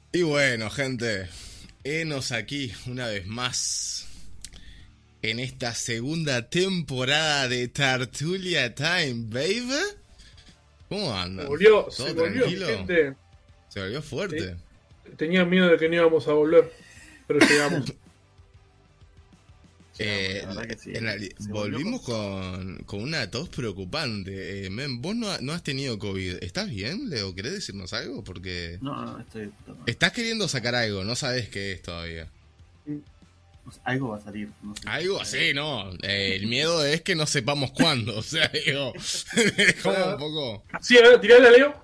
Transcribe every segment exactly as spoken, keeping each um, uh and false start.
Y bueno, gente, henos aquí una vez más en esta segunda temporada de Tartulia Time, baby. ¿Cómo Se andan? volvió, se ¿Todo volvió, mi tranquilo? gente. Se volvió Te- fuerte. Tenía miedo de que no íbamos a volver, pero llegamos. Llegamos, Eh, la verdad que sí. en reali- Se volvió con volvimos todo. con, con una tos preocupante. Eh, men, vos no, ha- no has tenido COVID. ¿Estás bien, Leo? ¿Querés decirnos algo? Porque No, no, no, estoy de puta madre. estás queriendo sacar algo, no sabes qué es todavía. O sea, algo va a salir, no sé. Algo así, ¿no? Eh, el miedo es que no sepamos cuándo. O sea, digo, es como un poco... Sí, a ver, tirale a Leo.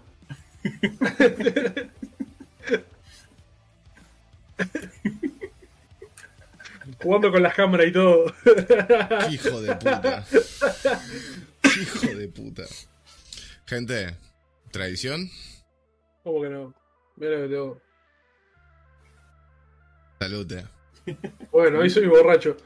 Jugando con las cámaras y todo. ¡Qué hijo de puta! ¡Qué hijo de puta! Gente, tradición, ¿Cómo que no? Mira que tengo. salute. Bueno, hoy soy borracho.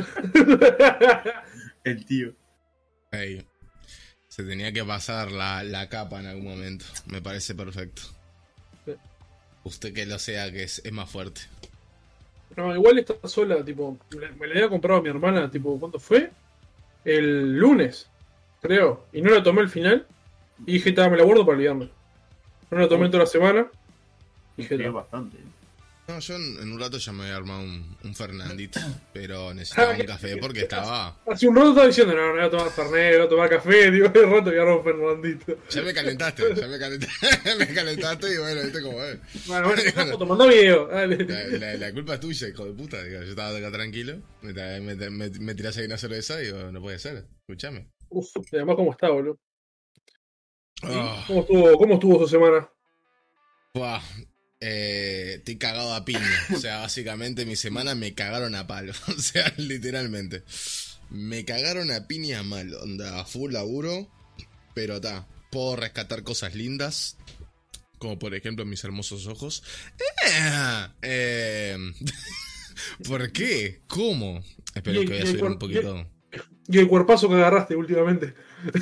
El tío. Ey, se tenía que pasar la, la capa en algún momento. Me parece perfecto. Sí. Usted que lo sea, que es, es más fuerte. No, igual está sola, tipo, me la, me la había comprado a mi hermana, tipo, ¿cuándo fue? El lunes, creo. Y no la tomé al final. Y dije, "Ta, me la guardo para olvidarme. No la tomé toda la semana. Dije, Frío "Ta". bastante. No, yo en, en un rato ya me voy a armar un, un Fernandito. Pero necesitaba un café porque estaba... Hace un rato estaba diciendo, no, no voy a tomar Fernet, voy a tomar café, digo, de rato voy a agarrar un Fernandito. Ya me calentaste, ya me calentaste, me calentaste y bueno, viste cómo es. Bueno, bueno, una foto, mandá video, dale. La, la, la culpa es tuya, hijo de puta. Digo, yo estaba acá tranquilo, me, tra- me, me, me tirás ahí una cerveza y digo, no puede ser, escúchame. Uf, y además, ¿cómo está, boludo? Oh, ¿Cómo estuvo, cómo estuvo su semana? buah, eh, estoy cagado a piña. O sea, básicamente mi semana me cagaron a palo. O sea, literalmente. Me cagaron a piña mal. Onda, full laburo. Pero está, puedo rescatar cosas lindas. Como por ejemplo mis hermosos ojos. Eh, eh, ¿Por qué? ¿Cómo? Espero Y- que voy a y el subir un cuer- poquito. Y el cuerpazo que agarraste últimamente.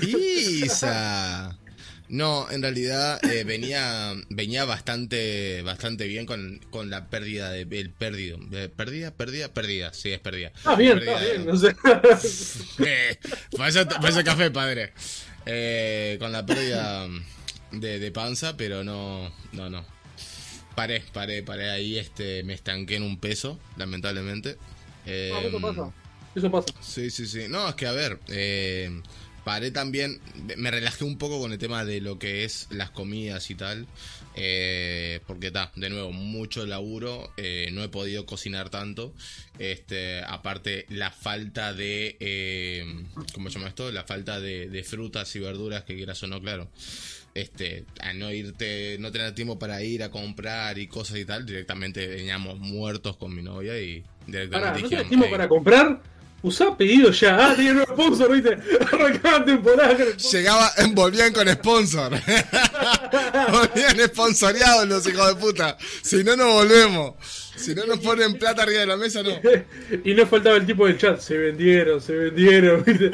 Isa. No, en realidad eh, venía venía bastante bastante bien con, con la pérdida de el perdido. Eh, pérdida, pérdida, pérdida. Sí, es pérdida. Ah, bien, Pérdida está de- bien, no sé. Eh, para eso, para eso café, padre. Eh, con la pérdida de, de panza, pero no, no, no. Paré, paré, paré ahí, este, me estanqué en un peso, lamentablemente. Eh, No, eso pasa. Eso pasa. Sí, sí, sí. No, es que a ver, eh, paré también, me relajé un poco con el tema de lo que es las comidas y tal. Eh, porque está, de nuevo, mucho laburo, eh, no he podido cocinar tanto. Este, aparte, la falta de, eh, ¿cómo se llama esto? La falta de, de frutas y verduras, que quieras o no, claro. Este, a no irte, no tener tiempo para ir a comprar y cosas y tal, directamente veníamos muertos con mi novia y directamente Pará, ¿no dijimos, tenés tiempo "Ey, para comprar? Usá pedido ya. Ah, tenía nuevo sponsor, viste. Arrancaba temporada. con el sponsor. llegaba, volvían con sponsor. Volvían sponsoreados los hijos de puta. Si no, no volvemos. Si no nos ponen plata arriba de la mesa, no. Y no faltaba el tipo del chat. Se vendieron, se vendieron, viste.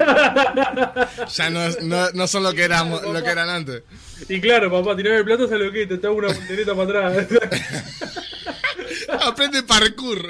Ya no, no, no son lo que éramos, lo que eran antes. Y claro, papá, tirame plata, ¿sabes lo que? Te hago una voltereta para atrás. Aprende parkour.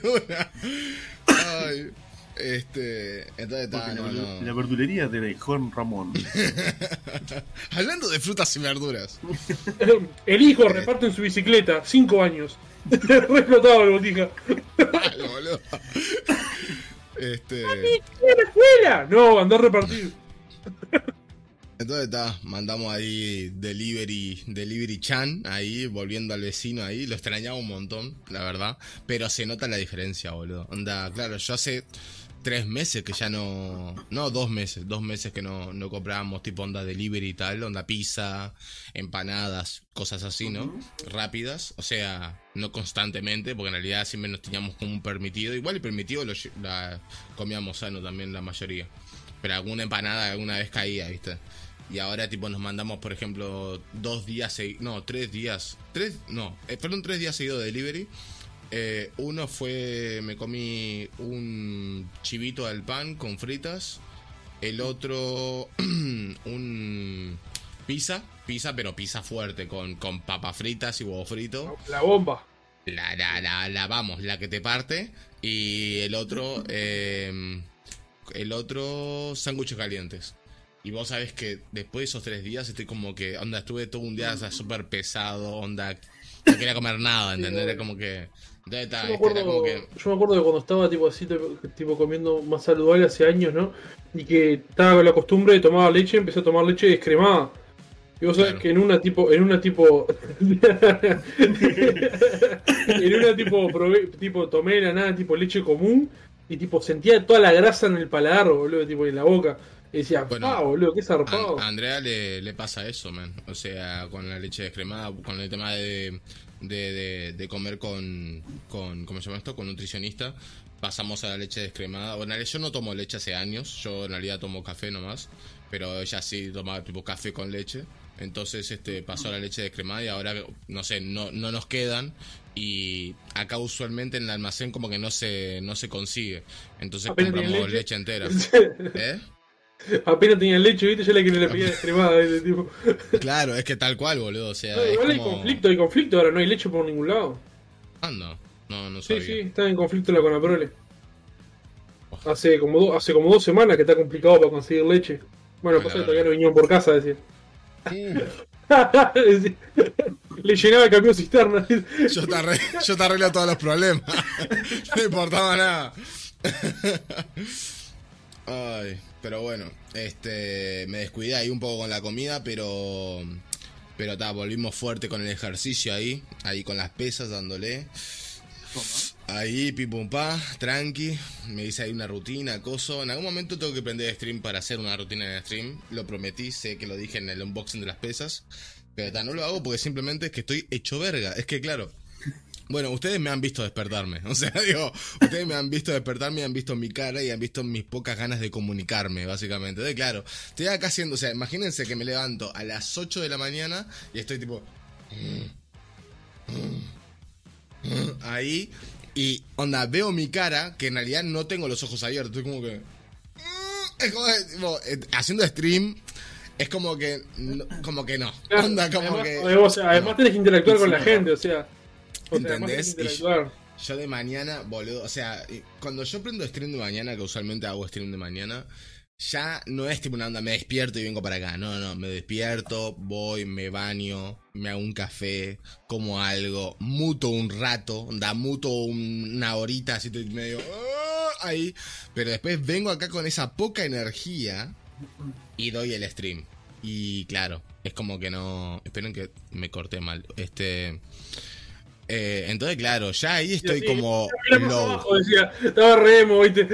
Ay, este, entonces Porque está, la, no, verdu- no. la verdulería de Juan Ramón. Hablando de frutas y verduras. El hijo reparte en su bicicleta. Cinco años. Re explotado el botija. Ay, boludo. Este. ¿En la escuela? No, andó a repartir. Entonces está, mandamos ahí delivery, delivery chan, ahí, volviendo al vecino ahí, lo extrañaba un montón, la verdad, pero se nota la diferencia, boludo. Onda, claro, yo hace tres meses que ya no, no, dos meses, dos meses que no, no comprábamos tipo onda delivery y tal, onda pizza, empanadas, cosas así, ¿no? Rápidas, o sea, no constantemente, porque en realidad siempre nos teníamos como un permitido, igual el permitido lo lle- la comíamos sano también la mayoría, pero alguna empanada alguna vez caía, ¿viste? Y ahora tipo nos mandamos, por ejemplo, dos días seguidos, no, tres días, tres, no, eh, fueron tres días seguidos de delivery. Eh, uno fue, me comí un chivito al pan con fritas. El otro, un pizza pizza, pero pizza fuerte, con, con papas fritas y huevo frito. La bomba. La, la, la, la, vamos, la que te parte. Y el otro, eh, el otro, sándwiches calientes. Y vos sabés que después de esos tres días estoy como que, onda, estuve todo un día, o sea, súper pesado, onda, no quería comer nada, ¿entendés? Era como que... Entonces, está, Yo me, este, era acuerdo, como que... yo me acuerdo de cuando estaba tipo así, tipo, tipo comiendo más saludable hace años, ¿no? Y que estaba con la costumbre de tomar leche, empecé a tomar leche descremada. Y vos sabés Claro. que en una tipo, en una tipo, en una tipo, probé, tipo tomé de la nada tipo leche común y tipo sentía toda la grasa en el paladar, boludo, tipo en la boca. Y decía, Bueno, ah, boludo, qué A, zarpado. a Andrea le, le pasa eso, man. O sea, con la leche descremada, con el tema de, de, de, de comer con, con, ¿cómo se llama esto? Con nutricionista. Pasamos a la leche descremada. Bueno, yo no tomo leche hace años, yo en realidad tomo café nomás. Pero ella sí tomaba tipo café con leche. Entonces este pasó a la leche descremada y ahora, no sé, no, no nos quedan. Y acá usualmente en el almacén como que no se, no se consigue. Entonces Apenas tienen compramos leche. leche entera. ¿Eh? Apenas tenía leche, viste, yo la que le pedía descremada, ¿viste? Tipo. Claro, es que tal cual, boludo. O sea, No, es igual hay como... conflicto, hay conflicto, ahora no hay leche por ningún lado. Anda, no, no Sí, sabía. sí, está en conflicto la Conaprole. Hace como, do- hace como dos semanas que está complicado para conseguir leche. Bueno, Ay, pasa la que todavía verdad. no vinieron por casa, decía. Mm, Le llenaba el camión cisterna. Yo te, arreglo, yo te arreglo todos los problemas. No importaba nada. Ay, pero bueno, este, me descuidé ahí un poco con la comida, pero, pero ta, volvimos fuerte con el ejercicio ahí, ahí con las pesas dándole. Ahí, pim pum pa, tranqui, me hice ahí una rutina, coso. En algún momento tengo que prender stream para hacer una rutina en stream. Lo prometí, sé que lo dije en el unboxing de las pesas. Pero ta, no lo hago porque simplemente es que estoy hecho verga. Es que claro, bueno, ustedes me han visto despertarme. O sea, digo, ustedes me han visto despertarme y han visto mi cara y han visto mis pocas ganas de comunicarme, básicamente. Entonces, claro, estoy acá haciendo, o sea, imagínense que me levanto a las ocho de la mañana y estoy tipo... Ahí... Y, onda, veo mi cara, que en realidad no tengo los ojos abiertos, estoy como que... Es como, tipo, eh, haciendo stream, es como que... no- como que no. Onda, como además, que... además, además no. tenés que interactuar con la Sí, gente, o sea. O sea, además ¿Entendés? tenés que interactuar. Yo de mañana, boludo, o sea, y cuando yo prendo stream de mañana, que usualmente hago stream de mañana, ya no es tipo una onda, me despierto y vengo para acá. No, no, me despierto, voy, me baño, me hago un café, como algo, muto un rato, da muto un- una horita, así estoy medio... "Ah", ahí, pero después vengo acá con esa poca energía y doy el stream. Y claro, es como que no... Esperen que me corté mal. Este... Eh, entonces, claro, ya ahí estoy así, como Mira más low. abajo, decía, estaba remo, viste.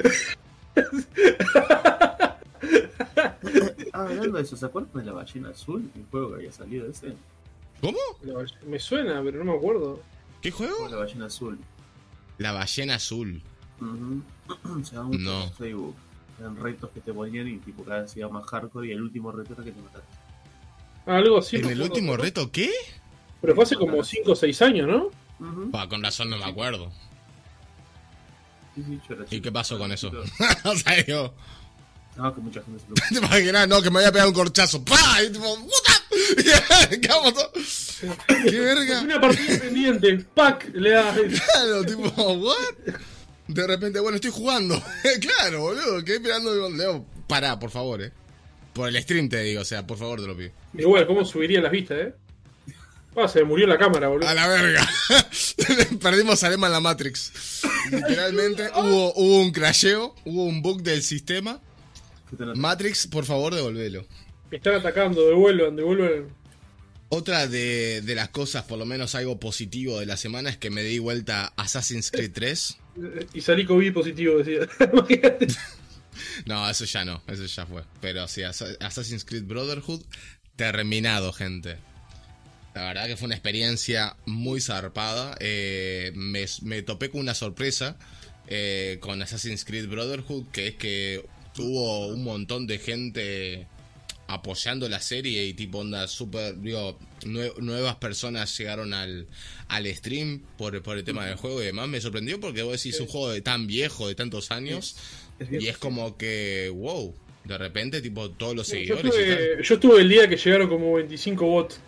Ah, hablando de eso, ¿se acuerdan de la ballena azul? El juego que había salido ese. ¿Cómo? Me suena, pero no me acuerdo. ¿Qué ¿Cómo juego? la ballena azul? La ballena azul. Ujú. Se llama mucho No. en Facebook. Eran retos que te ponían y tipo cada vez iba más hardcore y el último reto era que te mataste. Algo así. ¿En me el acuerdo, último pero- reto qué? Pero fue hace como cinco o seis años, ¿no? Ujú. Pa, con razón no me acuerdo. Sí, sí, yo era ¿Y chico. qué pasó con eso? Chico. O sea, yo... No, que mucha gente se lo ¿Te imaginas? No, que me había pegado un corchazo. ¡Pah! Y tipo... ¡Puta! Y quedamos todos... ¡Qué verga! Una partida pendiente, pack, le da. Claro, tipo... ¿What? De repente, bueno, estoy jugando. Claro, boludo. Quedé esperando... Digo, Leo, pará, por favor, eh. Por el stream te digo, o sea, por favor te lo pido. Igual, ¿cómo subiría las vistas, eh? Ah, se me murió la cámara, boludo. A la verga. Perdimos a Lema en la Matrix. Literalmente hubo, hubo un crasheo, hubo un bug del sistema. que te Matrix, por favor, devolvelo. Me están atacando, devuelvan, devuelvan. Otra de, de las cosas, por lo menos algo positivo de la semana, es que me di vuelta a Assassin's Creed tres. Y salí COVID positivo, decía. Imagínate. No, eso ya no, eso ya fue. Pero sí, Assa- Assassin's Creed Brotherhood, terminado, gente. La verdad que fue una experiencia muy zarpada. Eh, me, me topé con una sorpresa eh, con Assassin's Creed Brotherhood, que es que tuvo un montón de gente apoyando la serie y tipo onda súper, digo, nue- nuevas personas llegaron al, al stream por, por el tema del juego y demás. Me sorprendió porque vos decís un juego de tan viejo, de tantos años, Es y viejo, es sí. como que, wow, De repente, tipo, todos los Yo seguidores y tal. estuve, yo estuve el día que llegaron como veinticinco bots.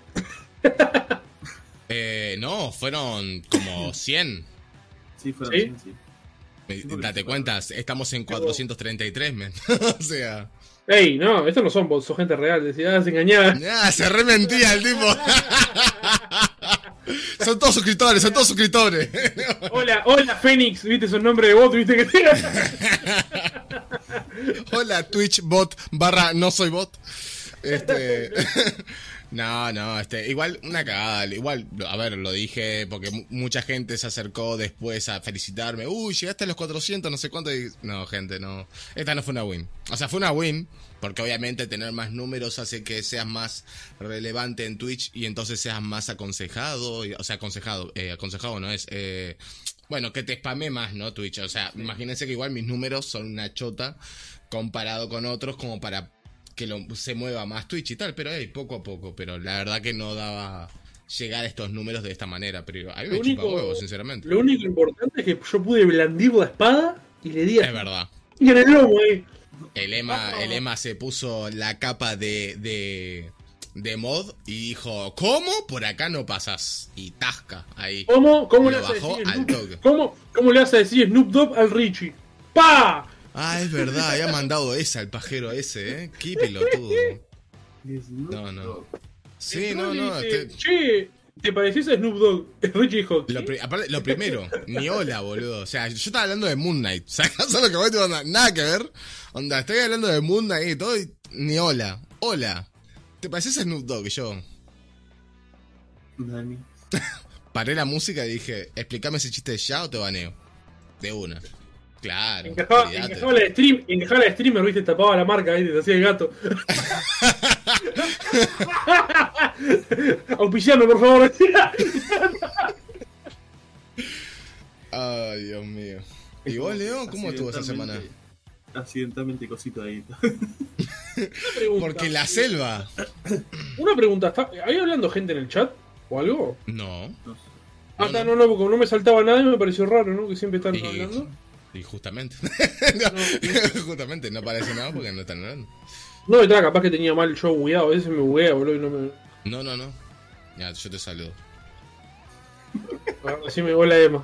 Eh, no, fueron como cien. Sí, fueron ¿Sí? cien, sí. Me- porque Date se cuenta, estamos en cuatrocientos treinta y tres, men. O sea. Ey, no, estos no son bots, son gente real. Decía, se engañaba. Ah, se rementía el tipo. Son todos suscriptores, son todos suscriptores. Hola, hola Fénix, viste su nombre de bot, viste que tenga. Hola, Twitch bot barra no soy bot. Este. No, no, este, igual una cagada, igual, a ver, lo dije porque mu- mucha gente se acercó después a felicitarme, uy, llegaste a los cuatrocientos, no sé cuánto, y no, gente, no, esta no fue una win, o sea, fue una win, porque obviamente tener más números hace que seas más relevante en Twitch y entonces seas más aconsejado, y- o sea, aconsejado, eh, aconsejado no es, eh, bueno, que te spamé más, ¿no? Twitch, o sea, imagínense que igual mis números son una chota comparado con otros como para que lo, se mueva más Twitch y tal, pero hey, poco a poco, pero la verdad que no daba llegar a estos números de esta manera, pero a mí me Lo chupa único- huevo, sinceramente. Lo único importante es que yo pude blandir la espada y le di Es a... verdad. Y en el lomo ahí. El Emma, el Emma se puso la capa de, de, de mod y dijo, ¿cómo? Por acá no pasas. Y tasca ahí. ¿Cómo, cómo, Lo le vas a bajó decir al Snoop, toque. ¿cómo, ¿Cómo le vas a decir Snoop Dogg al Richie? ¡Pa! Ah, es verdad, había mandado esa, el pajero ese, ¿eh? Qué pelotudo. No, no. Sí, Entró no, y no. dice, te- che, ¿te pareces a Snoop Dogg? Richie dijo, ¿qué? Lo, pri- aparte, lo primero, ni hola, boludo. O sea, yo estaba hablando de Moon Knight. ¿Sacás lo que voy a onda? Nada que ver. Onda, estoy hablando de Moon Knight y todo, y ni hola. Hola. ¿Te pareces a Snoop Dogg? Y yo Dani. paré la música y dije, explícame ese chiste ya o te baneo. De una. Claro. Encajaba, olvidate. encajaba la de stream, encajaba la de streamer, viste, tapaba la marca ahí, te hacía el gato. Auspiciame, por favor. Ay, Dios mío. ¿Y vos, Leo? ¿Cómo estuvo esa semana? Accidentalmente- Accidentalmente cosito ahí. Pregunta. Porque la selva. Una pregunta, ¿está, ¿hay hablando gente en el chat? ¿O algo? No. No sé. Ah, No, está, no. no, no, porque no me saltaba nada y me pareció raro, ¿no? Que siempre están Y, hablando. y justamente. No. Justamente, no parece nada porque no están hablando. No, estaba capaz que tenía mal el show bugueado, a veces me buguea, boludo, y no me... No, no, no. Ya, yo te saludo. Así me hola Emma.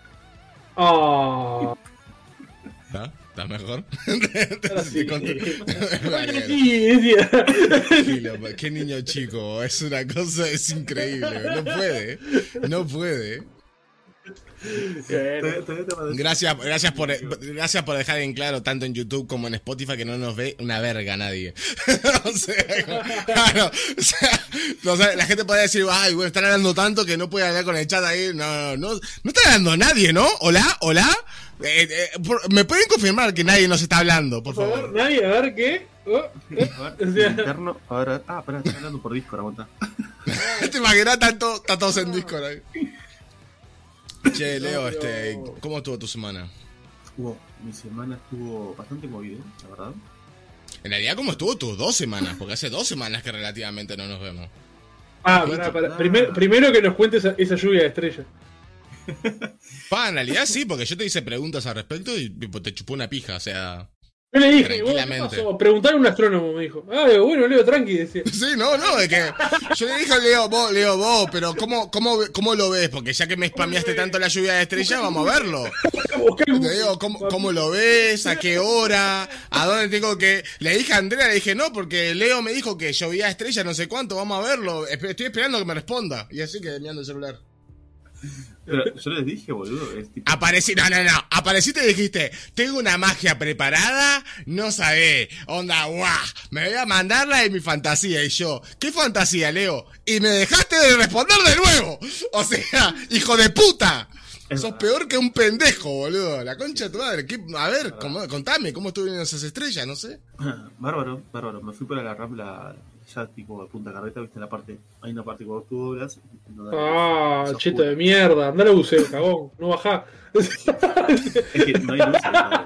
Ah, ¿Está? ¿Estás mejor? ahora sí. Vale, Ahora sí, decía. tranquilo, pa- qué niño chico, es una cosa, es increíble, no puede, no puede. Bueno. Todavía- todavía te va a decir- Gracias, gracias por, gracias por dejar en claro tanto en YouTube como en Spotify que no nos ve una verga nadie. O sea, como- claro, o sea, o sea, la gente podría decir, ay, bueno, están hablando tanto que no puede hablar con el chat ahí. No, no, no, no está hablando nadie, ¿no? Hola, hola. Eh, eh, por- ¿Me pueden confirmar que nadie nos está hablando, por Por favor, favor? nadie, a ver qué. Oh, eh. A ver, O sea- interno. A ver, a ver. Ah, espera, estoy hablando por Discord, aguanta. ¿Te imaginas tanto, está todos en Discord ahí? Che, Leo, No, este, pero- ¿cómo estuvo tu semana? Wow, mi semana estuvo bastante movida, la verdad. En realidad, ¿cómo estuvo tus dos semanas? Porque hace dos semanas que relativamente no nos vemos. Ah, pará, pará. Primer- primero que nos cuentes esa, esa lluvia de estrellas. Pa, en realidad sí, porque yo te hice preguntas al respecto y tipo, te chupó una pija, o sea... Yo le dije, bueno, ¿qué Tranquilamente. pasó? Preguntar a un astrónomo, me dijo. Ah, bueno, Leo, tranqui, decía. Sí, no, no, es que yo le dije a Leo, vos, Leo, vos, pero ¿cómo, cómo, cómo lo ves? Porque ya que me spameaste tanto la lluvia de estrellas, vamos a verlo. Te digo, ¿cómo, ¿cómo lo ves? ¿A qué hora? ¿A dónde tengo que...? Le dije a Andrea, le dije, no, porque Leo me dijo que llovía estrella no sé cuánto, vamos a verlo. Espe- Estoy esperando que me responda. Y así que mirando el celular. Pero yo les dije, boludo, es tipo. Aparecí, no, no, no, apareciste y dijiste, tengo una magia preparada, no sabés, onda, guau, me voy a mandarla de mi fantasía, y yo, ¿qué fantasía, Leo? Y me dejaste de responder de nuevo, o sea, hijo de puta, Es sos verdad. peor que un pendejo, boludo, la concha de tu madre, ¿qué? A ver, ¿cómo- contame, ¿cómo estuvieron esas estrellas, no sé? Bárbaro, bárbaro. Me fui para la Rambla, ya tipo de Punta Carreta, viste la parte. Hay una parte que vos tú doblas. donde Ah, sos cheto puro. de mierda. Andá a la buceo, cagón. No bajá. Es que no hay luces.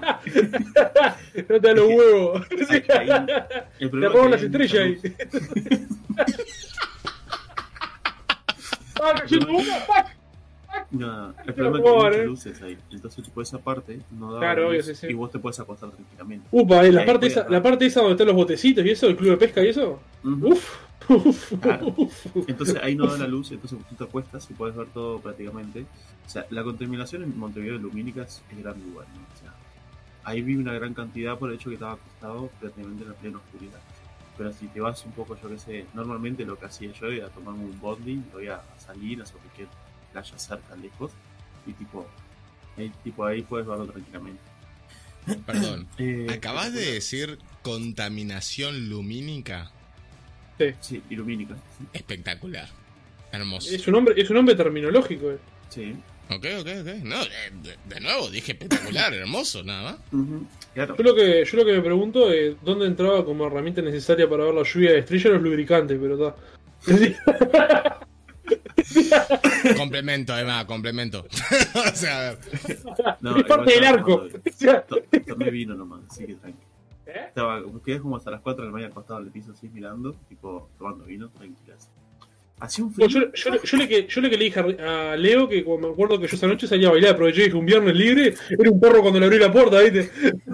no. No te da los huevos. Ahí- ahí- Te el problema roban es las que hay estrellas mucha ahí. luz. Ah, cayendo una. ¡Pac! No, el Pero problema es que hay por, muchas eh. luces ahí. Entonces, tipo, esa parte no da Claro, la obvio, luz sí, sí. y vos te puedes acostar tranquilamente. Upa, eh, Y la ahí parte, puedes esa, ver. la parte esa donde están los botecitos y eso, el club de pesca y eso. Ujú. Uf. Uf. Claro. Uf. Entonces ahí no da la luz, entonces tú te acuestas y puedes ver todo prácticamente. O sea, la contaminación en Montevideo de lumínicas es grande igual, ¿no? O sea, ahí vi una gran cantidad por el hecho que estaba acostado prácticamente en la plena oscuridad. Pero si te vas un poco, yo qué sé, normalmente lo que hacía yo era tomarme un bondi, voy a salir a cualquier playa cerca, lejos, y tipo, ahí, tipo, ahí puedes verlo tranquilamente. Perdón. Eh, ¿Acabas de decir contaminación lumínica? Sí, y lumínica. Sí. Espectacular. Hermoso. Es un nombre, es un nombre terminológico. Eh. Sí. Ok, ok, ok. No, de, de- de nuevo, dije espectacular, hermoso, nada más. Ujú, claro. Yo lo que yo lo que me pregunto es dónde entraba como herramienta necesaria para ver la lluvia de estrellas los lubricantes, pero está. Complemento, además, complemento. O sea, a ver. No, Es parte igual del estaba arco. tomando- O sea, to- Tomé vino nomás, así que tranqui. ¿eh? Estaba, quedé como hasta las cuatro de la mañana acostado en el piso así mirando, tipo tomando vino, tranquilas. Hacía un frío. Bueno, yo, yo, yo le que, yo le que le dije a a Leo que como me acuerdo que yo esa noche salía a bailar, aproveché y dije un viernes libre, era un perro cuando le abrí la puerta, ¿viste?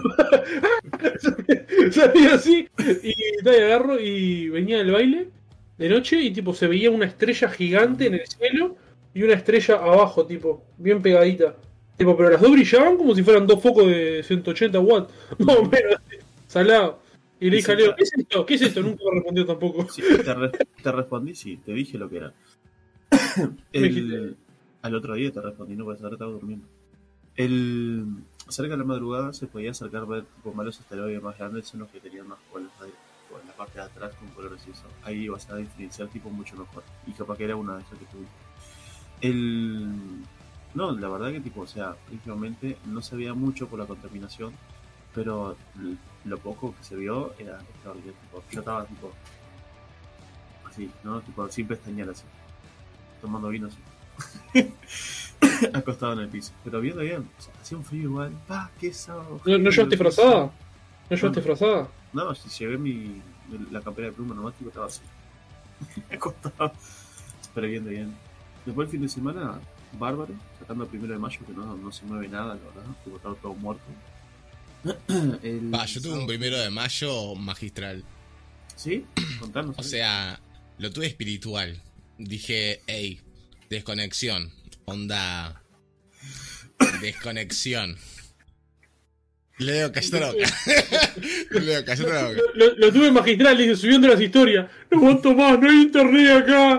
Salía así y, tal, y agarro y venía del baile de noche y tipo se veía una estrella gigante en el cielo y una estrella abajo, tipo, bien pegadita. Tipo, pero las dos brillaban como si fueran dos focos de ciento ochenta watts, más o menos, salado. Y le Y dije a sí, Leo, claro. ¿qué es esto? ¿Qué es esto? Nunca me respondió tampoco. Sí, te, re- te respondí, sí, te dije lo que era. Me dijiste. El, al otro día te respondí, no puedes ahora estaba durmiendo. El, cerca de la madrugada se podía acercar ver tipo malos esteroides más grandes, son los que tenían más colores ahí, o en la parte de atrás con colores y eso. Ahí vas a diferenciar tipo mucho mejor. Y capaz que era una de esas que tuviste. El, no, la verdad que tipo, o sea, principalmente no se veía mucho por la contaminación, pero l- lo poco que se vio era extraordinario. Tipo, yo estaba tipo así, ¿no? Tipo sin pestañear así, tomando vino así. Acostado en el piso, pero viendo bien, o sea, hacía un frío igual. ¡Pah! ¡Qué sábado! ¿No, no llevaste frazada? ¿No llevaste No. frazada? No, si llevé mi, la campera de pluma nomás, tipo, estaba así. Acostado. Pero viendo bien. Después el fin de semana, bárbaro, sacando el primero de mayo, que no, no se mueve nada, la verdad, tipo, estaba todo muerto. El Va, yo tuve un sábado- primero de mayo magistral. ¿Sí? Contanos. O sea, lo tuve espiritual. Dije, hey, desconexión. Onda. Desconexión. Leo, cállate la boca. Leo, cállate la boca. Lo, lo- lo tuve magistral, le dije, subiendo las historias. No aguanto más, no hay internet acá.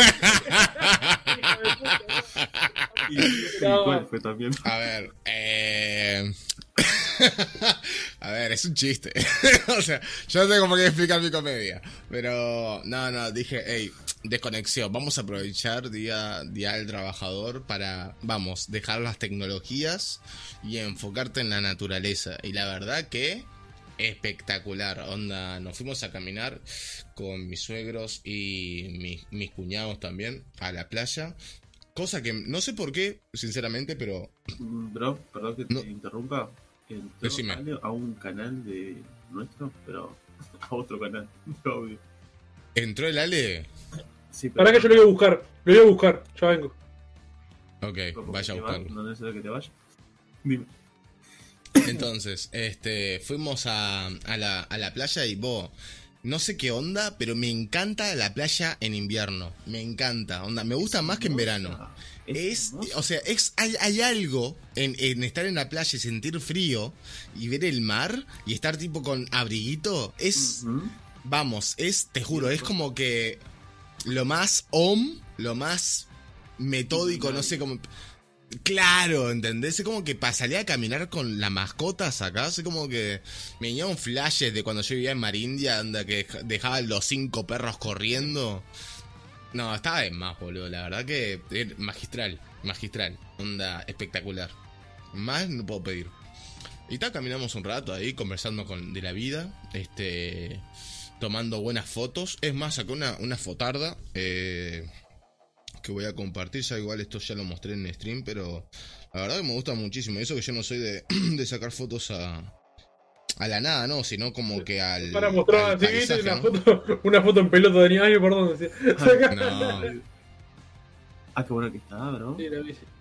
Y, y cuál fue también. A ver, eh... A ver, es un chiste. O sea, yo no tengo por qué explicar mi comedia. Pero, no, no, dije, hey, desconexión. Vamos a aprovechar día, día del trabajador para, vamos, dejar las tecnologías y enfocarte en la naturaleza. Y la verdad que espectacular. Onda, nos fuimos a caminar con mis suegros y mis, mis cuñados también a la playa. Cosa que no sé por qué, sinceramente, pero Bro, perdón que te No. interrumpa. Entró Decime. Ale a un canal de nuestro, pero a otro canal, obvio. entró el Ale. Sí, pero Para que yo lo voy a buscar, lo voy a buscar, ya vengo. Ok, ¿cómo vaya a que va? buscarlo. No es necesario que te vaya. Dime. Entonces, este, fuimos a, a, la, a la playa y vos, no sé qué onda, pero me encanta la playa en invierno. Me encanta, onda, me gusta más que en verano. Es, hermosa. o sea, es, hay, hay algo en, en estar en la playa y sentir frío y ver el mar y estar tipo con abriguito. Es, Ujú. vamos, es, te juro, es como que lo más om, lo más metódico, no sé cómo. Claro, ¿entendés? Es como que pasaría a caminar con las mascotas acá. Es como que me venían flashes de cuando yo vivía en Marindia, anda que dejaba los cinco perros corriendo. No, estaba de más, boludo. La verdad que eh, magistral, magistral. Onda espectacular. Más no puedo pedir. Y tal, caminamos un rato ahí conversando con, de la vida. Este. Tomando buenas fotos. Es más, saqué una, una fotarda. Eh. Que voy a compartir, ya igual esto ya lo mostré en stream, pero la verdad que me gusta muchísimo. Eso que yo no soy de, de sacar fotos a, a la nada, ¿no? Sino como que al, Para mostrar al así, ¿viste? paisaje, Una, ¿no? foto, una foto en pelota de niño, perdón. Decía. Ay, No, Ah, qué bueno que está, bro. Sí, la vi, sí.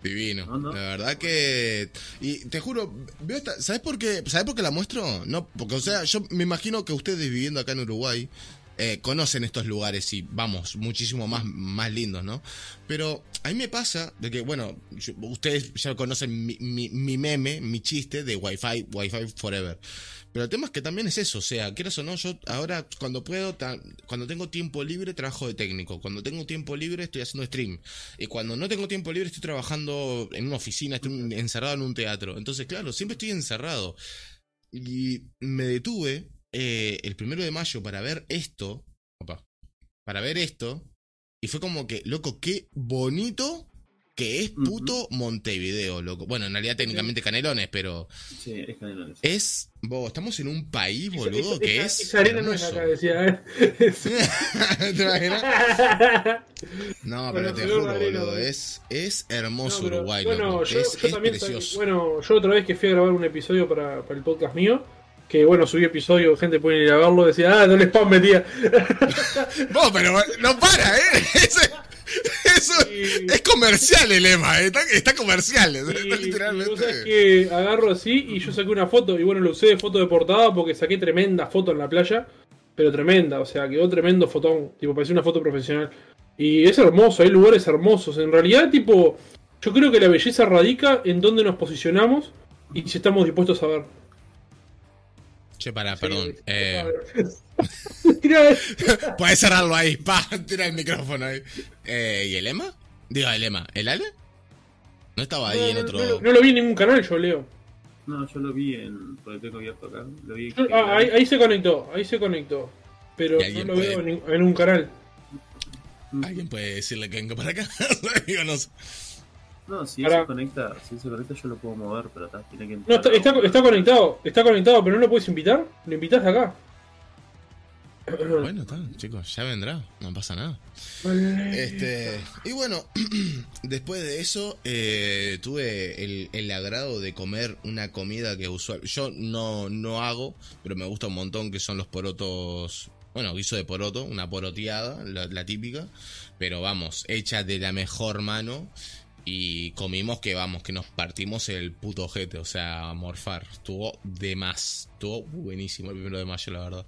Divino. No, no. La verdad que... Y te juro, veo esta... ¿sabes por qué? ¿Sabes por qué la muestro? No, porque, o sea, yo me imagino que ustedes viviendo acá en Uruguay eh, conocen estos lugares y, vamos, muchísimo más, más lindos, ¿no? Pero a mí me pasa de que, bueno, yo- ustedes ya conocen mi, mi, mi meme, mi chiste de Wi-Fi, Wi-Fi Forever. Pero el tema es que también es eso, o sea, quieras o no, yo ahora cuando puedo, ta- cuando tengo tiempo libre trabajo de técnico, cuando tengo tiempo libre estoy haciendo stream, y cuando no tengo tiempo libre estoy trabajando en una oficina, estoy en- encerrado en un teatro, entonces claro, siempre estoy encerrado. Y me detuve eh, el primero de mayo para ver esto, opa, para ver esto, y fue como que, loco, qué bonito que es puto Montevideo, loco. Bueno, en realidad técnicamente Canelones, pero... Sí, es Canelones. Es, vos, estamos en un país, Esa- boludo, esa- que esa- es esa arena no es hermoso. acá, decía. ¿eh? ¿Te imaginas? No, pero Bueno, te se ve juro, una arena, boludo, boludo. es, es No, hermoso pero, Uruguay, bueno, loco. yo, es yo es también, sa- precioso. bueno, yo otra vez que fui a grabar un episodio para, para el podcast mío, que bueno, subí episodio, gente puede ir a verlo, decía, ah, no le spam metía. Vos, pero no para, ¿eh? Ese- eso Y- es comercial el lema, ¿eh? está, está comercial, Y, está y vos sabés literalmente. que agarro así y yo saqué una foto, y bueno, lo usé de foto de portada porque saqué tremenda foto en la playa, pero tremenda, o sea, quedó tremendo fotón, tipo, parecía una foto profesional. Y es hermoso, hay lugares hermosos. En realidad, tipo, yo creo que la belleza radica en dónde nos posicionamos y si estamos dispuestos a ver. Che, pará, Sí, perdón. sí, Eh, a ver. Mirá, Puedes cerrarlo ahí, pa, tira el micrófono ahí. Eh, ¿Y el Ema? Digo, el Ema, ¿el Ale? ¿No estaba ahí no, en no, otro...? no lo- no lo vi en ningún canal, yo leo. No, yo lo vi en. Porque tengo abierto acá. Lo vi en. Yo- ah, ahí, ahí se conectó, ahí se conectó. Pero Y no alguien lo puede- veo en, nin- en un canal. ¿Alguien puede decirle que venga para acá? Digo, no sé. No, si él Pará. se conecta, si él se conecta yo lo puedo mover, pero atrás tiene que No, entrar. está, está, está conectado, está conectado, pero no lo puedes invitar. Lo invitas de acá. Bueno, está, chicos, ya vendrá, no pasa nada. Vale. Este, y bueno, después de eso eh, tuve el, el agrado de comer una comida que usual yo no, no hago, pero me gusta un montón, que son los porotos, bueno, guiso de poroto, una poroteada, la, la típica, pero vamos, hecha de la mejor mano. Y comimos que vamos, que nos partimos el puto ojete, o sea, a morfar. Estuvo de más, estuvo buenísimo el primero de mayo, la verdad.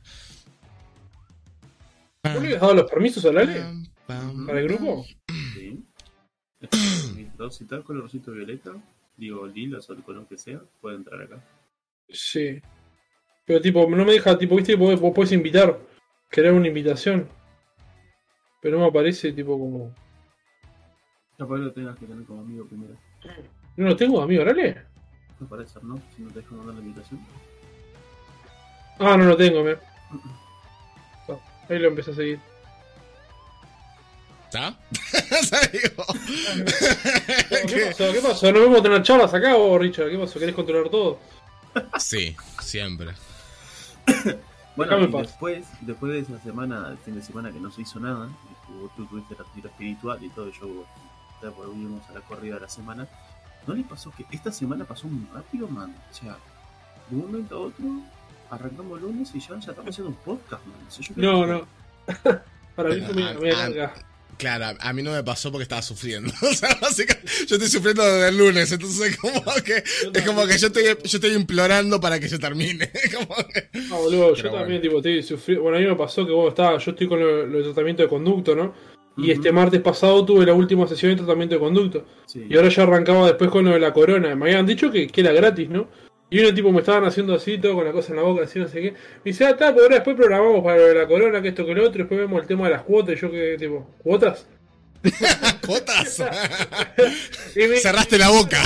¿No le habías dado los permisos al Ale? Pam, pam, ¿Para el grupo? Sí. Mis dos y tal, colorcito violeta. Digo, lila o el color que sea. Puede entrar acá. Sí. Pero tipo, no me deja, tipo, viste, vos, vos podés invitar. Crear una invitación. Pero no me aparece, tipo, como. Capaz lo tengas que tener como amigo primero. ¿No lo tengo, amigo, Ale? No parece ser, ¿no? Si no te dejo mandar la invitación. Ah, no lo tengo, me. No, ahí lo empecé a seguir. ¿Está? O sea, digo, ¿Qué pasó? ¿Qué pasó? ¿No vamos a tener charlas acá vos, Richard? ¿Qué pasó? ¿Querés controlar todo? sí, siempre. Bueno, Déjame y paz. después, después de esa semana, el fin de semana que no se hizo nada, y tú, tú tuviste el retiro espiritual y todo, y yo ya volvimos a la corrida de la semana. ¿No le pasó que esta semana pasó muy rápido, man? O sea, de un momento a otro, arrancamos lunes y ya, ya estamos haciendo un podcast, man. O sea, yo creo No, que- no. Para mí fue media, Ah, media ah, larga. Claro, a mí no me pasó porque estaba sufriendo. O sea, básicamente, yo estoy sufriendo desde el lunes, entonces como que es como que yo estoy, yo estoy implorando para que se termine. Como que... No, boludo, yo Pero también, tipo, estoy sufriendo. Bueno, a mí me pasó que vos estaba, yo estoy con lo, lo de tratamiento de conducto, ¿no? Y Ujú. este martes pasado tuve la última sesión de tratamiento de conducto. Sí. Y ahora ya arrancaba después con lo de la corona. Me habían dicho que, que era gratis, ¿no? Y uno tipo me estaban haciendo así, todo con la cosa en la boca, así, no sé qué. Me dice, ah, está, pero ahora después programamos para lo de la corona, que esto, que lo otro, después vemos el tema de las cuotas. Y yo que, tipo, ¿cuotas? ¿Cotas? Y, me- Cerraste la boca.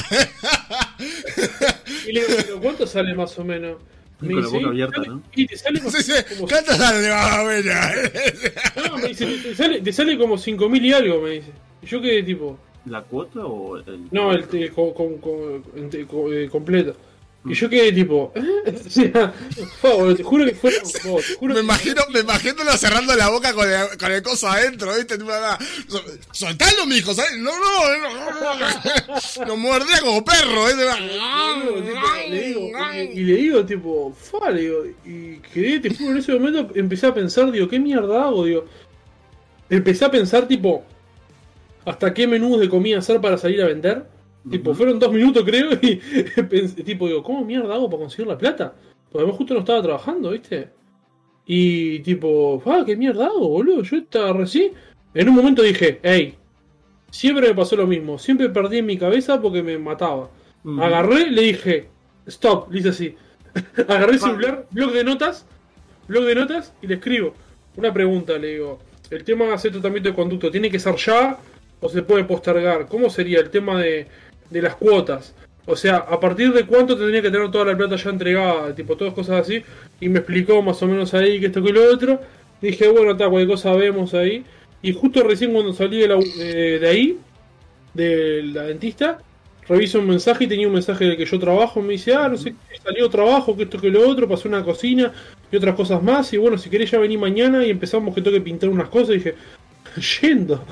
y le digo, ¿pero cuánto sale más o menos? Y con la boca "Y abierta, sale- ¿no? Y te sale más Sí, sí. como ¿Cuántas sale más o menos? No, me dice, te sale, te sale como cinco mil y algo, me dice. Y yo quedé tipo, ¿La cuota o el.? no, el, el co- co- co- ente- co- eh, completo. Y yo quedé tipo, ¿eh? O sea, por favor, te juro que fue. vos, te juro Me que- imagino, me imagino cerrando la boca con el, con el coso adentro, ¿viste? Tipo, nada, "Sol- Soltalo, mijo, ¿sabes? No, no, no, no, no mordía como perro, ¿viste? Le digo, tipo, le digo, y, y le digo, tipo, fa, le digo, y quedé, te juro, en ese momento empecé a pensar, digo, ¿qué mierda hago? Digo, empecé a pensar, tipo, ¿hasta qué menús de comida hacer para salir a vender? Tipo, Ujú. fueron dos minutos creo y pensé, tipo, digo, ¿cómo mierda hago para conseguir la plata? Porque además justo no estaba trabajando, ¿viste? Y tipo, ah, ¿qué mierda hago, boludo? Yo estaba recién. En un momento dije, hey, siempre me pasó lo mismo, siempre perdí en mi cabeza porque me mataba. Ujú. Agarré, le dije, stop, le hice así. Agarré el Vale. celular, blog de notas, blog de notas y le escribo. Una pregunta, le digo, el tema de hacer tratamiento de conducto, ¿tiene que ser ya o se puede postergar? ¿Cómo sería el tema de, de las cuotas? O sea, ¿a partir de cuánto tendría que tener toda la plata ya entregada? Tipo, todas cosas así. Y me explicó más o menos ahí que esto que lo otro. Dije, bueno, está, cualquier cosa vemos ahí. Y justo recién cuando salí de, la- eh, de ahí, de la dentista, reviso un mensaje y tenía un mensaje del que yo trabajo. Me dice, ah, no sé Ujú. qué, salió trabajo, que esto que lo otro, pasó una cocina y otras cosas más. Y bueno, si querés ya vení mañana y empezamos que tengo que pintar unas cosas. Y dije, yendo.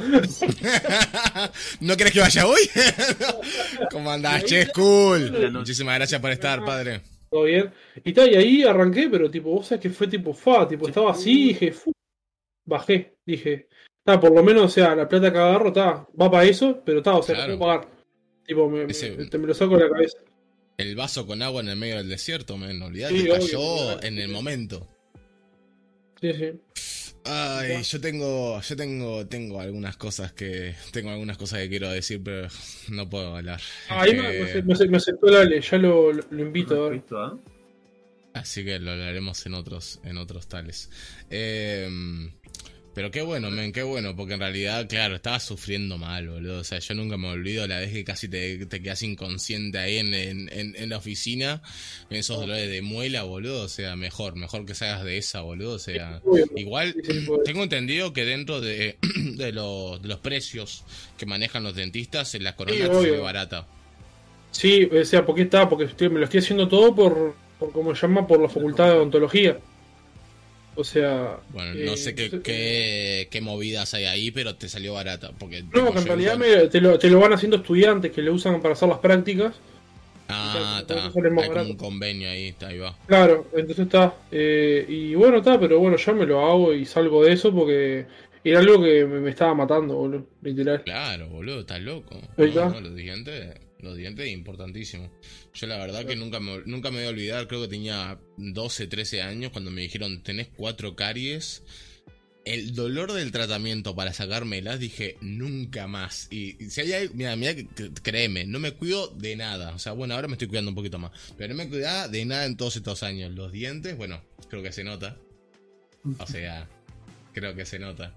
¿No querés que vaya hoy? ¿Cómo Y andás, ahí, che? Cool. La noche. Muchísimas gracias por estar, padre. todo bien. Y tal, y ahí arranqué, pero tipo, vos sabés que fue tipo fa, tipo, Sí. estaba así, dije, fu, bajé, dije, está, por lo menos, o sea, la plata que agarro, está, va para eso, pero está, o sea, la puedo Claro. pagar. Tipo, me, Ese, me, te- me lo saco de la cabeza. el vaso con agua en el medio del desierto, men. Olvidate, Sí, obvio, cayó obvio. en el momento. Sí, sí. Ay, yo tengo, yo tengo, tengo algunas cosas que, tengo algunas cosas que quiero decir, pero no puedo hablar. Ah, Es ahí me, me, que, ace- me ace- me aceptó el Ale, ya lo, lo, lo invito a ver. Respecto a. así que lo hablaremos en otros, en otros tales. Eh, pero qué bueno, men, qué bueno, porque en realidad, claro, estaba sufriendo mal, boludo. O sea, yo nunca me olvido la vez que casi te, te quedas inconsciente ahí en, en, en, en la oficina, con esos dolores de muela, boludo. O sea, mejor, mejor que salgas de esa, boludo. O sea, Obvio. igual, Sí, sí, pues. tengo entendido que dentro de, de, los, de los precios que manejan los dentistas, la corona Sí, te salió obvio. barata. Sí, o sea, porque está, porque estoy- me lo estoy haciendo todo por, por como se llama, por la La facultad de facultad. odontología. O sea, Bueno, no eh, sé qué, entonces, qué, qué movidas hay ahí, pero te salió barata. Porque, no, tipo, que en yo realidad encuentro. me- te, lo, te lo van haciendo estudiantes que le usan para hacer las prácticas. Y tal, Ah, por eso está. sale más Hay como barato. un convenio ahí, está, ahí va. Claro, entonces está. Eh, y bueno, está, pero bueno, ya me lo hago y salgo de eso porque era algo que me, me estaba matando, boludo, literal. Claro, boludo, estás loco. Ahí No, está. no, los dientes, los dientes importantísimo. Yo la verdad que nunca me, nunca me voy a olvidar, creo que tenía doce, trece años cuando me dijeron, tenés cuatro caries. El dolor del tratamiento para sacármelas, dije, nunca más. Y, y si hay algo, mira, mira, que- que- créeme, no me cuido de nada. O sea, bueno, ahora me estoy cuidando un poquito más. Pero no me cuidaba de nada en todos estos años. Los dientes, bueno, creo que se nota. O sea, creo que se nota.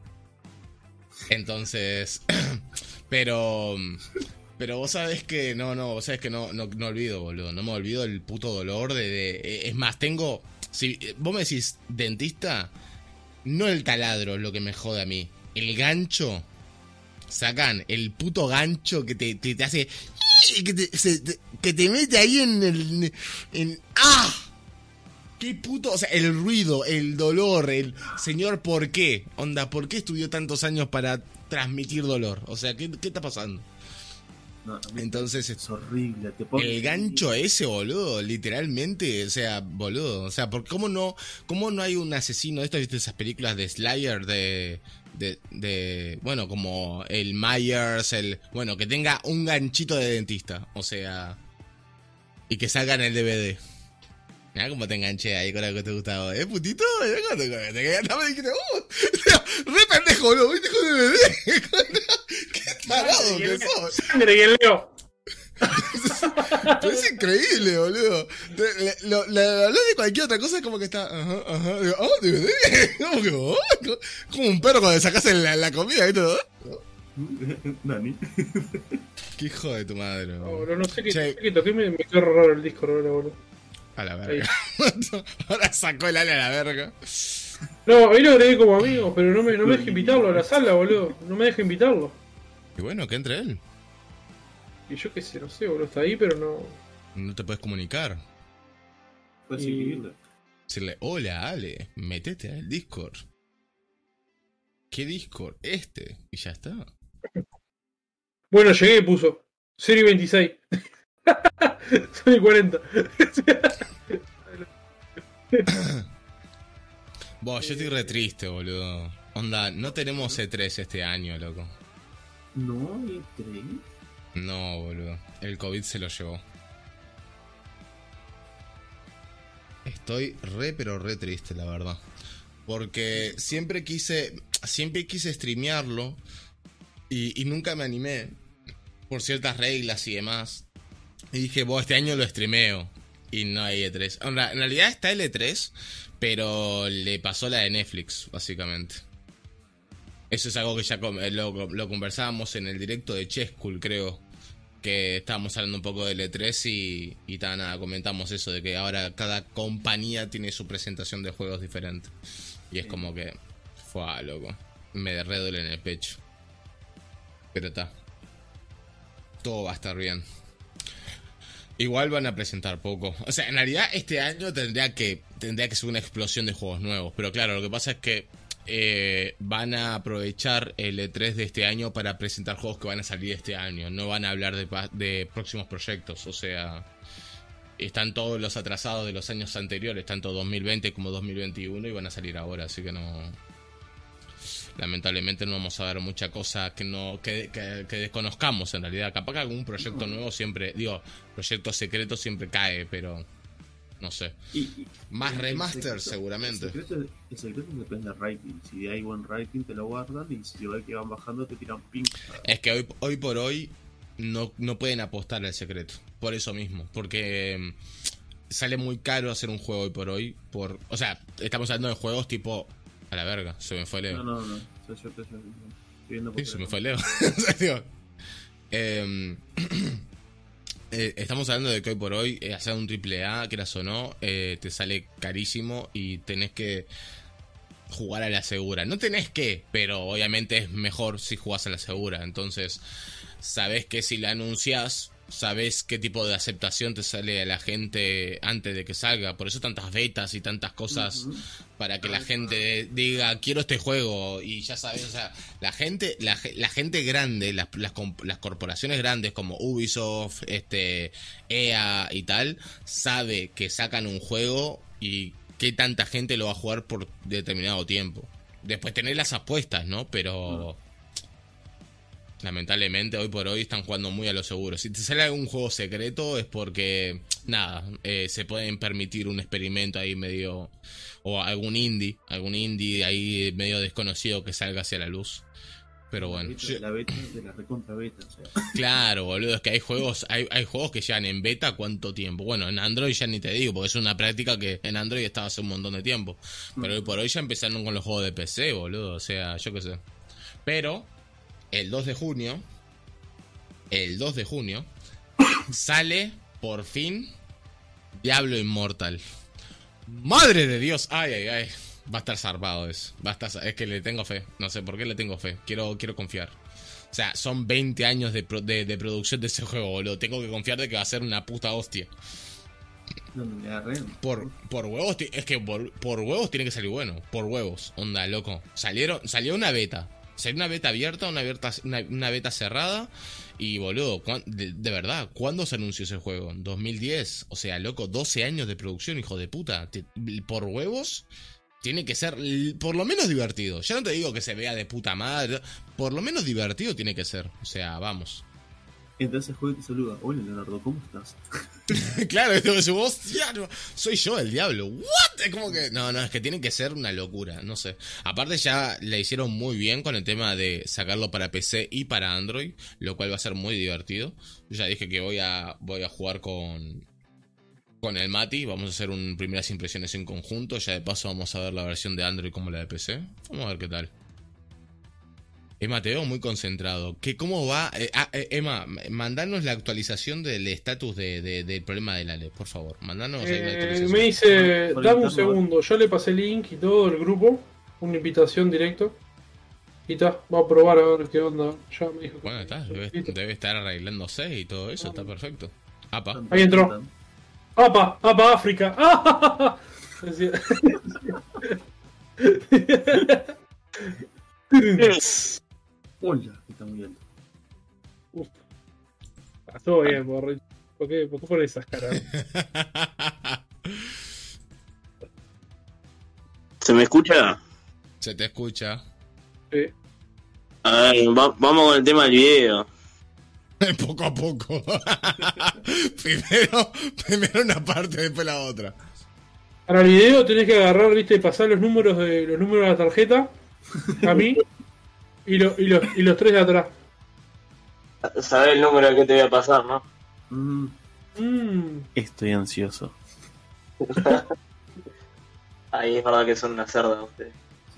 Entonces, pero... Pero vos sabés que, no, no, vos sabés que no, no, no olvido, boludo. No me olvido el puto dolor de... de- es más, tengo... Si vos me decís dentista, no el taladro es lo que me jode a mí. El gancho. Sacan el puto gancho que te, te, te hace... Que te, se- te- que te mete ahí en el... En, ¡ah! ¡Qué puto! O sea, el ruido, el dolor, el... Señor, ¿por qué? Onda, ¿por qué estudió tantos años para transmitir dolor? O sea, ¿qué, qué está pasando? No, a mí Entonces, es horrible. Te pones- el gancho ese, boludo, literalmente, o sea, boludo, o sea, ¿por cómo no, cómo no hay un asesino de estas, viste, esas películas de Slayer, de, de, de, bueno, como el Myers, el, bueno, que tenga un ganchito de dentista, o sea, y que salga en el D V D. Mira cómo te enganché ahí con algo que te gustaba, ¿eh, putito? Mirá cómo te, te, te, te, me dijiste, ¡uh! Re pendejo, boludo, ¿viste con D V D? ¡Qué tarado que sos! Sangre y el Leo. Pero es increíble, boludo. Te- le- Lo, le hablas de cualquier otra cosa, es como que está. Ajá, ajá. Digo, oh, D V D. Como que, oh, co- como un perro cuando sacas la, la comida y todo. Nani. Qué hijo de tu madre, No, boludo. boludo, no sé qué, Che. no sé qué toqué, me, me quedó raro el disco, ahora, boludo. A la verga. Ahora sacó el ala a la verga. No, ahí lo agregué como amigo, pero no me, no me deja invitarlo a la sala, boludo. No me deja invitarlo. Y bueno, que entre él. Y yo qué sé, no sé, boludo, está ahí, pero no. No te puedes comunicar. Puedes Y- escribirle. Decirle, hola Ale, metete al Discord. ¿Qué Discord? Este. Y ya está. Bueno, llegué y puso Serie veintiséis. Soy cuarenta. Vos, yo estoy re triste, boludo. Onda, no tenemos E tres este año, loco. No, hay tres. No, boludo. El COVID se lo llevó. Estoy re pero re triste, la verdad. Porque siempre quise. Siempre quise streamearlo. Y, y nunca me animé. Por ciertas reglas y demás. Y dije, vos, este año lo streameo. Y no hay E tres. En realidad está el E tres. Pero le pasó la de Netflix, básicamente. Eso es algo que ya lo, lo conversábamos en el directo de Chess School, creo. Que estábamos hablando un poco del E tres y, y ta, nada, comentamos eso de que ahora cada compañía tiene su presentación de juegos diferente. Y es como que, fue loco, me re duele en el pecho. Pero está, todo va a estar bien. Igual van a presentar poco. O sea, en realidad este año tendría que tendría que ser una explosión de juegos nuevos. Pero claro, lo que pasa es que Eh, van a aprovechar el E tres de este año para presentar juegos que van a salir este año. No van a hablar de, de próximos proyectos. O sea, están todos los atrasados de los años anteriores, tanto dos mil veinte como dos mil veintiuno, y van a salir ahora. Así que no, lamentablemente no vamos a ver mucha cosa que no que, que, que desconozcamos en realidad. Capaz que algún proyecto nuevo siempre, digo, proyecto secreto siempre cae, pero no sé. Y, y, Más remaster secreto, seguramente. El secreto, el secreto depende del rating. Si hay buen rating te lo guardan, y si ves que van bajando te tiran ping. Es que hoy, hoy por hoy no, no pueden apostar al secreto. Por eso mismo. Porque um, sale muy caro hacer un juego hoy por hoy. Por, o sea, estamos hablando de juegos tipo... A la verga, se me fue Leo. No, no, no. Soy yo, soy yo. Estoy viendo Sí, se me fue Leo. En serio. Eh, Eh, estamos hablando de que hoy por hoy eh, hacer un triple A, quieras o no, eh, te sale carísimo y tenés que jugar a la segura. No tenés que, pero obviamente es mejor si jugás a la segura. Entonces, sabés que si la anunciás, sabés qué tipo de aceptación te sale a la gente antes de que salga. Por eso tantas betas y tantas cosas uh-huh. para que la gente diga, quiero este juego. Y ya sabés, o sea, la gente la, la gente grande, las, las, las corporaciones grandes como Ubisoft, este E A y tal, sabe que sacan un juego y qué tanta gente lo va a jugar por determinado tiempo. Después tenés las apuestas, ¿no? Pero... Uh-huh. Lamentablemente hoy por hoy están jugando muy a lo seguro. Si te sale algún juego secreto es porque, nada, eh, se pueden permitir un experimento ahí medio... O algún indie, algún indie ahí medio desconocido que salga hacia la luz. Pero bueno. La beta, la beta de la recontra beta, o sea. Claro, boludo, es que hay juegos, hay, hay juegos que llegan en beta ¿cuánto tiempo? Bueno, en Android ya ni te digo, porque es una práctica que en Android estaba hace un montón de tiempo. Pero hoy por hoy ya empezaron con los juegos de P C, boludo, o sea, yo qué sé. Pero... El dos de junio, el dos de junio, sale por fin Diablo Immortal. ¡Madre de Dios! ¡Ay, ay, ay! Va a estar zarpado eso. Va a estar, es que le tengo fe. No sé por qué le tengo fe. Quiero, quiero confiar. O sea, son veinte años de, pro, de, de producción de ese juego, boludo. Tengo que confiar de que va a ser una puta hostia. Por, por huevos, es que por, por huevos tiene que salir bueno. Por huevos, onda, loco. Salieron, salió una beta. Salió una beta abierta, una beta, una, una beta cerrada. Y boludo, de, de verdad, ¿cuándo se anunció ese juego? ¿En dos mil diez? O sea, loco, doce años de producción, hijo de puta. Te, por huevos, tiene que ser por lo menos divertido. Ya no te digo que se vea de puta madre. Por lo menos divertido tiene que ser. O sea, vamos. Entonces juego y te saluda. Hola Leonardo, ¿cómo estás? Claro, es como, hostia, no, soy yo el diablo. ¿What? Es como que. No, no, es que tiene que ser una locura, no sé. Aparte, ya le hicieron muy bien con el tema de sacarlo para P C y para Android, lo cual va a ser muy divertido. Yo ya dije que voy a, voy a jugar con. Con el Mati. Vamos a hacer un primeras impresiones en conjunto. Ya de paso, vamos a ver la versión de Android como la de P C. Vamos a ver qué tal. Emma, te veo muy concentrado. ¿Qué, ¿Cómo va? Eh, ah, eh, Emma, mandanos la actualización del estatus de, de, del problema del Ale, por favor. Mandanos ahí la actualización. Eh, me dice, dame un segundo. Yo le pasé el link y todo el grupo. Una invitación directo. Y está, va a probar a ver qué onda. Ya me dijo. Bueno, está, debe, debe estar arreglándose y todo eso, está perfecto. Apa. Ahí entró. Apa, apa, África. ¡Ah! Hola, está muy alto. Uf. Estuvo bien, por, ¿por qué, por qué pones esas caras? ¿Se me escucha? Se te escucha. Sí. A ver, va, vamos con el tema del video. Poco a poco. primero, primero una parte, después la otra. Para el video tenés que agarrar, viste, y pasar los números de los números de la tarjeta a mí y, lo, y, los, y los tres de atrás. Sabés el número que te voy a pasar, ¿no? Mm, Mm. estoy ansioso. Ahí es verdad que son una cerda ustedes.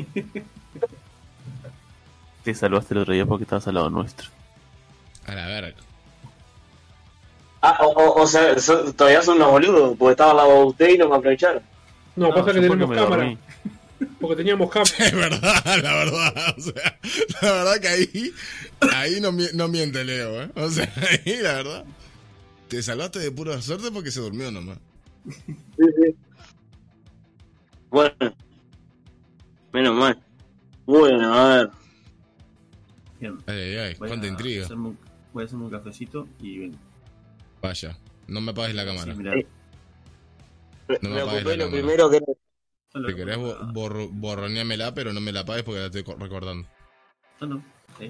Te salvaste el otro día porque estabas al lado nuestro. A la verga. Ah, o, o, o sea, son- todavía son unos boludos, porque estaba al lado de usted y no me aprovecharon. No, No, pasa que yo porque tenemos me cámara. dormí. Porque teníamos cámara. Es verdad, la verdad. O sea, la verdad que ahí, ahí no, mi- no miente Leo, ¿eh? O sea, ahí la verdad. Te salvaste de pura suerte porque se durmió nomás. Bueno, menos mal. Bueno, a ver. Bien. Ay, ay, ay, Voy cuánta a intriga. hacerme un- voy a hacerme un cafecito y ven. Vaya, no me apagues la cámara. Sí, mirá. Eh. No me me apagues ocupé la lo cámara. primero que era. No lo Si querés bo- recuerdo. borro- borroneamela, pero no me la apagues porque la estoy co- recordando. No, no. Sí.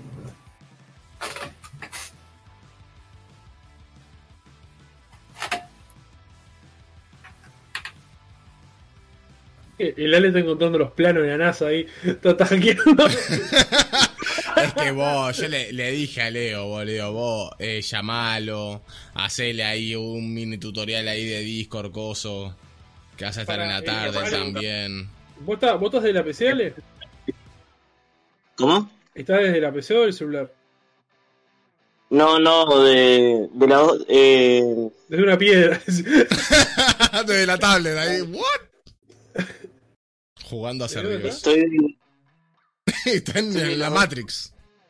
El Ale está encontrando los planos de la NASA ahí. Está está hackeando. Es que vos, yo le, le dije a Leo, boludo, vos, eh, llamalo, hacele ahí un mini tutorial ahí de Discord, coso, que vas a estar Para, en la eh, tarde para- también. ¿Vos estás, ¿Vos estás desde la P C, Ale? ¿Cómo? ¿Estás desde la P C o del celular? No, no, de, de la. Eh, Desde una piedra. Desde la tablet, ahí, what? Jugando a servidores. estoy. Está en, en la Matrix.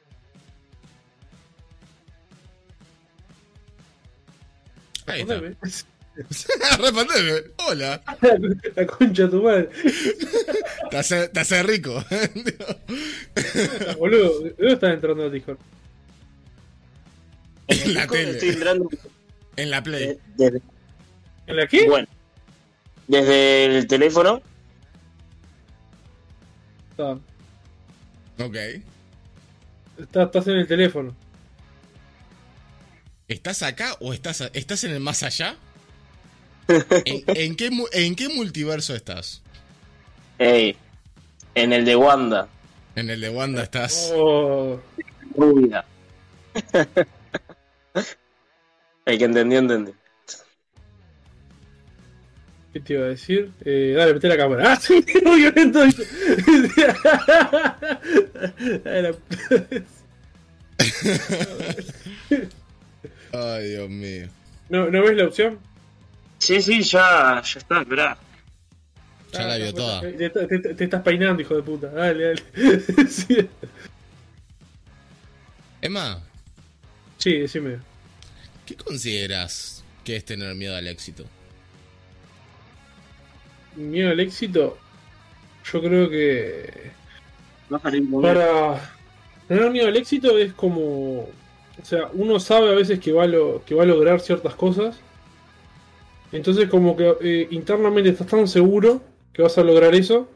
Ahí está. Respondeme. Respondeme. Hola. La concha de tu madre. Te hace, te hace rico. Boludo, ¿de dónde estás entrando a Discord? En la Estoy tele. entrando En la Play. de- desde. ¿En la qué? Bueno, desde el teléfono. Está, Ok. está- estás en el teléfono. ¿Estás acá o estás, a- estás en el más allá? ¿En, en qué, mu- ¿En qué multiverso estás? Ey, en el de Wanda. En el de Wanda estás. Oh, Rubia. El que entendió, entendió. ¿qué te iba a decir? Eh, dale, mete la cámara. ¡Ah, sí! ¡Muy violento! Dale, la- Ay, Dios mío. ¿No, ¿No ves la opción? Sí, sí, ya, ya está, esperá. Ya la vio Ah, toda. Te, te- te- te estás peinando, hijo de puta. Dale, dale. Sí, Emma, sí, decime. ¿qué consideras que es tener miedo al éxito? Miedo al éxito. Yo creo que Va a salir muy bien. para tener miedo al éxito es como, o sea, uno sabe a veces que va a, lo, que va a lograr ciertas cosas. Entonces como que eh, internamente estás tan seguro que vas a lograr eso.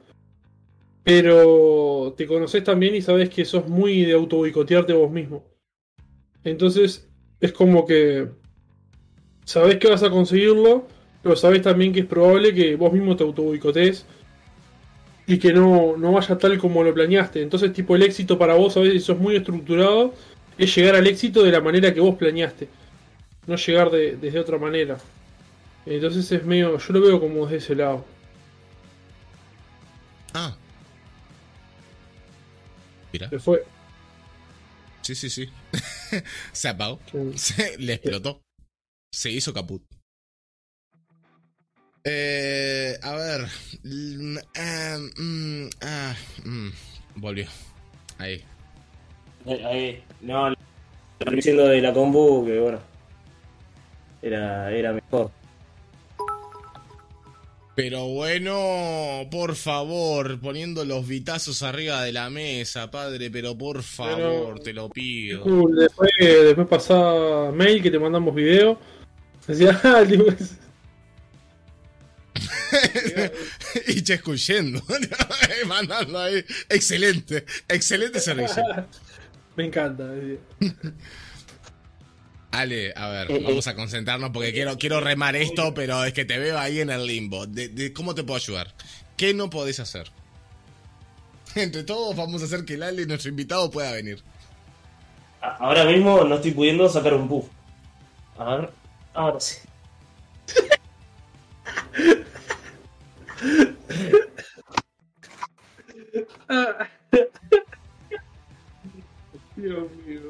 Pero te conoces también y sabes que sos muy de auto boicotearte vos mismo. Entonces es como que sabés que vas a conseguirlo, pero sabés también que es probable que vos mismo te auto boicotees y que no, no vaya tal como lo planeaste. Entonces, tipo, el éxito para vos, a veces sos muy estructurado, es llegar al éxito de la manera que vos planeaste, no llegar de, desde otra manera. Entonces es medio, yo lo veo como desde ese lado. Ah. Mira. Se fue. Sí, sí, sí. Se apagó. Sí. Se le explotó. Se hizo caput. Eh, a ver. L- ah, mm, ah, mm, volvió. Ahí. Ahí, ahí. No, estoy diciendo de la compu que bueno. Era, era mejor. Pero bueno, por favor, poniendo los vitazos arriba de la mesa, padre, pero por favor, Pero- te lo pido. Cool, Después, después pasá mail que te mandamos video. Decía, ah, el tipo es- Y che escuchando, mandando ahí. Excelente, excelente servicio. me encanta. decía. Ale, a ver, Eh, eh. vamos a concentrarnos porque quiero, quiero remar esto, pero es que te veo ahí en el limbo. De, de- ¿Cómo te puedo ayudar? ¿Qué no podés hacer? Entre todos vamos a hacer que el Ale, nuestro invitado, pueda venir. A- Ahora mismo no estoy pudiendo sacar un buff. A ver, ahora sí. Ah. Dios mío.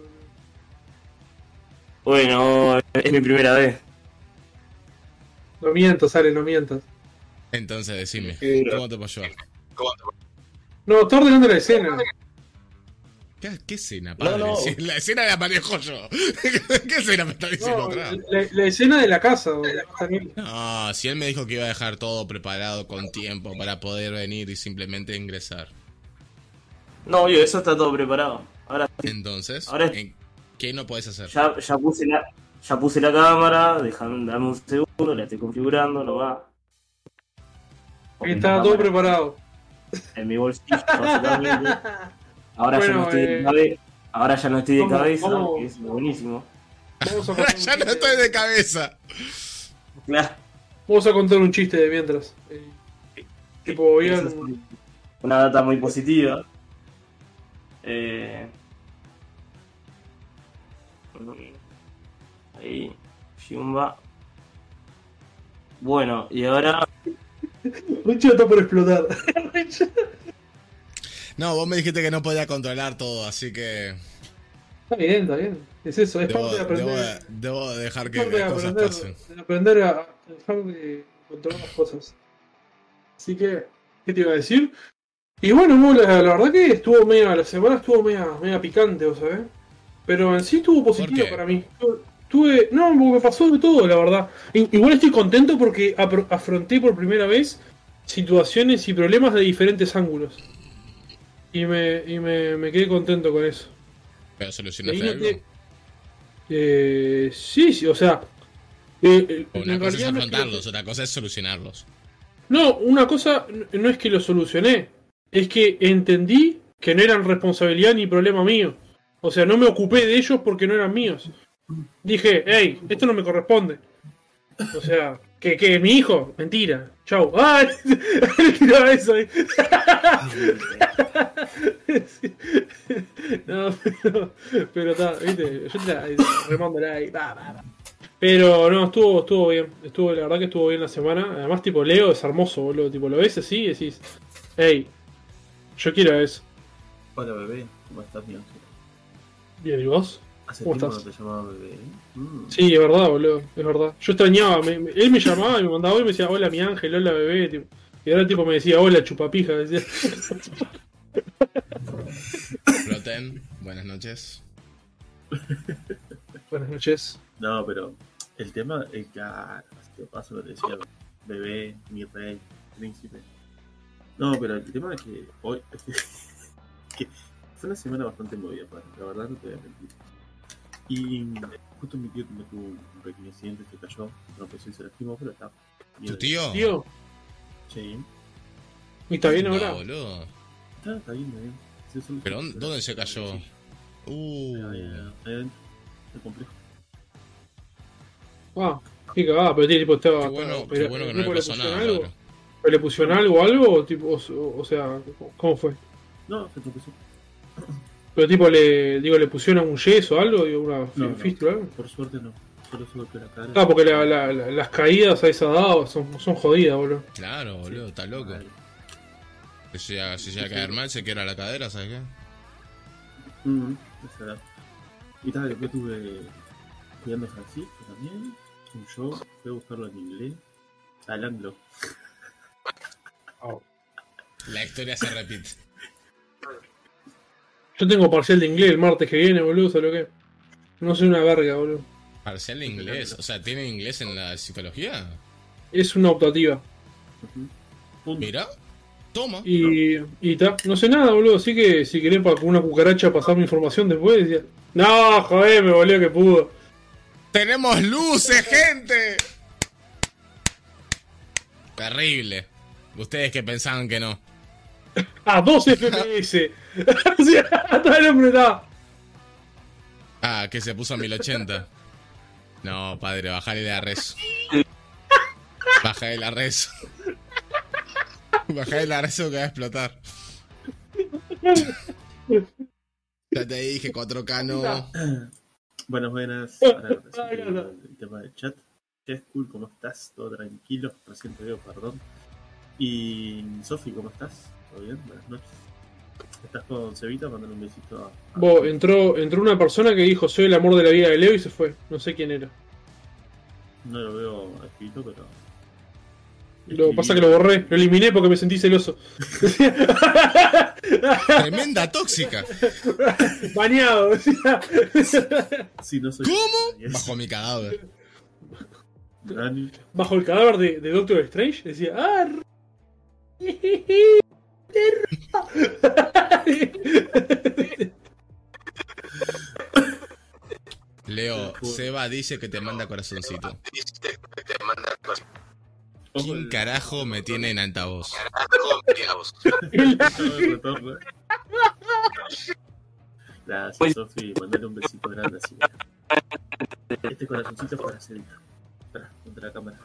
Bueno, es mi primera vez. No mientas, Ale, no mientas. Entonces, decime, Sí. ¿cómo te puedo ayudar? No, está ordenando la escena. ¿Qué, qué escena, No, padre? no. Si la escena la manejo yo. ¿Qué escena me está diciendo No, otra? la, la escena de la casa. donde va a salir. No, si él me dijo que iba a dejar todo preparado con tiempo para poder venir y simplemente ingresar. No, yo, eso está todo preparado. Ahora Entonces, Ahora- ¿en ¿qué no puedes hacer? ya, ya puse la ya puse la cámara, dejame, dame un segundo, la estoy configurando, no va. Ahí está todo preparado. En mi bolsillo, básicamente. Ahora ya Bueno, no estoy de eh, cabe- Ahora ya no estoy de vamos- cabeza, vamos- que es buenísimo. Vamos a Ahora contar un ya no chiste. estoy de cabeza. Claro. Vamos a contar un chiste de mientras. Eh, tipo, Eso bien. es una data muy positiva. Eh... Ahí, Fiumba. Bueno, y ahora. Richo está por explotar. No, vos me dijiste que no podía controlar todo, así que Está bien, está bien. Es eso, es debo, parte de aprender. debo- debo dejar es que parte de las cosas aprender, pasen. de aprender a a dejar de controlar las cosas. Así que, ¿qué te iba a decir? Y bueno, no, la, la verdad que estuvo media, la semana estuvo media, media picante, ¿vos sabés? Pero en sí estuvo positivo qué? para mí. Tu- Tuve, no, porque me pasó de todo, la verdad. I- igual estoy contento porque apro- afronté por primera vez situaciones y problemas de diferentes ángulos. Y me, y me, me quedé contento con eso. ¿Pero Y solucionaste ahí algo? noté- eh, sí, sí, o sea. eh, eh, Una en cosa es realidad no es que- afrontarlos, otra cosa es solucionarlos. No, una cosa n- no es que lo solucioné, es que entendí que no eran responsabilidad ni problema mío. O sea, no me ocupé de ellos porque no eran míos. Dije, hey, esto no me corresponde. O sea, ¿qué, qué es mi hijo? Mentira. Chau. ¡Ah! Le tiraba eso ahí. Sí. No, pero, pero está, viste, yo te la remándola ahí. Va, va, va. Pero no, estuvo, estuvo bien. Estuvo, la verdad que estuvo bien la semana. Además, tipo, Leo es hermoso, boludo. Tipo, lo ves así y decís, hey, yo quiero eso. Hola bebé, ¿cómo estás, bien? Bien, ¿y vos? Hace ¿Cómo tiempo estás? no te llamaba bebé. ¿eh? Mm. Sí, es verdad, boludo, es verdad. Yo extrañaba, me- me- él me llamaba y me mandaba hoy y me decía, hola mi ángel, hola bebé. Tipo, y ahora tipo me decía, hola chupapija. Decía. Floten, buenas noches. Buenas noches. No, pero el tema es que ah, te paso lo que decía bebé, mi rey, príncipe. No, pero el tema es que hoy que fue una semana bastante movida, padre, la verdad no te voy a mentir. Y justo mi tío me tuvo un pequeño accidente, se cayó, tropezó y se lastimó, pero está bien. ¿Tu tío? Tío, Sí, ¿y está bien No, ahora? boludo. está, está bien, está bien. Sí, solo- ¿Pero dónde, dónde se cayó? Sí, Uh, ahí, ahí adentro, es complejo. Ah, qué cagada, pero tiene tipo estaba. qué bueno, pero- qué bueno que no le ¿le pasó pusieron nada. algo? claro. ¿Pero le pusieron algo o algo? O, tipo, o, o sea, ¿cómo fue? No, se tropezó. Pero tipo, le digo, le pusieron un yeso o algo, digo, una No, no. fístula o algo. Por suerte no, solo se golpeó la cara. Ah, porque la- la- la- las caídas a esa edad son, son jodidas, boludo. Claro, boludo, está loco. Vale. Si llega, si llega a caer mal, se quiebra la cadera, ¿sabes qué? Mm, esa edad. Y tal, después tuve cuidando a Francisco también. Un show, fui a buscarlo en inglés. Al anglo. La historia se repite. Yo tengo parcial de inglés el martes que viene, boludo, ¿sabes lo que? No soy una verga, boludo. Parcial de inglés, o sea, ¿tiene inglés en la psicología? Es una optativa. Ujú. Punto. Mira, toma. Y, y ta, no sé nada, boludo, así que si querés para con una cucaracha pasarme información después, decía, no, joder, me boludo que pudo. ¡Tenemos luces, gente! Terrible. Ustedes que pensaban que no. A dos F P S. O sea, todo el hombre está. Ah, que se puso a mil ochenta. No, padre, bajale la res. Bajale la res. Bajale la res que va a explotar. Ya te dije, cuatro K no. Buenas, buenas. Ahora recién el, el tema del chat. Qué cool, ¿cómo estás? Todo tranquilo. Recién te veo, perdón. Y Sofi, ¿cómo estás? ¿Todo bien? Buenas noches. ¿Estás con Cevita? Mándale un besito a... Bo, entró, entró una persona que dijo soy el amor de la vida de Leo y se fue. No sé quién era. No lo veo escrito, pero... Lo que pasa es que lo borré, lo eliminé porque me sentí celoso. Tremenda tóxica. Bañado. Sí, no soy... ¿Cómo? Bajo mi cadáver. Dani. Bajo el cadáver de, de Doctor Strange decía ¡ah! Leo, Seba dice que te manda corazoncito. ¿Quién carajo me tiene en altavoz? Gracias, Sofi. Mandale un besito grande así. Este corazoncito es para Cevita. Espera, contra la cámara.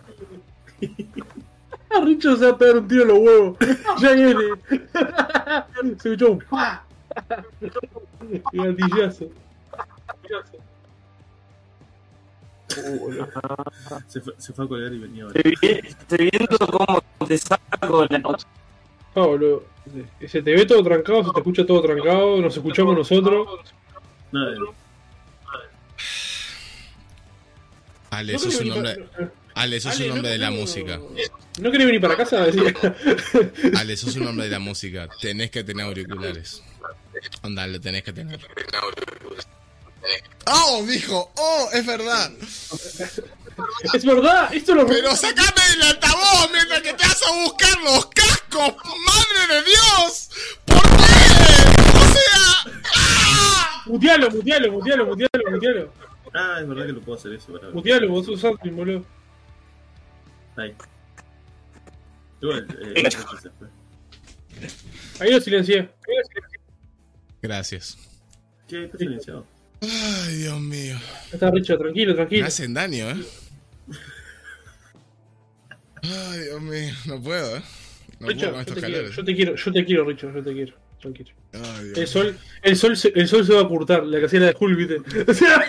Richo se va a pegar un tiro en los huevos. Ya viene. Se escuchó un ¡pah! Y gatillazo. Se fue, se fue a colgar y venía ahora. Estoy viendo cómo te saco la noche. Ah, boludo. Se te ve todo trancado, se te escucha todo trancado, nos escuchamos nosotros. No, eh, Ale, sos un nombre. Ale, sos un hombre de la música. ¿No querés venir para casa? Decía. Ale, sos un hombre de la música. Tenés que tener auriculares. Onda, lo tenés que tener. ¡Oh! Dijo, ¡oh! Es verdad. Es verdad, esto lo. Pero sacame del altavoz mientras que te vas a buscar los cascos. ¡Madre de Dios! ¿Por qué? O sea. ¡Ah! Mutealo, mutealo, mutealo, mutealo, mutealo. Ah, es verdad que lo puedo hacer eso. Para... Mutealo, vos sos admin, boludo. Ahí. Igual, eh, se fue. Ahí lo silencié. Ahí lo silencié. Gracias. ¿Qué? ¿Estás silenciado? Ay, Dios mío. Está Richo, tranquilo, Me tranquilo. hacen daño, ¿eh? Ay, Dios mío. No puedo, ¿eh? No Richo, puedo con yo estos te, quiero, calores. yo te quiero, yo te quiero, Richo, yo te quiero. Tranquilo. Ay, Dios El sol, el sol, se, el sol se va a ocultar, la casilla de Hulk, ¿viste? O sea,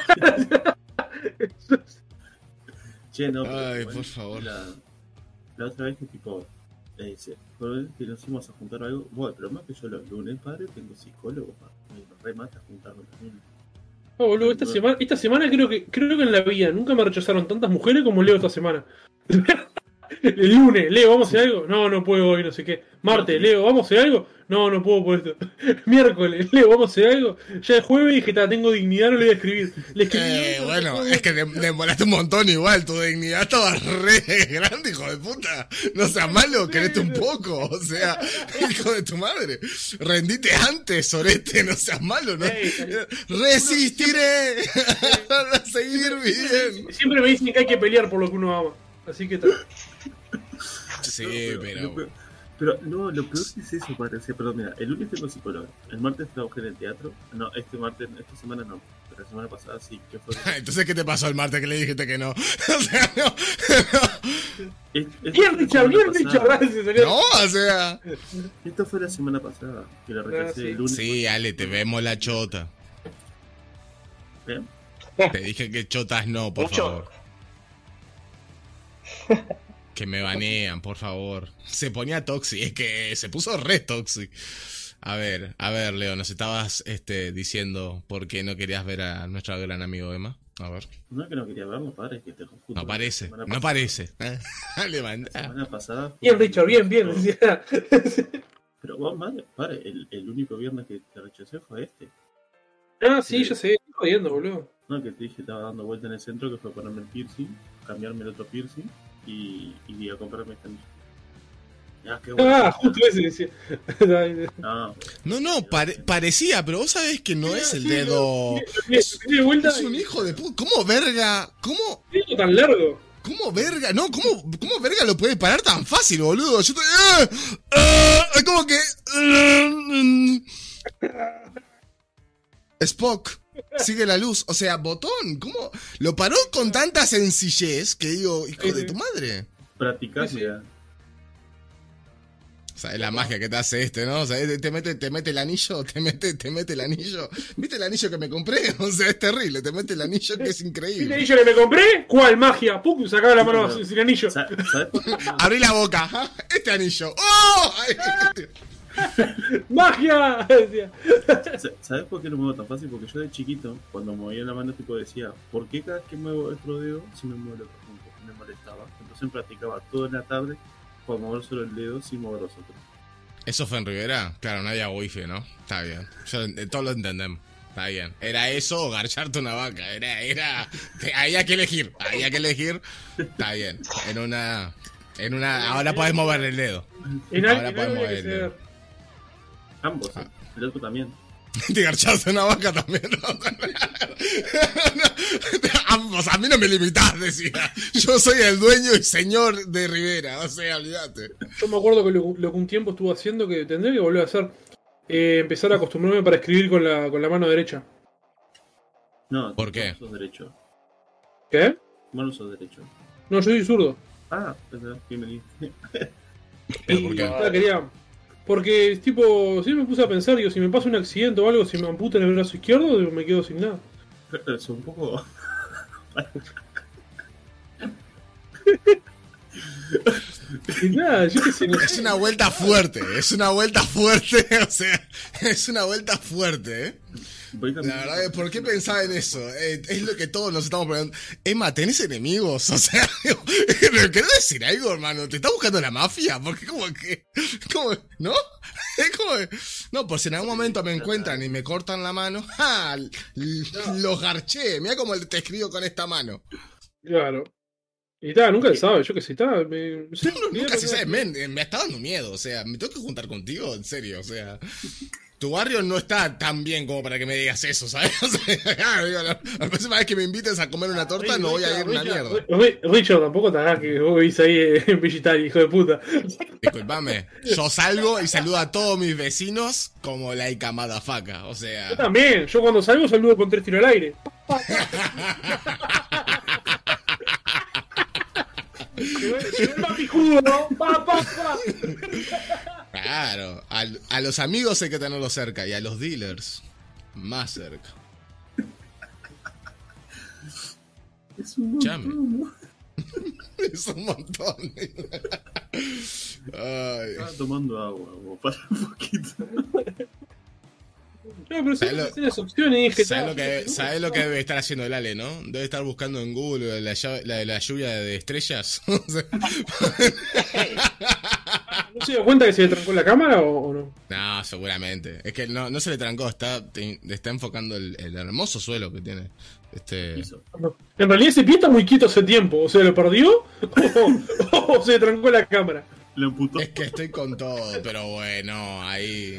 Che, no, pero Ay, igual, por favor. La, la otra vez que tipo, eh, se, por vez que nos fuimos a juntar o algo, bueno, pero más que yo los lunes, padre, tengo psicólogo, pa, me remata juntarme los lunes. oh, boludo, esta semana, esta semana creo que, creo que en la vida nunca me rechazaron tantas mujeres como Leo esta semana. El lunes, Leo, ¿vamos a hacer algo? No, no puedo hoy, no sé qué. Martes, Leo, ¿vamos a hacer algo? No, no puedo por esto. Miércoles, Leo, ¿vamos a hacer algo? Ya es jueves dije, ta, tengo dignidad, no le voy a escribir. Le escribí. Eh, bueno, es que te demoraste un montón igual, tu dignidad estaba re grande, hijo de puta. No seas malo, querete un poco, o sea, hijo de tu madre. Rendite antes, Sorete, no seas malo, ¿no? Ey, Resistiré a seguir bien. Siempre me dicen que hay que pelear por lo que uno ama. Así que tal. Sí, Lo pero... peor- pero no, lo peor que es eso, parece. Perdón, mira, el lunes tengo psicólogo, el martes trabajé en el teatro. No, este martes, esta semana no, pero la semana pasada sí. ¿Qué fue? Entonces, ¿qué te pasó el martes que le dijiste que no? O sea, no, no. Es- esto Bien, fue la Richard, semana bien, pasada. Richard, gracias, señor. No, o sea... Esto fue la semana pasada, que la rechacé Ah, sí. el lunes. Sí, Ale, te vemos la chota. ¿Bien? Te dije que chotas no, por Mucho. favor. Que me banean, por favor. Se ponía toxi, es que se puso re toxi. A ver, a ver, Leo, nos estabas este, diciendo por qué no querías ver a nuestro gran amigo Emma. A ver. No es que no quería verlo, padre, es que te confundo. No parece, La semana no pasada- parece. Le La manda. semana pasada. fue- Bien, Richard, bien, bien. Decía. Pero vos, madre, padre, el, el único viernes que te rechacé fue este. Ah, sí, ya sé, estoy jodiendo, boludo. No, que te dije, estaba dando vuelta en el centro, que fue ponerme el piercing, cambiarme el otro piercing y, y a comprarme esta misma. Ah, qué bueno. Ah, justo ese decía. No, No, no, pare- parecía, pero vos sabés que no es el dedo. Es, de vuelta. Es un hijo de puta. ¿Cómo verga? ¿Cómo? ¿Qué es tan largo? ¿Cómo verga? No, ¿cómo, cómo verga lo puede parar tan fácil, boludo? Yo estoy. ¡Ah! ¡Ah! Es como que. ¡Ah! Spock. Sigue la luz. O sea, botón, ¿cómo? Lo paró con tanta sencillez que digo, hijo de tu madre. Practicás, Sí, sí. mira. O sea, es la magia que te hace este, ¿no? O sea, te mete, te mete el anillo, te mete, te mete el anillo. ¿Viste el anillo que me compré? O sea, es terrible, te mete el anillo que es ¿Viste el increíble. anillo que me compré? ¿Cuál magia? Pum, sacaba la mano No, pero- sin anillo. Sa- ¿Sabes por qué? No, Abrí la boca, ¿ah? Este anillo. ¡Oh! Ay. ¡Magia! Decía. sa- ¿Sabes por qué lo muevo tan fácil? Porque yo de chiquito, cuando movía la mano, tipo decía, ¿por qué cada vez que muevo el otro dedo, si me muevo el otro junto? Me molestaba. Entonces practicaba toda la tarde para mover solo el dedo sin mover los otros. ¿Eso fue en Rivera? Claro, no había wifi, ¿no? Está bien. Yo, eh, todos lo entendemos. Está bien. Era eso o garcharte una vaca. Era, era. te- Había que elegir. Había que elegir. Está bien. En una. En una. Ahora podés mover el dedo. En Ahora algo en algo podemos había que ver, ceder. Ambos, ¿eh? El otro también. Te garchaste una vaca también, ¿no? Ambos, a mí no me limitás, decía. Yo soy el dueño y señor de Rivera. O sea, olvídate. Yo me acuerdo que lo, lo que un tiempo estuve haciendo que tendré que volver a hacer. Eh, empezar a acostumbrarme para escribir con la, con la mano derecha. No, ¿Por vos qué? no sos derecho. ¿Qué? Vos no sos derecho. No, yo soy zurdo. Ah, verdad, bienvenido. ¿Pero por qué? Ah, quería. Porque, tipo, si me puse a pensar, digo, si me pasa un accidente o algo, si me amputan el brazo izquierdo, digo, me quedo sin nada. Pero es un poco... Y nada, yo qué sé, no Es sé. una vuelta fuerte, es una vuelta fuerte, o sea, es una vuelta fuerte, ¿eh? Voy La caminando- verdad es, ¿por qué pensaba en eso? Eh, es lo que todos nos estamos preguntando. Emma, ¿tenés enemigos? O sea, digo, ¿me querés decir algo, hermano? ¿Te está buscando la mafia? Porque como que... Como, ¿no? Es como... que- No, pues si en algún momento me encuentran y me cortan la mano, ¡ja! L- Los garché, mira cómo te escribo con esta mano. Claro. Y tal, nunca se sabe, yo qué sé, está. Me, no sé, Nunca se sabe, men, eh, me está dando miedo, o sea, me tengo que juntar contigo, en serio, o sea... Tu barrio no está tan bien como para que me digas eso, ¿sabes? O sea, digo, la, la próxima vez que me invites a comer una torta no voy a ir una Richard, mierda. Ri- Richard, tampoco te hagas que vos vivís ahí eh, en Villitari, hijo de puta. Disculpame, yo salgo y saludo a todos mis vecinos como laica madafaca, o Yo sea... también, yo cuando salgo saludo con tres tiros al aire. Llegó llegó el más pijudo, ¿no? Pa, pa, pa. Claro, a, a los amigos hay que tenerlos cerca y a los dealers más cerca. Es un Chame. montón. Es un montón. Ay. Estaba tomando agua, vos, para un poquito. No, pero ¿Sabes si lo- tenés opciones y dije, ¿Sabes "Ta, lo, que, no, ¿Sabes lo que debe estar haciendo el Ale, no? Debe estar buscando en Google la, llave- la de la lluvia de estrellas. O sea, ¿No se dio cuenta que se le trancó la cámara o, o no? no, seguramente. Es que no, no se le trancó, está, te- está enfocando el, el hermoso suelo que tiene. Este, Hizo. No. En realidad ese pie está muy quieto hace tiempo. O sea, ¿lo perdió? O, o se le trancó la cámara. Lo emputó. es que estoy con todo, pero bueno, ahí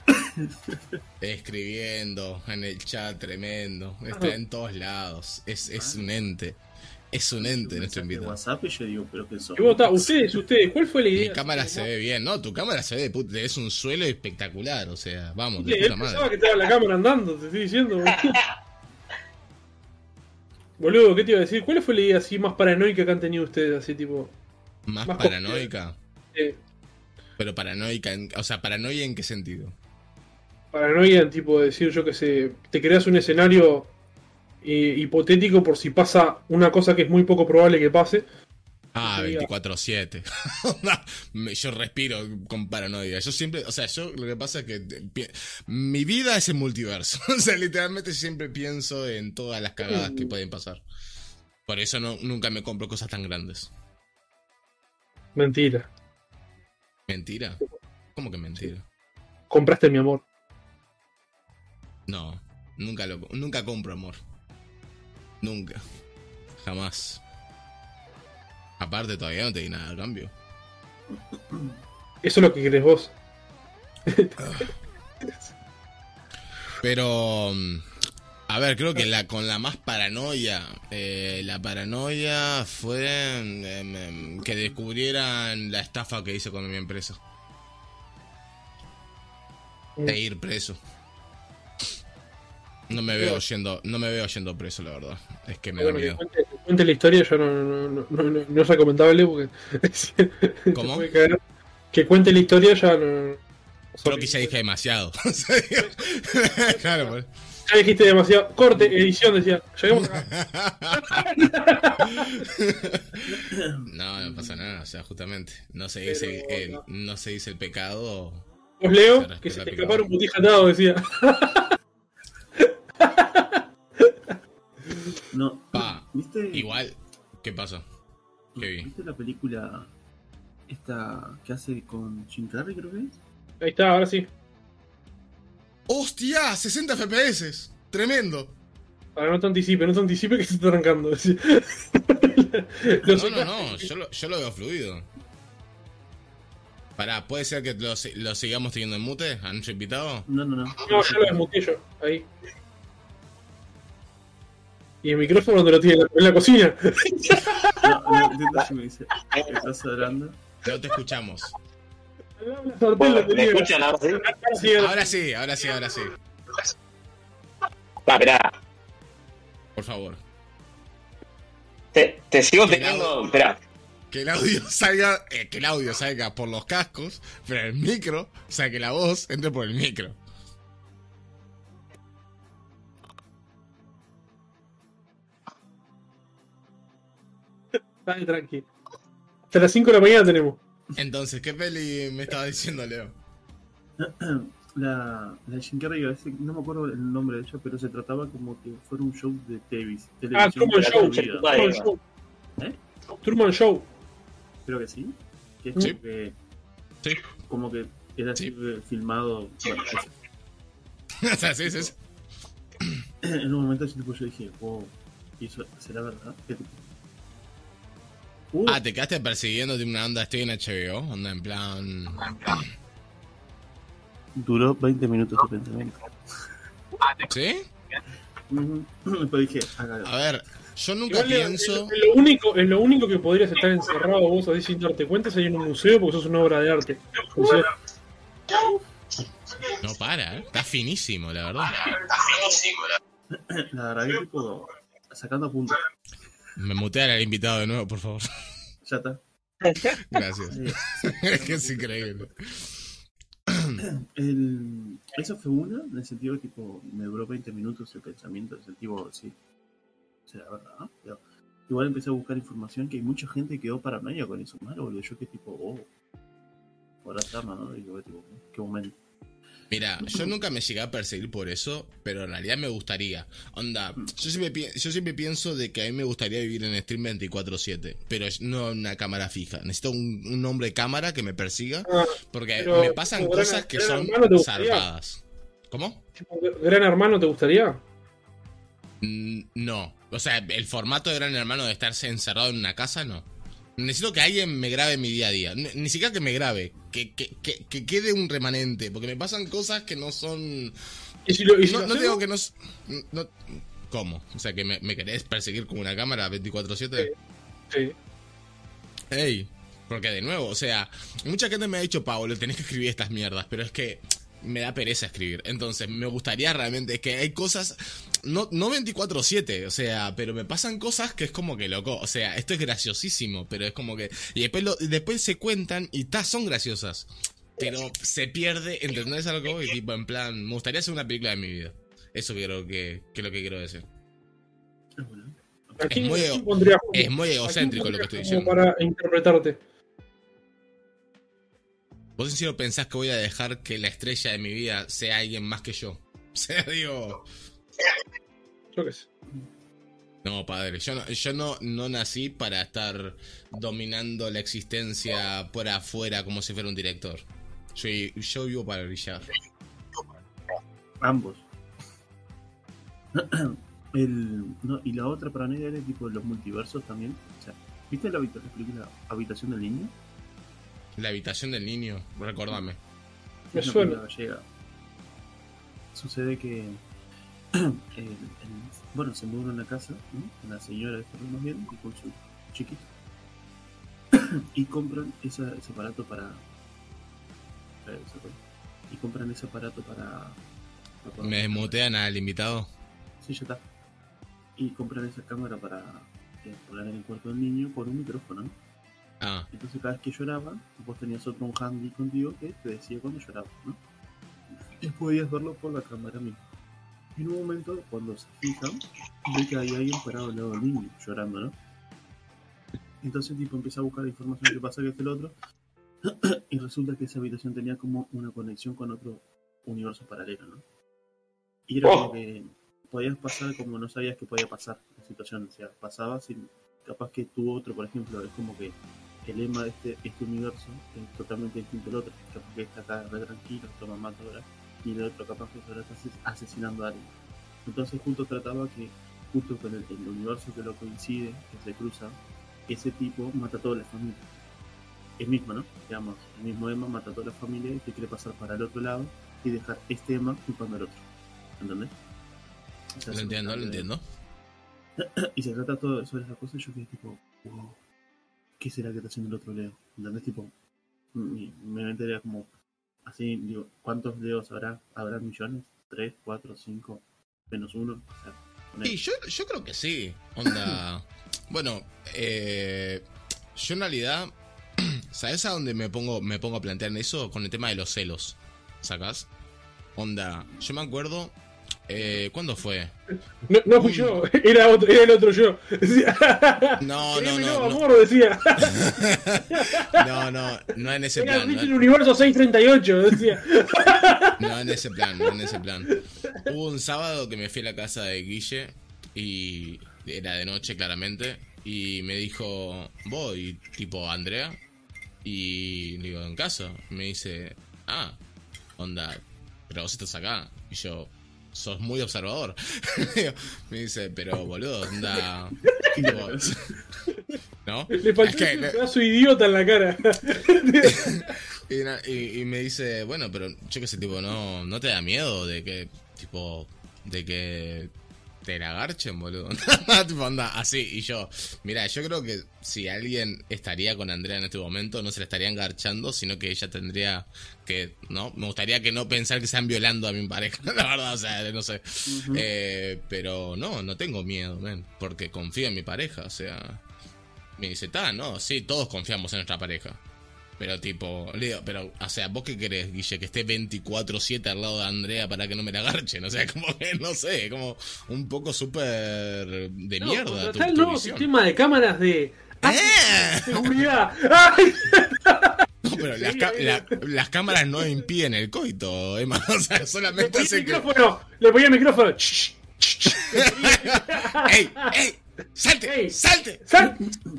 escribiendo en el chat tremendo. Está en todos lados. Es, es un ente. Es un ente nuestro En invitado. WhatsApp y yo digo, pero que son. Y vos, ta, ustedes, ustedes, ¿cuál fue la Mi idea? cámara se ve bien, ¿no? Tu cámara se ve de puta. Es un suelo espectacular, o sea, vamos, de Él puta pensaba madre. que estaba la cámara andando, te estoy diciendo. Boludo. Boludo, ¿qué te iba a decir? ¿Cuál fue la idea así más paranoica que han tenido ustedes? Así tipo. Más más paranoica. eh, Pero paranoica, en- o sea, paranoia en qué sentido. paranoia en tipo de decir, yo que sé, te creas un escenario eh, hipotético por si pasa una cosa que es muy poco probable que pase. Ah, Sí, veinticuatro siete. Me- yo respiro con paranoia. Yo siempre, o sea, yo lo que pasa es que eh, pi- mi vida es el multiverso. O sea, literalmente siempre pienso en todas las cagadas que pueden pasar. Por eso no, nunca me compro cosas tan grandes. Mentira. ¿Mentira? ¿Cómo que mentira? Compraste mi amor. No, nunca lo nunca compro amor. Nunca. Jamás. Aparte todavía no te di nada a cambio. Eso es lo que querés vos. Pero mm, a ver, creo que la con la más paranoia, eh, la paranoia fue em, em, que descubrieran la estafa que hice con mi empresa. De ir preso. No me veo yendo, no me veo yendo preso, la verdad. Es que me da Bueno, que miedo. cuente, que cuente la historia ya no, no, no, no, no- no es recomendable porque te ¿Cómo? puede caer. Que cuente la historia ya no. no Creo que ya dije demasiado. O sea, digo- claro, pues. Ya dijiste demasiado. Corte, edición, decía. Lleguemos acá. No, no pasa nada, o sea, justamente. No se dice, Pero, el, no se dice el pecado. Vos Leo, Se respeta que se el te pecado. escaparon botija atado, decía. No, Pa, ¿viste? igual, ¿qué pasó? ¿Qué vi? ¿Viste la película esta que hace con Jim Carrey, creo que es? Ahí está, ahora sí. ¡Hostia! sesenta F P S. Tremendo. Para no te anticipe, no te anticipe que se está arrancando. decía. Lo No, sacaste. no, no, yo lo, yo lo veo fluido. Pará, ¿puede ser que lo, si- lo sigamos teniendo en mute? ¿Han invitado? No, no, no. No, ya lo desmuteé yo. Ahí. Y el micrófono donde lo tiene, en la cocina. No, no, intenta si me dice, ¿estás hablando? No te escuchamos. La sartén Bueno, la ¿me tenía. escuchan ahora sí? Ahora sí, ahora- Ahora sí, ahora sí, ahora sí. Ah, esperá. Por favor. Te, te sigo Qué teniendo. lado. Esperá. Que el audio salga, eh, que el audio salga por los cascos, pero el micro, o sea, que la voz entre por el micro. Dale, tranqui. Hasta las cinco de la mañana tenemos. Entonces, ¿qué peli me estaba diciendo, Leo? La, la de Jim Carrey, a veces, no me acuerdo el nombre de ella, pero se trataba como que fuera un show de televis- Ah, televisión. Truman Show. televisida. Truman Show. ¿Eh? Truman Show. Creo que sí. Que es Sí. como que, Sí. como que era así Sí. eh, filmado. Bueno, eso. O sea, sí, sí, sí. En un momento así, tipo, yo dije, wow, ¿y eso será verdad? ¿Qué tipo? Uh, Ah, te quedaste persiguiendo de una onda, estoy en H B O, onda en plan... duró veinte minutos de pensamiento. ¿Sí? Ujú. Después dije, acá. A ver, yo nunca Igual, Leo, pienso... es lo único, es lo único que podrías estar encerrado vos así sin darte cuenta es ahí en un museo porque sos una obra de arte. O sea, No para, ¿eh? Está finísimo, la verdad. La verdad que tipo, sacando puntos. Me mutean al invitado de nuevo, por favor. Ya está. Gracias. Eh, Es que es increíble. el, esa fue una, en el sentido de tipo, me duró veinte minutos el pensamiento, en el sentido, sí, será verdad. Pero igual empecé a buscar información que hay mucha gente que quedó paranoia con eso, malo, boludo. Yo que tipo, oh, ahora trama, ¿no? Digo, tipo, qué momento. Mira, yo nunca me llegué a perseguir por eso, pero en realidad me gustaría. Onda, yo siempre, pi- yo siempre pienso de que a mí me gustaría vivir en stream veinticuatro siete, pero es- no en una cámara fija. Necesito un, un hombre cámara que me persiga, ah, porque Pero, me pasan tipo, cosas Gran- que Gran son Hermano, ¿te gustaría? zarpadas. ¿Cómo? tipo, Gran Hermano, ¿te gustaría? Mm, No. O sea, el formato de Gran Hermano de estarse encerrado en una casa, no. Necesito que alguien me grabe mi día a día. Ni, ni siquiera que me grabe, que, que, que, que quede un remanente, porque me pasan cosas que no son... ¿Y si lo, y si No, lo no digo hacemos? que no, s- no... ¿Cómo? O sea, que me, me querés perseguir como una cámara veinticuatro siete. Sí. Ey, porque de nuevo, o sea, mucha gente me ha dicho, Pablo, tenés que escribir estas mierdas, pero es que me da pereza escribir. Entonces, me gustaría realmente, es que hay cosas, no, no veinticuatro siete, o sea, pero me pasan cosas que es como que loco, o sea, esto es graciosísimo, pero es como que... Y después, lo- y después se cuentan y tas son graciosas, pero se pierde, ¿entendés algo? Y tipo, en plan, me gustaría hacer una película de mi vida. Eso creo que, que es lo que quiero decir. Ah, bueno. ¿A quién- muy a quién ego- pondrías como- Es muy a quién egocéntrico lo que estoy pondrías como diciendo. para interpretarte. ¿Vos en serio pensás que voy a dejar que la estrella de mi vida sea alguien más que yo? O sea, digo... Yo qué sé. No, padre, yo no, yo no, no nací para estar dominando la existencia por afuera como si fuera un director. Yo, yo vivo para brillar. Ambos. El, no, y la otra paranoia era tipo los multiversos también. O sea, ¿viste la, habita- la película Habitación del Niño? La habitación del niño, recordame. Me Es una suena. película gallega. Sucede que el- el- bueno, se muda a una casa, ¿no? Una señora de estos más bien y con su chiquito. Y compran esa- ese aparato para, para eso, pues. y compran ese aparato para, para poder- ¿Me desmutean al invitado? Sí, ya está. Y compran esa cámara para eh, poner en el cuarto del niño por un micrófono. Ah, Entonces cada vez que lloraba, vos tenías otro un handy contigo que te decía cuando lloraba, ¿no? Y podías verlo por la cámara misma. Y en un momento, cuando se fijan, ve que hay alguien parado al lado del niño, llorando, ¿no? Entonces tipo empieza a buscar información que pasa que es el otro. Y resulta que esa habitación tenía como una conexión con otro universo paralelo, ¿no? Y era Oh. como que podías pasar como no sabías que podía pasar la situación. O sea, pasaba sin... Capaz que tu otro, por ejemplo, es como que el lema de este, este universo es totalmente distinto al otro. Capaz que está acá re tranquilo, toma mata ahora, y el otro capaz que ahora está ases- asesinando a alguien. Entonces justo trataba que, justo con el, el universo que lo coincide, que se cruza, ese tipo mata a toda la familia. El mismo, ¿no? Digamos, el mismo Emma mata a toda la familia y te quiere pasar para el otro lado y dejar este Emma culpando al otro. ¿Entendés? O sea, lo se entiendo, trata lo de- entiendo. Y se trata todo sobre esa cosa y yo quedé tipo, wow, ¿qué será que está haciendo el otro Leo? ¿Entendés? Tipo, mi, mi mente era como, así, digo, ¿cuántos Leos habrá? ¿Habrá millones? ¿Tres, cuatro, cinco, menos uno? O sea, poner- Sí, yo, yo creo que sí. Onda. Bueno, eh, yo en realidad. ¿Sabes a dónde me pongo, me pongo a plantear eso? Con el tema de los celos. ¿Sacás? Onda, yo me acuerdo. Eh, ¿Cuándo fue? No, no fui yo, era, otro, era el otro yo. Decía, No, no, "Querímelo, no, no. amor", decía. No, no, no en ese Era plan. Richard No, Universo seiscientos treinta y ocho, decía. no en ese plan, no en ese plan. Hubo un sábado que me fui a la casa de Guille y era de noche claramente y me dijo, voy, tipo Andrea, y le digo, en casa. Me dice, ah, onda, pero vos estás acá. Y yo, sos muy observador. Me dice, pero boludo, onda, tipo, ¿no? Le faltó Es que- ese pedazo de idiota en la cara. Y, na- y- y me dice, bueno, pero yo qué sé, tipo, no, no te da miedo de que, tipo, de que te la garchen, boludo. Tipo, anda, así. Y yo, mira, yo creo que si alguien estaría con Andrea en este momento, no se la estarían garchando, sino que ella tendría que, ¿no? Me gustaría que no pensar que están violando a mi pareja, la verdad, o sea, no sé. Ujú. Eh, pero no, no tengo miedo, men, porque confío en mi pareja, o sea. Me dice, ta, no, sí, todos confiamos en nuestra pareja. Pero tipo, le digo, pero, o sea, ¿vos qué querés, Guille? Que esté veinticuatro siete al lado de Andrea para que no me la garchen. O sea, como que, no sé, como un poco súper de No, mierda tu, contratá el tu nuevo visión. sistema de cámaras de ¡Eh! seguridad. ¡Ay! No, pero las, ca- la- las cámaras no impiden el coito, Emma. O sea, Le solamente ponía el hace que... micrófono, le ponía el micrófono. Ch, ch, ch. ¡Ey, ey! ¡Salte! Ey. ¡Salte! ¡Sal!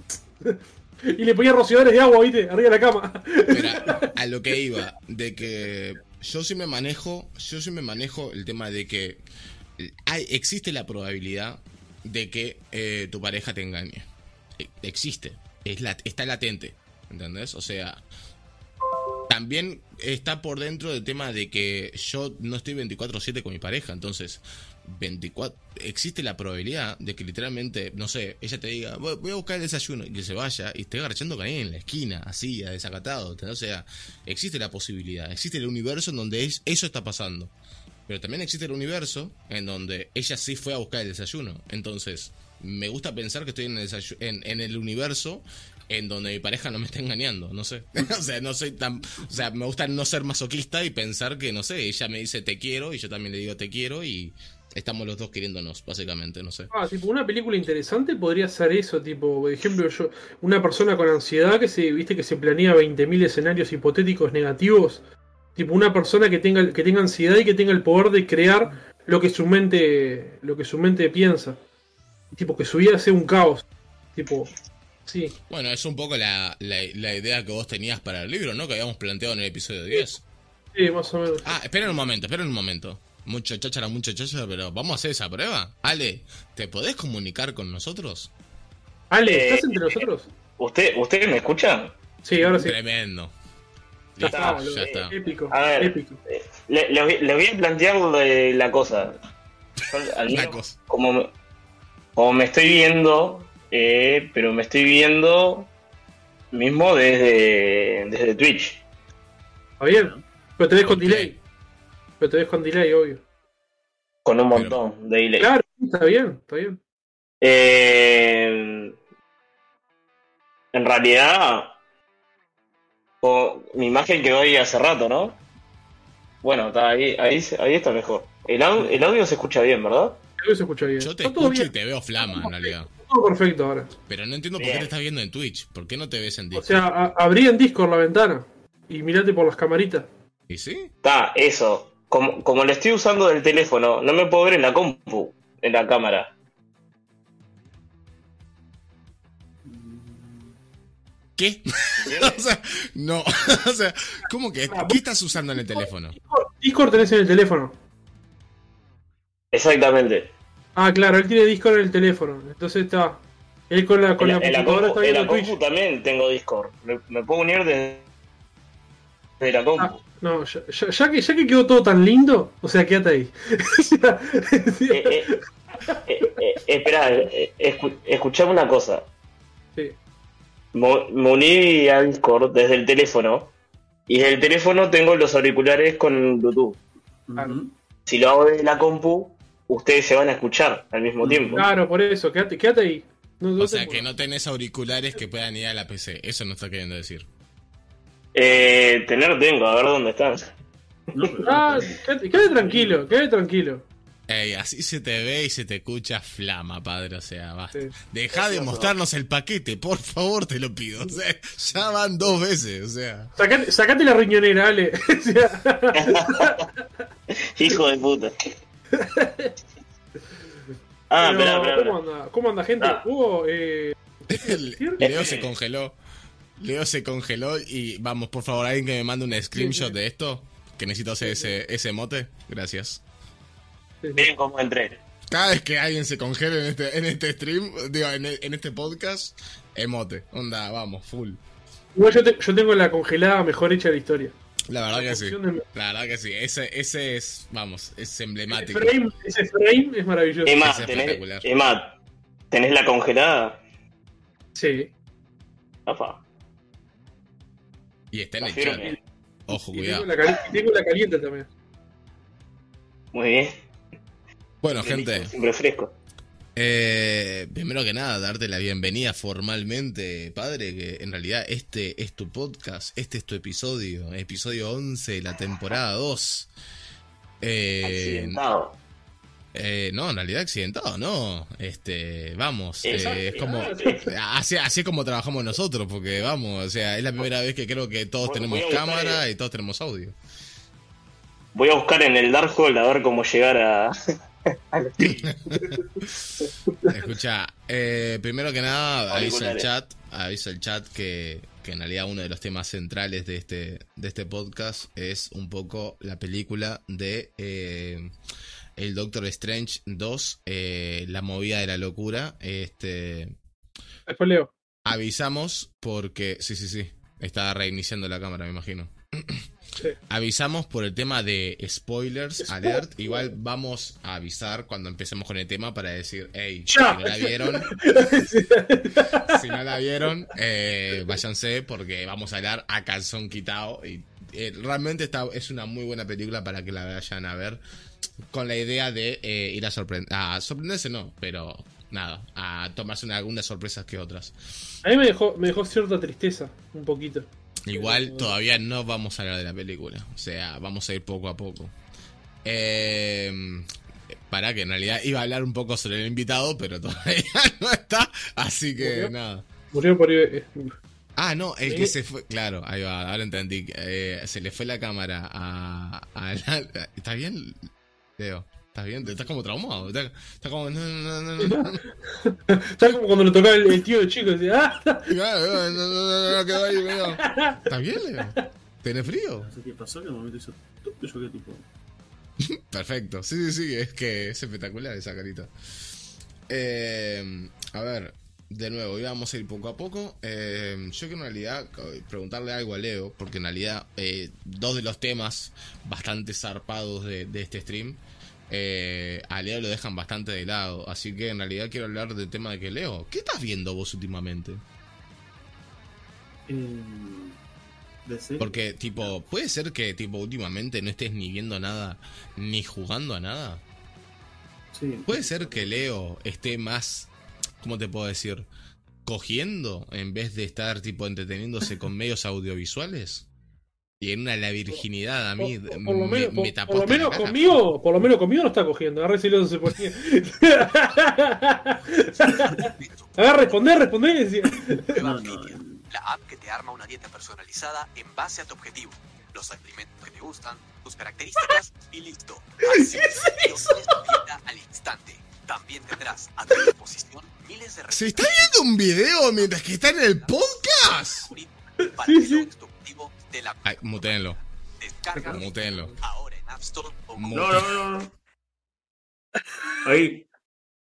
Y le ponía rociadores de agua, ¿viste? Arriba de la cama. Mira, a lo que iba, de que yo sí me manejo, yo sí me manejo el tema de que hay, existe la probabilidad de que eh, tu pareja te engañe. E- Existe, es la, está latente, ¿entendés? O sea, también está por dentro del tema de que yo no estoy veinticuatro siete con mi pareja, entonces veinticuatro existe la probabilidad de que literalmente, no sé, ella te diga, voy voy a buscar el desayuno y que se vaya y esté garchando con alguien en la esquina, así, a desacatado, ¿entendés? O sea, existe la posibilidad, existe el universo en donde es, eso está pasando. Pero también existe el universo en donde ella sí fue a buscar el desayuno. Entonces, me gusta pensar que estoy en el, desayu- en, en el universo en donde mi pareja no me está engañando, no sé. O sea, no soy tan... O sea, me gusta no ser masoquista y pensar que, no sé, ella me dice te quiero y yo también le digo te quiero y estamos los dos queriéndonos, básicamente, no sé. Ah, tipo, una película interesante podría ser eso, tipo, por ejemplo, yo, una persona con ansiedad que se, viste, que se planea veinte mil escenarios hipotéticos negativos, tipo, una persona que tenga, que tenga ansiedad y que tenga el poder de crear lo que su mente, lo que su mente piensa, tipo, que su vida sea un caos, tipo, sí. Bueno, es un poco la, la, la idea que vos tenías para el libro, ¿no? Que habíamos planteado en el episodio diez. Sí, más o menos. Ah, esperen un momento, esperen un momento. Mucho cháchara, mucho cháchara, pero vamos a hacer esa prueba. Ale, ¿te podés comunicar con nosotros? Ale, ¿estás Eh, entre nosotros? ¿Usted, ¿Usted me escucha? Sí, ahora sí. Tremendo. Ya Listo, está, Ah, boludo. ya está. Épico, A ver. épico. Le, le voy- le voy a plantear la, la cosa. Yo, al La menos, cosa. como, me- como me estoy viendo, eh, pero me estoy viendo mismo desde, desde Twitch. ¿Está bien? Pero te ves con Ok. delay. Pero te ves con delay, obvio. Con un Pero- montón de delay. Claro, Está bien, está bien. Eh, en realidad, o- mi imagen quedó ahí hace rato, ¿no? Bueno, está ahí, ahí, se- ahí está mejor. El, au- el audio se escucha bien, ¿verdad? Creo que se escucha bien. Yo te Está todo escucho y bien. te veo flama, en realidad. Todo perfecto ahora. Pero no entiendo por qué Bien. te estás viendo en Twitch. ¿Por qué no te ves en O Discord? sea, a- abrí en Discord la ventana y mirate por las camaritas. ¿Y sí? Está, eso. Como, como lo estoy usando del teléfono, no me puedo ver en la compu, en la cámara. ¿Qué? O sea, no. O sea, ¿cómo que? ¿Qué estás usando en el teléfono? Discord, Discord tenés en el teléfono. Exactamente. Ah, claro, él tiene Discord en el teléfono. Entonces está. Él con la, con En la la, en la computadora compu, está en la viendo compu Twitch. también tengo Discord. Me, me puedo unir desde, desde la compu. Ah, no, ya, ya- ya que, ya que quedó todo tan lindo, o sea, quédate ahí. O sea, Eh, eh, eh, eh, espera, eh, escu- escuchame una cosa. sí. Mo- Me uní a Discord desde el teléfono. Y desde el teléfono tengo los auriculares con Bluetooth. Ujú. Si lo hago desde la compu, ustedes se van a escuchar al mismo tiempo. Claro, por eso, quédate, quédate ahí. No, no O te sea, que muevas. no tenés auriculares que puedan ir a la P C. Eso no está queriendo decir. Eh, tener tengo, a ver dónde están. No, pero- Ah, quédate, quédate tranquilo, quédate tranquilo. Ey, así se te ve y se te escucha flama, padre. O sea, basta. Sí. Deja de mostrarnos el paquete, por favor, te lo pido. O sea, ya van dos veces, o sea. Sacate, sacate la riñonera, Ale. O sea, Hijo de puta. Ah, pero, espera, espera, ¿cómo espera. anda? ¿Cómo anda, gente? Ah. Hubo, eh, Leo se congeló. Leo se congeló y vamos, por favor, alguien que me mande un screenshot de esto. Que necesito hacer ese, ese emote. Gracias. Miren cómo entré. Cada vez que alguien se congela en este, en este stream, digo, en, en este podcast, emote. Onda, vamos, full. igual yo, te- yo tengo la congelada mejor hecha de la historia. La verdad que sí. función de- La verdad que sí. Ese, ese es, vamos, es Ese emblemático. frame, ese frame es maravilloso. Emma, Es tenés, espectacular. Emma, ¿tenés la congelada? Sí. Afa. Y está en el Está chat. firme. Ojo, Y cuidado. tengo la, cali- y tengo la caliente también. Muy bien. Bueno, gente, Siempre fresco. eh, primero que nada, darte la bienvenida formalmente, padre, que en realidad este es tu podcast, este es tu episodio, episodio once de la temporada dos. Eh, Accidentado. eh, no, en realidad accidentado, no. Este, vamos, eh, Exacto. es como Ah, sí. así, así es como trabajamos nosotros, porque vamos, o sea, es la primera vez que creo que todos Voy- tenemos voy a buscar cámara el- y todos tenemos audio. Voy a buscar en el Dark Hole a ver cómo llegar a. Escucha, eh, primero que nada, aviso el Auriculares. chat, aviso el chat que, que en realidad uno de los temas centrales de este, de este podcast es un poco la película de eh, el Doctor Strange dos, eh, la movida de la locura. Este, Después leo. avisamos porque, sí, sí, sí, está reiniciando la cámara, me imagino. Sí. Avisamos por el tema de spoilers, Spoilers. alert. Igual vamos a avisar cuando empecemos con el tema para decir, hey, si Ya. no la vieron, si no la vieron, eh, váyanse porque vamos a hablar a calzón quitado. Y eh, realmente está, es una muy buena película para que la vayan a ver con la idea de eh, ir a sorprender, a sorprenderse no, pero nada, a tomarse una- algunas sorpresas que otras. A mí me dejó, me dejó cierta tristeza, un poquito. Igual todavía no vamos a hablar de la película. O sea, vamos a ir poco a poco. Eh, para que en realidad iba a hablar un poco sobre el invitado, pero todavía no está. Así que ¿Murió? nada. Murió por eh, Ah, no, el Sí. que se fue. Claro, ahí va, ahora entendí. Eh, se le fue la cámara a. a la- ¿Está bien, Leo? ¿Estás bien? Estás como traumado. Estás, estás como. No, no, no, no, no. Está como cuando le tocaba el, el tío de chico. Decía, ah, Claro, no, no, no, no, no, quedó ahí, Leo. ¿Estás bien, Leo? ¿Tenés frío? No sé qué pasó, que en un momento hizo tup, y yo qué tipo. Perfecto, sí, sí, sí, es que es espectacular esa carita. Eh, a ver, de nuevo, íbamos a ir poco a poco. Eh, yo quiero en realidad preguntarle algo a Leo, porque en realidad eh, dos de los temas bastante zarpados de, de este stream, eh, a Leo lo dejan bastante de lado. Así que en realidad quiero hablar del tema de que Leo, ¿qué estás viendo vos últimamente? Eh, de serie. Porque, tipo, puede ser que tipo últimamente no estés ni viendo nada, ni jugando a nada. Sí. ¿Puede ser que Leo esté más, ¿cómo te puedo decir? Cogiendo en vez de estar tipo entreteniéndose con medios audiovisuales? Y en una la virginidad a mí Por, por- por lo me, menos, me por, tapó por lo hasta la menos cara. conmigo, por lo menos conmigo no está cogiendo. Agarra silencio se ponía. Agarra, responder, responder y decía. Prueba No, no, Fidia, el- la app que te arma una dieta personalizada en base a tu objetivo, los alimentos que te gustan, tus características y listo. Así, tienes tu dieta al instante. También tendrás a tu disposición miles de ¿Se está recetas viendo un video mientras que está en el podcast? para Sí, que sí. logres tu objetivo de la Ay, mutéenlo, descarga mutéenlo. ahora en App Store o Mu- No, no, no, no. Ahí.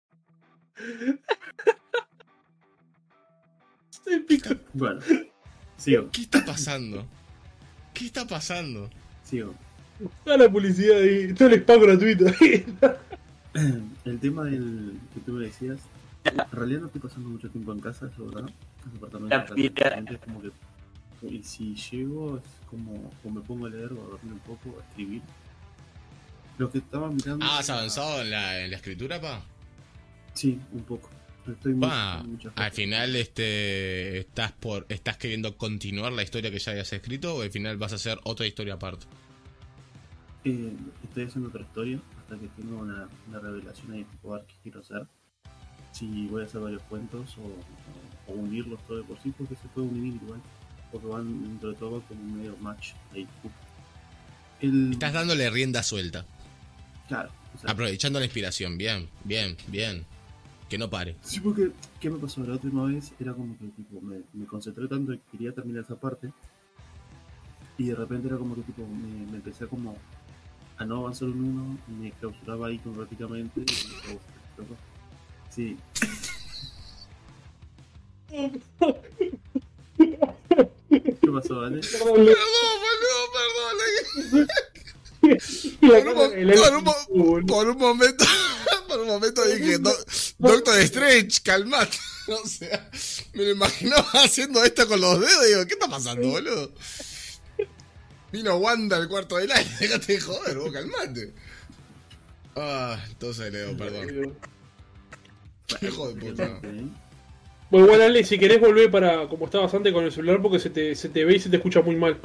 Épico. Bueno, sigo, ¿Qué está pasando? ¿Qué está pasando? sigo. A la publicidad ahí. Todo el spam gratuito ahí. El tema del que tú me decías, en realidad no estoy pasando mucho tiempo en casa, yo, ¿verdad? En apartamento, La vida. es como que, y si llego es como, o me pongo a leer o a dormir un poco, a escribir. Lo que estaba mirando. Ah, ¿has avanzado en la, en la escritura, pa? Sí, un poco. Pero estoy muy, Pa, muchas al cosas. final este estás por estás queriendo continuar la historia que ya habías escrito o al final vas a hacer otra historia aparte. Eh, estoy haciendo otra historia hasta que tenga una, una revelación ahí tipo a ver qué quiero hacer. Si voy a hacer varios cuentos o, o, o unirlos todo de por sí, porque se puede unir igual. Porque van dentro de todo como un medio match ahí. El, Estás dándole rienda suelta, Claro. O sea, aprovechando la inspiración. Bien, bien, bien. Que no pare. sí, porque ¿qué me pasó la última vez? Era como que tipo, me, me concentré tanto que quería terminar esa parte. Y de repente era como que tipo me, me empecé a como a no avanzar un uno, me clausuraba ahí prácticamente. Y, oh, loco. Sí, ¿qué pasó, Ale? Perdón, boludo, perdón. La Por un, cara mo- del por un mo- boludo. por un momento, por un momento dije, "Do- Doctor Strange, calmate." O sea, me lo imaginaba haciendo esto con los dedos y digo, ¿qué está pasando, boludo? Vino Wanda al cuarto del aire, déjate de joder, vos calmate. Ah, entonces Leo, perdón. Hijo de puta. ¿Eh? Bueno, igual Ale, si querés volver para como estabas antes con el celular porque se te, se te ve y se te escucha muy mal.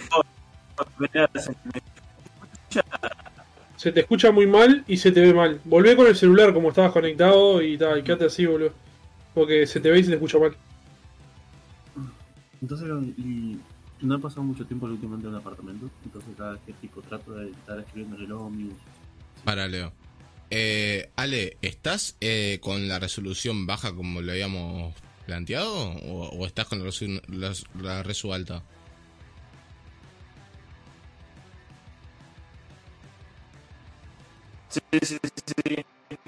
Se te escucha muy mal y se te ve mal. Volvé con el celular como estabas conectado y tal, y quédate así, boludo. Porque se te ve y se te escucha mal. Entonces, lo- y no he pasado mucho tiempo últimamente en un apartamento, entonces cada vez que tipo trato de estar escribiendo en el ómnibus. Para, Leo. Eh, Ale, ¿estás eh, con la resolución baja como lo habíamos planteado? ¿O, o estás con la, resolu- la, la resu alta? Sí, sí, sí.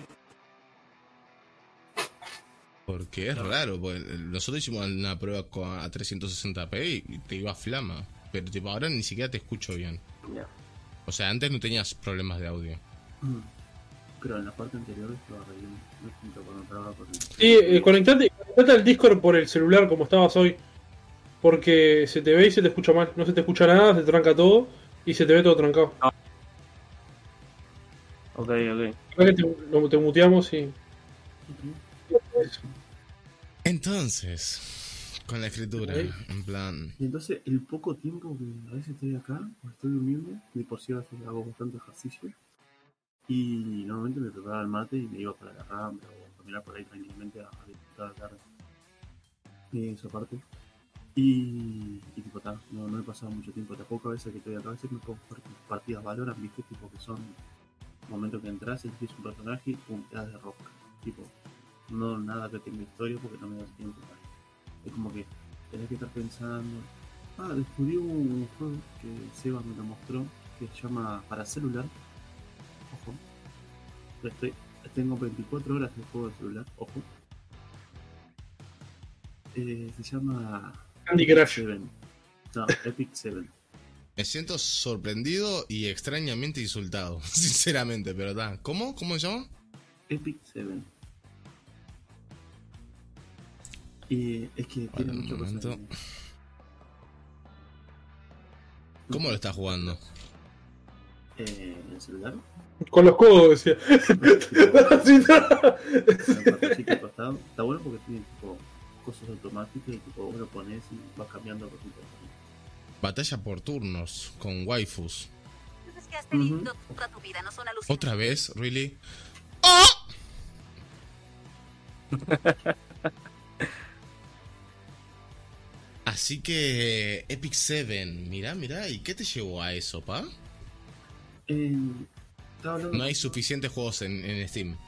Porque es raro, porque nosotros hicimos una prueba con- a trescientos sesenta p y te iba a flama. Pero tipo, ahora ni siquiera te escucho bien. Ya. O sea, antes no tenías problemas de audio. Pero en la parte anterior estaba re bien. No es como cuando entraba con el... Sí, eh, conectate, conectate al Discord por el celular como estabas hoy. Porque se te ve y se te escucha mal. No se te escucha nada, se tranca todo y se te ve todo trancado. Ok, ok. Ahora que te, lo- te muteamos y. Entonces, con la escritura, Ok. en plan... Y entonces el poco tiempo que a veces estoy acá, o estoy durmiendo, de por sí a veces hago bastante ejercicio. Y normalmente me preparaba el mate y me iba para la rambla o caminar por ahí tranquilamente a, a disfrutar la tarde. Y eso aparte. Y, y tipo, ta, no, no he pasado mucho tiempo. Tampoco a veces que estoy acá, a veces me puedo jugar partidas Valorant, viste, tipo que son momentos que entras, eliges un personaje y pum, te das de rosca. Tipo, no nada que tenga historia porque no me das tiempo. ¿Vale? Es como que tenés que estar pensando. Ah, descubrí un juego que Seba me lo mostró que se llama para celular. Ojo. Estoy, tengo veinticuatro horas de juego de celular. Ojo. Eh, se llama Candy Crush. Seven. No, Epic Seven. Me siento sorprendido y extrañamente insultado, sinceramente, pero está. ¿Cómo? ¿Cómo se llama? Epic Seven. Y es que Para tiene un mucho momento. cosas. ¿Cómo lo estás jugando? Eh, ¿En el celular? Con los codos, decía. Así nada. En el patecito al costado. Está bueno porque tiene tipo cosas automáticas y tipo vos lo pones y vas cambiando cositas. Batalla por turnos con waifus. Cosas que has tenido toda tu vida no son alucinantes. ¿Otra vez? ¿Really? ¡Oh! Así que Epic Seven, mirá, mirá, ¿y qué te llevó a eso, pa? Eh, estaba hablando No hay suficientes juegos en, en Steam.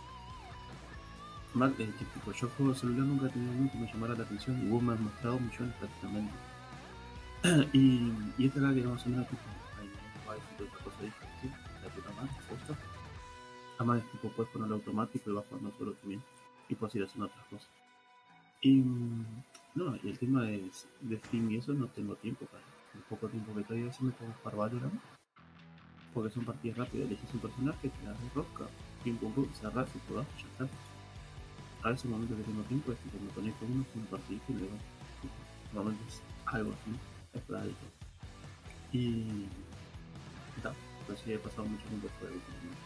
Mal, eh, que tipo, yo juego de celular nunca he tenido uno que me llamara la atención y vos me has mostrado millones prácticamente. y, y esta acá que más o menos tipo, hay hay otra cosa diferente, la puta más, justo. Además, tipo, puedes ponerlo automático y vas jugando solo también. Y puedes ir haciendo otras cosas. Y no, y el tema de, de Steam y eso no tengo tiempo para. El poco tiempo que estoy a veces me pongo a jugar Valorant. Porque son partidas rápidas, elegís un personaje, te das de rosca, pim pum pum, cerrás y jugás, ya está. A veces el momento que tengo tiempo es que me conecto a uno, con un partidito y luego normalmente es algo así, esporádico. Y está, pues sí he pasado mucho tiempo fuera de últimamente.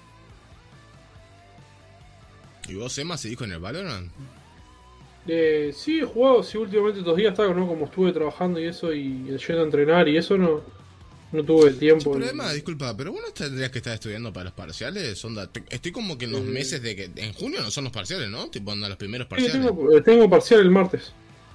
¿Y vos, Emma, seguís con el Valorant? Eh, sí, he jugado, sí, últimamente estos días estaba, ¿no? Como estuve trabajando y eso, y yendo a entrenar y eso, no, no tuve el Sí, tiempo. pero y- Emma, disculpa, pero vos no tendrías que estar estudiando para los parciales, onda, te- estoy como que en los Eh. meses de que, en junio no son los parciales, ¿no? Tipo, onda, los primeros Sí, parciales, tengo, eh, tengo parcial el martes.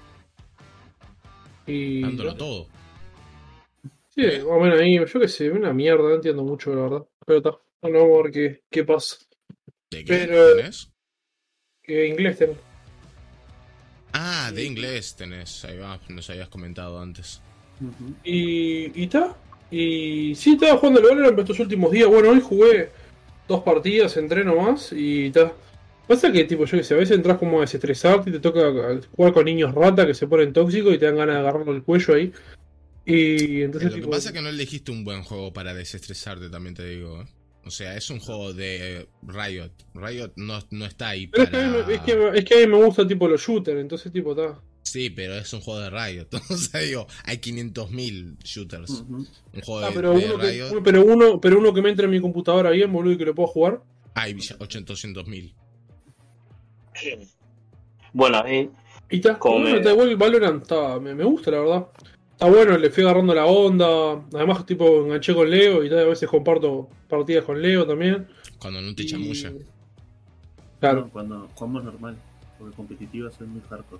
Y. dándolo todo. Sí, más o menos ahí, yo qué sé, una mierda, no entiendo mucho, la verdad. Pero está, bueno, vamos a ver qué, qué pasa. ¿De qué Pero- tenés? Que inglés tengo. Ah, de inglés tenés, ahí va, nos habías comentado antes. Uh-huh. Y. Y está. Y sí, estaba jugando el Valorant estos últimos días. Bueno, hoy jugué dos partidas, entré nomás y está. Pasa que, tipo, yo qué sé, a veces entras como a desestresarte y te toca jugar con niños rata que se ponen tóxicos y te dan ganas de agarrarlo el cuello ahí. Y entonces, Lo que tipo, pasa es que no elegiste un buen juego para desestresarte, también te digo, ¿eh? O sea, es un juego de Riot. Riot no, no está ahí Pero es que, a mí, para... me- es, que, es que a mí me gusta tipo los shooters, entonces tipo está. Sí, pero es un juego de Riot. O sea, digo, hay quinientos mil shooters. Uh-huh. Un juego Ah, de, pero de uno, que, Riot pero uno, pero uno que me entre en mi computadora bien, boludo, y que lo puedo jugar. hay ochocientos mil. Bueno, ahí. Y está, Como bueno, me- está igual Valorant, está, me, me gusta la verdad. Está bueno, le fui agarrando la onda. Además, tipo, enganché con Leo y tal, a veces comparto partidas con Leo también. Cuando no te Y- chamulla. Claro, No, cuando jugamos normal, porque competitiva soy muy hardcore.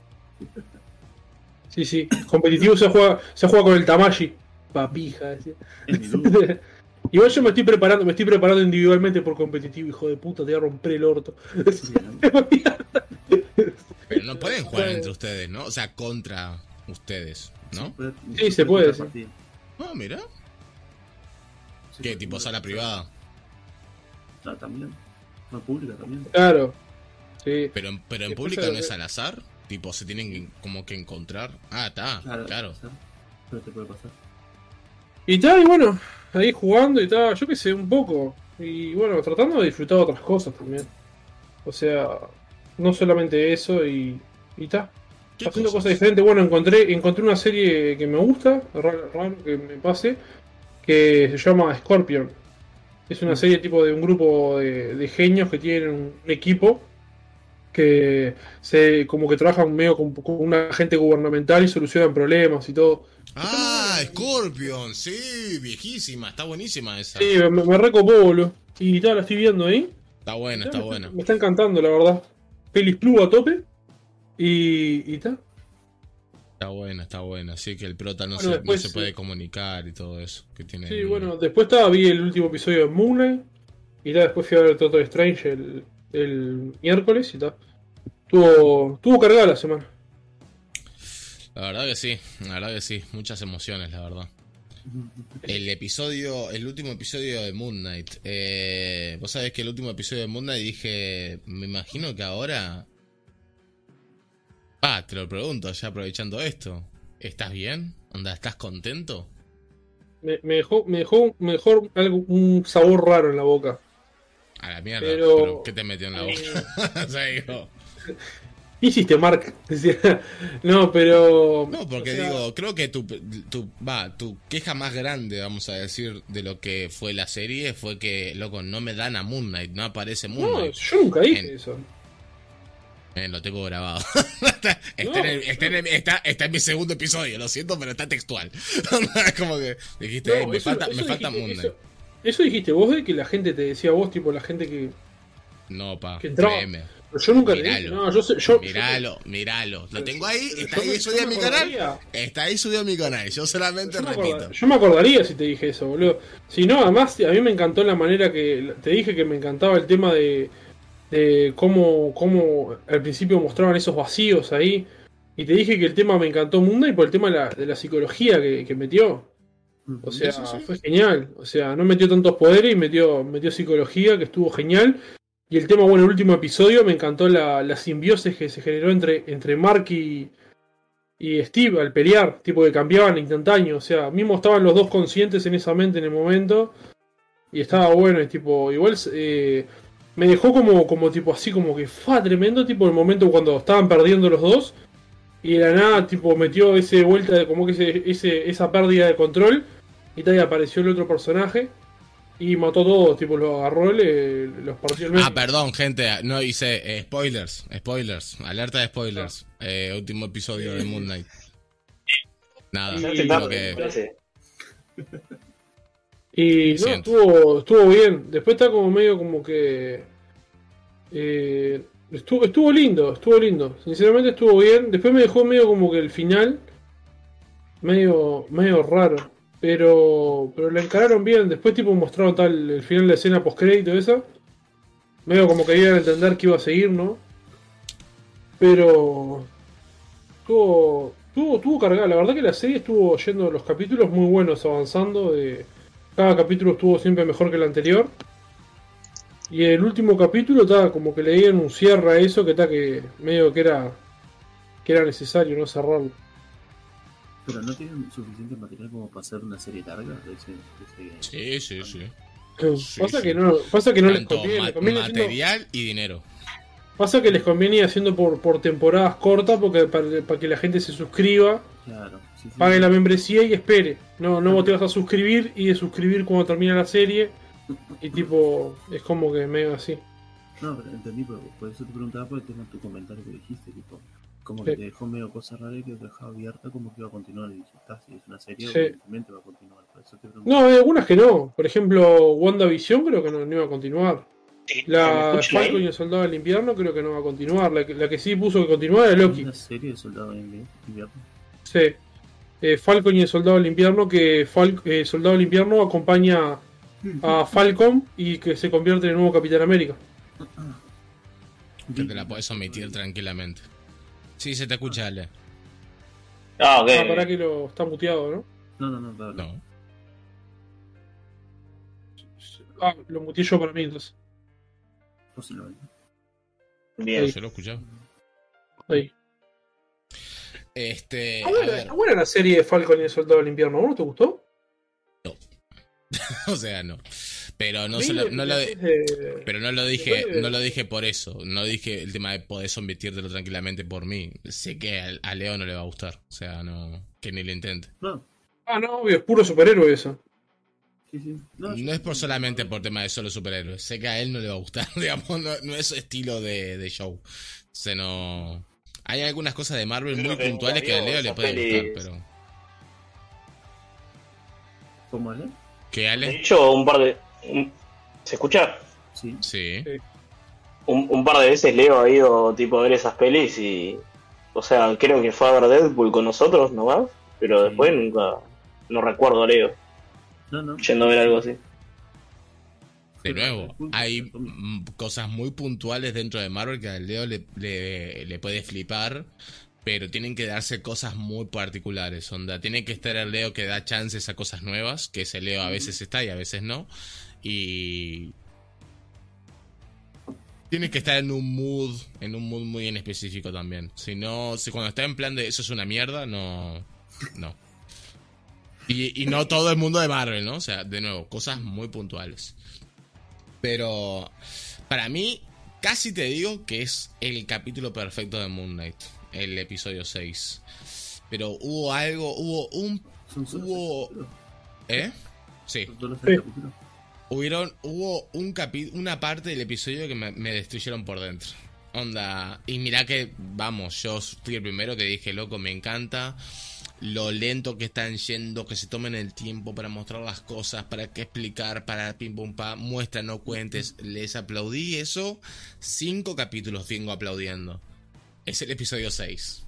sí, sí. Competitivo se juega, se juega con el Tamashi. Papija, decía. Es mi duda. Igual yo me estoy preparando, me estoy preparando individualmente por competitivo, hijo de puta, te voy a romper el orto. Sí, ¿no? Pero no pueden jugar entre ustedes, ¿no? O sea, contra ustedes, ¿no? Puede- Sí, se puede, otra sí. partida. Ah, mira. Sí, ¿Qué? por ¿Tipo ejemplo, sala privada? Ah, también. No, pública también. Claro. Sí. Pero, en- pero en Después pública se- no es al azar. Tipo, se tienen que- como que encontrar. Ah, está, Claro. claro. o sea, pero te puede pasar. Y tal, y bueno, ahí jugando y tal, yo qué sé, un poco. Y bueno, tratando de disfrutar de otras cosas también. O sea, no solamente eso y, y tal. ¿Qué Haciendo cosas? cosas diferentes. Bueno, encontré, encontré una serie que me gusta, raro, raro que me pase, que se llama Scorpion. Es una serie tipo de un grupo de, de genios que tienen un equipo que se como que trabajan medio con, con un agente gubernamental y solucionan problemas y todo. Ah, Scorpion, sí, viejísima, está buenísima esa. Sí, me, me recopó, boludo. Y tal, la estoy viendo ahí. Está buena, está buena. Me está encantando, la verdad. Pelis Plus a tope. Y, y tal. Está buena, está buena. Sí, que el prota no, Bueno, se, después, no se puede sí. comunicar y todo eso. Que tiene Sí, bueno, después estaba, vi el último episodio de Moon Knight. Y tal, después fui a ver Doctor Strange el, el miércoles y tal. Tuvo, tuvo cargada la semana. La verdad que sí, la verdad que sí. Muchas emociones, la verdad. El episodio, el último episodio de Moon Knight. Eh, Vos sabés que el último episodio de Moon Knight dije, me imagino que ahora... Ah, te lo pregunto ya aprovechando esto. ¿Estás bien? ¿Onda, estás contento? Me, me dejó, me dejó, me dejó algo, un sabor raro en la boca. A la mierda, Pero- pero, ¿qué te metió en la boca? O sea, digo, ¿Qué hiciste, Mark? Decía, no, pero... No, porque o sea, digo, creo que tu, tu, va, tu queja más grande, vamos a decir, de lo que fue la serie fue que, loco, no me dan a Moon Knight, no aparece Moon No, Knight. yo nunca dije En- eso. Eh, lo tengo grabado. está, está en el- está en el- está- está en mi segundo episodio, lo siento, pero está textual. Es como que dijiste, No, "Ey, me eso- falta, eso me falta dijiste- Moon Knight". eso, eso dijiste vos de que la gente te decía a vos, tipo la gente que, No, pa, que entraba. créeme. Pero yo nunca te dije. Míralo. No, yo sé, yo, Míralo, míralo. Lo Pero tengo yo- ahí, pero está yo ahí me- subido yo a mi me canal. acordaría. Está ahí subido a mi canal. Yo solamente Yo me, repito. acordaría, yo me acordaría si te dije eso, boludo. Si no, además, a mí me encantó la manera que. Te dije que me encantaba el tema de. de cómo, cómo al principio mostraban esos vacíos ahí. Y te dije que el tema me encantó Munda y por el tema de la, de la psicología que, que metió. O sea, Sí, sí, sí. fue genial. O sea, no metió tantos poderes y metió, metió psicología, que estuvo genial. Y el tema, bueno, el último episodio me encantó la, la simbiosis que se generó entre, entre Mark y, y Steve al pelear, tipo que cambiaban instantáneo. O sea, mismo estaban los dos conscientes en esa mente en el momento. Y estaba bueno, y tipo, igual eh, me dejó como, como tipo así, como que fue tremendo, tipo el momento cuando estaban perdiendo los dos. Y de la nada, tipo, metió ese vuelta de como que ese, ese, esa pérdida de control. Y tal, y apareció el otro personaje. Y mató a todos, tipo, lo agarró, le, los partió el medio. Ah, perdón, gente, no hice eh, spoilers, spoilers, alerta de spoilers. Ah. Eh, último episodio de Moon Knight. Nada, Y- Qué lo tarde, que- me parece. Y no, Siento. estuvo, estuvo bien. Después está como medio como que. eh, estuvo, estuvo lindo, estuvo lindo. Sinceramente estuvo bien. Después me dejó medio como que el final. Medio, medio raro. Pero. Pero lo encararon bien. Después tipo mostraron tal el final de la escena post crédito esa. Medio como que iban a entender que iba a seguir, ¿no? Pero. Estuvo. Estuvo, estuvo cargada. La verdad que la serie estuvo yendo los capítulos muy buenos, avanzando. De, cada capítulo estuvo siempre mejor que el anterior. Y el último capítulo estaba como que le dieron un cierre a eso, que está que medio que era que era necesario no cerrarlo. Pero no tienen suficiente material como para hacer una serie larga de ese. De ese... Sí, sí, sí. Sí, pasa sí. que no, pasa que no les Tanto conviene, ma- les conviene haciendo- material y dinero. pasa que les conviene ir haciendo por, por temporadas cortas porque para, para que la gente se suscriba, Claro, sí, sí. pague la membresía y espere. No, no vos te vas a suscribir y de suscribir cuando termina la serie. Y tipo, es como que medio así. No, pero entendí, pero por eso te preguntaba por el tema de tu comentario que dijiste, tipo, como Sí. que te dejó medio cosa rara y que te dejaba abierta como que iba a continuar y dijiste, "Ah, si es una serie, Sí. evidentemente va a continuar", por eso te preguntaba. No, hay algunas que no. Por ejemplo, WandaVision creo que no, no iba a continuar. ¿Me La escuchan ahí? Falcon y el Soldado del Invierno creo que no va a continuar. La que, la que sí puso que continuara era Loki. ¿Una serie de Soldado de Invierno? Sí. Eh, Falcon y el Soldado del Invierno, que Fal eh, Soldado del Invierno acompaña a Falcon y que se convierte en el nuevo Capitán América. Que te la podés omitir tranquilamente. Sí, se te escucha, Ale. Ah, ok. Ah, para que lo está muteado, ¿no? No, no, no, claro. No. Ah, lo muteé yo para mí entonces. Posiblemente. Bien. Yo lo escuchaba. Ahí. Este, Está a buena, ver, está buena la serie de Falcon y el Soldado del Invierno. ¿A vos no te gustó? o sea, no. Pero no, Sí, se lo- no lo de- de- pero no lo dije, Después de- no lo dije por eso. No dije el tema de poder omitírtelo tranquilamente por mí. Sé que a, a Leo no le va a gustar. O sea, no, que ni lo intente. No, Ah, no, obvio, es puro superhéroe eso. sí, sí. No, No es por solamente por tema de solo superhéroes. Sé que a él no le va a gustar, digamos, no, no es su estilo de, de show. Se no. Hay algunas cosas de Marvel Creo muy que puntuales que a Leo le esas puede pelis- gustar, pero. ¿Cómo Ale? ¿Qué De Ale? hecho, un par de. un- ¿Se escucha? Sí. Sí. Un, un par de veces Leo ha ido tipo a ver esas pelis y. O sea, creo que fue a ver Deadpool con nosotros nomás, pero Sí. después nunca. No recuerdo a Leo No, no. yendo a ver algo así. De nuevo, hay mm, cosas muy puntuales dentro de Marvel que a Leo le, le, le puede flipar, pero tienen que darse cosas muy particulares. Onda, tiene que estar el Leo que da chances a cosas nuevas, que ese Leo a veces está y a veces no. Y tiene que estar en un mood, en un mood muy en específico también. Si no, si cuando está en plan de eso es una mierda, no, no. Y, y no todo el mundo de Marvel, ¿no? O sea, de nuevo, cosas muy puntuales. Pero para mí, Casi te digo que es el capítulo perfecto de Moon Knight, el episodio seis. Pero hubo algo, hubo un... Son solo Hubo... seis capítulos. ¿Eh? Sí. Son solo seis Sí. capítulos. Hubieron, hubo un capi una parte del episodio que me, me destruyeron por dentro. Onda. Y mirá que, vamos, yo fui el primero que dije, loco, me encanta lo lento que están yendo, que se tomen el tiempo para mostrar las cosas, para que explicar, para pim pum pa, muestra, no cuentes. Les aplaudí eso. Cinco capítulos vengo aplaudiendo. Es el episodio seis.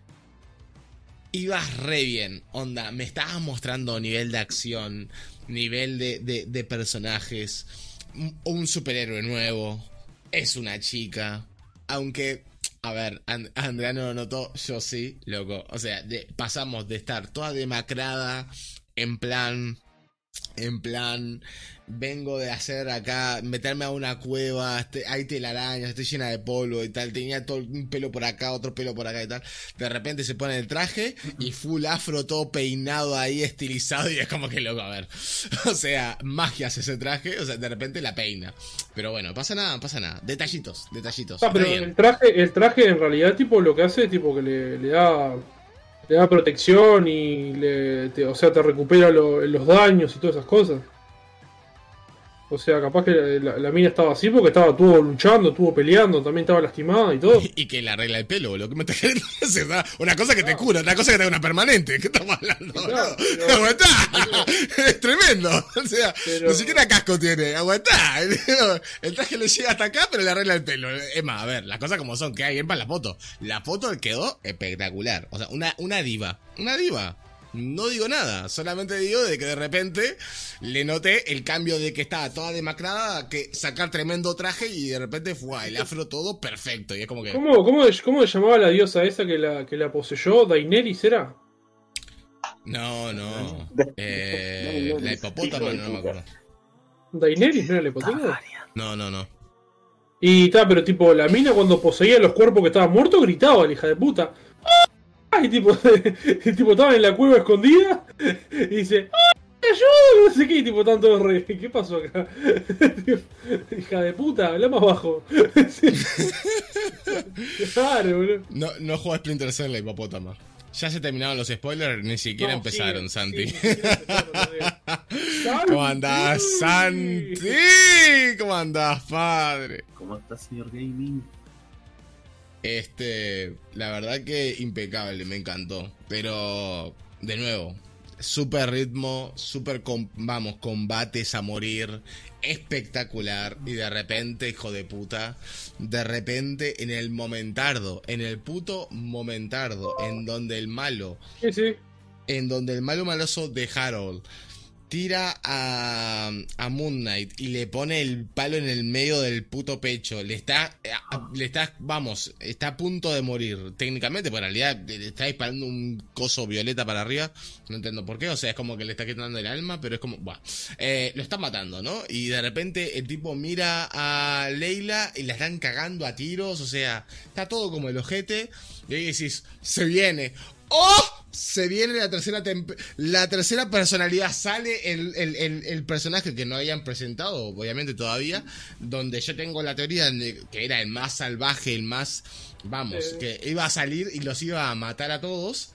Ibas re bien, onda, me estabas mostrando nivel de acción, nivel de, de, de personajes, un, un superhéroe nuevo, es una chica, aunque, a ver, And Andrea no lo notó, yo sí, loco, o sea, de, pasamos de estar toda demacrada, en plan, en plan, vengo de hacer acá, meterme a una cueva, este, hay telarañas, estoy llena de polvo y tal, tenía todo un pelo por acá, otro pelo por acá y tal, de repente se pone el traje y full afro, todo peinado ahí, estilizado y es como que loco, a ver, o sea, magia hace ese traje, o sea, de repente la peina, pero bueno, pasa nada, pasa nada, detallitos, detallitos. Ah, pero Re bien. el traje, el traje en realidad tipo lo que hace es tipo que le, le da le da protección y le, te- o sea, te recupera lo- los daños y todas esas cosas. O sea, capaz que la, la mina estaba así porque estaba tuvo luchando, estuvo peleando, también estaba lastimada y todo. Y que le arregla el pelo, boludo. ¿Qué me estás queriendo decir? O sea, una cosa que te cura, otra cosa que te da una permanente. ¿Qué estamos hablando? Claro, boludo? pero- Aguantá. Es tremendo. O sea, Pero- ni siquiera casco tiene. Aguantá. El traje le llega hasta acá, pero le arregla el pelo. Es más, a ver, las cosas como son. Queda bien para la foto. La foto quedó espectacular. O sea, una, una diva. Una diva. No digo nada, solamente digo de que de repente le noté el cambio de que estaba toda demacrada a que sacar tremendo traje y de repente fue el afro todo perfecto. Y es como que... ¿Cómo, cómo, cómo se llamaba la diosa esa que la, que la poseyó? ¿Daenerys era? No, no. Eh, la hipopótama, no, no me acuerdo. ¿Daenerys no era la hipotecas? No, no, no. Y está, pero tipo, la mina cuando poseía los cuerpos que estaban muertos gritaba, la hija de puta. Y tipo, y tipo estaba en la cueva escondida y dice, ¡ay, ayuda! No sé qué, y tipo, están todos re. ¿Qué pasó acá? Tipo, hija de puta, habla más bajo. Sí. Claro, boludo. No, no juega Splinter Cell la hipopótama. Ya se terminaron los spoilers, ni siquiera No, empezaron, sí, Santi. sí, ni siquiera empezaron todavía. ¿Cómo andás, Santi? ¿Cómo andás, padre? ¿Cómo está, señor Gaming? Este, la verdad que impecable, me encantó. Pero, de nuevo, súper ritmo, súper, com- vamos, combates a morir, espectacular. Y de repente, hijo de puta, de repente en el momentardo, en el puto momentardo, en donde el malo, Sí, sí. en donde el malo maloso de Harold tira a, a Moon Knight y le pone el palo en el medio del puto pecho, le está, a- le está, vamos, está a punto de morir, técnicamente, porque en realidad le está disparando un coso violeta para arriba, no entiendo por qué, o sea, es como que le está quitando el alma, pero es como, buah, eh, lo está matando, ¿no? Y de repente el tipo mira a Leila y la están cagando a tiros, o sea, está todo como el ojete, y ahí decís, se viene, ¡oh! Se viene la tercera temp- la tercera personalidad, sale el, el, el, el personaje que no habían presentado, obviamente todavía, donde yo tengo la teoría de que era el más salvaje, el más, vamos, Sí. que iba a salir y los iba a matar a todos.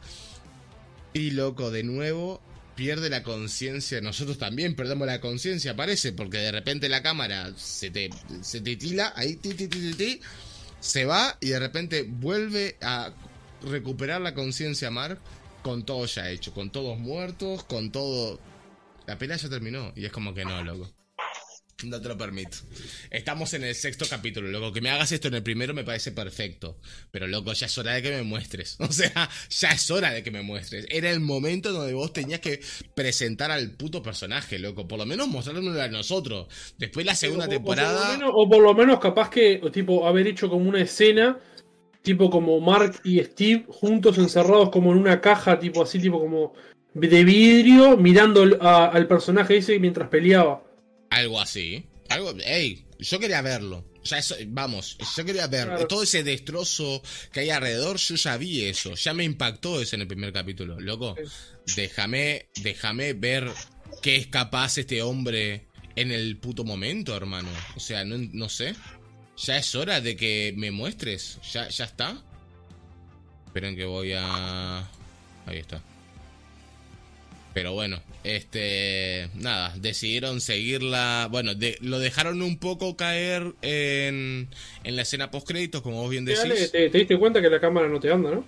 Y loco, de nuevo, pierde la conciencia, nosotros también perdemos la conciencia, parece, porque de repente la cámara se te, se te tila, ahí, ti, ti, ti, ti, ti, se va y de repente vuelve a recuperar la conciencia Mark con todo ya hecho, con todos muertos, con todo... La pelea ya terminó y es como que no, loco. No te lo permito. Estamos en el sexto capítulo, loco. Que me hagas esto en el primero me parece perfecto. Pero, loco, ya es hora de que me muestres. O sea, ya es hora de que me muestres. Era el momento donde vos tenías que presentar al puto personaje, loco. Por lo menos mostrárnoslo a nosotros. Después la segunda O- o- temporada... O por, lo menos, o por lo menos capaz que, o tipo, haber hecho como una escena, tipo como Mark y Steve juntos encerrados como en una caja, tipo así, tipo como de vidrio, mirando al- a- al personaje ese mientras peleaba. Algo así. Algo. Ey, yo quería verlo. Ya eso, vamos, yo quería ver Claro. todo ese destrozo que hay alrededor. Yo ya vi eso. Ya me impactó eso en el primer capítulo. Loco, déjame, déjame ver qué es capaz este hombre en el puto momento, hermano. O sea, no, no sé. Ya es hora de que me muestres. ¿Ya, ya está? Esperen que voy a... Ahí está. Pero bueno, este... Nada, decidieron seguirla... Bueno, de, lo dejaron un poco caer en, en la escena post-créditos, como vos bien Dale, decís. te, te diste cuenta que la cámara no te anda, ¿no?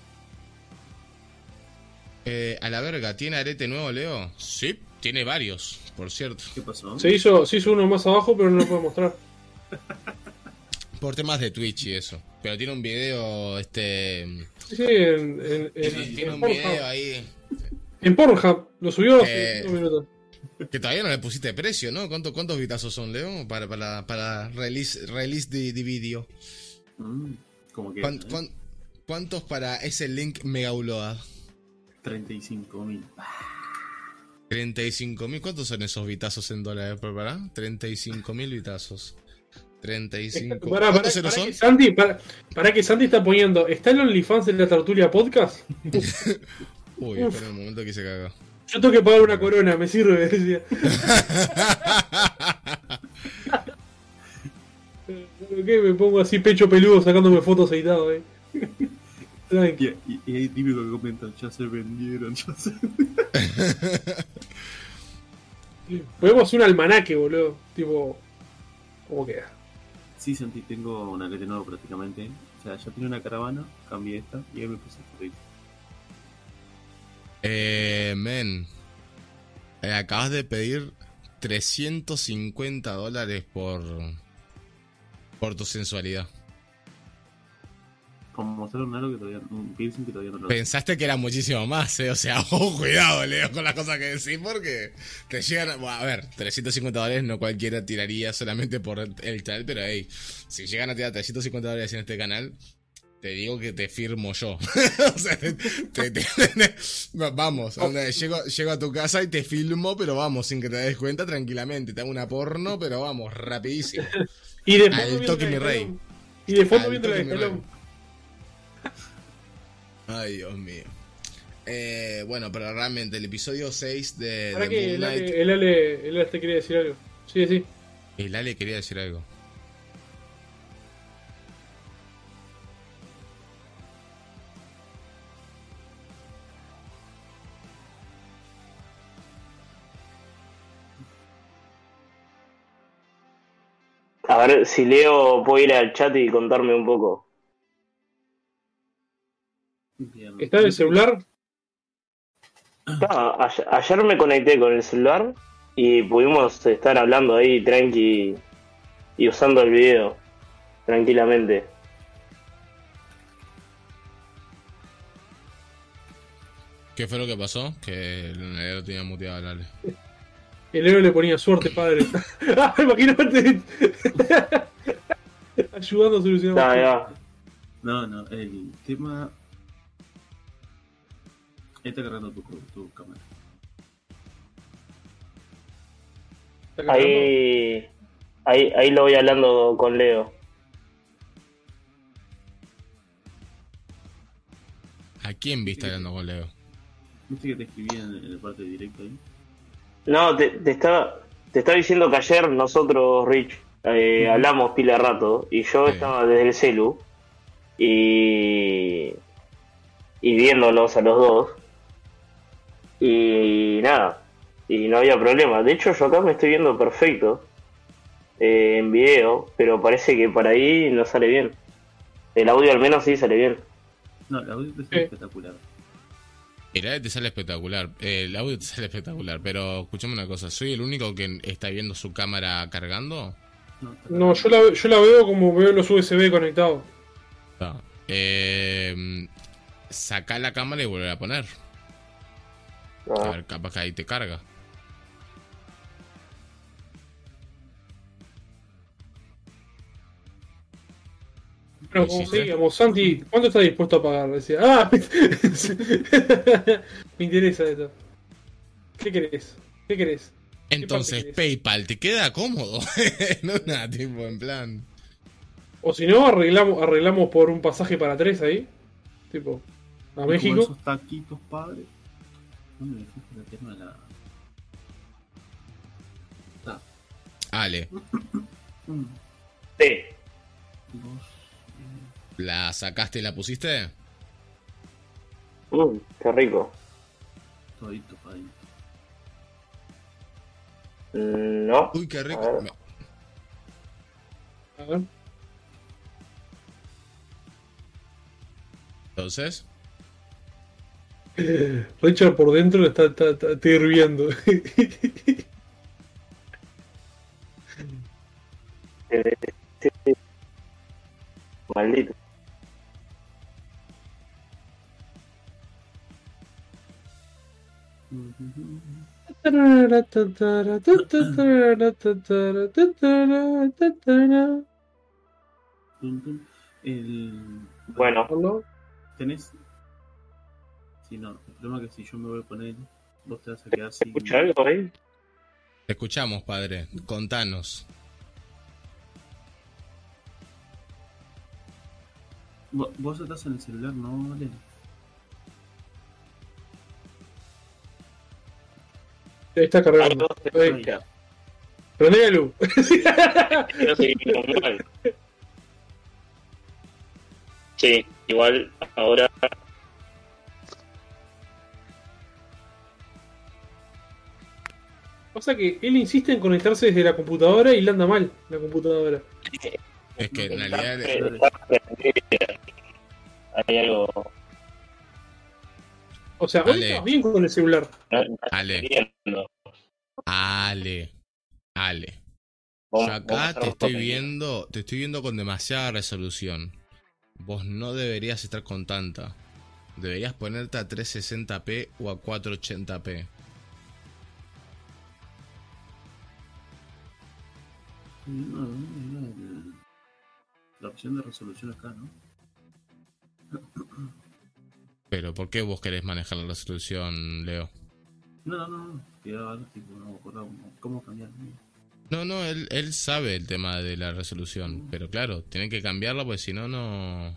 Eh, a la verga, ¿tiene arete nuevo, Leo? Sí, tiene varios, por cierto. ¿Qué pasó? Se hizo, se hizo uno más abajo, pero no lo puedo mostrar. Por temas de Twitch y eso. Pero tiene un video, este... Sí, sí, en, en, en, Tiene, tiene en un Pornhub. video ahí... En Pornhub, lo subió hace Eh, cinco minutos. Que todavía no le pusiste precio, ¿no? ¿Cuánto, ¿Cuántos vitazos son, Leo? Para, para, para release, release de, de video. Mm, como que. ¿Cuán- cuán- ¿Cuántos para ese link mega upload? treinta y cinco mil. treinta y cinco mil. ¿Cuántos son esos vitazos en dólares? ¿Para? treinta y cinco mil vitazos. treinta y cinco. Pará, pará, ¿Cuántos ceros pará son? que Santi, pará, pará que Santi está poniendo. ¿Está el OnlyFans de la Tertulia Podcast? Uy, Uf. espera un momento que se caga. Yo tengo que pagar una corona, me sirve, decía. ¿Qué? Me pongo así pecho peludo sacándome fotos editadas, eh. Tranqui. Y, y, y hay típico que comentan, ya se vendieron, ya se Podemos hacer un almanaque, boludo. Tipo. ¿Cómo queda? Sí, Santi, tengo un arete nuevo prácticamente. O sea, ya tenía una caravana, cambié esta y ahí me puse el arete. Eh, men. Eh, acabas de pedir trescientos cincuenta dólares por. Por tu sensualidad. Como mostraron algo que todavía, un piercing que todavía no lo Pensaste que era muchísimo más, ¿eh? O sea, oh, cuidado, Leo, con las cosas que decís, porque te llegan a... Bueno, a ver, trescientos cincuenta dólares no cualquiera tiraría solamente por el tal, pero hey, si llegan a tirar trescientos cincuenta dólares en este canal, te digo que te firmo yo. O sea, te, te- te- vamos, onda, llego, llego a tu casa y te filmo, pero vamos, sin que te des cuenta, tranquilamente. Te hago una porno, pero vamos, rapidísimo. Y de Al fondo viendo toque, la de mi rey. Stallone. Y de fondo Al viendo la de toque, mi Stallone. Ay, Dios mío. Eh, bueno, pero realmente el episodio seis de, Ahora de que el Moon Knight... Ale, el Ale, el Ale te quería decir algo. Sí, sí. El Ale quería decir algo. A ver si Leo puede ir al chat y contarme un poco. Bien. ¿Está en el celular? Ah, ayer, ayer me conecté con el celular y pudimos estar hablando ahí tranqui y usando el video tranquilamente. ¿Qué fue lo que pasó? Que el Ale lo tenía muteado al Ale. El héroe le ponía suerte, padre. Ah, imagínate. Ayudando a solucionar. Ya, ya. No, no, el tema... Ahí está cargando tu, tu cámara. ¿Está cargando? Ahí, ahí, ahí lo voy hablando con Leo. ¿A quién viste hablando con Leo? ¿Viste que te escribí en, en el parte de directo ahí? No, te, te estaba te estaba diciendo que ayer nosotros, Rich, eh, Ujú. hablamos pila de rato y yo Sí. estaba desde el celu y, y viéndolos a los dos y nada, y no había problema. De hecho, yo acá me estoy viendo perfecto eh, en video, pero parece que para ahí no sale bien. El audio al menos sí sale bien. No, el audio te Sí. sale espectacular. El Ale te sale espectacular. eh, El audio te sale espectacular. Pero escuchame una cosa. ¿Soy el único que está viendo su cámara cargando? No, está No, yo la, yo la veo como veo los U S B conectados. No. Eh, Saca la cámara y vuelve a poner. A Ah, ver, capaz que ahí te carga. Bueno, ¿Lo como hiciste? seguíamos, Santi, ¿cuánto está dispuesto a pagar? Decía, ah, me interesa esto. ¿Qué querés? ¿Qué querés? Entonces, querés? PayPal, ¿te queda cómodo? No, nada, tipo, en plan. O si no, arreglamos, arreglamos por un pasaje para tres ahí. Tipo, a Y México. como esos taquitos, padre. ¿Dónde me fijo el tema de la...? Está. Ale, Mm. sí. Vos, ¿La sacaste y la pusiste? Mm, qué rico. todito para ahí. Mm, No. Uy, qué A rico. ver. Me- A ver. Entonces, Richard por dentro está, está, está, está hirviendo. Eh, sí, sí. Maldito. Tum, tum. El... Bueno, ¿Aló? ¿Tenés? Si no, el problema es que si yo me voy a poner, vos te vas a quedar sin... ¿escucha algo por ahí? te escuchamos, padre. Contanos. Vo- Vos estás en el celular, ¿no, Len? Ahí está cargando. Algo se Ahí. escucha. Prende la luz. Creo que vino mal. Sí, igual ahora. Pasa que él insiste en conectarse desde la computadora y le anda mal la computadora. Es que en realidad Está prendida. Hay algo. O sea, hoy Ale. estamos bien con el celular. No, no Ale. entiendo. Ale, Ale. Vamos- Yo vamos a acá hacer te un estoy toque. viendo, te estoy viendo con demasiada resolución. Vos no deberías estar con tanta. Deberías ponerte a trescientos sesenta p o a cuatrocientos ochenta p. No, no, el- la opción de resolución acá, ¿no? Pero ¿por qué vos querés manejar la resolución, Leo? No, no, no, no. Quería ver, tipo, no me acuerdo cómo, cómo cambiar. ¿no? No, no, él, él sabe el tema de la resolución. Pero claro, tienen que cambiarla porque si no, no...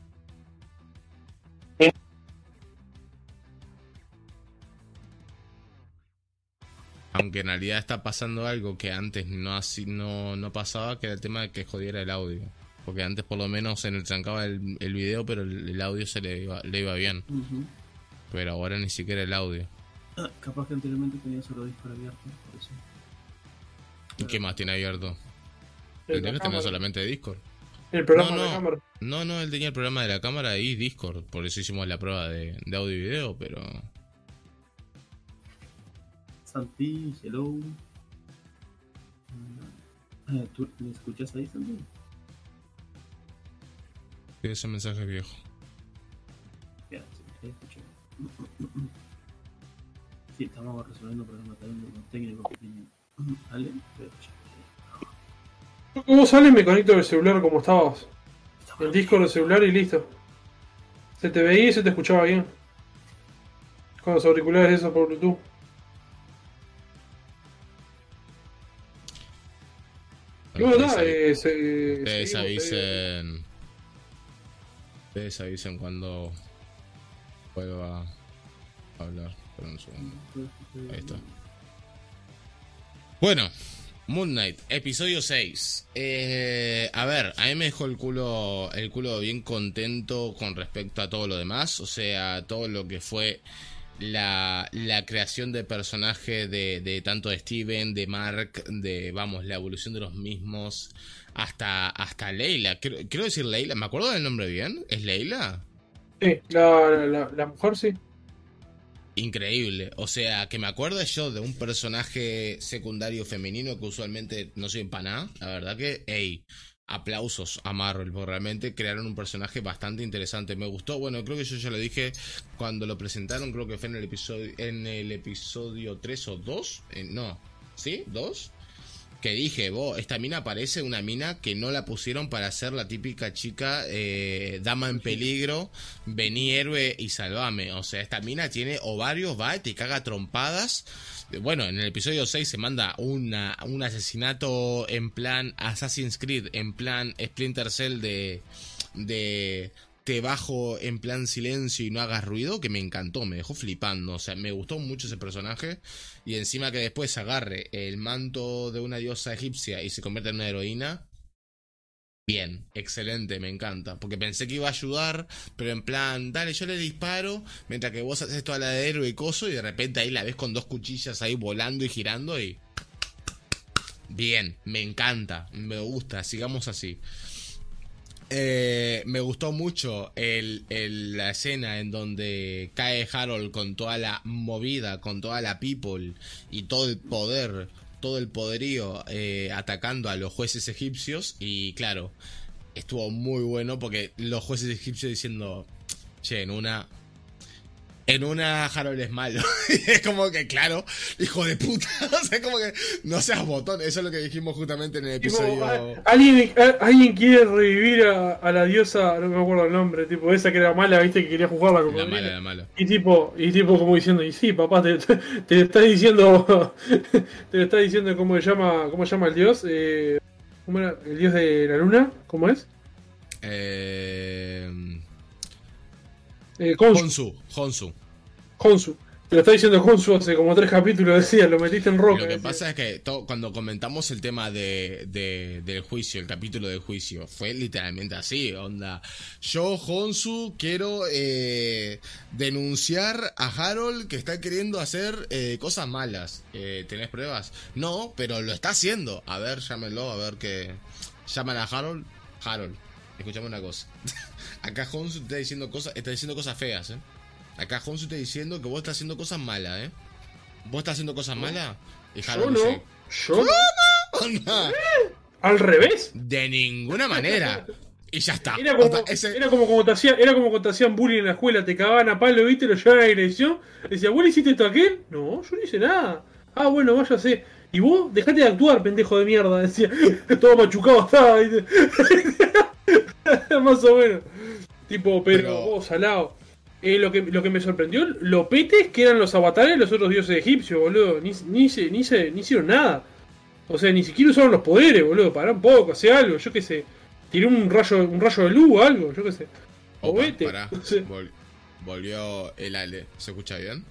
Aunque en realidad está pasando algo que antes no así no, no pasaba, que era el tema de que jodiera el audio. Porque antes por lo menos se le trancaba el, el video, pero el, el audio se le iba, le iba bien. Ujú. Pero ahora ni siquiera el audio. Ah, capaz que anteriormente tenía solo Discord abierto, por eso. ¿Y qué más tiene abierto? El, Tendría que tener solamente Discord. el programa No, de la no. cámara. No, no, él tenía el programa de la cámara y Discord. Por eso hicimos la prueba de, de audio y video, pero... Santi, hello. Eh, ¿Tú me escuchas ahí, Santi? Sí, ese mensaje es viejo. Ya, sí, te escuché. Sí, estamos resolviendo problemas técnicos técnicos que tiene Ale, pero ya. ¿Cómo sale? Me conecto del celular como estabas. El Discord del celular y listo. Se te veía y se te escuchaba bien. Con los auriculares esos por Bluetooth. Y bueno, nada, eh, se- Ustedes seguimos, avisen. Ustedes avisen cuando vuelva a hablar. Espera un segundo. Ahí está. Bueno, Moon Knight, episodio seis. Eh, a ver, a mí me dejó el culo, el culo bien contento con respecto a todo lo demás. O sea, todo lo que fue la, la creación de personaje de, de tanto de Steven, de Mark, de, vamos, la evolución de los mismos, hasta, hasta Leila. Quiero, quiero decir Leila, ¿me acuerdo del nombre bien? ¿Es Leila? Sí, la, la, la mujer sí. Increíble, o sea, que me acuerdo yo de un personaje secundario femenino que usualmente no soy para nada, la verdad que, hey, aplausos a Marvel, porque realmente crearon un personaje bastante interesante, me gustó, bueno, creo que yo ya lo dije cuando lo presentaron, creo que fue en el episodio, en el episodio tres o dos, eh, no, ¿sí? ¿dos? Que dije, vos, esta mina parece una mina que no la pusieron para ser la típica chica eh, dama en peligro, vení héroe y salvame. O sea, esta mina tiene ovarios, va y te caga trompadas. Bueno, en el episodio seis se manda una, un asesinato en plan Assassin's Creed, en plan Splinter Cell de... de te bajo en plan silencio y no hagas ruido, que me encantó, me dejó flipando, o sea, me gustó mucho ese personaje, y encima que después agarre el manto de una diosa egipcia y se convierte en una heroína, Bien, excelente, me encanta. Porque pensé que iba a ayudar, pero en plan, dale, yo le disparo, mientras que vos haces toda la de héroe y coso, y de repente ahí la ves con dos cuchillas ahí volando y girando y... Bien, me encanta, me gusta, sigamos así. Eh, me gustó mucho el, el- la escena en donde cae Harold con toda la movida, con toda la people y todo el poder, todo el poderío eh, atacando a los jueces egipcios. Y claro, estuvo muy bueno porque los jueces egipcios diciendo, che, en una... En una Harold es malo. Y es como que, claro, hijo de puta. O sea, como que no seas botón. Eso es lo que dijimos justamente en el Tipo, episodio. a- alguien, a- alguien quiere revivir a, a la diosa, no me acuerdo el nombre, tipo esa que era mala, viste, que quería jugarla con La mala, la mala. Y tipo, y tipo como diciendo, y sí, papá, te, te, te lo está diciendo, te lo está diciendo cómo se llama, cómo se llama el dios, eh, ¿cómo era? El dios de la luna, ¿cómo es? Eh... Eh, Khonsu, Honsu, Honsu. Khonsu. Te lo está diciendo Khonsu hace como tres capítulos, decía, lo metiste en roca. Lo que decía. pasa es que to- cuando comentamos el tema de, de- del juicio, el capítulo del juicio, fue literalmente así, onda. Yo, Honsu, quiero eh, denunciar a Harold que está queriendo hacer eh, cosas malas. Eh, ¿Tenés pruebas? No, pero lo está haciendo. A ver, llámenlo, a ver qué... ¿Llaman a Harold? Harold, escuchame una cosa. Acá Honsu te está diciendo cosas, está diciendo cosas feas, eh. Acá Honsu está diciendo que vos estás haciendo cosas malas, eh. ¿Vos estás haciendo cosas malas? Y Yo Harold no, dice, yo no. "Onda, Al revés. de ninguna manera. Y ya está. Era como, Onda, ese- era como cuando te hacían, era como cuando te hacían bullying en la escuela, te cagaban a palo, viste, lo llevaban a la dirección, decía, ¿vos le hiciste esto a aquel? No, yo no hice nada. Ah, bueno, váyase. Y vos, dejate de actuar, pendejo de mierda, decía, todo machucado estaba, ¿viste? Más o menos. Tipo, pero, Pero- vos, salado. Eh, lo, que, lo que me sorprendió, lo petes que eran los avatares de los otros dioses egipcios, boludo. Ni, ni, se, ni, se, ni hicieron nada. O sea, ni siquiera usaron los poderes, boludo. Pará un poco, hace algo, yo qué sé. Tiré un rayo, un rayo de luz o algo, yo qué sé. O Opa, vete. pará. No sé. Vol- volvió el Ale. ¿Se escucha bien?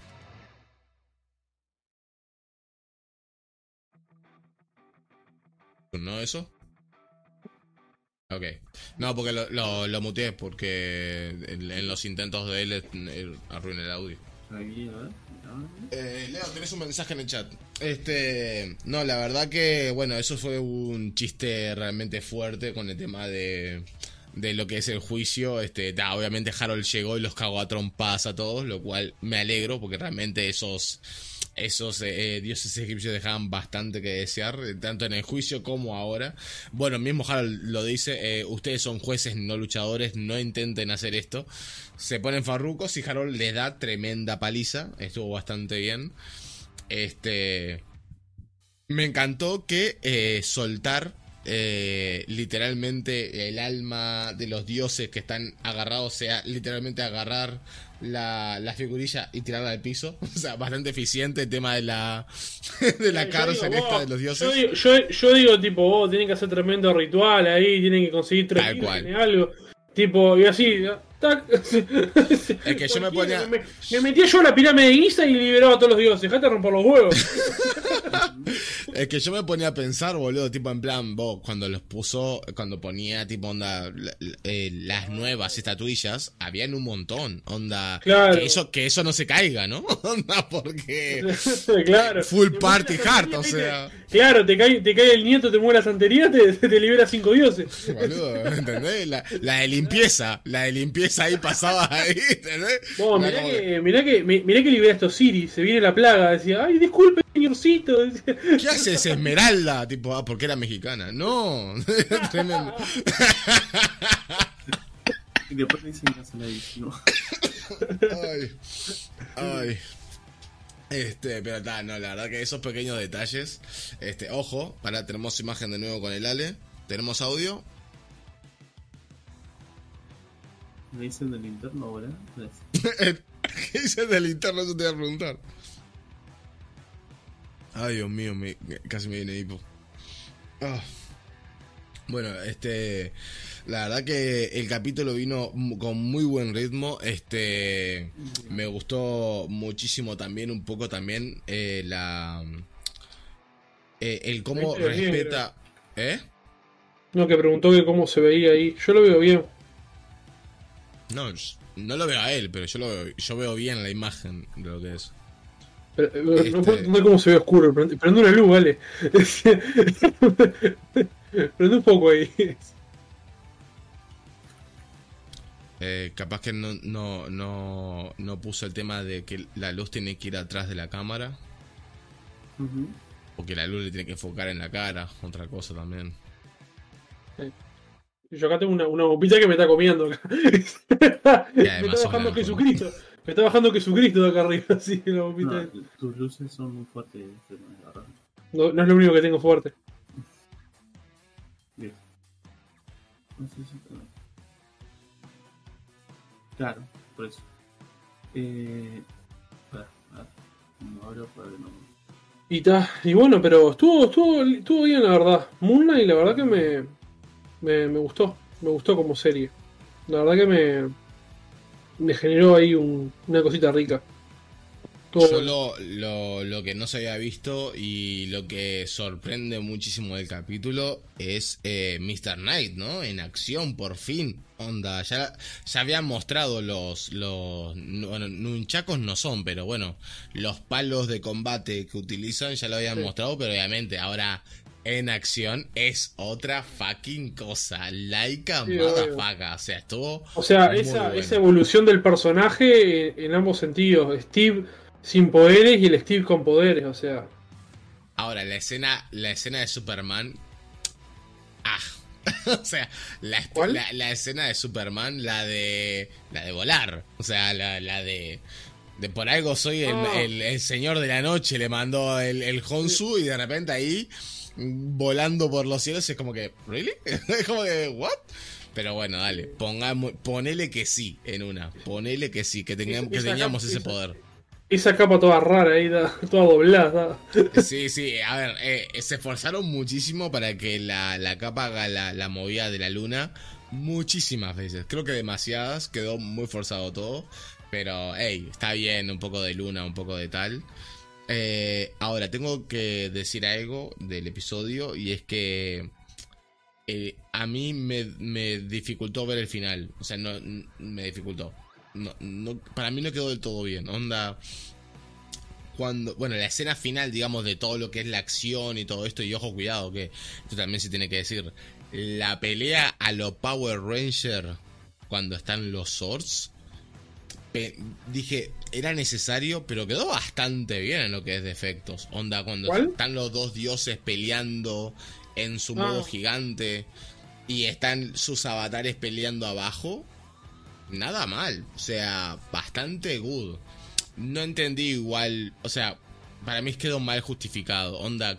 ¿No eso? Ok. No, porque lo, lo, lo muteé porque en, en los intentos de él eh, arruiné el audio. Aquí, a ver. ¿no? Eh, Leo, tenés un mensaje en el chat. Este, no, la verdad que, bueno, eso fue un chiste realmente fuerte con el tema de, de lo que es el juicio. Este, ta, obviamente Harold llegó y los cagó a trompadas a todos, lo cual me alegro porque realmente esos, esos eh, dioses egipcios dejaban bastante que desear, eh, tanto en el juicio como ahora. Bueno, mismo Harold lo dice, eh, ustedes son jueces, no luchadores, no intenten hacer esto. Se ponen farrucos y Harold les da tremenda paliza, estuvo bastante bien. Este, me encantó que eh, soltar eh, literalmente el alma de los dioses que están agarrados sea literalmente agarrar la, la figurilla y tirarla al piso. O sea, bastante eficiente el tema de la de la Yo cárcel digo, esta vos, de los Yo dioses. digo, yo, yo digo, tipo, vos tienen que hacer tremendo ritual ahí, tienen que conseguir tres Tal cual. vírgenes, algo. Tipo, y así, tac. Es que yo me Cualquiera, ponía- Me, me metía yo a la pirámide de Giza y liberaba a todos los dioses. Dejate de romper los huevos. Es que yo me ponía a pensar, boludo, tipo en plan, vos, cuando los puso, cuando ponía tipo onda, la- la- eh, las nuevas estatuillas, habían un montón, onda, Claro. que eso, que eso no se caiga, ¿no? Onda, porque Claro. full Te party muere la hard, santería, o ¿viste? sea, Claro, te cae, te cae el nieto, te mueve la santería, te, te libera cinco dioses. boludo, ¿entendés? La, la de limpieza, la de limpieza ahí pasaba ahí, ¿entendés? Vos, Era mirá como que, mirá que, mi- mirá que liberaste a Osiris, se viene la plaga, decía, ay, disculpe, señorcito. Decía, ¿qué haces, Esmeralda? Tipo, ah, porque era mexicana. No, tremendo. Y después le dicen canceladísimo. Ay, ay. Este, pero ta, no, la verdad que esos pequeños detalles. Este, ojo, para, tenemos imagen de nuevo con el Ale. Tenemos audio. Me dicen del interno ahora. ¿Qué dices del interno? Eso te voy a preguntar. Ay, Dios mío, me, casi me viene hipo. Ah. Bueno, este, la verdad que el capítulo vino m- con muy buen ritmo. Este, me gustó muchísimo también, un poco también eh, la, eh, el cómo Veinte de respeta, ¿eh? No, que preguntó que cómo se veía ahí. Yo lo veo bien. No, no lo veo a él, pero yo lo veo, yo veo bien la imagen de lo que es. Pero, eh, no Este- puedo entender cómo se ve oscuro. Prende, prende una luz, vale. Prende un poco ahí. Eh, capaz que no, no, no, no puso el tema de que la luz tiene que ir atrás de la cámara. Ujú. O que la luz le tiene que enfocar en la cara. Otra cosa también. Yo acá tengo una, una bombita que me está comiendo acá. me además está son bajando blancos, Jesucristo. Me está bajando Jesucristo de acá arriba, así la bombita. No, tus luces son muy fuertes, pero la verdad. No, no es lo único que tengo fuerte. Bien. No sé si está- Claro, por eso. Eh. Para, para. No abro para que no. Y ta, y bueno, pero estuvo, estuvo, estuvo bien la verdad. Moonlight la verdad que me, me, me gustó. Me gustó como serie. La verdad que me, me generó ahí un- una cosita rica. Todo Yo bueno. lo, lo, lo que no se había visto y lo que sorprende muchísimo del capítulo es eh, míster Knight, ¿no? En acción, por fin. Onda, ya, ya habían mostrado los, los... Bueno, nunchakos no son, pero bueno, los palos de combate que utilizan ya lo habían Sí. mostrado, pero obviamente ahora en acción es otra fucking cosa. Laika Sí, obvio. motherfucker. O sea, estuvo... O sea, muy esa, bueno. esa evolución del personaje en, en ambos sentidos. Steve sin poderes y el Steve con poderes, o sea. Ahora, la escena, la escena de Superman. Ah. O sea, la, ¿Cuál? la, la escena de Superman, la de. La de volar. O sea, la, la de. De por algo soy el, Ah. el- el señor de la noche. Le mandó el, el Honsu y de repente ahí. mm, Volando por los cielos. Es como que. ¿Really? Es como que. ¿What? Pero bueno, dale. Pongamos, ponele que sí en una. Ponele que sí. Que, tengamos, que Esa- teníamos esa- ese poder. Esa capa toda rara ahí, da- toda doblada. Sí, sí, a ver, eh, se esforzaron muchísimo para que la, la capa haga la, la movida de la luna muchísimas veces. Creo que demasiadas, quedó muy forzado todo. Pero, hey, está bien, un poco de luna, un poco de tal. Eh, ahora, tengo que decir algo del episodio y es que eh, a mí me, me dificultó ver el final. O sea, no n- me dificultó. No, no, para mí no quedó del todo bien. Onda, cuando, bueno, la escena final, digamos, de todo lo que es la acción y todo esto, y ojo, cuidado, que esto también se tiene que decir, la pelea a lo Power Ranger, cuando están los Swords, pe- dije, era necesario, pero quedó bastante bien en lo que es de efectos. Onda, cuando ¿Cuál? están los dos dioses peleando en su Ah. modo gigante, y están sus avatares peleando abajo, nada mal, o sea, bastante good. No entendí igual, o sea, para mí quedó mal justificado. Onda,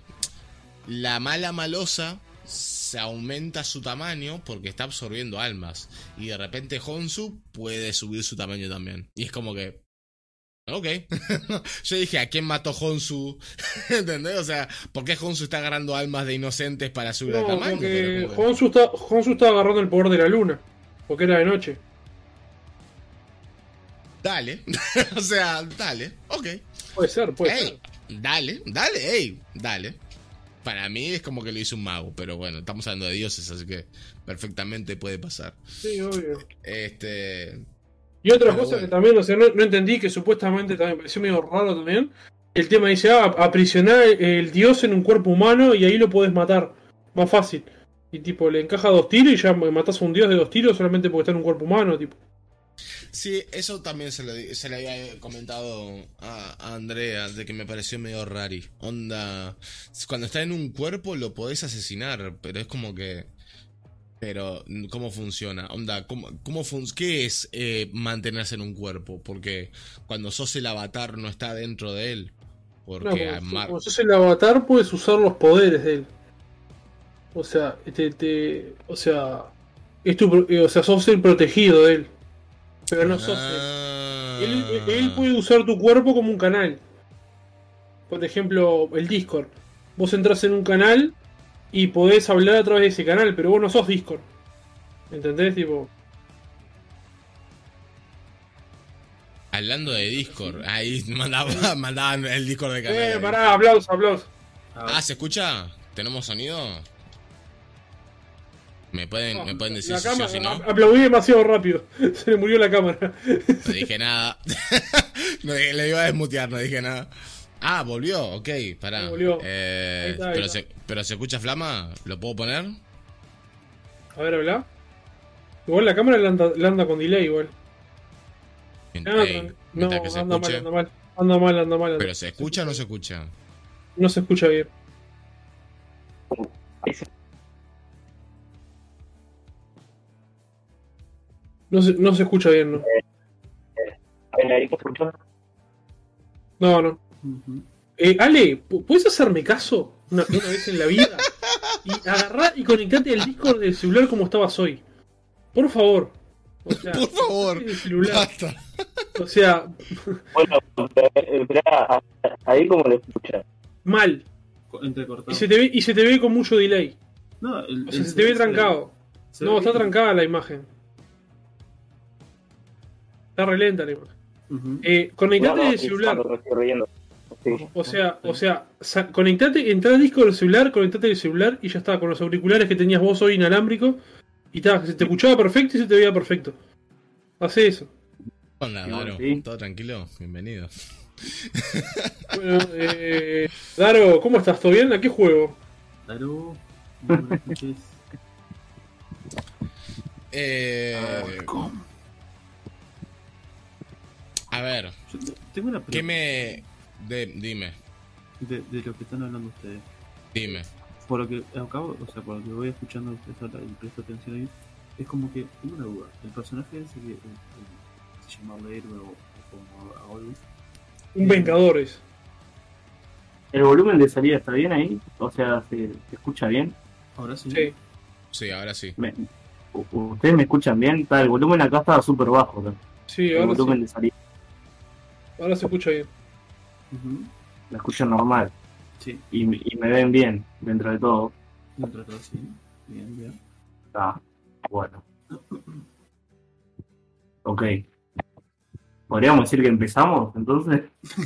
la mala malosa se aumenta su tamaño porque está absorbiendo almas. Y de repente Honsu puede subir su tamaño también. Y es como que... Ok. Yo dije, ¿a quién mató Honsu? ¿Entendés? O sea, ¿por qué Honsu está agarrando almas de inocentes para subir el No, tamaño? porque Pero como que- Honsu está, Honsu está agarrando el poder de la luna. Porque era de noche. Dale. O sea, dale. Ok. Puede ser, puede Ey, ser. dale, dale, ey, dale. Para mí es como que lo hizo un mago, pero bueno, estamos hablando de dioses, así que perfectamente puede pasar. Sí, obvio. Este. Y otra Pero cosa bueno. que también, o sea, no, no entendí, que supuestamente también me pareció medio raro también. El tema dice, ah, aprisionar el dios en un cuerpo humano y ahí lo podés matar. Más fácil. Y tipo, le encaja dos tiros y ya matás a un dios de dos tiros solamente porque está en un cuerpo humano, tipo. Sí, eso también se lo, di- se le había comentado a, a Andrea, de que me pareció medio rari. Onda, cuando está en un cuerpo lo podés asesinar, pero es como que... Pero, ¿cómo funciona? Onda, ¿cómo, cómo fun ¿qué es eh, mantenerse en un cuerpo? Porque cuando sos el avatar no está dentro de él. No, Porque como, Mar- como sos el avatar, puedes usar los poderes de él. O sea, te, te, o sea, es tu, pro- eh, o sea, sos el protegido de él. Pero no sos él. Ah. Él, él puede usar tu cuerpo como un canal. Por ejemplo, el Discord. Vos entras en un canal y podés hablar a través de ese canal, pero vos no sos Discord. ¿Entendés? Tipo. Hablando de Discord, ahí mandaba, mandaban el Discord de canal. Eh, ahí. pará, aplausos, aplausos. Ah, ¿se escucha? ¿Tenemos sonido? Me pueden, me pueden decir La si sí o cámara, si no. a- aplaudí demasiado rápido. Se le murió la cámara. No dije nada. No dije- le iba a desmutear, no dije nada. Ah, volvió, ok, pará. Volvió. Eh, Ahí está, ahí pero, está. se, pero se escucha flama, ¿lo puedo poner? A ver, habla. Igual la cámara le anda, le anda con delay igual. Ah, Ey, no, mientras que se anda mal, escuche. anda mal. Anda mal, anda mal. anda- Pero se escucha o no se escucha. No se escucha bien. No se, no se escucha bien, ¿no? No, no. Ujú. Eh, Ale, ¿pu- ¿puedes hacerme caso una, una vez en la vida? Y agarrar y conectate al Discord del celular como estabas hoy. Por favor. O sea, Por favor, el celular. basta. O sea, Bueno, esperá, ahí como lo escucha. mal. Co- Entrecortado. Y se te ve, y se te ve con mucho delay. No, el, O sea, el- se te ve trancado. se No, ve está bien. trancada la imagen. Está re lenta la imagen. Ujú. Eh, conectate del celular. O sea, o sea, sa- conectate, entra al disco del celular, conectate del celular y ya está, con los auriculares que tenías vos hoy inalámbricos. Y ta, se te escuchaba perfecto y se te veía perfecto. Hace eso. Onda, Daro, Sí. ¿todo tranquilo? Bienvenido. Bueno, eh, Daro, ¿cómo estás? ¿Todo bien? ¿A qué juego? Claro. Muy buenas noches. Eh, a ver, Yo te- tengo una ¿qué pregunta me... De, dime, de, de lo que están hablando ustedes. dime. Por lo que acabo, o sea, por lo que voy escuchando a ustedes hablar y presto atención ahí, es como que tengo una duda. El personaje ese que, el- el- se llama el héroe o, o como algo. Un Vengadores. ¿El volumen de salida está bien ahí? O sea, ¿se, se escucha bien? Ahora sí. Sí. Sí, ahora sí. Me- u- ¿Ustedes me escuchan bien? Está, el volumen acá estaba súper bajo. ¿no? Sí, El ahora, volumen sí. de salida Ahora se escucha bien. Ujú. me escucho normal. Sí. Y, me- y me ven bien, dentro de todo. Dentro de todo, sí. Bien, bien. Ah, bueno. Ok. ¿Podríamos decir que empezamos, entonces?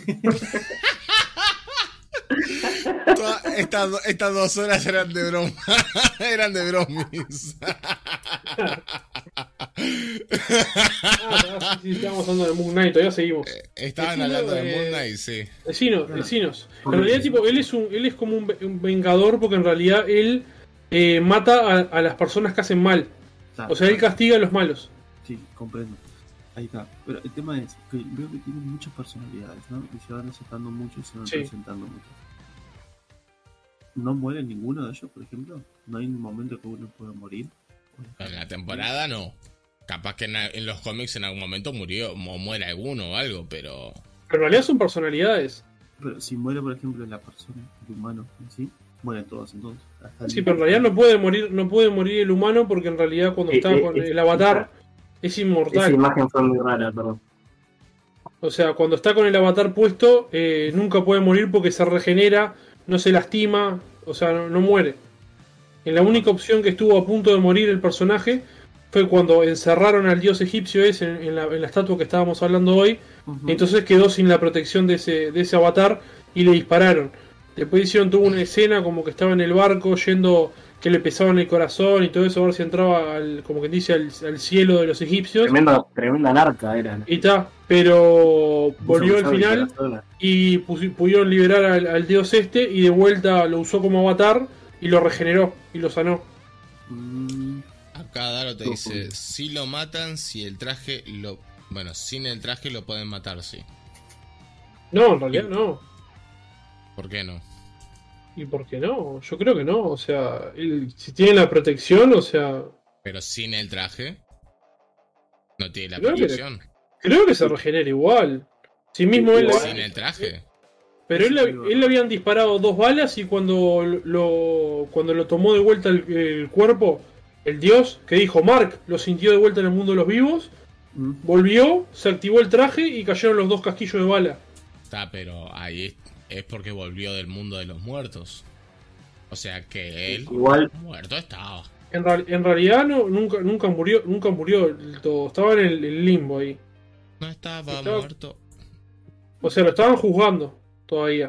Toda- estas, do- estas dos horas eran de broma. Eran de bromis. Ah, sí, sí, estábamos hablando de Moon Knight, todavía seguimos. Estaban Decilo, hablando de eh, Moon Knight, sí. Vecinos, vecinos. En realidad, tipo, él es un, él es como un, ve- un vengador porque en realidad él eh, mata a, a las personas que hacen mal. Claro, O sea, él castiga a los malos. sí, comprendo. Ahí está. Pero el tema es que veo que tienen muchas personalidades, ¿no? Y se van aceptando mucho y se van Sí. presentando mucho. ¿No muere ninguno de ellos, por ejemplo? ¿No hay un momento que uno pueda morir? En la temporada no. Capaz que en, en los cómics en algún momento murió, o muere alguno o algo, pero... Pero en realidad son personalidades. Pero si muere, por ejemplo, la persona, el humano en sí, mueren todos entonces. Hasta el- Sí, pero en realidad no puede morir, no puede morir el humano porque en realidad cuando Eh, está eh, con eh, el avatar es Esa inmortal. imagen fue muy rara, perdón. O sea, cuando está con el avatar puesto, eh, nunca puede morir porque se regenera, no se lastima, o sea, no, no muere. En la única opción que estuvo a punto de morir el personaje fue cuando encerraron al dios egipcio ese en, en la, en la estatua que estábamos hablando hoy. Ujú. Entonces quedó sin la protección de ese, de ese avatar y le dispararon. Después hicieron toda una escena como que estaba en el barco yendo, que le pesaban el corazón y todo eso, a ver si entraba al, como que dice, al, al cielo de los egipcios. Tremenda, tremenda narca era. Y está, pero volvió al final y pusi- pudieron liberar al, al dios este y de vuelta lo usó como avatar y lo regeneró y lo sanó. Mm, Acá Daro te dice, si lo matan, si el traje lo... Bueno, sin el traje lo pueden matar, sí. No, en realidad no. ¿Por qué no? ¿Y por qué no? Yo creo que no. O sea, él, si tiene la protección, o sea, Pero sin el traje... No tiene la Creo que- protección. creo que se regenera igual. Si mismo él... Sin el traje. Pero él, le- él le habían disparado dos balas y cuando lo, cuando lo tomó de vuelta el, el cuerpo, el dios, que dijo Mark, lo sintió de vuelta en el mundo de los vivos, mm. volvió, se activó el traje y cayeron los dos casquillos de bala. Está, pero ahí es, es porque volvió del mundo de los muertos. O sea que él Igual, muerto estaba. En, real- en realidad no, nunca, nunca murió, nunca murió del todo, estaba en el, el limbo ahí. No estaba Estaba- muerto. O sea, lo estaban juzgando todavía.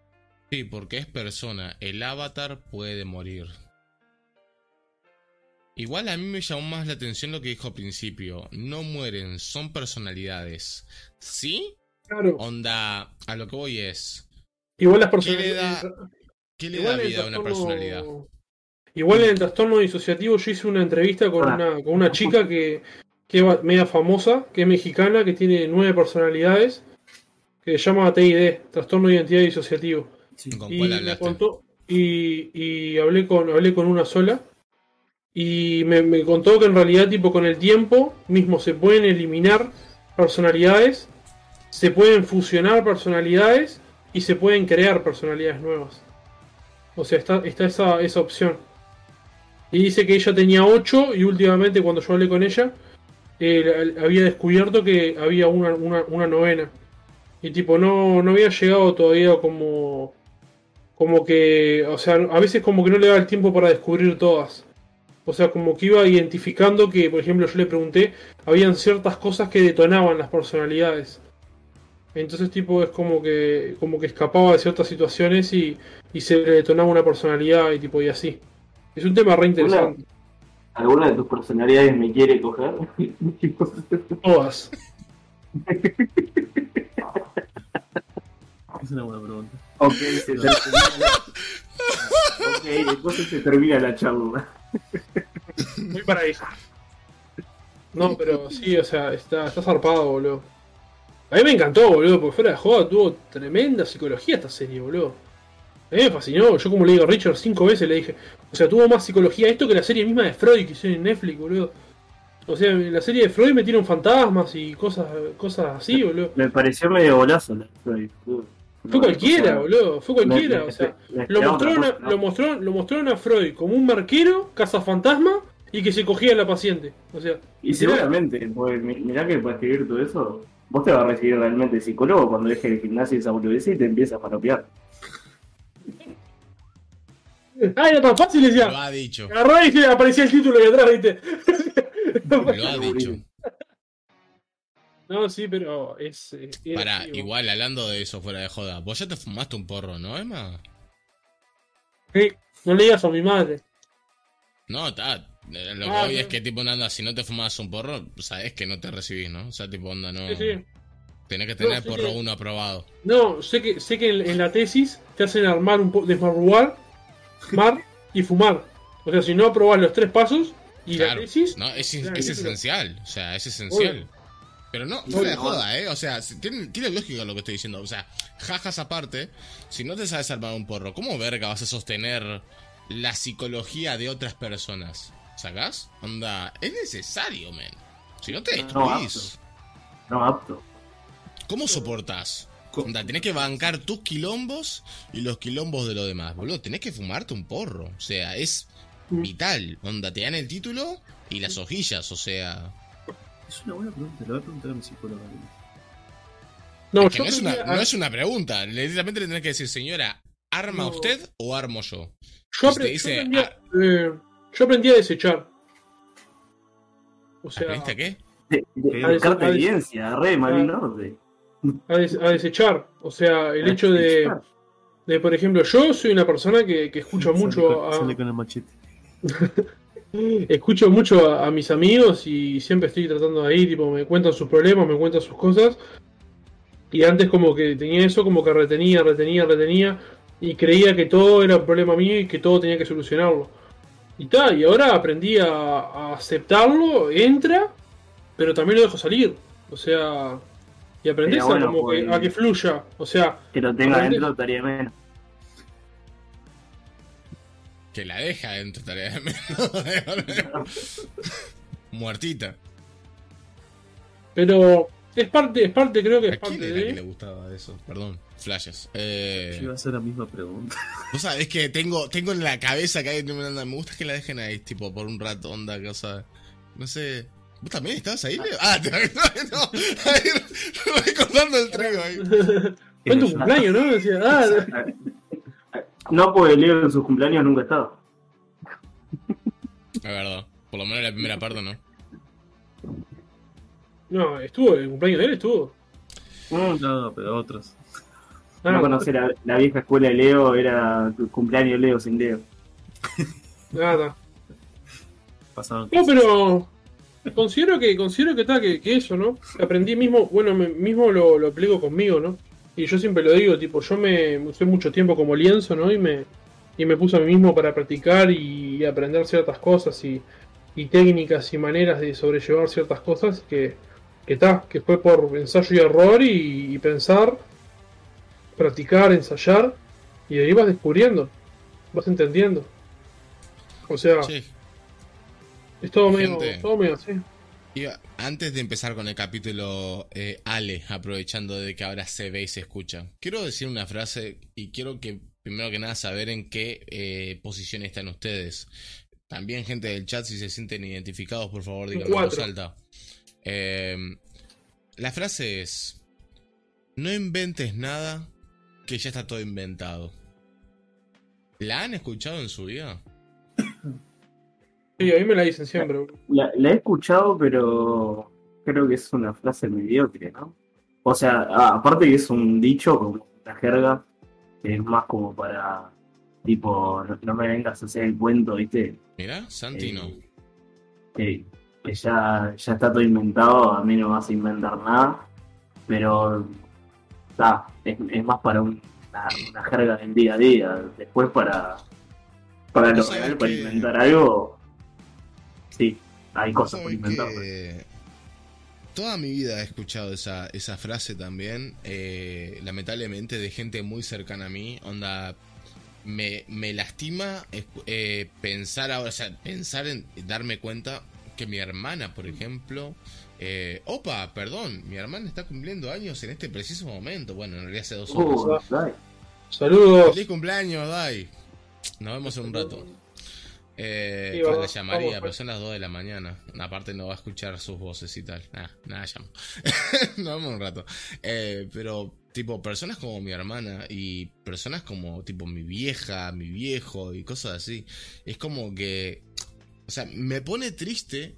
Sí, porque es persona. El avatar puede morir. Igual a mí me llamó más la atención lo que dijo al principio. No mueren, son personalidades. ¿Sí? Claro. Onda, a lo que voy es... Igual las ¿Qué le da, personalidades. qué le Igual da en el vida a una trastorno- personalidad? Igual en el trastorno disociativo yo hice una entrevista con Ah. una, con una chica que, que es media famosa, que es mexicana, que tiene nueve personalidades, que se llama T I D, Trastorno de Identidad Disociativo. Sí. ¿Con Y cuál me hablaste? contó, y, y hablé con, hablé con una sola, y me, me contó que en realidad tipo con el tiempo mismo se pueden eliminar personalidades, se pueden fusionar personalidades y se pueden crear personalidades nuevas. O sea, está, está esa, esa opción. Y dice que ella tenía ocho y últimamente cuando yo hablé con ella, eh, la- había descubierto que había una, una, una novena. Y tipo, no, no había llegado todavía como... Como que... O sea, a veces como que no le daba el tiempo para descubrir todas. O sea, como que iba identificando que, por ejemplo, yo le pregunté, habían ciertas cosas que detonaban las personalidades. Entonces, tipo, es como que como que escapaba de ciertas situaciones y, y se le detonaba una personalidad y tipo, y así. Es un tema re interesante. ¿Alguna de tus personalidades me quiere coger? Todas. Es una buena pregunta. Ok, se termina la... Ok, entonces se termina la charla. Muy para ahí. No, pero sí, o sea, está, está zarpado, boludo. A mí me encantó, boludo, porque fuera de joda tuvo tremenda psicología esta serie, boludo. A mí me fascinó, yo como le digo a Richard cinco veces le dije, o sea, tuvo más psicología esto que la serie misma de Freud que hicieron en Netflix, boludo. O sea, en la serie de Freud metieron fantasmas y cosas cosas así, boludo. Me pareció medio golazo la Freud. Fue cualquiera, boludo, fue cualquiera, Me- me- o sea, me lo esperaba mostraron, otra a, cosa, ¿no? lo, mostraron, lo mostraron a Freud como un marquero, cazafantasma y que se cogía a la paciente. O sea, Y seguramente, pues, mi- mirá que para escribir todo eso, vos te vas a recibir realmente psicólogo cuando dejes el gimnasio y esa boludez y te empiezas a panopear. ah, era tan fácil, decía. Lo ha dicho. Agarrá y se- aparecía el título ahí atrás, ¿viste? Lo ha dicho. No, sí, pero es. eh, es- Para, sí, igual, hablando de eso fuera de joda, vos ya te fumaste un porro, ¿no, Emma? sí, no le digas a mi madre. No, está. eh, Lo que Ah, voy no. es que, tipo, nada, si no te fumas un porro, sabes que no te recibís, ¿no? O sea, tipo, onda, no. Sí, sí. Tenés que tener sí porro que- uno aprobado. No, sé que, sé que en, en la tesis te hacen armar un poco, desmarrugar, fumar y fumar. O sea, si no aprobás los tres pasos y la Claro. tesis. No, es, Claro, es sí, esencial. O sea, es esencial. Pero no, fuera de no, joda, ¿eh? O sea, si- tiene, tiene lógica lo que estoy diciendo. O sea, jajas aparte, si no te sabes armar un porro, ¿cómo verga vas a sostener la psicología de otras personas? ¿Sacás? Onda, es necesario, men. Si no te No, destruís, No apto. ¿cómo soportás? Co- Onda, tenés que bancar tus quilombos y los quilombos de los demás, boludo. Tenés que fumarte un porro. O sea, es vital. Onda, te dan el título y las hojillas, o sea. Es una buena pregunta, le voy a preguntar a mi psicóloga. No, Es que yo no es, una, aprendí a- no es una pregunta. Literalmente le tenés que decir, señora, ¿arma No. usted o armo yo? yo, si te apre- dice, yo aprendí a, eh, yo aprendí a desechar. O sea, ¿Aprendiste a qué? De, de, a de des- carta a des- evidencia, re mal norte. a, des- a desechar. O sea, el hecho de, de, por ejemplo, yo soy una persona que, que escucha Sale mucho con- a, Sale con el machete. escucho mucho a, a mis amigos y siempre estoy tratando de ahí, tipo, me cuentan sus problemas, me cuentan sus cosas. Y antes como que tenía eso, como que retenía, retenía, retenía. Y creía que todo era un problema mío y que todo tenía que solucionarlo. Y tal, y ahora aprendí a, a aceptarlo, entra, pero también lo dejo salir. O sea, y aprendés Pero bueno, a, como que, pues- a que fluya. O sea, Que lo tenga Aprende- dentro estaría menos. Que la deja dentro tarea de menos. Muertita. pero es parte, es parte, creo que ¿A es parte quién era que le de... gustaba eso? Perdón, flashes. Eh, Yo iba a hacer la misma pregunta. Vos sabés que tengo, tengo en la cabeza que hay, me me gusta que la dejen ahí, tipo, por un rato, onda, cosa. No sé. ¿Vos también estabas ahí, Leo? Ah, te, no, ahí recordando el trigo ahí. Fue en tu cumpleaños, ¿no? Decía, ah, No, porque Leo en sus cumpleaños nunca ha estado. Es verdad. Por lo menos la primera parte, ¿no? no, estuvo, el cumpleaños de él estuvo. Mm, No, pero otros. Ah, no conocer la, la vieja escuela de Leo, era tu cumpleaños Leo sin Leo. nada. Pasaban No, cosas. pero considero que considero que está que, que eso, ¿no? Aprendí mismo, bueno, me- mismo lo, lo aplico conmigo, ¿no? Y yo siempre lo digo, tipo, yo me usé mucho tiempo como lienzo, ¿no? Y me y me puse a mí mismo para practicar y, y aprender ciertas cosas y, y técnicas y maneras de sobrellevar ciertas cosas que que está, que fue por ensayo y error y, y pensar, practicar, ensayar y de ahí vas descubriendo, vas entendiendo. O sea, Che, es todo medio, gente. todo medio así. iba- antes de empezar con el capítulo, eh, Ale, aprovechando de que ahora se ve y se escucha, quiero decir una frase y quiero que, primero que nada, saber en qué eh, posición están ustedes. También, gente del chat, si se sienten identificados, por favor, díganlo en voz Cuatro. alta. Eh, la frase es: no inventes nada, que ya está todo inventado. ¿La han escuchado en su vida? Sí, a mí me la dicen siempre, bro. La, la he escuchado, pero creo que es una frase mediocre, ¿no? O sea, ah, aparte que es un dicho, como una jerga, que es más como para, tipo, no, no me vengas a hacer el cuento, ¿viste? Mirá, Santi no. Eh, que, que ya, ya está todo inventado, a mí no vas a inventar nada, pero está, es, es más para un- una, una jerga del día a día. Después para, para lo Vos sabés real, para que- inventar algo, sí, hay Vos cosas por sabés inventar. que toda mi vida he escuchado esa, esa frase también, eh, lamentablemente de gente muy cercana a mí, onda, me, me lastima escu- eh, pensar ahora, o sea, pensar en darme cuenta que mi hermana, por ejemplo, eh, opa, perdón, mi hermana está cumpliendo años en este preciso momento, bueno, en realidad hace dos horas. Uh, dai. Saludos. Feliz cumpleaños, Dai. Nos vemos en un rato. Eh, Sí, claro, verdad. le llamaría, Vamos, pero son las dos de la mañana. Aparte no va a escuchar sus voces y tal. Nada, nada, llamo. Nos vemos en un rato. Eh, pero, tipo, personas como mi hermana y personas como, tipo, mi vieja, mi viejo y cosas así. Es como que, o sea, me pone triste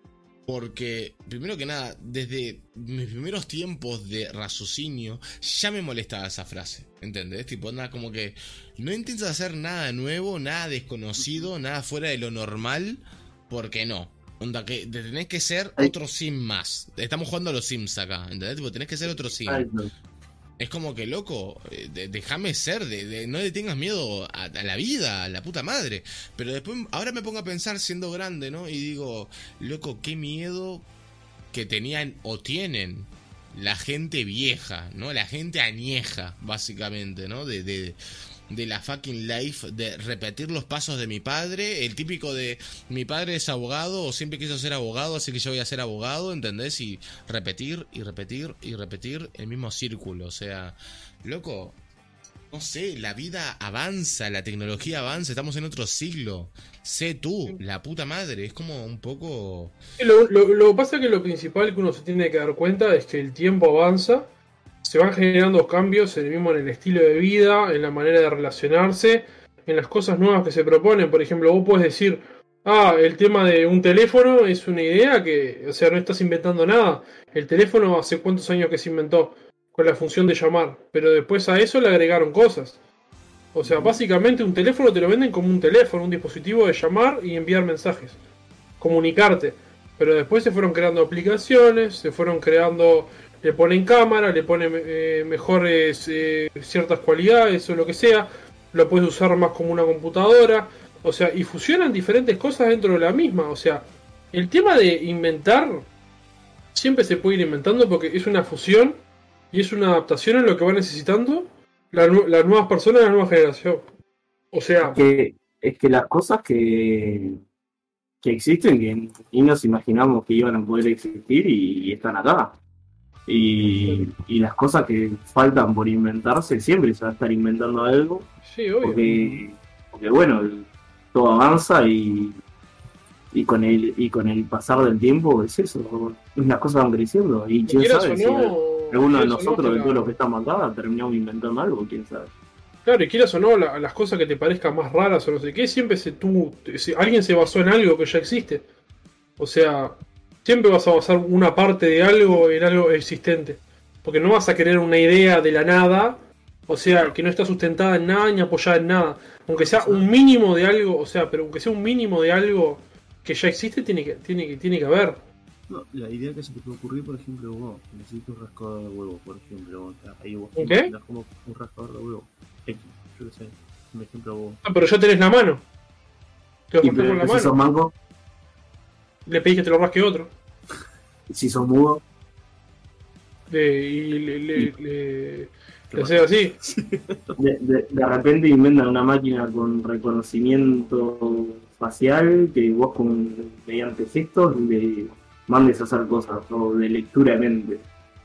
porque, primero que nada, desde mis primeros tiempos de raciocinio, ya me molestaba esa frase, ¿entendés? Tipo, nada, como que no intentas hacer nada nuevo, nada desconocido, nada fuera de lo normal, porque no. Onda, que te tenés que ser Ay. otro sim más. Estamos jugando a los sims acá, ¿entendés? Tipo, tenés que ser otro sim. Ay, no. Es como que, loco, eh, de- déjame ser, de, de- no le tengas miedo a, a la vida, a la puta madre. Pero después, ahora me pongo a pensar siendo grande, ¿no? Y digo, loco, qué miedo que tenían o tienen la gente vieja, ¿no? La gente añeja, básicamente, ¿no? De, de, de la fucking life, de repetir los pasos de mi padre, el típico de mi padre es abogado o siempre quiso ser abogado, así que yo voy a ser abogado, ¿entendés? Y repetir y repetir y repetir el mismo círculo, o sea, loco, no sé, la vida avanza, la tecnología avanza, estamos en otro siglo, sé tú, la puta madre, es como un poco... Lo, lo, lo que pasa es que lo principal que uno se tiene que dar cuenta es que el tiempo avanza, se van generando cambios en el mismo en el estilo de vida, en la manera de relacionarse, en las cosas nuevas que se proponen. Por ejemplo, vos podés decir, ah, el tema de un teléfono es una idea que, o sea, no estás inventando nada. El teléfono hace cuántos años que se inventó con la función de llamar, pero después a eso le agregaron cosas. O sea, básicamente un teléfono te lo venden como un teléfono, un dispositivo de llamar y enviar mensajes, comunicarte. Pero después se fueron creando aplicaciones, se fueron creando, le ponen cámara, le ponen eh, mejores eh, ciertas cualidades o lo que sea, lo puedes usar más como una computadora, o sea, y fusionan diferentes cosas dentro de la misma. O sea, el tema de inventar siempre se puede ir inventando porque es una fusión y es una adaptación a lo que va necesitando la nu- las nuevas personas de la nueva generación. O sea, que, es que las cosas que, que existen, que ni nos imaginamos que iban a poder existir y, y están acá. Y, y las cosas que faltan por inventarse, siempre se va a estar inventando algo, sí, obvio. porque, porque bueno, el- todo avanza y, y con el y con el pasar del tiempo es eso, las cosas van creciendo y quién Quieras sabe o si no, alguno de quieras o no, nosotros, te de la- todos los que estamos acá, terminamos inventando algo, quién sabe. Claro, y quieras o no, la- las cosas que te parezcan más raras o no sé qué, siempre se tú, se- alguien se basó en algo que ya existe. O sea, siempre vas a basar una parte de algo en algo existente. Porque no vas a querer una idea de la nada, o sea, que no está sustentada en nada ni apoyada en nada. Aunque sea un mínimo de algo, o sea, pero aunque sea un mínimo de algo que ya existe tiene que, tiene que, tiene que haber. No, la idea que se te puede ocurrir, por ejemplo, vos necesitas un rascador de huevo, por ejemplo, vos, ahí vos te ¿Un qué? imaginas como un rascador de huevo. X, yo qué sé, un ejemplo vos. Ah, pero ya tenés la mano. Te lo Y cortás pero con la si sos mano. manco, Le pedís que te lo rasque otro. si sos mudo, Le- y le, le, le, ¿Qué le haces así. de, de, de repente inventan una máquina con reconocimiento facial que vos con mediante gestos le mandes a hacer cosas, o de lectura de mente.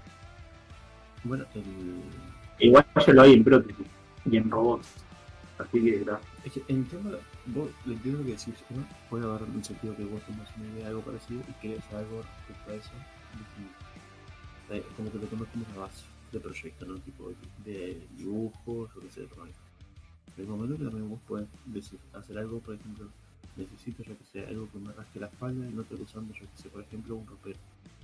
Bueno, el... Igual ya lo hay en prótesis y en robots. Así que está. Es que en el tema, vos lo entiendo lo que decís, ¿no? Puede haber un sentido que vos tomas una idea de algo parecido y querés algo respecto a eso distinto. O sea, como que lo tomas como una base de proyecto, ¿no? Tipo de dibujos o qué sé, de trabajo. En el momento que también vos podés decir, hacer algo, por ejemplo, necesito, yo que sé, algo que me rasque la espalda y no estoy usando, yo que sé, por ejemplo, un ropero.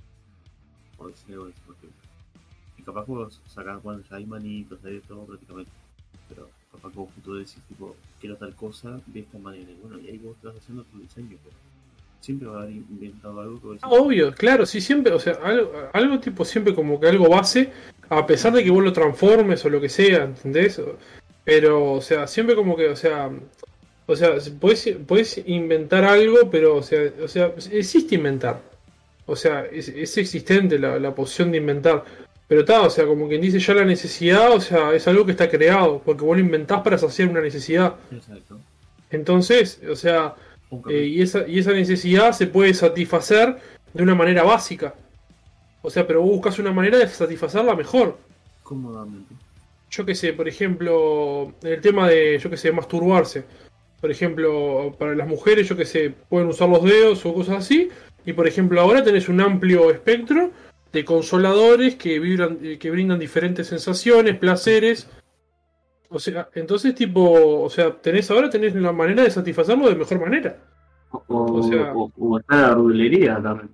O decir algo de eso, por ejemplo. Y capaz vos sacás, bueno, ya hay manitos, hay de todo prácticamente. Pero capaz que vos tú decís, tipo, quiero tal cosa de esta manera. Y bueno, y ahí vos estás haciendo tu diseño, pero siempre va a haber inventado algo que vos Ah, decís, obvio, claro, sí, siempre, o sea, algo, algo tipo siempre como que algo base, a pesar de que vos lo transformes o lo que sea, ¿entendés? O- Pero, o sea, siempre como que, o sea, o sea, podés, podés inventar algo, pero, o sea, o sea, existe inventar. O sea, es, es existente la, la posición de inventar. Pero está, o sea, como quien dice ya la necesidad, o sea, es algo que está creado, porque vos lo inventás para saciar una necesidad. exacto. Entonces, o sea, Un eh, cambio. y, esa, y esa necesidad se puede satisfacer de una manera básica. O sea, pero vos buscas una manera de satisfacerla mejor. Cómodamente. Yo qué sé, por ejemplo, el tema de, yo qué sé, masturbarse. Por ejemplo, para las mujeres, yo qué sé, pueden usar los dedos o cosas así. Y por ejemplo, ahora tenés un amplio espectro de consoladores que vibran, eh, que brindan diferentes sensaciones, placeres. O sea, entonces tipo, o sea, tenés ahora tenés la manera de satisfacerlo de mejor manera. O, O sea, o, o está la verdulería también.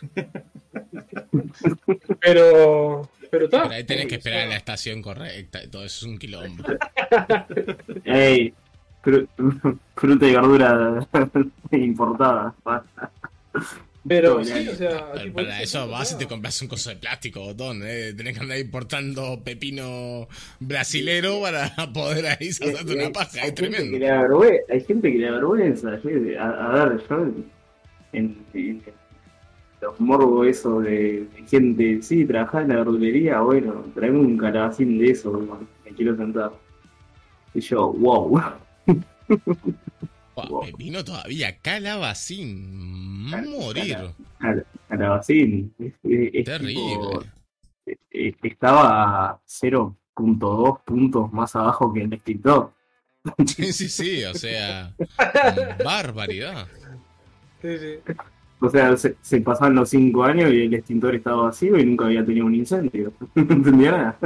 pero, pero Pero está. ahí tenés que O esperar sea, en la estación correcta y todo eso es un quilombo. Ey, fru- fruta y verdura importada. Pero Todo sí, bien. o sea, Para, tipo, para ese eso punto, vas y está. te compras un coso de plástico, botón, eh. Tenés que andar importando pepino brasilero para poder ahí Y- hacerte y una hay, paja, hay es gente que tremendo. le da vergüenza, hay gente que le da vergüenza. ¿Sí? A, a ver, yo en, en los morbos eso de, de gente, sí, trabajar en la verdulería, bueno, traeme un calabacín de eso, me quiero sentar. Y yo, wow, Buah, wow, pepino todavía, calabacín, cal- morir. cala- cal- calabacín, es, es- es tipo, Terrible. eh, estaba a cero punto dos puntos más abajo que el extintor. Sí, sí, sí, o sea, barbaridad. Sí, sí. O sea, se, se pasaban los cinco años y el extintor estaba vacío y nunca había tenido un incendio. No entendía nada.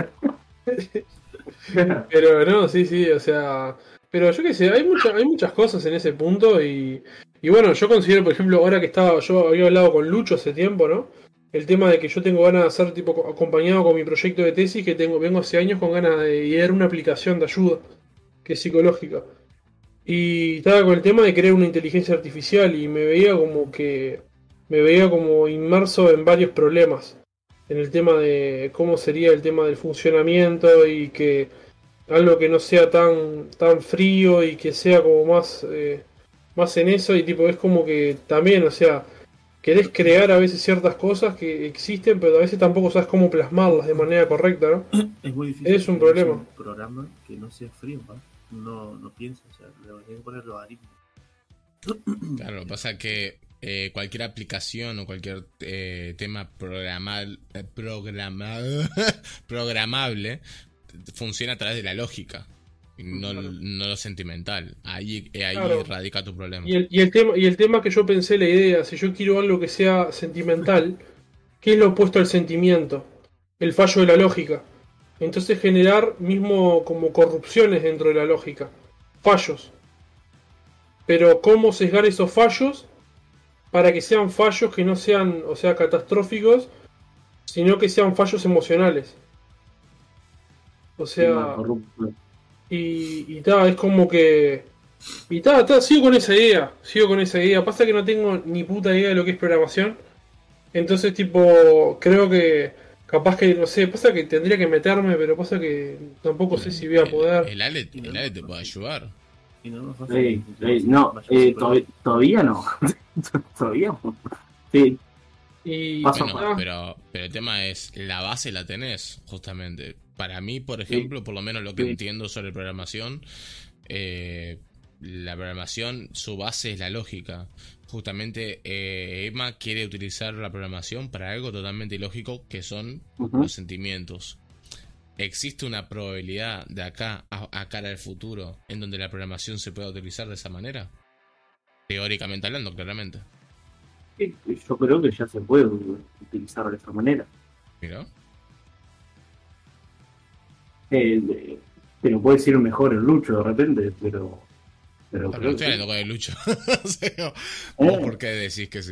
Pero no, sí, sí, o sea. Pero yo qué sé, hay, mucha, hay muchas cosas en ese punto y, y bueno, yo considero, por ejemplo, ahora que estaba, yo había hablado con Lucho hace tiempo, ¿no? El tema de que yo tengo ganas de hacer, tipo, co- acompañado con mi proyecto de tesis, que tengo, vengo hace años con ganas de idear una aplicación de ayuda, que es psicológica. Y estaba con el tema de crear una inteligencia artificial y me veía como que, me veía como inmerso en varios problemas. En el tema de cómo sería el tema del funcionamiento y que algo que no sea tan tan frío y que sea como más eh, más en eso y tipo es como que también, o sea, querés crear a veces ciertas cosas que existen pero a veces tampoco sabes cómo plasmarlas de manera correcta, ¿no? Es muy difícil Es un que haya problema. un programa que no sea frío, ¿va? No, no piensa, o sea, le tenés que poner logaritmos. Claro, lo que pasa es que eh, cualquier aplicación o cualquier eh, tema programal, eh, programado, programable funciona a través de la lógica y no, no lo sentimental. Ahí, eh, ahí Claro. radica tu problema. Y el, y el tema y el tema que yo pensé, la idea, si yo quiero algo que sea sentimental, ¿qué es lo opuesto al sentimiento? El fallo de la lógica. Entonces generar mismo como corrupciones dentro de la lógica, fallos. Pero cómo sesgar esos fallos para que sean fallos que no sean, o sea, catastróficos, sino que sean fallos emocionales. O Tema sea, corrupto. y, y ta, es como que Y ta, ta, sigo con esa idea, sigo con esa idea. Pasa que no tengo ni puta idea de lo que es programación. Entonces, tipo, creo que capaz que, no sé, pasa que tendría que meterme, pero pasa que tampoco sé si voy a El, poder. el Ale, el Ale te puede ayudar. Y no, no, Eh, eh, no, eh, to- todavía no. Todavía no. Sí, Y Paso Bueno, ta, pero, pero el tema es, la base la tenés, justamente. Para mí, por ejemplo, por lo menos lo que Sí. entiendo sobre programación, eh, la programación, su base es la lógica. Justamente, eh, Emma quiere utilizar la programación para algo totalmente ilógico, que son ujú. los sentimientos. ¿Existe una probabilidad de acá a, a cara al futuro en donde la programación se pueda utilizar de esa manera? Teóricamente hablando, claramente. Sí, yo creo que ya se puede utilizar de esta manera. Mira. Eh, de- pero puede ser mejor el Lucho de repente, pero. Pero Pero no creo estoy que hablando con el Lucho. O sea, sí. ¿vos Eh, por qué decís que sí?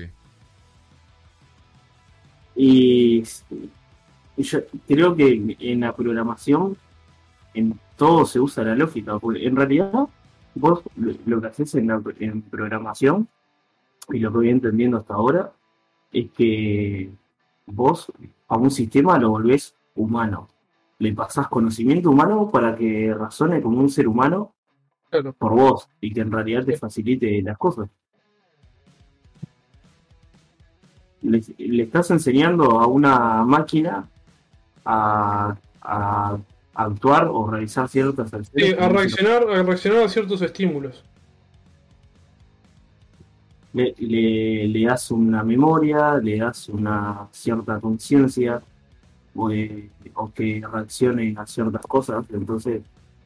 Y, y yo creo que en, en la programación, en todo se usa la lógica. Porque en realidad, vos lo, lo que haces en, la, en programación, y lo que voy entendiendo hasta ahora, es que vos a un sistema lo volvés humano. Le pasás conocimiento humano para que razone como un ser humano claro. por vos y que en realidad te Sí. facilite las cosas. Le, le estás enseñando a una máquina a, a actuar o realizar ciertas Sí, acciones. a como si reaccionar, a reaccionar a ciertos estímulos. le, le, le das una memoria, le das una cierta conciencia o, de- o que reaccione a ciertas cosas. Entonces,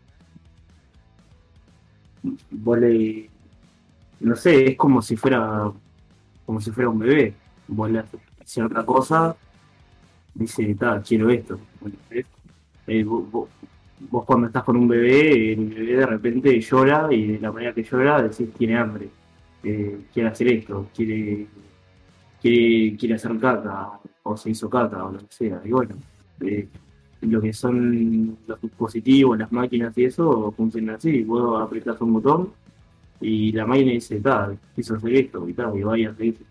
vos le, no sé, es como si fuera como si fuera un bebé. Vos le haces cierta cosa, dice, ta, quiero esto. Bueno, ¿ves? Eh, vos, vos- vos cuando estás con un bebé, el bebé de repente llora y de la manera que llora decís tiene hambre, eh, quiere hacer esto, quiere, quiere, quiere hacer caca, o se hizo caca, o lo que sea. Y bueno, eh, lo que son los dispositivos, las máquinas y eso funcionan así. Vos apretás un botón y la máquina dice, ta, quiso hacer esto y tal, y vaya a seguir.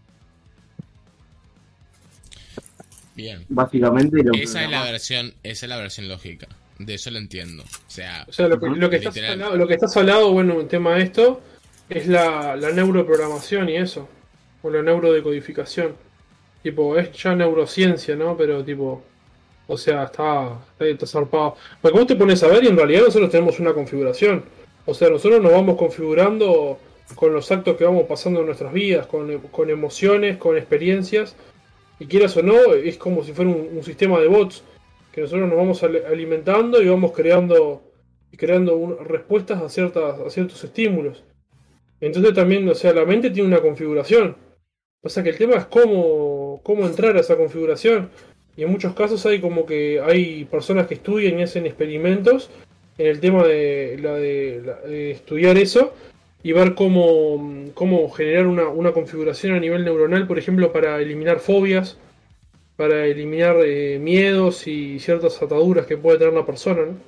Bien. Básicamente lo Esa es la programás. versión, esa es la versión lógica. De eso lo entiendo. O sea, O sea, lo que, Ujú. lo que estás literal. hablado, lo que estás hablado, bueno, un tema de esto, es la, la neuroprogramación y eso. O la neurodecodificación. Tipo, es ya neurociencia, ¿no? Pero tipo, o sea, está, está, está zarpado. Porque vos te pones a ver y en realidad nosotros tenemos una configuración. O sea, nosotros nos vamos configurando con los actos que vamos pasando en nuestras vidas, con, con emociones, con experiencias. Y quieras o no, es como si fuera un, un sistema de bots que nosotros nos vamos al- alimentando y vamos creando y creando un- respuestas a ciertas a ciertos estímulos. Entonces también, o sea, la mente tiene una configuración. Pasa que el tema es cómo, cómo entrar a esa configuración. Y en muchos casos hay como que hay personas que estudian y hacen experimentos en el tema de, la de, la- de estudiar eso y ver cómo, cómo generar una, una configuración a nivel neuronal, por ejemplo, para eliminar fobias, para eliminar eh, miedos y ciertas ataduras que puede tener la persona, ¿no?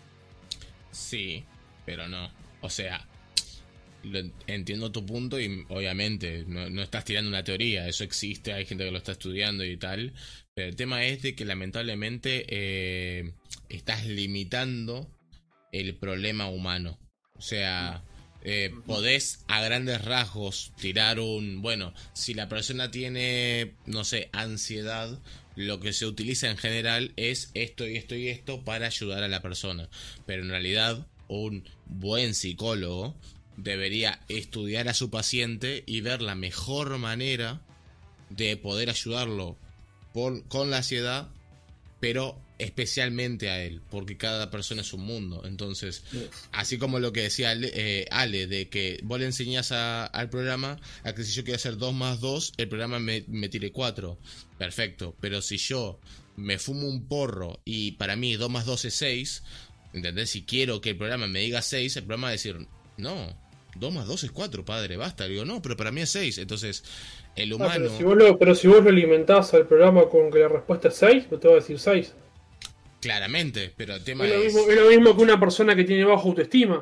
Sí, pero no. O sea, lo en- entiendo tu punto y obviamente no, no estás tirando una teoría, eso existe, hay gente que lo está estudiando y tal, pero el tema es de que lamentablemente eh, estás limitando el problema humano. O sea, eh, podés a grandes rasgos tirar un, bueno, si la persona tiene, no sé, ansiedad, lo que se utiliza en general es esto y esto y esto para ayudar a la persona. Pero en realidad, un buen psicólogo debería estudiar a su paciente y ver la mejor manera de poder ayudarlo por, con la ansiedad, pero especialmente a él, porque cada persona es un mundo. Entonces, así como lo que decía Ale, eh, Ale de que vos le enseñás a- al programa a que si yo quiero hacer dos más dos, el programa me, me tire cuatro. Perfecto, pero si yo me fumo un porro y para mí dos más dos es seis, ¿entendés? Si quiero que el programa me diga seis, el programa va a decir, no, dos más dos es cuatro, padre, basta. Le digo, no, pero para mí es seis. Entonces, el Ah, humano... pero, si vos lo, pero si vos lo alimentás al programa con que la respuesta es seis, te va a decir seis. Claramente, pero el tema Es lo, es... mismo, es lo mismo que una persona que tiene baja autoestima.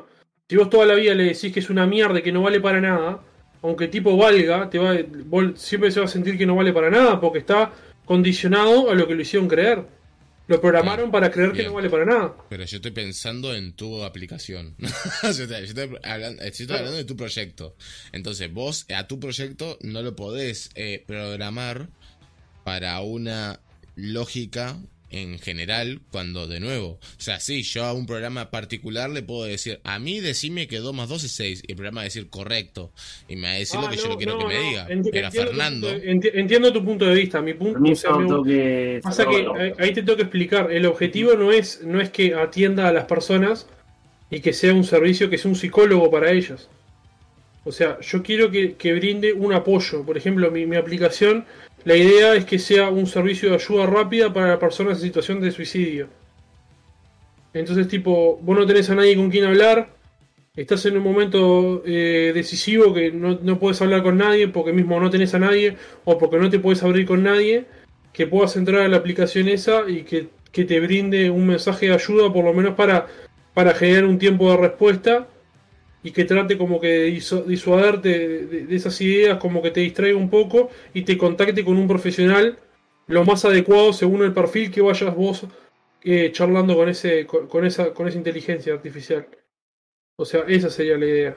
Si vos toda la vida le decís que es una mierda y que no vale para nada, aunque el tipo valga, te va, vos siempre se va a sentir que no vale para nada porque está condicionado a lo que lo hicieron creer. Lo programaron Ah, para creer que bien. no vale para nada. Pero yo estoy pensando en tu aplicación. yo estoy, yo estoy hablando, estoy Claro. hablando de tu proyecto. Entonces, vos a tu proyecto no lo podés eh, programar para una lógica en general, cuando de nuevo, o sea, sí, yo a un programa particular le puedo decir, a mí decime que dos más dos es seis, y el programa va a decir correcto, y me va a decir lo Ah, que yo no, no quiero no, que me no. diga. Enti- Pero a entiendo, tu Fernando, punto de, enti- entiendo tu punto de vista. Mi punto, o Permiso, sea, mi- tengo que pasa sacar que la ahí, nota. ahí te tengo que explicar. El objetivo no es, no es que atienda a las personas y que sea un servicio que sea un psicólogo para ellos. O sea, yo quiero que, que brinde un apoyo. Por ejemplo, mi, mi aplicación, la idea es que sea un servicio de ayuda rápida para personas en situación de suicidio. Entonces, tipo, vos no tenés a nadie con quien hablar, estás en un momento eh, decisivo que no, no puedes hablar con nadie porque mismo no tenés a nadie o porque no te puedes abrir con nadie, que puedas entrar a la aplicación esa y que, que te brinde un mensaje de ayuda, por lo menos para, para generar un tiempo de respuesta y que trate como que de disu- disuaderte de, de- de esas ideas, como que te distraiga un poco y te contacte con un profesional lo más adecuado según el perfil que vayas vos eh, charlando con ese con, con esa con esa inteligencia artificial. O sea, esa sería la idea.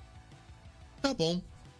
Japón,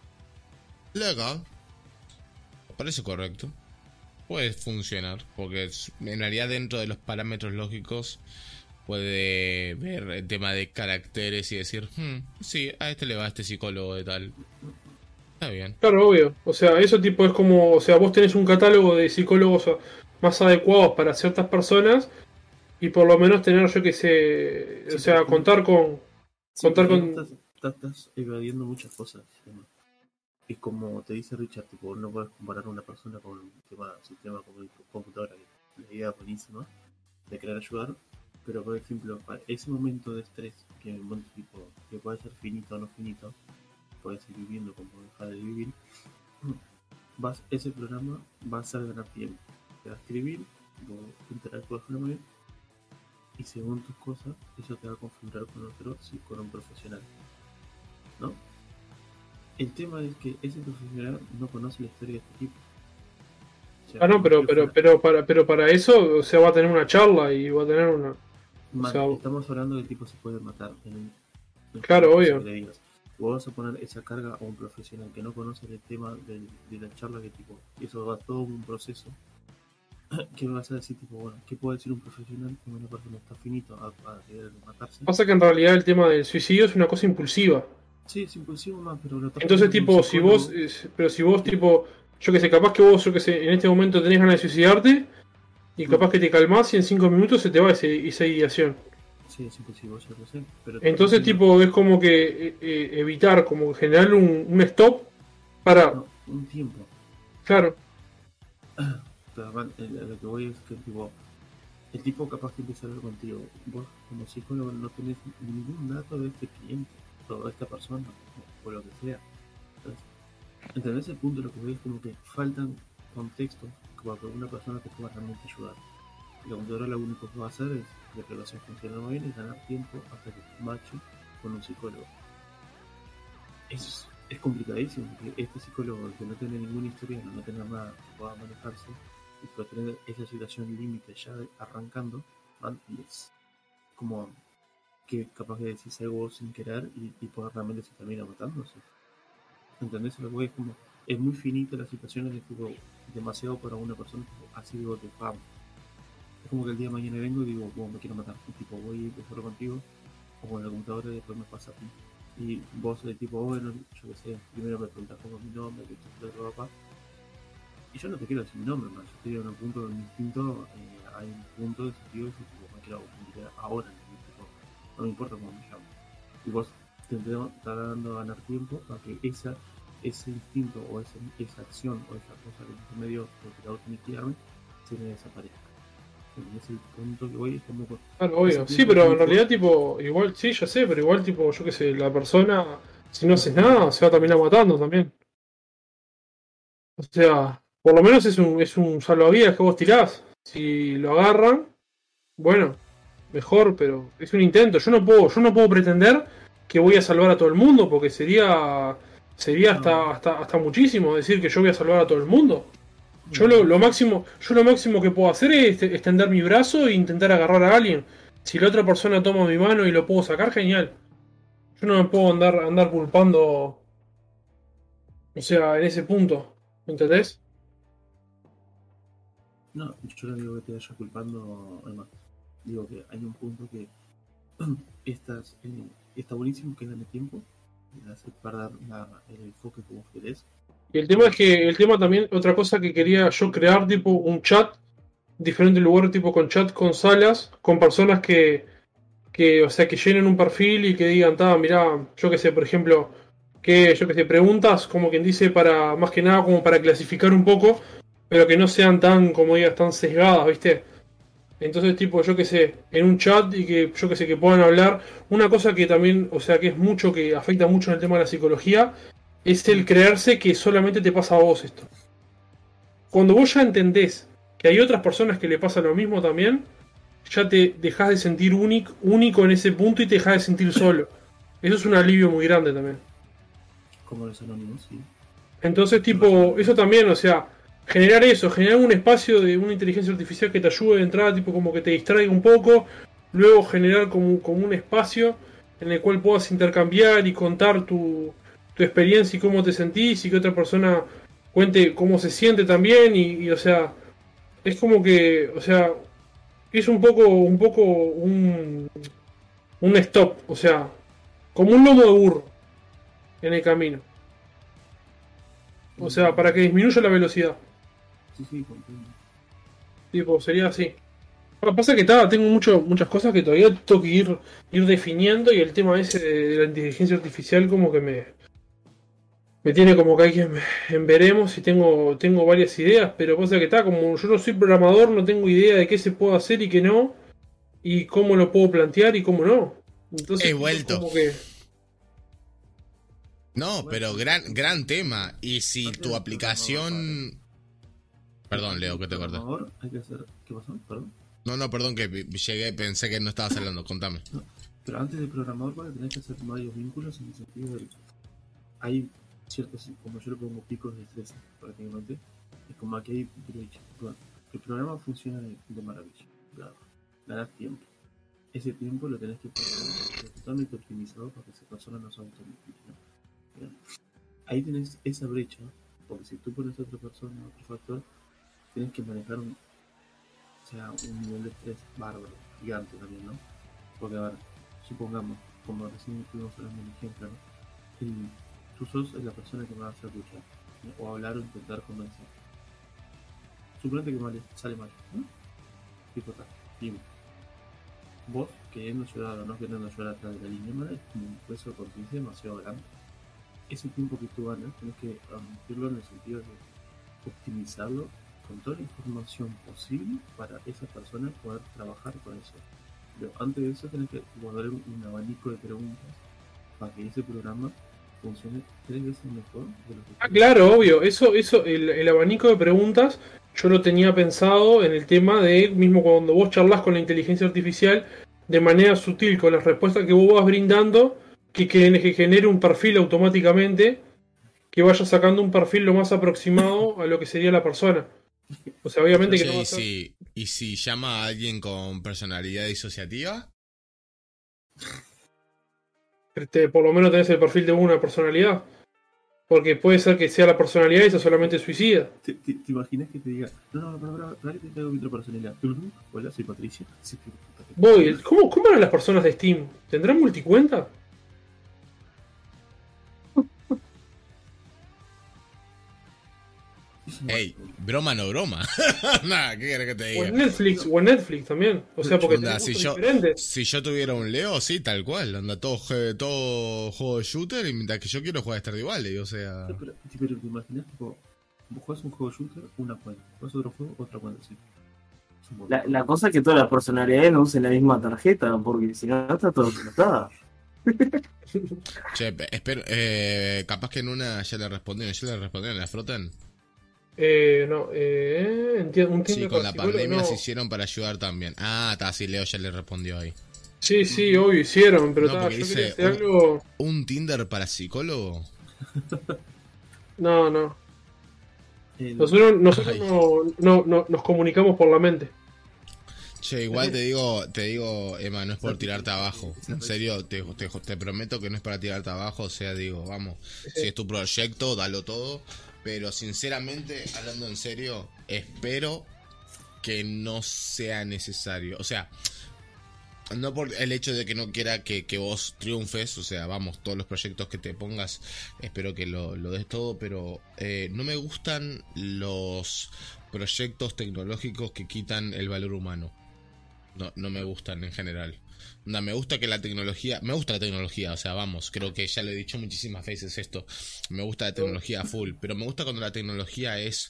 legal, me parece correcto. Puede funcionar, porque es- en realidad dentro de los parámetros lógicos puede ver el tema de caracteres y decir, hmm, sí, a este le va este psicólogo de tal. Está bien. Claro, obvio. O sea, eso tipo es como, o sea, vos tenés un catálogo de psicólogos a- más adecuados para ciertas personas y por lo menos tener, yo que sé, Sí, o sea, pero- contar con Sí, contar porque con estás, estás- estás evadiendo muchas cosas. ¿no? Y como te dice Richard, tipo, no puedes comparar a una persona con un tema, sistema como una computadora, que la idea buenísima de querer ayudar, pero por ejemplo, para ese momento de estrés, que, bueno, tipo, que puede ser finito o no finito, puedes seguir viviendo como dejar de vivir, vas, ese programa va a hacer ganar tiempo. Te va a escribir, vos interactúas con él, y según tus cosas, eso te va a configurar con otro, sí, con un profesional, ¿no? El tema es que ese profesional no conoce la historia de este tipo. O sea, Ah, no, pero que pero fuera- pero para pero para eso, o sea, va a tener una charla y va a tener una Man, sea, estamos hablando de tipo se puede matar en, en Claro, caso obvio. que le digas. Vos vas a poner esa carga a un profesional que no conoce el tema del- de la charla, que tipo, eso va todo un proceso. ¿Qué vas a decir? Tipo, bueno, ¿qué puede decir un profesional que una persona está finito a, a querer matarse? pasa que en realidad el tema del suicidio es una cosa impulsiva. Sí, es impulsivo más, pero lo está Entonces, poniendo un tipo, si vos, psicólogo. eh, pero si vos, tipo, yo que sé, capaz que vos, yo que sé, en este momento tenés ganas de suicidarte y capaz que te calmás y en cinco minutos se te va ese, esa ideación. Sí, es impulsivo, ya lo sé. Pero Entonces, tipo, es como que eh, eh, evitar, como generar un, un stop para, No, un tiempo. claro, Pero, man, el- a lo que voy es que tipo, el tipo capaz que empieza a hablar contigo. Vos como psicólogo no tenés ningún dato de este cliente, o de esta persona, o, o lo que sea. Entonces, ¿entendés el punto? Lo que voy es como que faltan contextos como para que una persona te pueda realmente ayudar. Y la computadora lo único que va a hacer es, de que lo hace funcionar muy bien, es ganar tiempo hasta que mache con un psicólogo. Es, es complicadísimo, porque este psicólogo que no tiene ninguna historia, no tiene nada que pueda manejarse, y puede tener esa situación límite ya de- arrancando, man, y es como que capaz de decís algo sin querer y, y pues realmente se termina matándose. ¿Entendés? Lo que voy es como, es muy finita las situaciones de tipo, demasiado para una persona, tipo, así digo, de pam. Es como que el día de mañana vengo y digo, bueno, me quiero matar, y tipo, voy a ir solo contigo, o con la computadora y después me pasa a ti. Y vos de tipo, bueno, yo qué sé, primero me preguntas cómo es mi nombre, que esto es lo otro, papá. Y yo no te quiero decir mi nombre, man. Yo estoy en un punto de mi instinto, eh, hay un punto de sentido que tipo, me quiero comunicar ahora, ¿no? Tipo, no me importa cómo me llamo. Y vos te estás dando a ganar tiempo para que esa, ese instinto o esa, esa acción o esa cosa que me dio por tirado iniquiarme se me desaparezca. Y es el punto que voy, es como que claro, obvio. ese Sí, tiempo pero en tiempo- realidad, tipo, igual, sí, ya sé, pero igual, tipo, yo que sé, la persona, si no haces nada, se va a terminar matando también. O sea, por lo menos es un, es un salvavidas que vos tirás. Si lo agarran, bueno, mejor, pero es un intento. Yo no puedo, yo no puedo pretender que voy a salvar a todo el mundo, porque sería sería hasta, hasta, hasta muchísimo decir que yo voy a salvar a todo el mundo. Yo lo, lo máximo, yo lo máximo que puedo hacer es extender mi brazo e intentar agarrar a alguien. Si la otra persona toma mi mano y lo puedo sacar, genial. Yo no me puedo andar, andar culpando, o sea, en ese punto, ¿me entendés? No, yo no digo que te vaya culpando, además. Digo que hay un punto que estás, eh, está buenísimo que gane tiempo, y hace perder la, el enfoque como querés. Y el tema es que, el tema también, otra cosa que quería yo crear, tipo un chat, diferente lugar, tipo con chat, con salas, con personas que, que, o sea, que llenen un perfil y que digan, ta, mirá, yo que sé, por ejemplo, que, yo que sé, preguntas, como quien dice, para, más que nada, como para clasificar un poco, pero que no sean tan, como digas, tan sesgadas, ¿viste? Entonces, tipo, yo que sé, en un chat y que, yo que sé, que puedan hablar. Una cosa que también, o sea, que es mucho, que afecta mucho en el tema de la psicología, es el creerse que solamente te pasa a vos esto. Cuando vos ya entendés que hay otras personas que le pasa lo mismo también, ya te dejás de sentir único, único en ese punto y te dejás de sentir solo. Eso es un alivio muy grande también. Como los anónimos, sí. Entonces, tipo, eso también, o sea, generar eso, generar un espacio de una inteligencia artificial que te ayude de entrada, tipo como que te distraiga un poco, luego generar como, como un espacio en el cual puedas intercambiar y contar tu, tu experiencia y cómo te sentís y que otra persona cuente cómo se siente también y, y, o sea, es como que, o sea, es un poco, un poco un, un stop, o sea, como un lomo de burro en el camino. O sea, para que disminuya la velocidad. Sí, sí, comprendo. Tipo, sería así. Lo que pasa es que ta, tengo mucho, muchas cosas que todavía tengo que ir, ir definiendo y el tema ese de, de la inteligencia artificial como que me, me tiene como que hay que en, en veremos y tengo, tengo varias ideas, pero pasa que está, como yo no soy programador, no tengo idea de qué se puede hacer y qué no, y cómo lo puedo plantear y cómo no. Entonces, He tipo, vuelto. como que... No, pero gran, gran tema. Y si Antes tu del aplicación... Perdón, Leo, que te corté. Programador, hay que hacer... ¿Qué pasó? Perdón. No, no, perdón, que vi- llegué, pensé que no estabas hablando. Contame. No, pero antes de programador, para tenés que hacer varios vínculos en el sentido de que hay ciertos, como yo le pongo picos de estrés prácticamente, es como aquí hay brecha. Bueno, el programa funciona de, de maravilla, claro, ganas tiempo. Ese tiempo lo tenés que poner totalmente optimizado para que esa persona no se automatice, ¿no? Bien. Ahí tenés esa brecha, porque si tú pones a otra persona, otro factor, tienes que manejar un, o sea, un nivel de estrés bárbaro, gigante también, ¿no? Porque, a ver, supongamos, como recién estuvimos hablando en ejemplo, ¿no? El, tú sos la persona que me va a hacer luchar, ¿no? O hablar o intentar convencer. Suponete que mal, sale mal, ¿no? Tipo tal, dime. Vos, queriendo llorar o no queriendo llorar atrás de la línea, ¿no? Es como un peso de conciencia demasiado grande. Ese tiempo que tú ganas, tienes que admitirlo en el sentido de optimizarlo con toda la información posible para esa persona poder trabajar con eso. Pero antes de eso tenés que guardar un, un abanico de preguntas para que ese programa funcione tres veces mejor de lo que... Ah, claro, obvio. Eso, eso, el, el abanico de preguntas, yo lo tenía pensado en el tema de, mismo cuando vos charlas con la inteligencia artificial, de manera sutil, con las respuestas que vos vas brindando, que, que, que genere un perfil automáticamente, que vaya sacando un perfil lo más aproximado a lo que sería la persona. O sea, obviamente que Che, no va a y ser... si, y si llama a alguien con personalidad disociativa, Este, por lo menos tenés el perfil de una personalidad. Porque puede ser que sea la personalidad y sea solamente suicida. ¿Te, te, te imaginas que te diga, no, no, no, no, no, que te tengo otra personalidad? Uh-huh. Hola, soy Patricia. Sí, sí, sí. Voy, ¿cómo, ¿cómo eran las personas de Steam? ¿Tendrán multicuenta? ey, broma no broma. Nada, ¿qué querés que te O diga? en Netflix, o en Netflix también. O sea, porque Onda, tenés si gustos yo, diferentes. si yo tuviera un Leo, sí, tal cual. Anda todo, je- todo juego de shooter y mientras que yo quiero jugar a Stardew Valley, o sea... No, pero, pero te imaginas, tipo, vos jugás un juego shooter, una cuenta. Jugás otro juego, otra cuenta, sí. Supongo. La, la cosa es que todas las personalidades no usen la misma tarjeta, porque si no está todo conectada. Che, pe- espero, eh, capaz que en una ya le respondieron, ya le respondieron, ¿la frotan? Eh, no, eh, entiendo, un Sí, tiempo con la psicólogo, pandemia no. se hicieron para ayudar también. Ah, está, sí, Leo ya le respondió ahí. Sí, sí, obvio hicieron, pero No, ta, porque yo quería dice hacer algo. ¿Un Tinder para psicólogo? No, no. El- Nosotros, nosotros Ay. no, no, no- nos comunicamos por la mente. Che, igual te digo, te digo, Emma, no es por tirarte abajo. En serio, te, te, te prometo que no es para tirarte abajo. O sea, digo, vamos, si es tu proyecto, dalo todo. Pero sinceramente, hablando en serio, espero que no sea necesario. O sea, no por el hecho de que no quiera que, que vos triunfes. O sea, vamos, todos los proyectos que te pongas, espero que lo, lo des todo. Pero eh, no me gustan los proyectos tecnológicos que quitan el valor humano. No, no me gustan en general. No, me gusta que la tecnología, me gusta la tecnología, o sea, vamos, creo que ya lo he dicho muchísimas veces esto. Me gusta la tecnología a full, pero me gusta cuando la tecnología es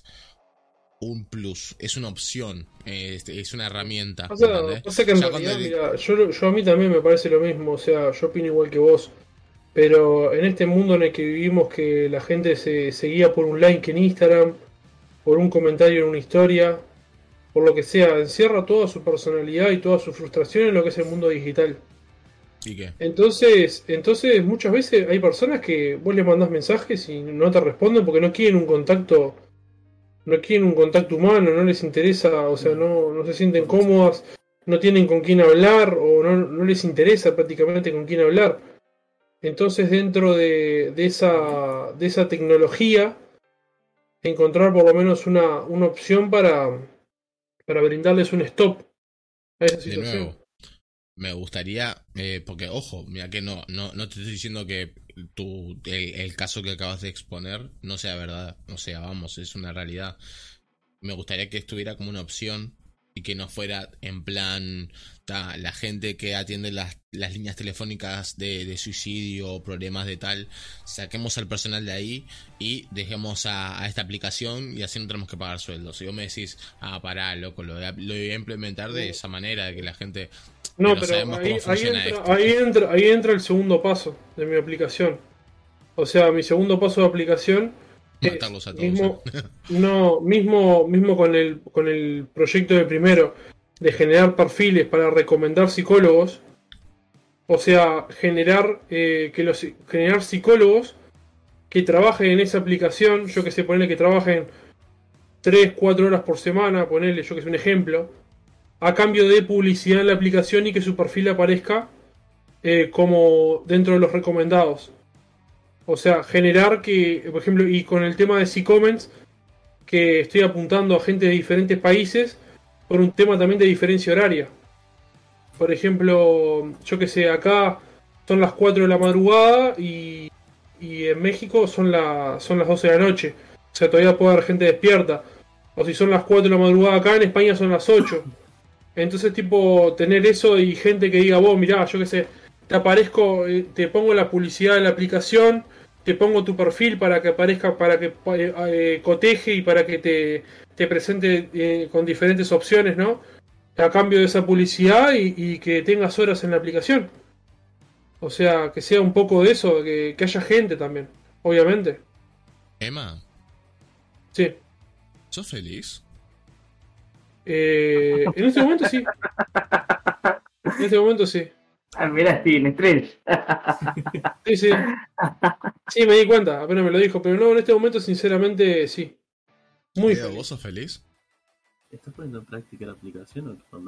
un plus, es una opción, es, es una herramienta. Pasa, ¿entendés? pasa que en Ya cuando realidad, el- mira, yo, yo a mí también me parece lo mismo, o sea, yo opino igual que vos. Pero en este mundo en el que vivimos, que la gente se, se guía por un like en Instagram, por un comentario en una historia, por lo que sea, encierra toda su personalidad y toda su frustración en lo que es el mundo digital. ¿Y qué? Entonces, entonces muchas veces hay personas que vos les mandás mensajes y no te responden porque no quieren un contacto, no quieren un contacto humano, no les interesa, o sea, no, no se sienten cómodas, no tienen con quién hablar o no, no les interesa prácticamente con quién hablar. Entonces, dentro de, de esa, de esa tecnología, encontrar por lo menos una, una opción para, para brindarles un stop a esa De situación. nuevo, me gustaría, eh, porque ojo, mira que no, no, no te estoy diciendo que tu, el, el caso que acabas de exponer no sea verdad, o sea, vamos, es una realidad. Me gustaría que estuviera como una opción y que no fuera en plan ta, la gente que atiende las, las líneas telefónicas de, de suicidio o problemas de tal, saquemos al personal de ahí y dejemos a, a esta aplicación y así no tenemos que pagar sueldos. Si vos me decís, ah, pará, loco, lo, voy a- lo voy a implementar de esa manera, de que la gente... No, pero pero sabemos ahí, cómo ahí funciona entra, esto. ahí, entra, ahí entra el segundo paso de mi aplicación. O sea, mi segundo paso de aplicación es Matarlos a todos. mismo, ¿eh? no, mismo, mismo con el, con el proyecto de primero de generar perfiles para recomendar psicólogos. O sea, generar eh, que los generar psicólogos que trabajen en esa aplicación, yo que sé, ponerle que trabajen tres cuatro horas por semana, ponerle yo que sé un ejemplo, a cambio de publicidad en la aplicación y que su perfil aparezca eh, como dentro de los recomendados. O sea, generar que, por ejemplo, y con el tema de C-Comments, que estoy apuntando a gente de diferentes países por un tema también de diferencia horaria. Por ejemplo, yo que sé, acá son las cuatro de la madrugada y, y en México son, la, son las doce de la noche. O sea, todavía puede haber gente despierta. O si son las cuatro de la madrugada acá, en España son las ocho. Entonces, tipo, tener eso y gente que diga, vos, mirá, yo qué sé, te aparezco, eh, te pongo la publicidad de la aplicación, te pongo tu perfil para que aparezca, para que eh, eh, coteje y para que te, te presente eh, con diferentes opciones, ¿no? A cambio de esa publicidad y, y que tengas horas en la aplicación. O sea, que sea un poco de eso, que, que haya gente también, obviamente. Emma, Sí. ¿sos feliz? Eh, en este momento sí. En este momento sí. Ah, mirá, Steven, estrella. Sí, sí. Sí, me di cuenta, apenas me lo dijo, pero no, en este momento sinceramente sí. Muy Leo, feliz. ¿vos sos feliz? ¿Estás poniendo en práctica la aplicación o qué onda?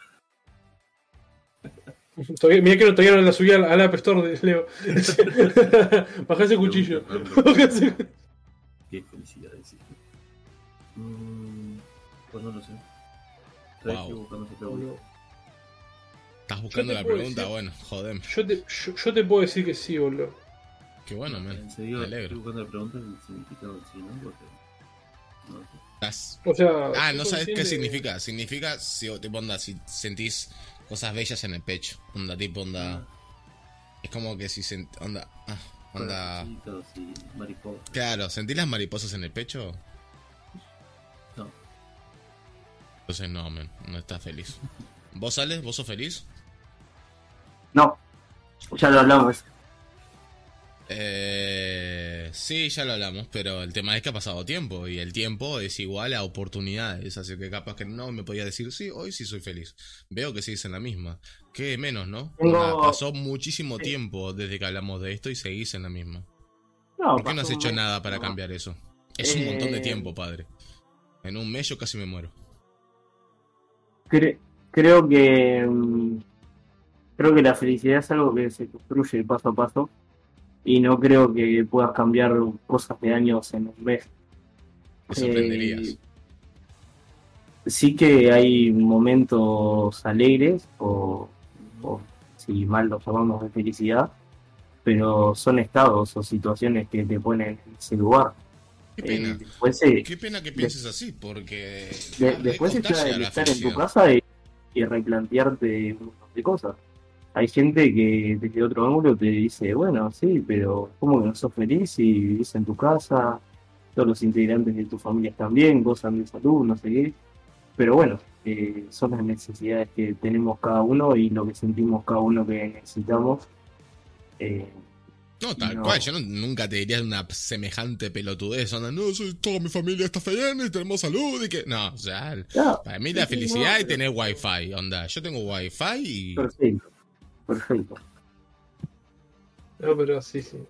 Todavía, mirá que no, todavía no la subí al, al App Store de Leo. Bajá ese cuchillo. Bajá ese- Qué felicidad decir. Mm, pues no lo sé. Estoy Wow. aquí buscando esa pregunta. ¿Estás buscando te la puedo pregunta? decir- Bueno, joder. Yo te, yo, yo te puedo decir que sí, boludo. Qué bueno, man. En serio, Me estoy alegro. buscando la pregunta del significado en sí, ¿no? Porque. No sé. Estás- O sea. Ah, yo no sabes qué consciente- significa. Significa, si, tipo, onda, si sentís cosas bellas en el pecho. Onda, tipo, onda. Es como que si sent... Onda. Ah, onda. Corazoncitos y mariposas. Claro, ¿sentís las mariposas en el pecho? No. Entonces no, man, no estás feliz. ¿Vos, Alex? ¿Vos sos feliz? No, ya lo hablamos. Eh... sí, ya lo hablamos, pero el tema es que ha pasado tiempo y el tiempo es igual a oportunidades, así que capaz que no me podía decir, sí, hoy sí soy feliz. Veo que seguís en la misma. Qué menos, ¿no? Tengo- Onda, pasó muchísimo Sí. tiempo desde que hablamos de esto y seguís en la misma. No, ¿Por qué no has pasó un hecho mes, nada para no. cambiar eso? Es un montón de Eh, tiempo, padre. En un mes yo casi me muero. Cre- creo que mm, creo que la felicidad es algo que se construye paso a paso y no creo que puedas cambiar cosas de años en un mes. Te sorprenderías. Eh, sí que hay momentos alegres o, o si mal los llamamos de felicidad, pero son estados o situaciones que te ponen en ese lugar. Qué Eh, pena. después eh, Qué pena que pienses así, porque de- ah, después está recontagia el la estar en tu felicidad. casa y, y replantearte un montón de cosas. Hay gente que desde otro ángulo te dice, bueno, sí, pero ¿cómo que no sos feliz si vivís en tu casa? Todos los integrantes de tu familia están bien, gozan de salud, no sé qué. Pero bueno, eh, son las necesidades que tenemos cada uno y lo que sentimos cada uno que necesitamos. Eh, No, tal No. cual, yo no- nunca te diría una semejante pelotudez, onda, no, soy, toda mi familia está bien y tenemos salud y que... No, o sea, ya, para mí la sí, felicidad no, es tener wifi, onda, yo tengo wifi y... perfecto, perfecto. No, pero sí, sí.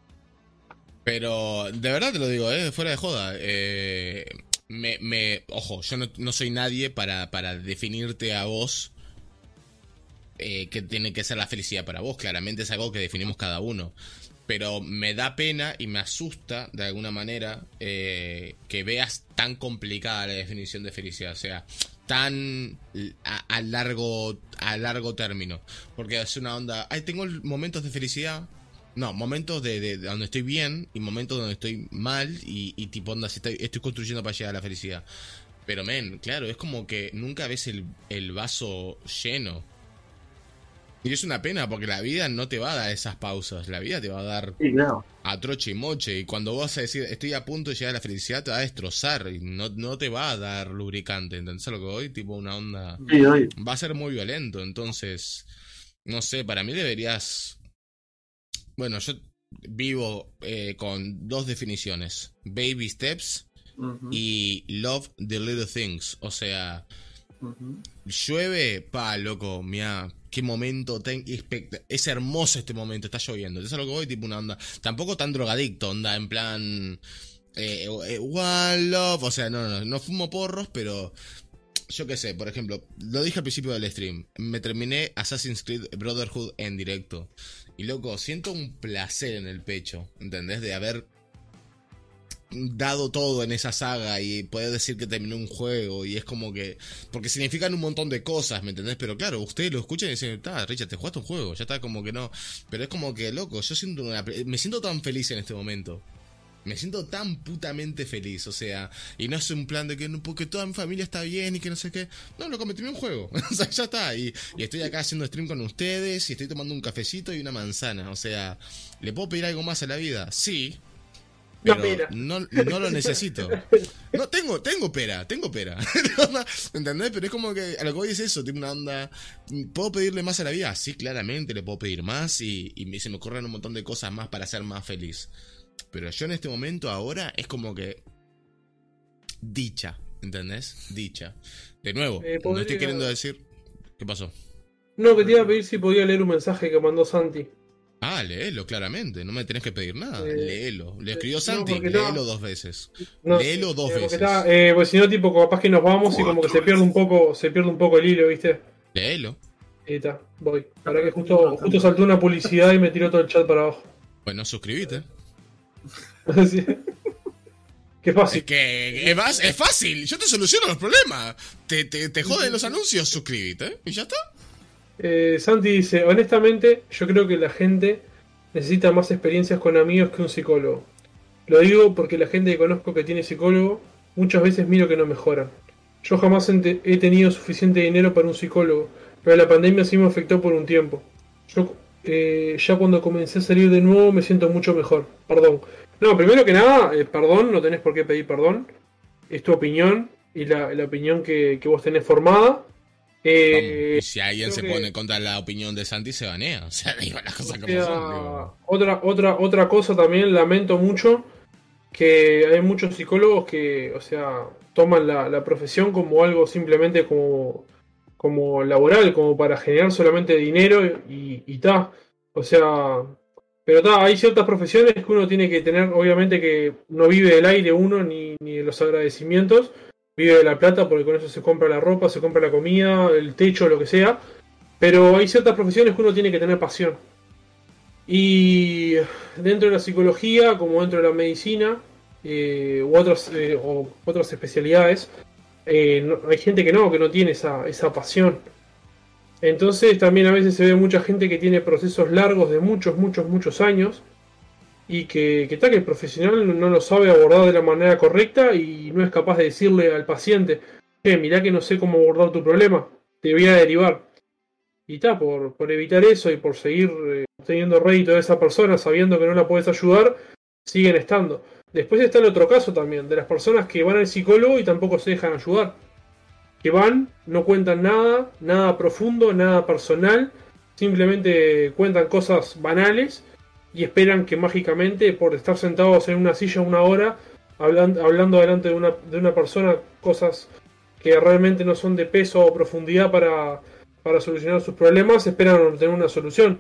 Pero de verdad te lo digo, eh, fuera de joda, eh, me, me, ojo, yo no, no soy nadie para, para definirte a vos eh, que tiene que ser la felicidad para vos, claramente es algo que definimos cada uno. Pero me da pena y me asusta de alguna manera eh, que veas tan complicada la definición de felicidad, o sea, tan a, a largo a largo término, porque es una onda, ay, tengo momentos de felicidad, no, momentos de, de- de donde estoy bien y momentos donde estoy mal y, y tipo onda, si estoy, estoy construyendo para llegar a la felicidad. Pero men, claro, es como que nunca ves el, el vaso lleno. Y es una pena porque la vida no te va a dar esas pausas, la vida te va a dar Sí, claro. a troche y moche. Y cuando vos vas a decir, estoy a punto de llegar a la felicidad, te va a destrozar y no, no te va a dar lubricante. ¿Entendés a lo que voy? Tipo una onda... Sí, hoy. Va a ser muy violento, entonces... No sé, para mí deberías... Bueno, yo vivo eh, con dos definiciones. Baby steps Ujú, y love the little things. O sea... ujú. Llueve, pa, loco, mira, qué momento ten espect- es hermoso este momento, está lloviendo. Eso es lo que voy, tipo una onda. Tampoco tan drogadicto, onda, en plan. Eh, eh, one love. O sea, no, no, no fumo porros, pero. Yo qué sé, por ejemplo, lo dije al principio del stream. Me terminé Assassin's Creed Brotherhood en directo. Y loco, siento un placer en el pecho, ¿entendés? De haber dado todo en esa saga y poder decir que terminó un juego y es como que... Porque significan un montón de cosas, ¿me entendés? Pero claro, ustedes lo escuchan y dicen, está, Richard, te jugaste un juego, ya está, como que no. Pero es como que, loco, yo siento una... Me siento tan feliz en este momento. Me siento tan putamente feliz, o sea, y no es un plan de que no, porque toda mi familia está bien y que no sé qué. No, loco, me terminé un juego. O sea, ya está. Y, y estoy acá haciendo stream con ustedes y estoy tomando un cafecito y una manzana. O sea, ¿le puedo pedir algo más a la vida? Sí. Una Pero pera. no, no lo necesito. No, tengo, tengo pera, tengo pera. ¿Entendés? Pero es como que a lo que voy es eso, tiene una onda. ¿Puedo pedirle más a la vida? Sí, claramente le puedo pedir más y, y me- se me ocurren un montón de cosas más para ser más feliz. Pero yo en este momento ahora es como que dicha, ¿entendés? Dicha. De nuevo, Eh, no podría- estoy queriendo decir... ¿Qué pasó? No, que te iba a pedir si podía leer un mensaje que mandó Santi. Ah, léelo, claramente. No me tenés que pedir nada. Eh, léelo. Le escribió no, Santi, porque no- léelo dos veces. No, Léelo sí, dos eh, porque veces. está- eh, pues si no, tipo, capaz que nos vamos y como que se pierde un poco, se pierde un poco el hilo, ¿viste? Léelo. Ahí está, voy. Ahora que justo, justo saltó una publicidad y me tiró todo el chat para abajo. Bueno, suscríbete. Sí. Qué fácil. Es que es, más- es fácil. Yo te soluciono los problemas. Te, te, te joden los anuncios, suscríbete. Y ya está. Eh, Santi dice, honestamente, yo creo que la gente necesita más experiencias con amigos que un psicólogo. Lo digo porque la gente que conozco que tiene psicólogo, muchas veces miro que no mejoran. Yo jamás ente- he tenido suficiente dinero para un psicólogo, pero la pandemia sí me afectó por un tiempo. Yo eh, ya cuando comencé a salir de nuevo me siento mucho mejor. Perdón. No, primero que nada, eh, perdón, no tenés por qué pedir perdón. Es tu opinión y la, la opinión que, que vos tenés formada. Eh, y si alguien creo se que- pone contra la opinión de Santi, se banea. O sea, digo las cosas O como sea, son. Digo. otra, otra, otra cosa también, lamento mucho que hay muchos psicólogos que, o sea, toman la, la profesión como algo simplemente como, como laboral, como para generar solamente dinero y, y ta. O sea, pero ta, hay ciertas profesiones que uno tiene que tener, obviamente que no vive del aire uno ni, ni de los agradecimientos, vive de la plata porque con eso se compra la ropa, se compra la comida, el techo, lo que sea. Pero hay ciertas profesiones que uno tiene que tener pasión. Y dentro de la psicología, como dentro de la medicina, eh, u otras, eh, o otras especialidades, eh, no- hay gente que no, que no tiene esa, esa pasión. Entonces también a veces se ve mucha gente que tiene procesos largos de muchos, muchos, muchos años y que, que, tal, que el profesional no lo sabe abordar de la manera correcta y no es capaz de decirle al paciente, eh, mirá que no sé cómo abordar tu problema, te voy a derivar. Y está, por, por evitar eso y por seguir eh, teniendo rédito de esa persona sabiendo que no la puedes ayudar, siguen estando. Después está el otro caso también, de las personas que van al psicólogo y tampoco se dejan ayudar. Que van, no cuentan nada, nada profundo, nada personal, simplemente cuentan cosas banales y esperan que mágicamente, por estar sentados en una silla una hora, hablan- hablando delante de una, de una persona, cosas que realmente no son de peso o profundidad para, para solucionar sus problemas, esperan obtener una solución.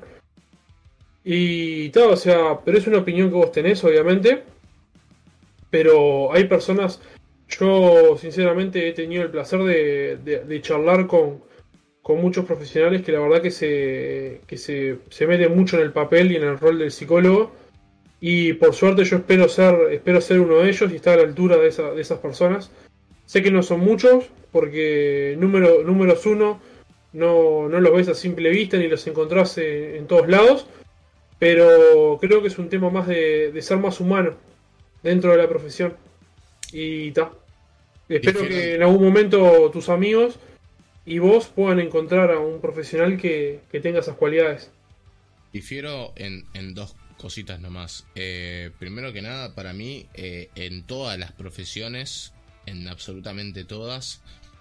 Y tal, o sea, pero es una opinión que vos tenés, obviamente. Pero hay personas, yo sinceramente he tenido el placer de, de- de charlar con, con muchos profesionales que la verdad que se, que se, se meten mucho en el papel y en el rol del psicólogo. Y por suerte yo espero ser, espero ser uno de ellos y estar a la altura de, esa- de esas personas. Sé que no son muchos, porque número, números uno no, no los ves a simple vista ni los encontrás en, en todos lados. Pero creo que es un tema más de, de ser más humano dentro de la profesión. Y ta. Espero Difiero- que en algún momento tus amigos y vos puedan encontrar a un profesional que, que tenga esas cualidades. Difiero en, en dos cositas nomás. Eh, primero que nada, para mí, eh, en todas las profesiones, en absolutamente todas,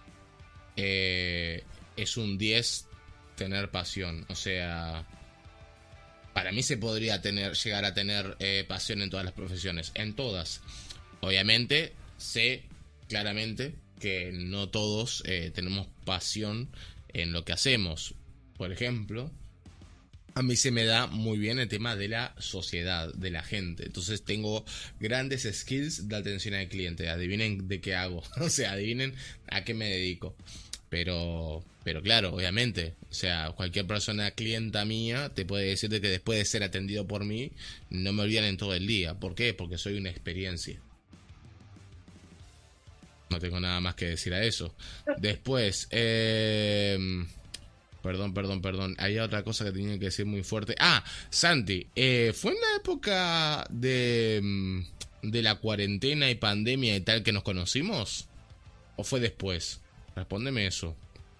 eh, es un diez tener pasión. O sea, para mí se podría tener, llegar a tener eh, pasión en todas las profesiones, en todas. Obviamente, sé claramente que no todos eh, tenemos pasión en lo que hacemos. Por ejemplo, a mí se me da muy bien el tema de la sociedad, de la gente. Entonces tengo grandes skills de atención al cliente. Adivinen de qué hago. O sea, adivinen a qué me dedico. Pero, pero claro, obviamente. O sea, cualquier persona clienta mía te puede decir de que después de ser atendido por mí, no me olvidan en todo el día. ¿Por qué? Porque soy una experiencia. No tengo nada más que decir a eso. Después, eh... Perdón, perdón, perdón. Hay otra cosa que tenía que decir muy fuerte. Ah, Santi, eh, ¿fue en la época de, mm, de la cuarentena y pandemia y tal que nos conocimos? ¿O fue después? Respóndeme eso.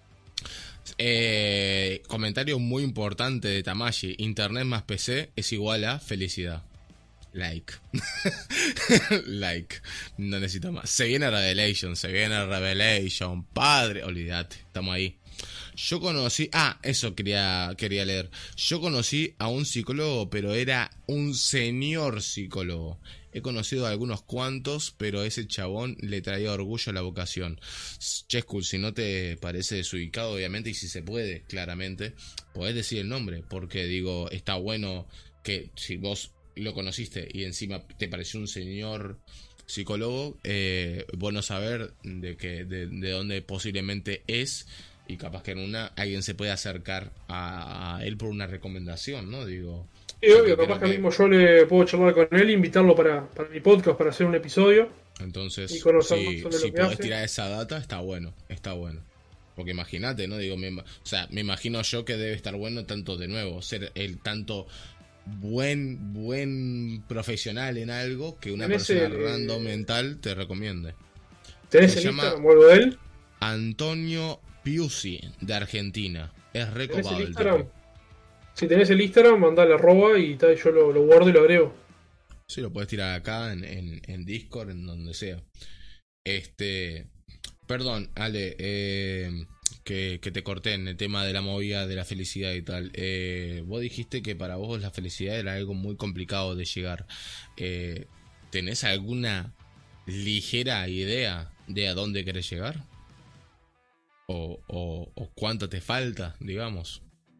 Eh, comentario muy importante de Tamashi. Internet más P C es igual a felicidad. Like. Like. No necesito más. Se viene Revelation, se viene Revelation. Padre, olvídate, estamos ahí. Yo conocí, ah, eso quería, quería leer. Yo conocí a un psicólogo, pero era un señor psicólogo. He conocido a algunos cuantos, pero ese chabón le traía orgullo a la vocación. Chescul, si no te parece desubicado, obviamente, y si se puede, claramente, podés decir el nombre, porque digo, está bueno que si vos lo conociste y encima te pareció un señor psicólogo, eh, bueno saber de que de, de dónde posiblemente es. Y capaz que en una alguien se puede acercar a, a él por una recomendación, ¿no? Digo. Sí, obvio, capaz que, que mismo yo le puedo charlar con él e invitarlo para, para mi podcast, para hacer un episodio. Entonces, y conocer si, más sobre si lo que podés hace. tirar esa data, está bueno, está bueno. Porque imagínate, ¿no? Digo, me, o sea, me imagino yo que debe estar bueno tanto de nuevo, ser el tanto buen, buen profesional en algo que una ¿Tenés persona el- random mental te recomiende. ¿Tenés Se el llama- Instagram o algo de él? Antonio Piusi, de Argentina. Es ¿Tenés el recopado el Instagram? tipo. Si tenés el Instagram, mandale arroba y tal, yo lo, lo guardo y lo agrego. Sí, lo puedes tirar acá, en, en, en Discord, en donde sea. Este. Perdón, Ale. Eh, que, que te corté en el tema de la movida de la felicidad y tal. Eh, vos dijiste que para vos la felicidad era algo muy complicado de llegar. Eh, ¿Tenés alguna ligera idea de a dónde querés llegar? O, o, o cuánto te falta, digamos.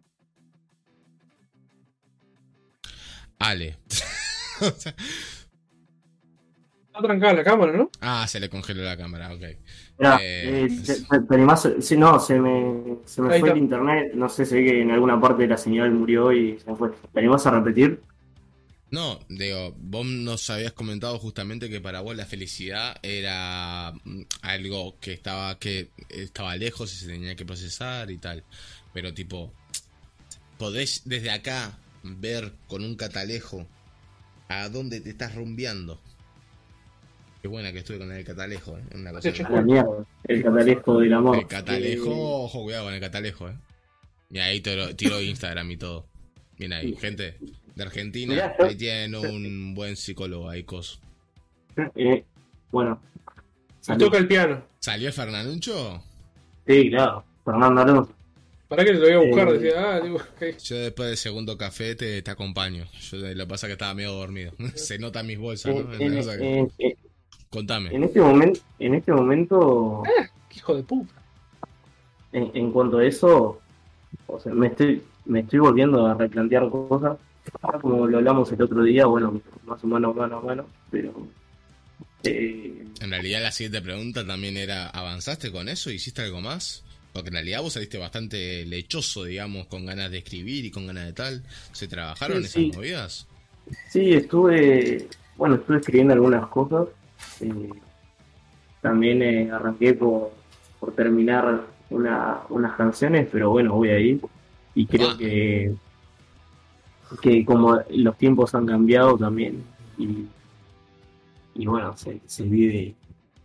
Ale. O sea, Está trancada la cámara, ¿no? ah, se le congeló la cámara, ok. Mirá, Eh, eh, te- te- te animás- sí, no, se me, se me Ahí fue está. el internet, no sé, se ve que en alguna parte la señal murió y se me fue. ¿Te animás a repetir? No, digo, vos nos habías comentado justamente que para vos la felicidad era mm, algo que estaba que estaba lejos y se tenía que procesar y tal. Pero tipo, podés desde acá ver con un catalejo a dónde te estás rumbeando. Qué buena que estuve con el catalejo, ¿eh? Una cosa Sí, A la mierda, el catalejo del amor. el catalejo, Eh, ojo, cuidado con el catalejo, eh. Y ahí tiro, tiro Instagram y todo. Bien ahí, gente de Argentina, Mirá, yo- ahí tienen un buen psicólogo ahí, coso. eh, bueno, Me salud. toca el piano. ¿Salió Fernanuncho? Sí, claro, Fernando Alonso. ¿Para qué lo voy a buscar? Eh, Decía, ah, digo, ok. Yo después del segundo café te, te acompaño. Yo lo que pasa es que estaba medio dormido. Se nota mis bolsas, En, ¿no? en- Una cosa que- en- en- Contame. en este momento, en este momento, Qué hijo de puta. en, en cuanto a eso, o sea, me estoy, me estoy volviendo a replantear cosas. Como lo hablamos el otro día, bueno, más o menos mano a mano, pero eh, En realidad la siguiente pregunta también era, ¿avanzaste con eso? ¿Hiciste algo más? Porque en realidad vos saliste bastante lechoso, digamos, con ganas de escribir y con ganas de tal. ¿Se trabajaron Sí, esas sí. movidas? sí, estuve, bueno, estuve escribiendo algunas cosas. eh, también eh, arranqué por, por terminar una, unas canciones, pero bueno, voy ahí. Y creo Ah. que, que como los tiempos han cambiado también, y, y bueno, se, se vive.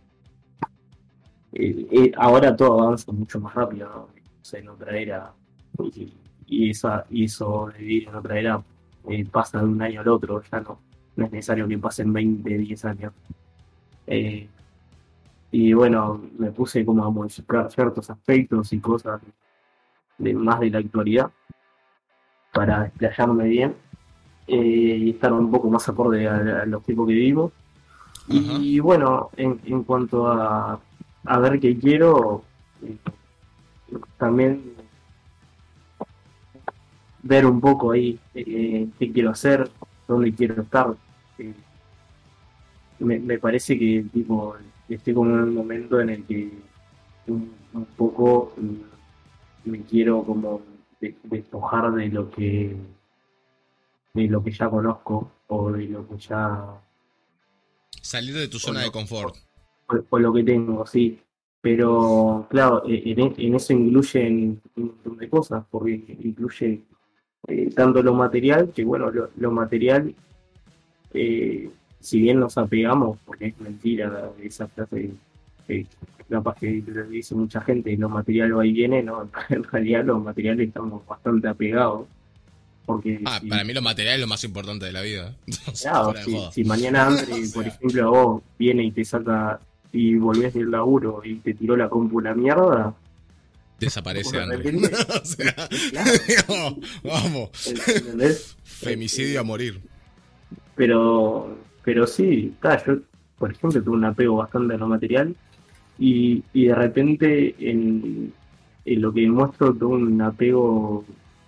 eh, eh, ahora todo avanza mucho más rápido, ¿no? O sea, en otra era. Y, y esa, y eso de vivir en otra era eh, pasa de un año al otro, ya no, no es necesario que pasen veinte diez años. Eh, y bueno, me puse como a modificar ciertos aspectos y cosas de más de la actualidad para desplayarme bien eh, y estar un poco más acorde a, a los tiempos que vivo. Y bueno, en, en cuanto a, a ver qué quiero, eh, también ver un poco ahí eh, qué quiero hacer, dónde quiero estar. Eh, me, me parece que tipo estoy como en un momento en el que un, un poco mm, me quiero como de- despojar de lo que de lo que ya conozco o de lo que ya Salir de tu zona no. de confort. o, o lo que tengo, sí. Pero claro, eh, en, e- en eso incluyen un montón de cosas, porque incluye eh, tanto lo material, que bueno, lo, lo material, eh, si bien nos apegamos, porque es mentira esa frase que capaz que lo dice mucha gente, lo material va y viene, no, en realidad los materiales estamos bastante apegados, porque Ah, si, para mí lo material es lo más importante de la vida. O sea, claro, fuera de si, joda. si mañana Andre, O sea. por ejemplo, a vos viene y te saca y volvés del laburo y te tiró la compu la mierda, Desaparece de André. repente, O sea, claro, digo, vamos. ¿entendés? Femicidio a morir. Pero, pero sí, ta, yo, por ejemplo, tuve un apego bastante a lo material y, y de repente en, en lo que muestro tuve un apego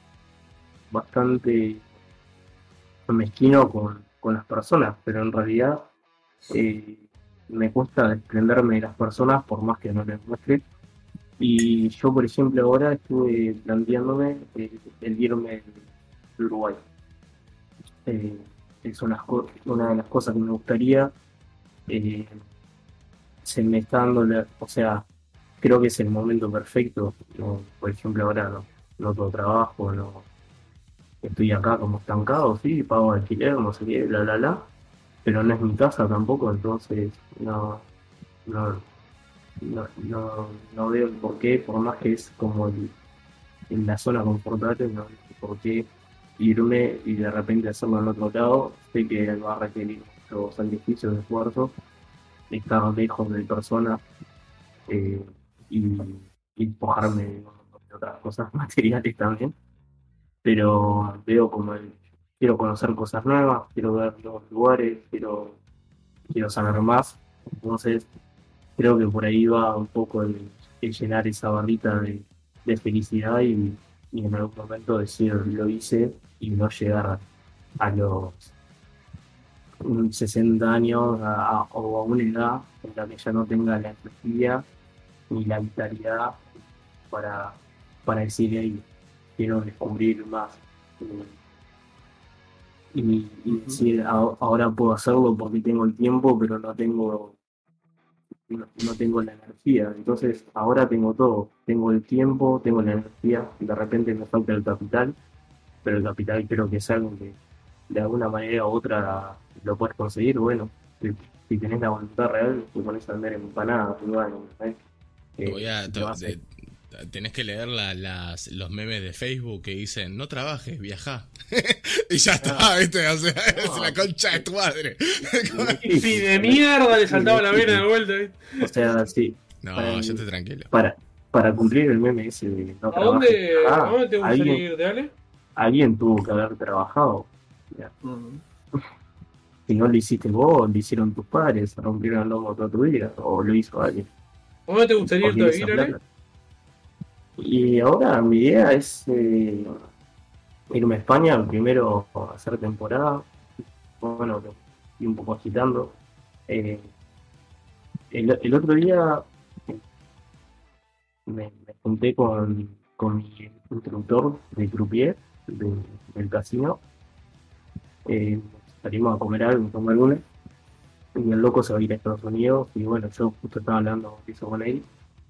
bastante mezquino con, con las personas, pero en realidad eh, me cuesta desprenderme de las personas por más que no les muestre. Y yo, por ejemplo, ahora estuve planteándome eh, el irme de Uruguay. Eh, es una, co- una de las cosas que me gustaría. eh, Se me está dando, la- o sea, creo que es el momento perfecto. ¿No? Por ejemplo, ahora no, no tengo trabajo, no estoy acá como estancado, sí, pago alquiler, no sé qué, bla, bla, bla. Pero no es mi casa tampoco, entonces no, no, no, no, no veo el porqué, por más que es como el- en la zona confortable, no veo el por qué irme y de repente hacerlo en otro lado. Sé que va a requerir muchos sacrificios de esfuerzo, estar lejos de personas eh, y, despojarme de, de otras cosas materiales también, pero veo como el, quiero conocer cosas nuevas, quiero ver nuevos lugares, quiero, quiero saber más, entonces creo que por ahí va un poco el, el llenar esa barrita de, de felicidad y, y en algún momento decir lo hice y no llegar a los mm, sesenta años a- a- o a una edad en la que ya no tenga la energía ni la vitalidad para, para decir, "Ey, quiero descubrir más". Y, y- y decir, "A- ahora puedo hacerlo porque tengo el tiempo, pero no tengo, no, no tengo la energía". Entonces, ahora tengo todo. Tengo el tiempo, tengo la energía, de repente me falta el capital, pero el capital creo que es algo que de alguna manera u otra lo puedes conseguir. Bueno, si, si tenés la voluntad real, te pones a andar en empanadas, ¿eh? Te voy Eh, a, y te- te vas a... de- tenés que leer la- las, los memes de Facebook que dicen, no trabajes, viajá. Y ya está, Ah, ¿viste? O sea, es no, la concha de tu madre. Hippie de mierda, le saltaba la vena de vuelta. ¿viste? O sea, sí, para, No, yo estoy tranquilo. para, para cumplir el meme ese de no ¿A trabajes, dónde, ¿A ah, dónde te gustaría alguien, ir, Dale? alguien tuvo que haber trabajado. Ya. Ujú. Si no lo hiciste vos, lo hicieron tus padres, se rompieron el lomo toda tu vida, o lo hizo alguien. ¿A dónde te gustaría irte a Porque esa vivir, Ale? plata. Y ahora mi idea es eh, irme a España, primero a hacer temporada, bueno, y un poco agitando. Eh, el, el otro día me, me junté con, con mi instructor de croupier de- del casino. Eh, Salimos a comer algo, a tomar una, y el loco se va a ir a Estados Unidos. Y bueno, yo justo estaba hablando eso con él,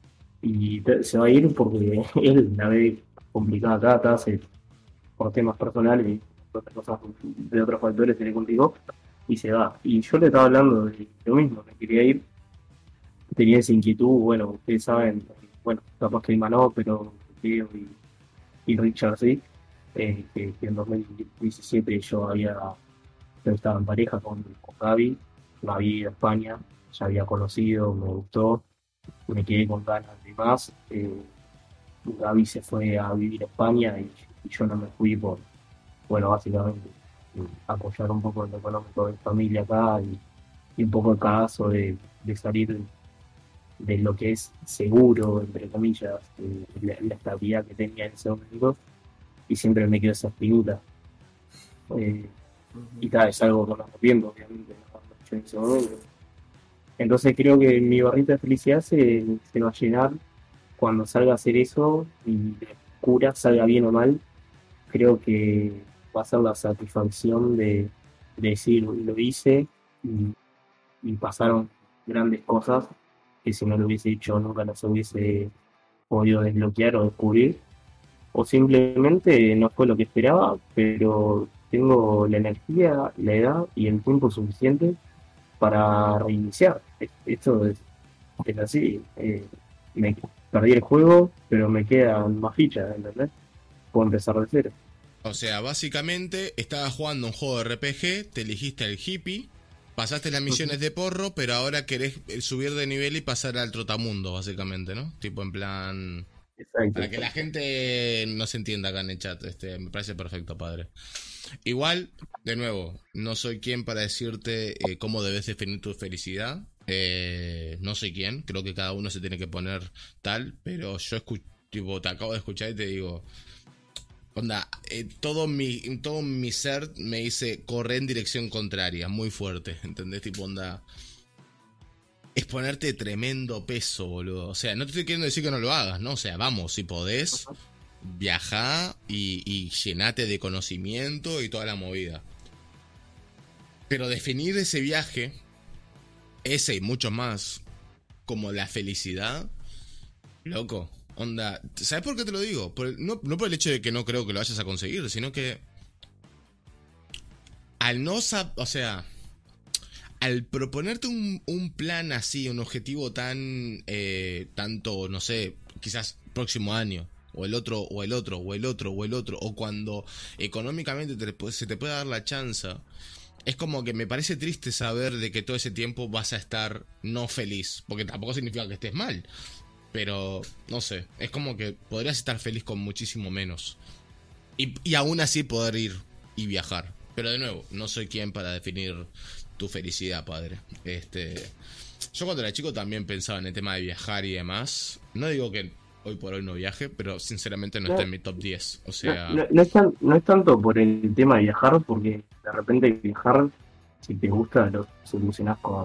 y te- se va a ir porque él la ve complicada acá, está, se- por temas personales y otras cosas de otros factores se le complicó y se va. Y yo le estaba hablando de lo mismo, me quería ir, tenía esa inquietud. Bueno, ustedes saben, bueno, capaz que Emma no, pero Leo y, y Richard sí, eh, que, que en dos mil diecisiete yo había, yo estaba en pareja con, con Gaby, la había ido a España, ya había conocido, me gustó, me quedé con ganas de más. eh, Gaby se fue a vivir a España y, y yo no me fui por, bueno, básicamente eh, apoyar un poco en lo económico de mi familia acá y, y un poco el cagazo de, de salir de lo que es seguro, entre comillas, eh, la, la estabilidad que tenía en ese momento, y siempre me quedo esa espinita. Eh, y tal, es algo que me arrepiento, obviamente, no haberlo hecho en ese momento. Entonces creo que mi barrita de felicidad se, se va a llenar cuando salga a hacer eso y la cura, salga bien o mal. Creo que va a ser la satisfacción de, de decir, lo hice y, y pasaron grandes cosas que si no lo hubiese hecho nunca las hubiese podido desbloquear o descubrir, o simplemente no fue lo que esperaba, pero tengo la energía, la edad y el tiempo suficiente para reiniciar. E- Esto es, es así. eh, me perdí el juego, pero me quedan más fichas, ¿entendés? Puedo empezar de cero. O sea, básicamente estabas jugando un juego de R P G, te elegiste al hippie, pasaste las misiones de porro, pero ahora querés subir de nivel y pasar al trotamundo, básicamente, ¿no? Tipo en plan... Exacto. Para que la gente no se entienda acá en el chat, este, me parece perfecto, padre. Igual, de nuevo, no soy quien para decirte eh, cómo debes definir tu felicidad. Eh, no soy quien, creo que cada uno se tiene que poner tal, pero yo escu- tipo, te acabo de escuchar y te digo, onda, eh, todo mi todo mi ser me dice correr en dirección contraria, muy fuerte, ¿entendés? Tipo, onda, es ponerte tremendo peso, boludo. O sea, no te estoy queriendo decir que no lo hagas, ¿no? O sea, vamos, si podés, viajá y, y llenate de conocimiento y toda la movida. Pero definir ese viaje, ese y mucho más, como la felicidad, loco, onda, ¿sabes por qué te lo digo? Por el- no, no por el hecho de que no creo que lo vayas a conseguir, sino que al no saber, o sea, al proponerte un, un plan así, un objetivo tan, eh, tanto, no sé, quizás próximo año, o el otro, o el otro, o el otro, o el otro, o cuando económicamente te, pu- se te puede dar la chance, es como que me parece triste saber de que todo ese tiempo vas a estar no feliz, porque tampoco significa que estés mal, Pero, no sé, es como que podrías estar feliz con muchísimo menos. Y, y aún así poder ir y viajar. Pero de nuevo, no soy quien para definir tu felicidad, padre. Este, yo cuando era chico también pensaba en el tema de viajar y demás. No digo que hoy por hoy no viaje, pero sinceramente no, no está en mi top diez. O sea... No, no, no, es tan, no es tanto por el tema de viajar, porque de repente viajar, si te gusta, lo solucionás con,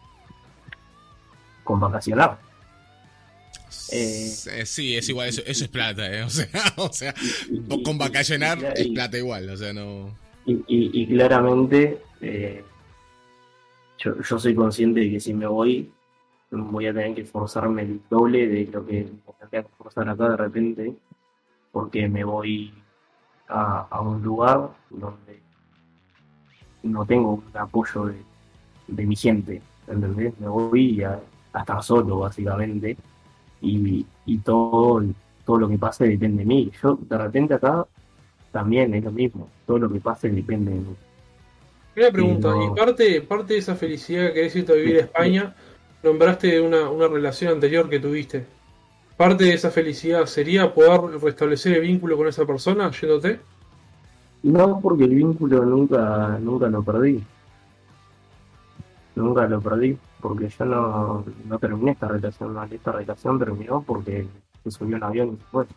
con vacacionar. Eh, sí, es igual, eso, eso es plata, ¿eh? O sea, o sea y, con vacacionar y, y, es plata igual, o sea, no... Y, y, y claramente, eh, yo, yo soy consciente de que si me voy, voy a tener que esforzarme el doble de lo que me tendría que esforzar acá de repente, porque me voy a, a un lugar donde no tengo un apoyo de, de mi gente, ¿entendés? Me voy a, a estar solo, básicamente, y, y todo, todo lo que pase depende de mí. Yo, de repente, acá también es lo mismo, todo lo que pase depende de mí. Una pregunta, no... y parte, parte de esa felicidad que querés irte a vivir a España, nombraste una, una relación anterior que tuviste. ¿Parte de esa felicidad sería poder restablecer el vínculo con esa persona yéndote? No, porque el vínculo nunca, nunca lo perdí. Nunca lo perdí, porque yo no, no terminé esta relación, no, esta relación terminó porque se subió un avión y se fue.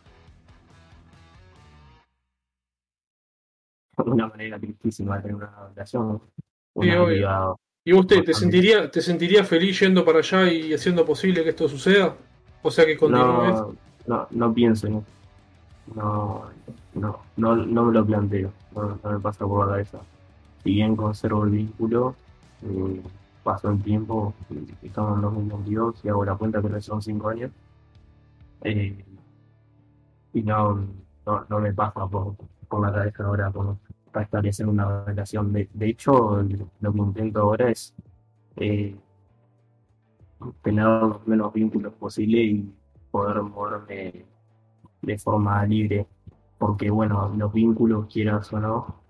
De una manera tristísima de tener una relación. Una Sí, obvio. ¿Y vos te, te, sentiría, te sentirías feliz yendo para allá y haciendo posible que esto suceda? O sea, que continúes. No, no, no pienso en eso. No, no, no, no me lo planteo. No, no me pasa por la cabeza. Si bien conservo el vínculo, eh, pasó el tiempo, estamos en dos mil veintidós y hago la cuenta que son cinco años. Eh, y no, no, no me pasa por, por la cabeza ahora por restablecer una relación. De, de hecho, lo que intento ahora es eh, tener los menos vínculos posible y poder moverme de forma libre. Porque, bueno, los vínculos, quieras o no.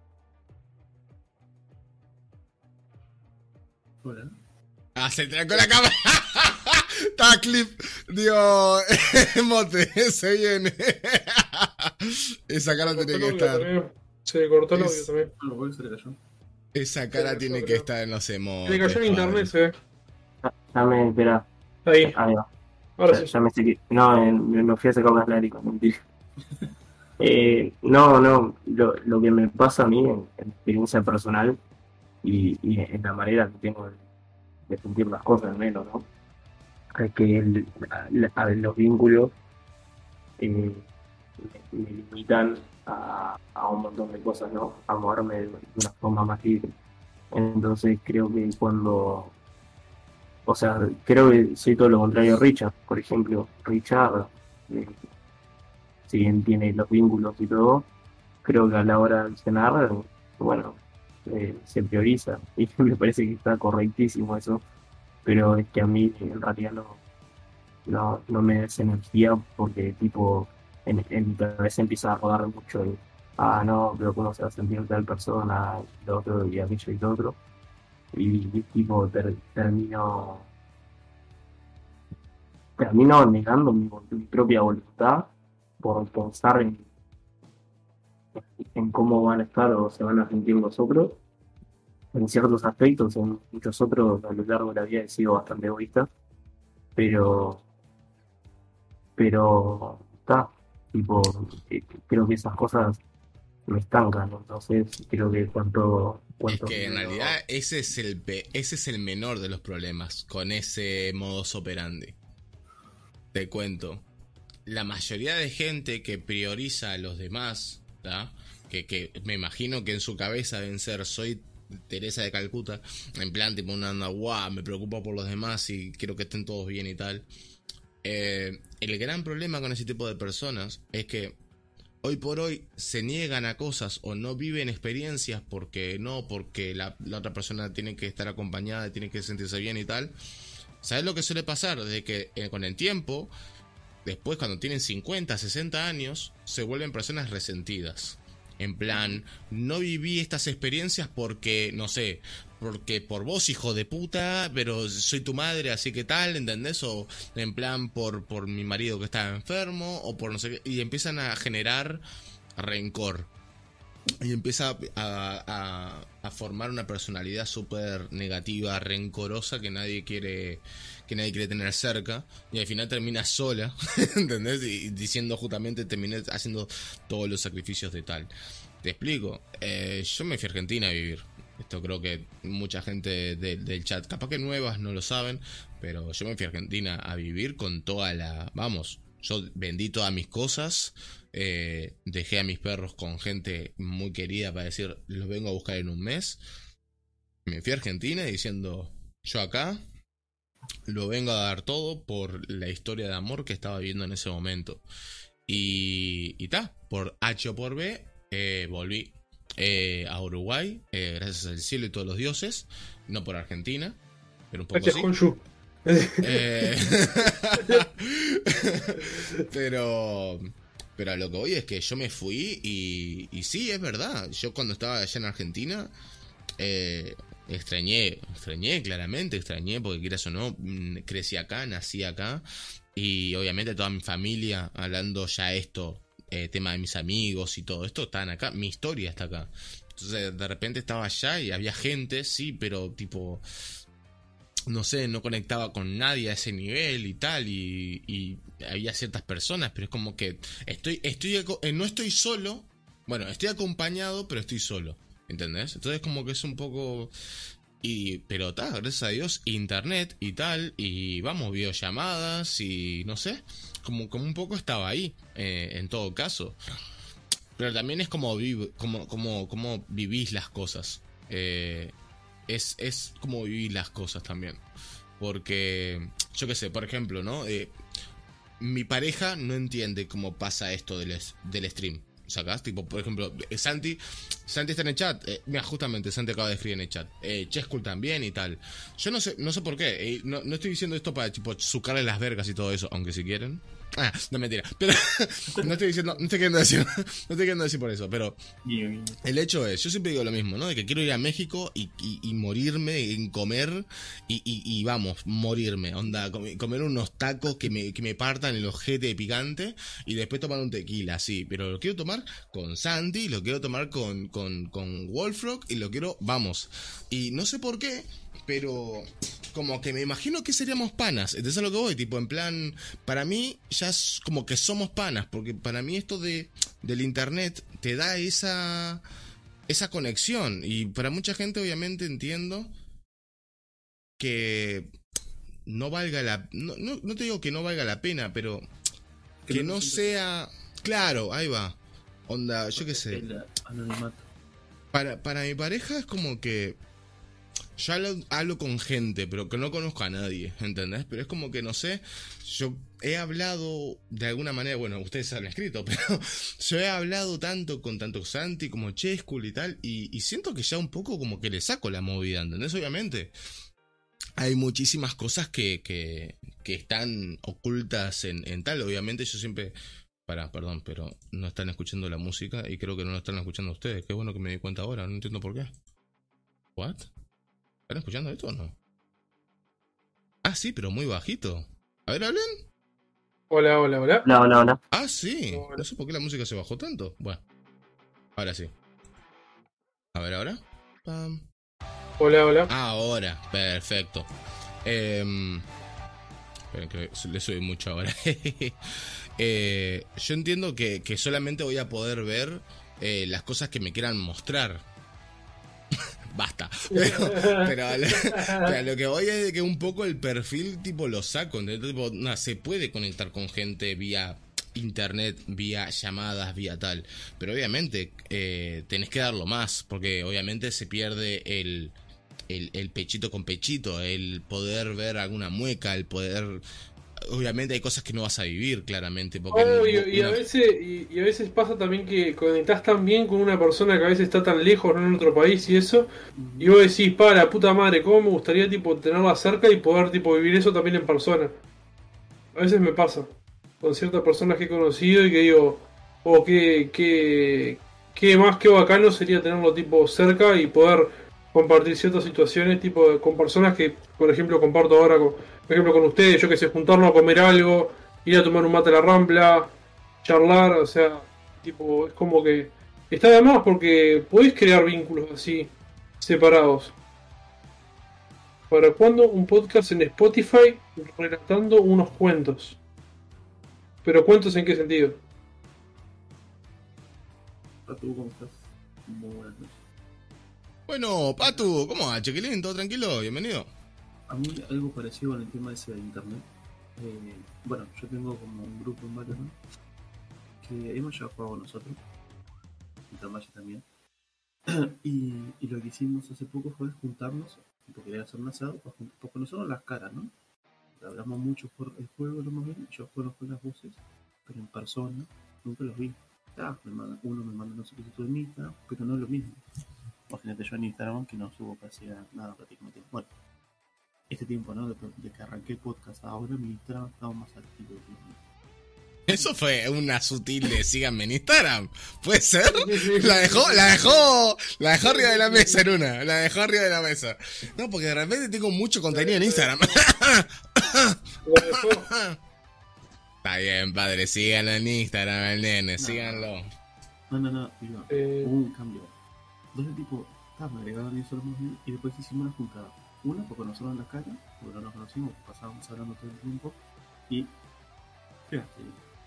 Hola. Ah, se trancó la cámara. Está clip. Digo, mote, se viene. Esa cara tiene que estar. También. Se cortó el audio también. No, ¿por qué se le cayó? Esa cara tiene que estar en los emotes. Se le cayó en internet, se ve. Ya me, espera. Ahí. Ahí va. Ahora ya, sí. Ya me sé que. No, eh, me, me fui a sacar las lágrimas, mentira. eh, no, no. Lo, lo que me pasa a mí en, en experiencia personal y, y en la manera que tengo de, de sentir las cosas, al menos, ¿no? Es que el, a, a los vínculos eh, me, me limitan a, a un montón de cosas, ¿no? A moverme de una forma más libre. Entonces creo que cuando, o sea, creo que soy todo lo contrario a Richard, por ejemplo. Richard, eh, si bien tiene los vínculos y todo, creo que a la hora de cenar, bueno, eh, se prioriza y me parece que está correctísimo eso, pero es que a mí en realidad no, no, no me da esa energía porque tipo en, en mi cabeza empieza a rodar mucho y, ah no, pero cómo se va a sentir tal persona, y lo otro y aquello y lo otro, y, y tipo ter, termino termino negando mi, mi propia voluntad por pensar en, en cómo van a estar o se van a sentir los otros en ciertos aspectos. En muchos otros a lo largo de la vida he sido bastante egoísta, pero pero está tipo eh, creo que esas cosas me estancan, entonces creo que cuanto, cuanto es que en menos- realidad ese es el pe- ese es el menor de los problemas con ese modus operandi. Te cuento, la mayoría de gente que prioriza a los demás, ¿tá? Que, que me imagino que en su cabeza deben ser soy Teresa de Calcuta, en plan tipo una anda, guau, me preocupo por los demás y quiero que estén todos bien y tal. Eh, el gran problema con ese tipo de personas es que hoy por hoy se niegan a cosas o no viven experiencias porque no, porque la, la otra persona tiene que estar acompañada, tiene que sentirse bien y tal. ¿Sabes lo que suele pasar? De que eh, con el tiempo, después cuando tienen cincuenta, sesenta años, se vuelven personas resentidas. En plan, no viví estas experiencias porque, no sé, porque por vos, hijo de puta, pero soy tu madre, así que tal, ¿entendés? O en plan por, por mi marido que estaba enfermo, o por no sé qué, y empiezan a generar rencor. Y empieza a, a, a formar una personalidad súper negativa, rencorosa, que nadie quiere que nadie quiere tener cerca. Y al final termina sola, ¿entendés? Y diciendo justamente, terminé haciendo todos los sacrificios de tal. Te explico. Eh, yo me fui a Argentina a vivir. Esto creo que mucha gente de, del chat, capaz que nuevas no lo saben, pero yo me fui a Argentina a vivir con toda la... Vamos, yo vendí todas mis cosas... Eh, dejé a mis perros con gente muy querida para decir, los vengo a buscar en un mes. Me fui a Argentina diciendo, yo acá lo vengo a dar todo por la historia de amor que estaba viviendo en ese momento. Y y ta, por H o por B, eh, volví eh, a Uruguay, eh, gracias al cielo y todos los dioses, no por Argentina, pero un poco Gracias, así. Honshu. Eh... pero... Pero a lo que voy es que yo me fui y, y sí, es verdad. Yo cuando estaba allá en Argentina, eh, extrañé, extrañé claramente, extrañé porque quieras o no, crecí acá, nací acá. Y obviamente toda mi familia, hablando ya esto, eh, tema de mis amigos y todo esto, están acá. Mi historia está acá. Entonces de repente estaba allá y había gente, sí, pero tipo... No sé, no conectaba con nadie a ese nivel y tal, y, y había ciertas personas, pero es como que estoy, estoy, no estoy solo, bueno, estoy acompañado, pero estoy solo, ¿entendés? Entonces como que es un poco, y pero tal, gracias a Dios, internet y tal, y vamos, videollamadas y no sé, como, como un poco estaba ahí, eh, en todo caso, pero también es como, viv, como, como, como vivís las cosas, eh... Es, es como vivir las cosas también. Porque, yo qué sé, por ejemplo, ¿no? Eh, mi pareja no entiende cómo pasa esto del, del stream. ¿Sacás? Tipo, por ejemplo, Santi Santi está en el chat. Eh, mira, justamente Santi acaba de escribir en el chat. Eh, Cheskull también y tal. Yo no sé, no sé por qué. Eh, no, no estoy diciendo esto para, tipo, sucarle las vergas y todo eso. Aunque si quieren. Ah, no, mentira. Pero no estoy diciendo, no estoy queriendo decir, no estoy queriendo decir por eso, pero el hecho es, yo siempre digo lo mismo, ¿no? De que quiero ir a México y, y, y morirme en comer y, y, y vamos, morirme, onda, comer unos tacos que me, que me partan el ojete de picante y después tomar un tequila, sí, pero lo quiero tomar con Santi, lo quiero tomar con, con, con Wolfrock y lo quiero, vamos, y no sé por qué, pero como que me imagino que seríamos panas. Entonces a lo que voy, tipo, en plan, para mí ya es como que somos panas, porque para mí esto de del internet te da esa esa conexión, y para mucha gente obviamente entiendo que no valga la no, no, no te digo que no valga la pena, pero que, que no, no sea, claro, ahí va, onda, yo qué sé, para, para mi pareja es como que yo hablo, hablo con gente, pero que no conozco a nadie, ¿entendés? Pero es como que, no sé, yo he hablado de alguna manera, bueno, ustedes han escrito, pero yo he hablado tanto con tanto Santi como Cheskull y tal, y, y siento que ya un poco como que le saco la movida, ¿entendés? Obviamente hay muchísimas cosas que, que, que están ocultas en, en tal, obviamente yo siempre... Pará, perdón, pero no están escuchando la música y creo que no la están escuchando ustedes, qué bueno que me di cuenta ahora, no entiendo por qué. ¿What? ¿Están escuchando esto o no? Ah, sí, pero muy bajito. A ver, hablen. Hola, hola, hola. Hola, hola, hola. Ah, sí. Hola. No sé por qué la música se bajó tanto. Bueno, ahora sí. A ver, ahora. Pam. Hola, hola. Ahora, perfecto. Eh, esperen que le subí mucho ahora. eh, yo entiendo que, que solamente voy a poder ver eh, las cosas que me quieran mostrar. Basta. Pero, pero, a lo, pero a lo que voy es de que un poco el perfil tipo lo saco. Tipo, no, se puede conectar con gente vía internet, vía llamadas, vía tal. Pero obviamente eh, tenés que darlo más. Porque obviamente se pierde el, el, el pechito con pechito. El poder ver alguna mueca, el poder... Obviamente hay cosas que no vas a vivir, claramente. Porque Oh, no, y, y, una... a veces, y, y a veces pasa también que conectás tan bien con una persona que a veces está tan lejos, no en otro país y eso, y vos decís, para, puta madre, cómo me gustaría tipo tenerla cerca y poder tipo vivir eso también en persona. A veces me pasa con ciertas personas que he conocido y que digo, oh, qué, qué, qué más que bacano sería tenerlo tipo cerca y poder compartir ciertas situaciones tipo con personas que, por ejemplo, comparto ahora con, por ejemplo, con ustedes, yo que sé, juntarnos a comer algo, ir a tomar un mate a la Rampla, charlar, o sea, tipo, es como que está de más porque podés crear vínculos así, separados. ¿Para cuándo un podcast en Spotify relatando unos cuentos? ¿Pero cuentos en qué sentido? Patu, ¿cómo estás? Muy buenas noches. Bueno, Patu, ¿cómo va, Chiquilín? ¿Todo tranquilo? Bienvenido. A mí algo parecido con el tema ese de internet. Eh, bueno, yo tengo como un grupo en varios, ¿no? Que hemos ya jugado nosotros. Y Tomás también. y, y lo que hicimos hace poco fue juntarnos, porque quería hacer un asado, para, para conocernos las caras, ¿no? Hablamos mucho por el juego, lo más bien. Yo conozco las voces, pero en persona nunca los vi. Ah, me manda, uno me manda una solicitud en Instagram, pero no es lo mismo. Imagínate yo en Instagram que no subo casi nada prácticamente. Bueno, este tiempo, ¿no? De, de que arranqué el podcast ahora, mi Instagram estaba más activo. Eso fue una sutil de síganme en Instagram. ¿Puede ser? La dejó, la dejó, la dejó arriba de la mesa en una. La dejó arriba de la mesa. No, porque de repente tengo mucho contenido en Instagram. Está bien, padre, síganlo en Instagram, el nene, no, síganlo. No, no, no, digo, eh... hubo un cambio. Entonces, tipo, me agregaron eso y después hicimos una juntada. Una, porque conocernos las caras, porque no nos conocimos, pasábamos hablando todo el tiempo. Y. Fíjate.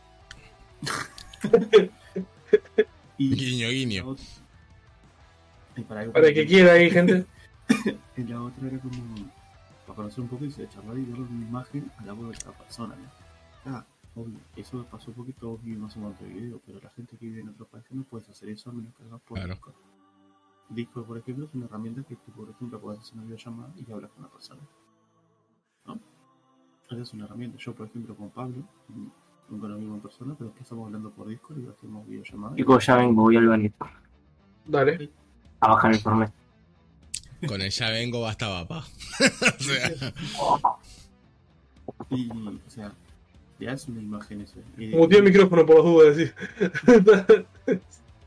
y guiño, guiño. Otra... Y para, para que quiera ahí, gente. Y la otra era como. Para conocer un poco y se charlar y ver una imagen a la voz de cada persona, ¿no? Ah, obvio, eso pasó porque todos vivimos en Montevideo, pero la gente que vive en otro país no puedes hacer eso a menos que hagas por claro. Discord. Discord, por ejemplo, es una herramienta que tú, por ejemplo, puedes hacer una videollamada y hablas con una persona, ¿no? Esa es una herramienta. Yo, por ejemplo, con Pablo, nunca nos vimos en persona, pero es que estamos hablando por Discord y hacemos videollamadas. Chicos, ya vengo, voy al baño. Dale. A bajar el informe. Con el ya vengo basta, papá. O sea. Y, o sea, ya es una imagen eso. Muteé el micrófono por las dudas, decir.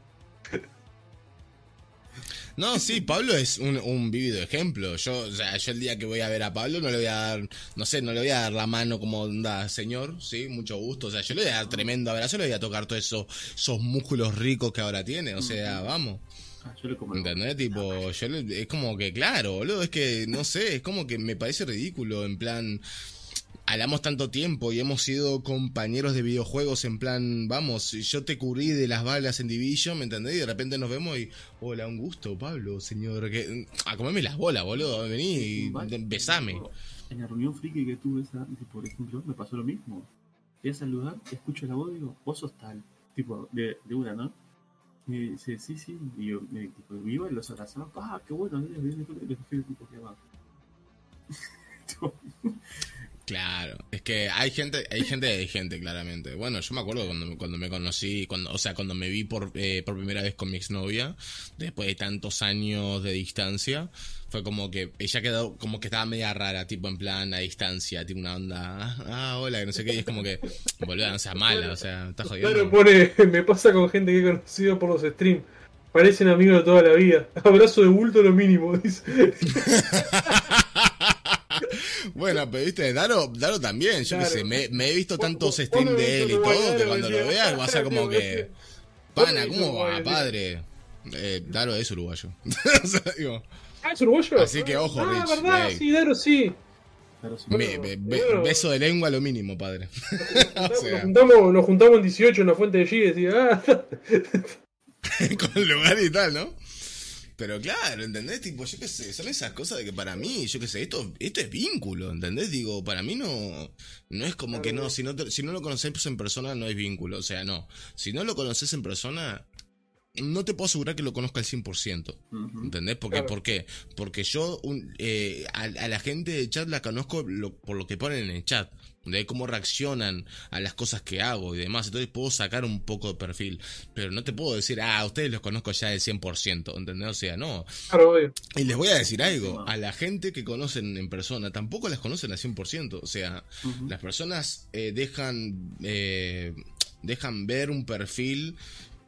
No, sí, Pablo es un, un vívido ejemplo. Yo, o sea, yo el día que voy a ver a Pablo no le voy a dar, no sé, no le voy a dar la mano como onda señor, sí, mucho gusto. O sea, yo le voy a dar tremendo abrazo, le voy a tocar todos esos, esos músculos ricos que ahora tiene. O sea, vamos. Ah, yo le como ¿entendés? Tipo, yo le, es como que, claro, boludo, es que, no sé, es como que me parece ridículo, en plan, hablamos tanto tiempo y hemos sido compañeros de videojuegos, en plan, vamos, yo te cubrí de las balas en Division, ¿me entendés? Y de repente nos vemos y, hola, un gusto, Pablo, señor, que, a comerme las bolas, boludo, vení y besame. En la reunión friki que tuve, esa, por ejemplo, me pasó lo mismo. Voy a saludar, escucho la voz y digo, vos sos tal, tipo, de, de una, ¿no? Y dice, sí, sí, y yo, me, tipo, iba y los abrazaba, ah, qué bueno, y les dije, tipo, que va. Claro, es que hay gente, hay gente, hay gente, claramente. Bueno, yo me acuerdo cuando, cuando me conocí, cuando, o sea, cuando me vi por, eh, por primera vez con mi exnovia, después de tantos años de distancia, fue como que ella quedó como que estaba media rara, tipo en plan a distancia, tipo una onda, ah, hola, que no sé qué, y es como que, boluda, no seas mala, o sea, estás jodiendo. Claro, pone, me pasa con gente que he conocido por los streams. Parecen amigos de toda la vida. Abrazo de bulto lo mínimo, dice. Bueno, pero viste, Daro, Daro también, yo claro. qué sé, me, me he visto tantos streams de él y todo, que cuando lo veas vas a como que, pana, ¿cómo va, padre? Eh, Daro es uruguayo. O sea, digo, ah, es uruguayo. Así que ojo, ah, Rich. verdad, Hey. sí, Daro sí. Me, me, me, beso de lengua lo mínimo, padre. Nos juntamos, O sea, nos juntamos, nos juntamos en dieciocho en la fuente de G y decía, ah. con lugar y tal, ¿no? Pero claro, ¿entendés? Tipo, yo qué sé, son esas cosas de que para mí, yo qué sé, esto, esto es vínculo, ¿entendés? Digo, para mí no, no es como que no, si no, te, si no lo conoces en persona no es vínculo, o sea, no. Si no lo conoces en persona, no te puedo asegurar que lo conozca al cien por ciento, ¿entendés? Porque, Claro. ¿por qué? Porque yo un, eh, a, a la gente de chat la conozco lo, por lo que ponen en el chat, de cómo reaccionan a las cosas que hago y demás, entonces puedo sacar un poco de perfil, pero no te puedo decir, ah, a ustedes los conozco ya del cien por ciento, ¿entendés? O sea, no. Claro, obvio. Y les voy a decir algo, a la gente que conocen en persona tampoco las conocen al cien por ciento, o sea, Uh-huh. las personas eh, dejan, eh, dejan ver un perfil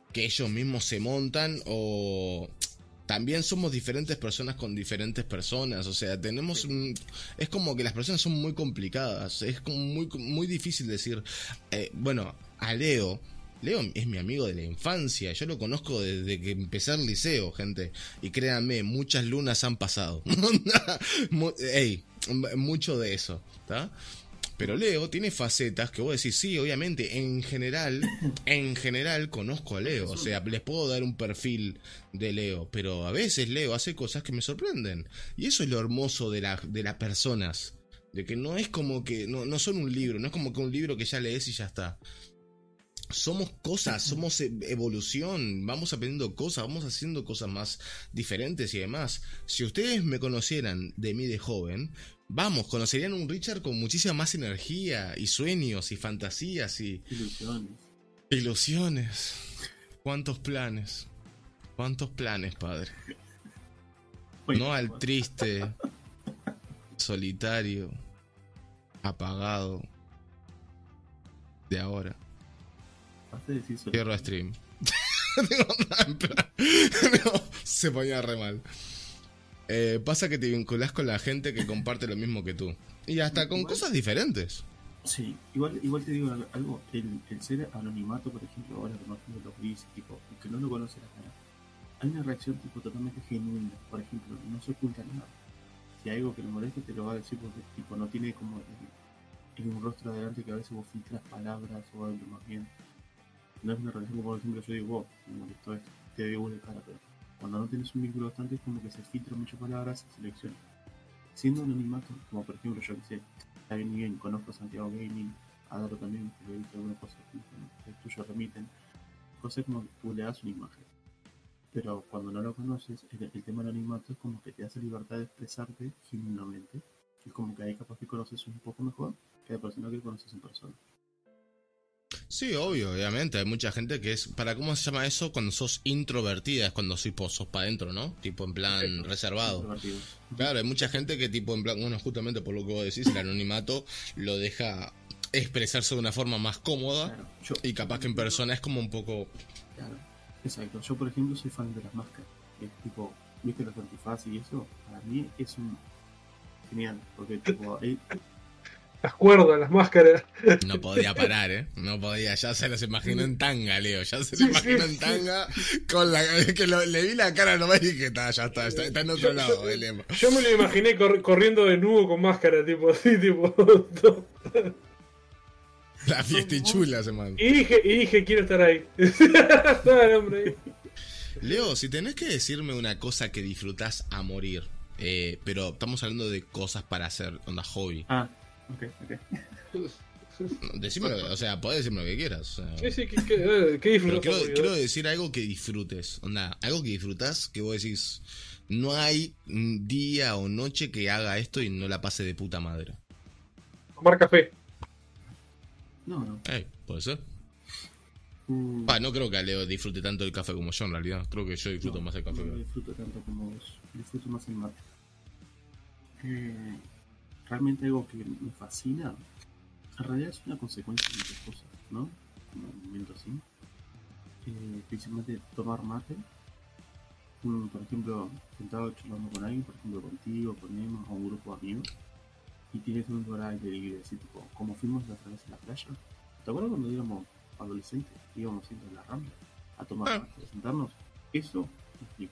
que ellos mismos se montan o... También somos diferentes personas con diferentes personas, o sea, tenemos un, es como que las personas son muy complicadas, es como muy, muy difícil decir, eh, bueno, a Leo, Leo es mi amigo de la infancia, yo lo conozco desde que empecé el liceo, gente, y créanme, muchas lunas han pasado, ey, mucho de eso, ¿está? Pero Leo tiene facetas que vos decís, sí, obviamente, en general, en general conozco a Leo, o sea, les puedo dar un perfil de Leo, pero a veces Leo hace cosas que me sorprenden. Y eso es lo hermoso de, la, de las personas, de que no es como que, no, no son un libro, no es como que un libro que ya lees y ya está. Somos cosas, somos evolución, vamos aprendiendo cosas, vamos haciendo cosas más diferentes y demás. Si ustedes me conocieran de mí de joven, vamos, conocerían un Richard con muchísima más energía y sueños y fantasías y... Ilusiones. Ilusiones. ¿Cuántos planes? ¿Cuántos planes, padre? No al triste, solitario, apagado de ahora. Cierro stream. No, se ponía re mal. Eh, pasa que te vinculás con la gente que comparte lo mismo que tú. Y hasta con Igual- cosas diferentes. Sí, igual, igual te digo algo, el, el ser anonimato, por ejemplo, ahora que no lo dice, tipo, el que no lo conoce la cara, hay una reacción tipo totalmente genuina, por ejemplo, no se oculta nada. Si hay algo que le moleste te lo va a decir porque tipo no tiene como el, el un rostro adelante que a veces vos filtras palabras o algo más bien. No es una relación como por ejemplo yo digo, vos, me molestó esto, te digo de cara, pero cuando no tienes un vínculo bastante es como que se filtran muchas palabras y se selecciona. Siendo anonimato, como por ejemplo yo que sé, está bien y bien, conozco a Santiago Gaming, a Daro también, que he visto algunas cosas que los tuyos remiten, cosas como que tú le das una imagen. Pero cuando no lo conoces, el, el tema del anonimato es como que te hace libertad de expresarte genuinamente. Es como que ahí capaz que conoces un poco mejor que la persona que conoces en persona. Sí, obvio, obviamente. Hay mucha gente que es... ¿Para cómo se llama eso? Cuando sos introvertida, es cuando sos, sos para adentro, ¿no? Tipo en plan reservado. Introvertido. Claro, hay mucha gente que tipo en plan... Bueno, justamente por lo que vos decís, el anonimato lo deja expresarse de una forma más cómoda. Claro, yo- Y capaz que en persona es como un poco... Claro, exacto. Yo, por ejemplo, soy fan de las máscaras. Es tipo, viste los antifaz y eso, para mí es un genial, porque tipo, ahí, Las cuerdas, las máscaras. No podía parar, ¿eh? No podía. Ya se los imaginó en tanga, Leo. Ya se Sí, lo imaginó sí, en tanga. Con la... Que lo- le vi la cara nomás y dije, está, ya está. Está, está en otro Yo- lado, yo- el Emo. Yo me lo imaginé cor- corriendo de nuevo con máscara, tipo así, tipo. La fiesta y chula se man. Y dije, y dije, quiero estar ahí. Estaba el hombre ahí. Leo, si tenés que decirme una cosa que disfrutás a morir, eh, pero estamos hablando de cosas para hacer, onda hobby. ah, ok, ok. Decime, lo- o sea, podés decirme lo que quieras. O sea, Sí, sí, ¿qué, qué, eh, qué pero disfrutás, quiero, amigo? quiero decir algo que disfrutes. Onda, algo que disfrutás, que vos decís, no hay un día o noche que haga esto y no la pase de puta madre. Tomar café. No, no. Ey, puede ser. Mm, Pa, no creo que a Leo disfrute tanto el café como yo en realidad. Creo que yo disfruto no, más el café. No que lo vos. disfruto tanto como vos. Disfruto más el mate. Eh, realmente algo que me fascina, en realidad es una consecuencia de muchas cosas, ¿no? Como un momento así. Eh, principalmente tomar mate. Mm, por ejemplo, sentado charlando con alguien, por ejemplo contigo, con Emma o un grupo de amigos, y tienes un lugar de libre, así tipo, como fuimos la otra vez a la playa. ¿Te acuerdas cuando éramos adolescentes? Íbamos siempre a la rambla a tomar Ah. mate, a sentarnos. Eso me flipa.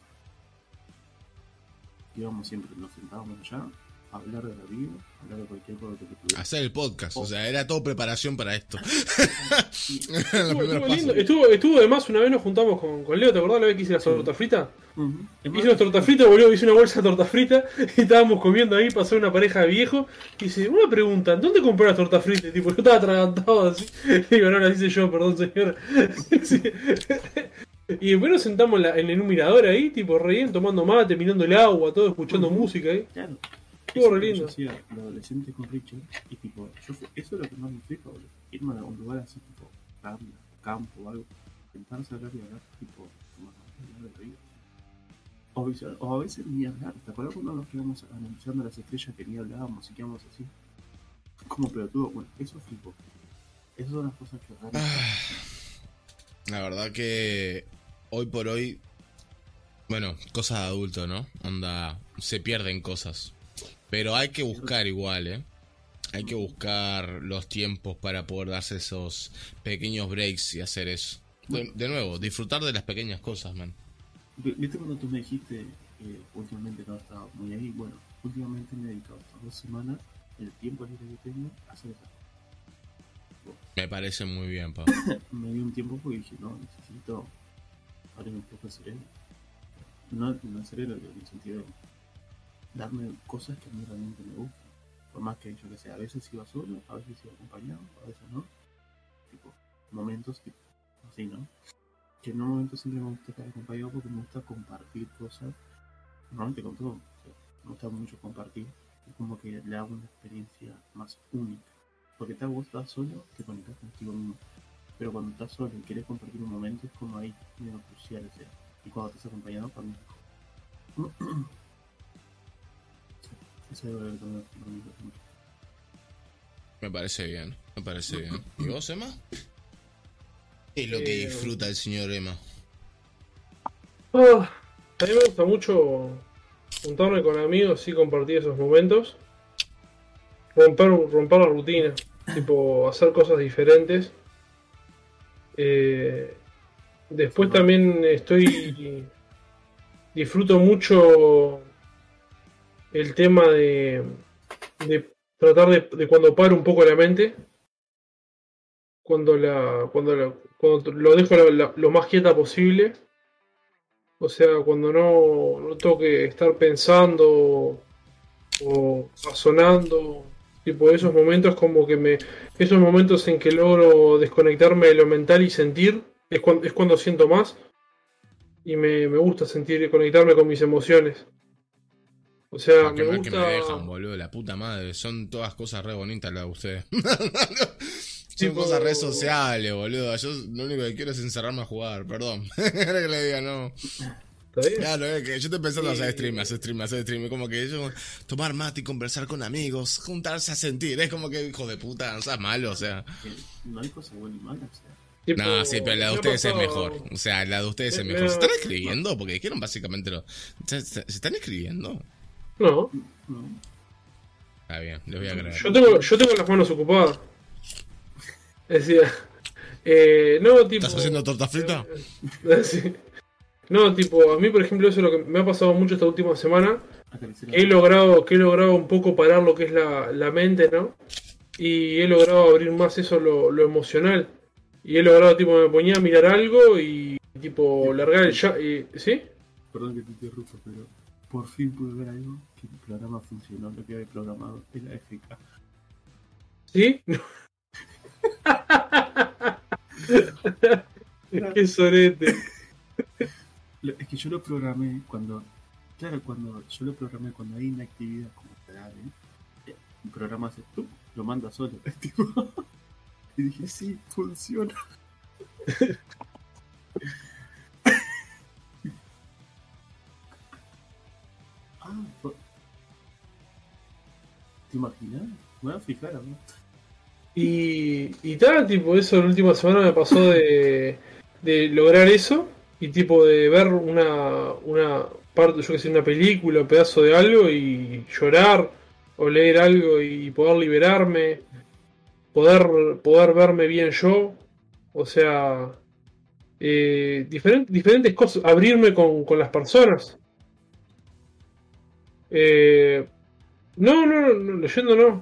Íbamos siempre, nos sentábamos allá a hablar de la vida, a hablar de cualquier cosa que tuviera. Hacer el podcast, o sea, era todo preparación para esto. Sí. Los Estuvo, primeros estuvo lindo, pasos. estuvo, estuvo de más, una vez nos juntamos con, con Leo, ¿te acordás la vez que hice la torta frita? Ujú. Es más, Hice una torta frita, boludo, hice una bolsa de torta frita y estábamos comiendo ahí, pasó una pareja de viejos y dice, una pregunta, ¿dónde compré las tortas fritas? Y tipo, yo estaba atragantado así. Y digo, no, las hice yo, perdón señor. Sí. Y después nos sentamos en, la- en un mirador ahí, tipo, re bien, tomando mate, mirando el agua, todo, escuchando Ujú. música ahí. claro. Estuvo Eso re que lindo. Yo hacía de adolescente con Richard y tipo, yo fui- eso es lo que más me flipa, boludo. Irme a un lugar así, tipo, rambla, campo o algo, sentarse a hablar y hablar, tipo, como hablar de la vida. O, vice- o a veces ni hablar. ¿Te acuerdas cuando nos quedamos analizando las estrellas que ni hablábamos y quedamos así? Como pelotudo, bueno, eso flipo. Esas son las cosas que realmente. La verdad que hoy por hoy, bueno, cosas de adulto, ¿no? Onda, se pierden cosas. Pero hay que buscar igual, ¿eh? Hay que buscar los tiempos para poder darse esos pequeños breaks y hacer eso. De, de nuevo, disfrutar de las pequeñas cosas, man. Vi- ¿Viste cuando tú me dijiste que últimamente no estaba muy ahí? Bueno, últimamente me he dedicado estas dos semanas, el tiempo libre que tengo, a hacer esas cosas. Me parece muy bien, pa. Me di un tiempo porque dije, no, necesito abrir un poco el cerebro. No, no el cerebro, en el sentido de darme cosas que a mí realmente me gustan. Por más que yo que sé, a veces iba solo, a veces iba acompañado, a veces no. Tipo, momentos tipo, así, ¿no? Que en un momento siempre me gusta estar acompañado porque me gusta compartir cosas. Normalmente con todo, o sea, me gusta mucho compartir. Es como que le hago una experiencia más única. Porque tal vos estás solo, te conectas contigo mismo. Pero cuando estás solo y quieres compartir un momento, es como ahí, medio crucial, o sea. Y cuando estás acompañado, para mí es mejor. Eso es lo que me gusta mucho. Me parece bien, me parece bien. ¿Y vos, Emma? ¿Qué es lo que Eh, disfruta el señor Emma? Ah, a mí me gusta mucho juntarme con amigos y compartir esos momentos. Romper, romper la rutina, tipo hacer cosas diferentes. Eh, después también estoy. Disfruto mucho el tema de, de tratar de, de cuando paro un poco la mente. Cuando la. Cuando, la- cuando lo dejo la- la- lo más quieta posible. O sea, cuando no, no tengo que estar pensando o razonando, tipo esos momentos como que me, esos momentos en que logro desconectarme de lo mental y sentir, es cuando, es cuando siento más y me, me gusta sentir y conectarme con mis emociones. O sea, Ah, qué me mal que me gusta, dejan, boludo, la puta madre. Son todas cosas re bonitas las de ustedes. Son Tipo- cosas re sociales, boludo. Yo lo único que quiero es encerrarme a jugar, perdón. Era que le diga, no. ¿está bien? Claro, es que yo estoy pensando Sí. hacer stream, hacer stream, hacer stream. Como que yo tomar mate y conversar con amigos, juntarse a sentir. Es como que, hijo de puta, no seas malo, o sea. Que no hay cosa buena y mala, o sea. Tipo, No, sí, pero la de me ha ustedes es pasado- mejor. O sea, la de ustedes es Me- mejor. me- ¿Se están escribiendo? Porque dijeron básicamente lo. ¿Se, se- se están escribiendo? No, No. Está bien, les voy a creer. yo tengo, yo tengo las manos ocupadas. Es decir, eh, no, tipo. ¿Estás haciendo torta frita? Eh, sí. No, tipo, a mí por ejemplo eso es lo que me ha pasado mucho esta última semana. Acariciar He logrado, que he logrado un poco parar lo que es la, la mente, ¿no? Y he logrado abrir más eso, lo, lo emocional. Y he logrado, tipo, me ponía a mirar algo y, tipo, largar el ya... y- ¿Sí? Perdón que te interrumpa, pero por fin pude ver algo que el programa funcionó, lo que había programado en la F K. ¿Sí? Qué sorete. Lo- Es que yo lo programé cuando, claro, cuando yo lo programé cuando hay una actividad como grave, eh, el programa hace tú, lo manda solo, tipo. Y dije, sí, funciona. Ah, fue- ¿te imaginas? Me voy a fijar, ¿no? Y, y tal, tipo, eso la última semana me pasó de, de lograr eso y tipo de ver una, una parte, yo que sé, una película, un pedazo de algo y llorar o leer algo y poder liberarme, poder, poder verme bien yo, o sea, eh, diferentes, diferentes cosas, abrirme con, con las personas. Eh, no, no, no, leyendo no.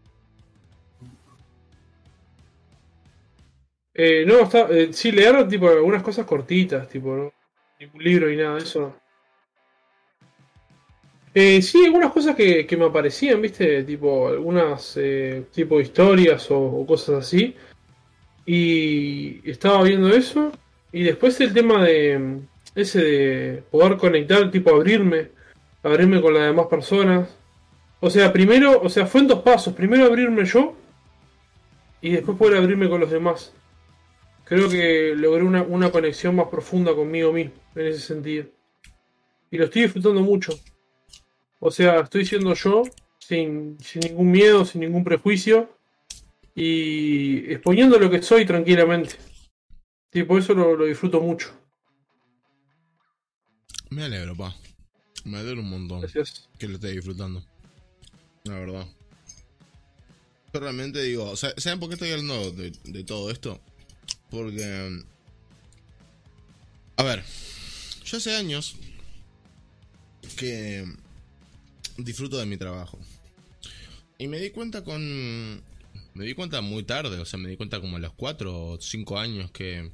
Eh, no, está, eh, sí, leer tipo algunas cosas cortitas, tipo, ¿no? Ningún libro y nada de eso. No. Eh, sí, algunas cosas que, que me aparecían, ¿viste? Tipo, algunas eh, tipo historias o, o cosas así. Y estaba viendo eso. Y después el tema de mm, ese de poder conectar, tipo abrirme, abrirme con las demás personas. O sea, primero, o sea, fue en dos pasos. Primero abrirme yo y después poder abrirme con los demás. Creo que logré una, una conexión más profunda conmigo mismo, en ese sentido. Y lo estoy disfrutando mucho. O sea, estoy siendo yo, sin, sin ningún miedo, sin ningún prejuicio. Y exponiendo lo que soy tranquilamente. Tipo, eso lo, lo disfruto mucho. Me alegro, pa. Me alegro un montón Gracias. que lo estés disfrutando. La verdad. Yo realmente digo, sa- ¿saben por qué estoy hablando de, de todo esto? Porque... A ver, yo hace años que disfruto de mi trabajo. Y me di cuenta con... Me di cuenta muy tarde, o sea, me di cuenta como a los cuatro o cinco años que...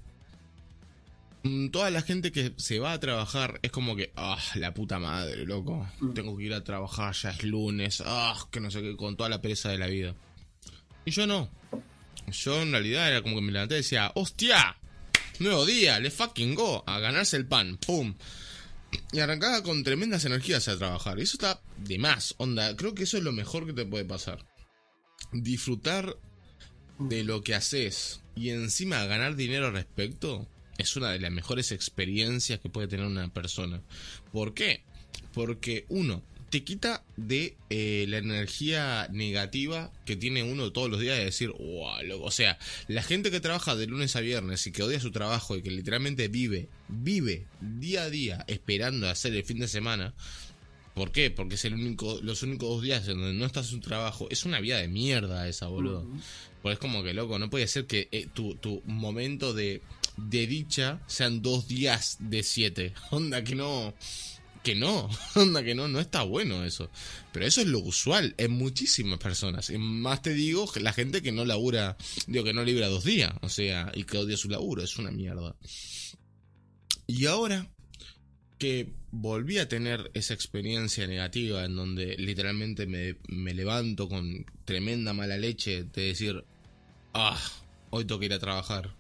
mm, Toda la gente que se va a trabajar es como que, ah, la puta madre, loco. Tengo que ir a trabajar, ya es lunes, ah, que no sé qué, con toda la pereza de la vida. Y yo no. Yo en realidad era como que me levanté y decía, hostia, nuevo día, le fucking go, a ganarse el pan, pum. Y arrancaba con tremendas energías a trabajar. Y eso está de más, onda. Creo que eso es lo mejor que te puede pasar. Disfrutar de lo que haces y encima ganar dinero al respecto es una de las mejores experiencias que puede tener una persona. ¿Por qué? Porque uno, te quita de eh, la energía negativa que tiene uno todos los días de decir, wow, loco. O sea, la gente que trabaja de lunes a viernes y que odia su trabajo y que literalmente vive, vive día a día esperando a hacer el fin de semana. ¿Por qué? Porque es el único, los únicos dos días en donde no estás en su trabajo. Es una vida de mierda esa, boludo. Uh-huh. Porque es como que, loco, no puede ser que eh, tu, tu momento de, de dicha sean dos días de siete. Onda, que no... Que no, onda que no, no está bueno eso. Pero eso es lo usual en muchísimas personas. Y más te digo, la gente que no labura, digo que no libra dos días, o sea, y que odia su laburo, es una mierda. Y ahora que volví a tener esa experiencia negativa en donde literalmente me, me levanto con tremenda mala leche de decir, ah, hoy tengo que ir a trabajar.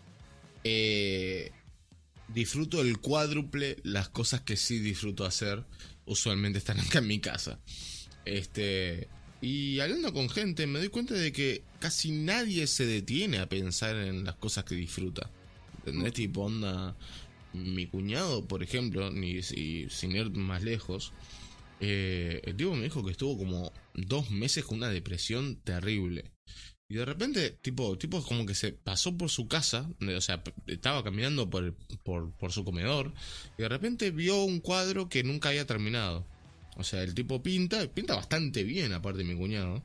Eh... Disfruto el cuádruple las cosas que sí disfruto hacer. Usualmente están acá en mi casa. Este. Y hablando con gente me doy cuenta de que casi nadie se detiene a pensar en las cosas que disfruta. ¿Entendés? Tipo onda. Mi cuñado, por ejemplo, ni si, sin ir más lejos. Eh, el tipo me dijo que estuvo como dos meses con una depresión terrible. Y de repente, tipo, tipo como que se pasó por su casa, o sea, estaba caminando por, por, por su comedor, y de repente vio un cuadro que nunca había terminado. O sea, el tipo pinta, pinta bastante bien, aparte de mi cuñado.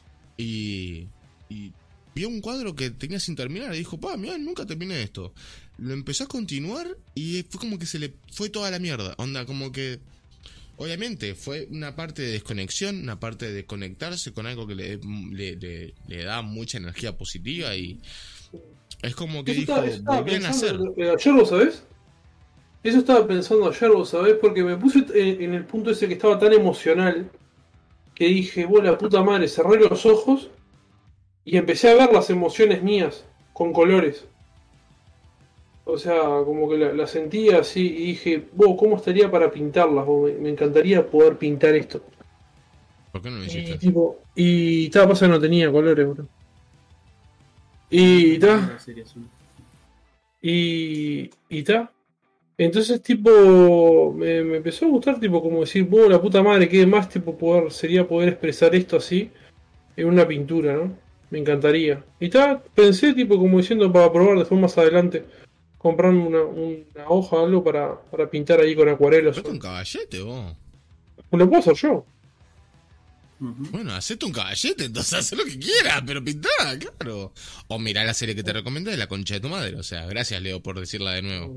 Y, y vio un cuadro que tenía sin terminar y dijo, pa, mira, nunca terminé esto. Lo empezó a continuar y fue como que se le fue toda la mierda. Onda, como que... Obviamente, fue una parte de desconexión, una parte de conectarse con algo que le, le, le, le da mucha energía positiva y es como que eso dijo, estaba, eso estaba volví a nacer. Ayer, ¿vos sabés? Eso estaba pensando ayer, ¿vos sabés? Porque me puse en, en el punto ese que estaba tan emocional que dije, bueno, la puta madre, cerré los ojos y empecé a ver las emociones mías con colores. O sea, como que la, la sentía así y dije, wow, ¿cómo estaría para pintarlas? Me, me encantaría poder pintar esto. ¿Por qué no lo hiciste? Y tipo, y estaba pasando, no tenía colores, bro. Y ta. Y. Y ta. Entonces, tipo, me, me empezó a gustar, tipo, como decir, wow, la puta madre, qué más tipo poder, sería poder expresar esto así en una pintura, ¿no? Me encantaría. Y ta, pensé, tipo, como diciendo, para probar después más adelante. Comprarme una, una hoja o algo para, para pintar ahí con acuarelas. Hacete un caballete, vos. Lo puedo hacer yo. Uh-huh. Bueno, hacete un caballete, entonces haz lo que quieras, pero pintá, claro. O mirá la serie que te recomendé de La Concha de tu Madre. O sea, gracias, Leo, por decirla de nuevo.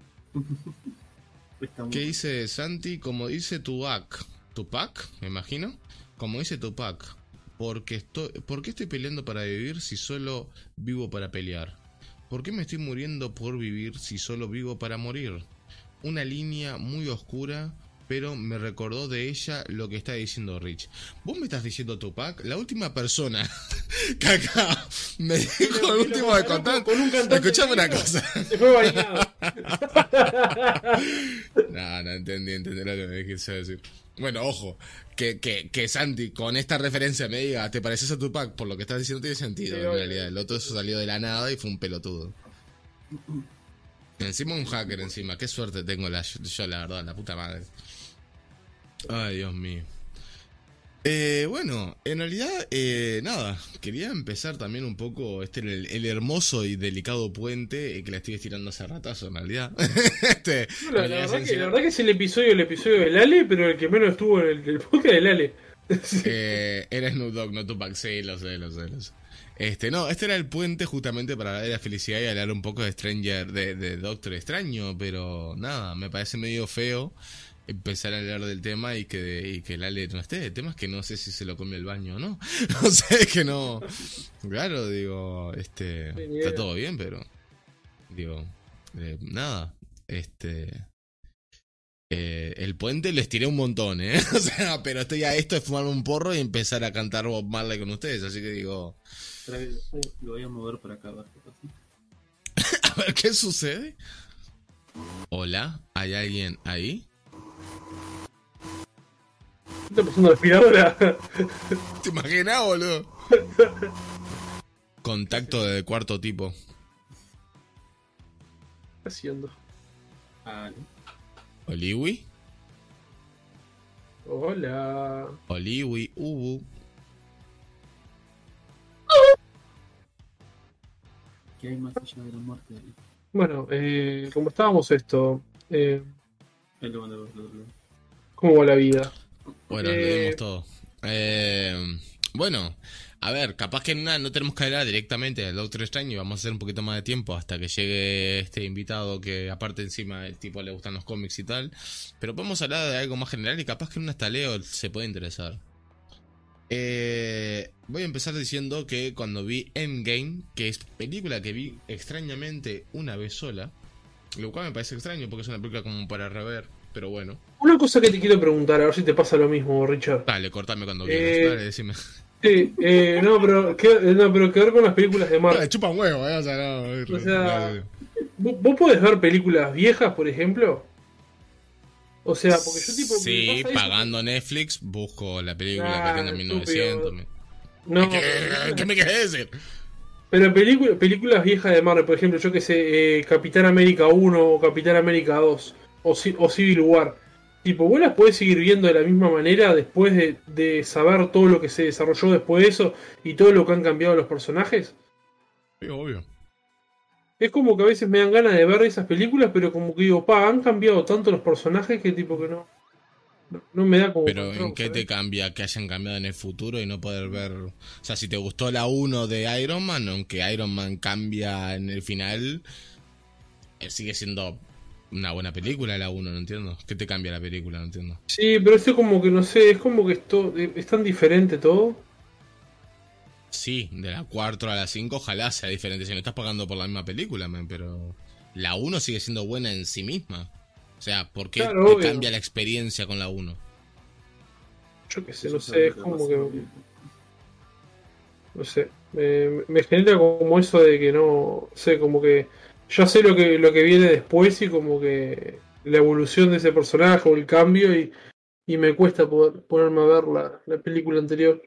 ¿Qué dice Santi? Como dice Tupac. ¿Tupac? Me imagino. Como dice Tupac. Porque estoy, ¿Por qué estoy peleando para vivir si solo vivo para pelear? ¿Por qué me estoy muriendo por vivir si solo vivo para morir? Una línea muy oscura, pero me recordó de ella lo que está diciendo Rich. ¿Vos me estás diciendo Tupac? La última persona que acá me dijo el último de contar. Escuchame una cosa. Se fue bañado. No, no entendí, entendí lo que me dijiste decir. Bueno, ojo, que, que, que Santi con esta referencia me diga, ¿te pareces a Tupac? Por lo que estás diciendo tiene sentido, sí, en realidad. El otro eso salió de la nada y fue un pelotudo. Encima un hacker encima, qué suerte tengo la, yo la verdad, la puta madre. Ay, Dios mío. Eh, bueno, en realidad, eh, nada, quería empezar también un poco, este, el, el hermoso y delicado puente, eh, que la estoy estirando hace ratazo en realidad. este, No, la, en la realidad, verdad que, la sencilla- verdad que es el episodio, el episodio del Ale, pero el que menos estuvo en el, el podcast del Ale. Sí. eh, era Snoop Dogg, no Tupac, sí, lo sé, lo sé, lo sé. Este, no, este era el puente justamente para hablar de la felicidad y hablar un poco de Stranger, de, de Doctor Extraño, pero nada, me parece medio feo empezar a hablar del tema y que, y que el Ale no esté. El tema es que no sé si se lo come el baño o no. O sea, es que no. Claro, digo, este. Sí, ni Está idea. todo bien, pero. Digo, eh, nada. Este. eh, el puente lo estiré un montón, ¿eh? O sea, pero estoy a esto de fumarme un porro y empezar a cantar Bob Marley con ustedes, así que digo. Trae- Lo voy a mover para acá, a ver qué pasa. A ver qué sucede. Hola, ¿hay alguien ahí? ¿Qué está pasando la aspiradora? ¿Te imaginas, boludo? Contacto de cuarto tipo. ¿Qué está haciendo? Ah, ¿no? Oliwi, Hola. Oliwi, Ubu. ¿Qué hay más allá de la muerte? Ale? Bueno, eh, como estábamos esto, eh, Él lo manda por el otro lado. ¿cómo va la vida? Bueno, Eh, leemos todo. Eh, bueno, a ver, capaz que en una no tenemos que hablar directamente del Doctor Strange y vamos a hacer un poquito más de tiempo hasta que llegue este invitado que aparte encima el tipo le gustan los cómics y tal. Pero podemos hablar de algo más general y capaz que en un hasta Leo se puede interesar. Eh, voy a empezar diciendo que cuando vi Endgame, que es película que vi extrañamente una vez sola, lo cual me parece extraño porque es una película como para rever, pero bueno. Una cosa que te quiero preguntar, a ver si te pasa lo mismo, Richard. Dale, cortame cuando Eh, quieras, dale, decime. Sí, eh, no, pero que, no, pero que ver con las películas de Marvel. Dale, chupa un huevo, eh, o sea, no. O sea, dale. ¿Vos, vos podés ver películas viejas, por ejemplo? O sea, porque yo tipo... me Sí, pasa eso. pagando Netflix, busco la película Ah, que tiene en mil novecientos. estúpido. me- No, ¿Qué, pero, ¿Qué me querés decir? pero película- películas viejas de Marvel, por ejemplo, yo que sé, eh, Capitán América uno o Capitán América dos o, Ci- o Civil War. Tipo, vos las podés seguir viendo de la misma manera después de, de saber todo lo que se desarrolló después de eso y todo lo que han cambiado los personajes. Sí, obvio. Es como que a veces me dan ganas de ver esas películas, pero como que digo, pa, han cambiado tanto los personajes que tipo que no, no, no me da como... Pero control, ¿en qué ¿sabes? te cambia que hayan cambiado en el futuro y no poder ver? O sea, si te gustó la uno de Iron Man, aunque Iron Man cambia en el final, eh, sigue siendo una buena película la uno, no entiendo. ¿Qué te cambia la película? No entiendo. Sí, pero esto como que no sé, es como que esto es tan diferente todo. Sí, de la cuatro a la cinco ojalá sea diferente. Si no estás pagando por la misma película, man, pero la uno sigue siendo buena en sí misma. O sea, ¿por qué Claro, te obvio. cambia la experiencia con la uno? Yo qué sé, Eso no es sé, es algo como demasiado que, viejo. no sé, me, me genera como eso de que no, sé, como que ya sé lo que lo que viene después y como que la evolución de ese personaje o el cambio y, y me cuesta poder ponerme a ver la, la película anterior.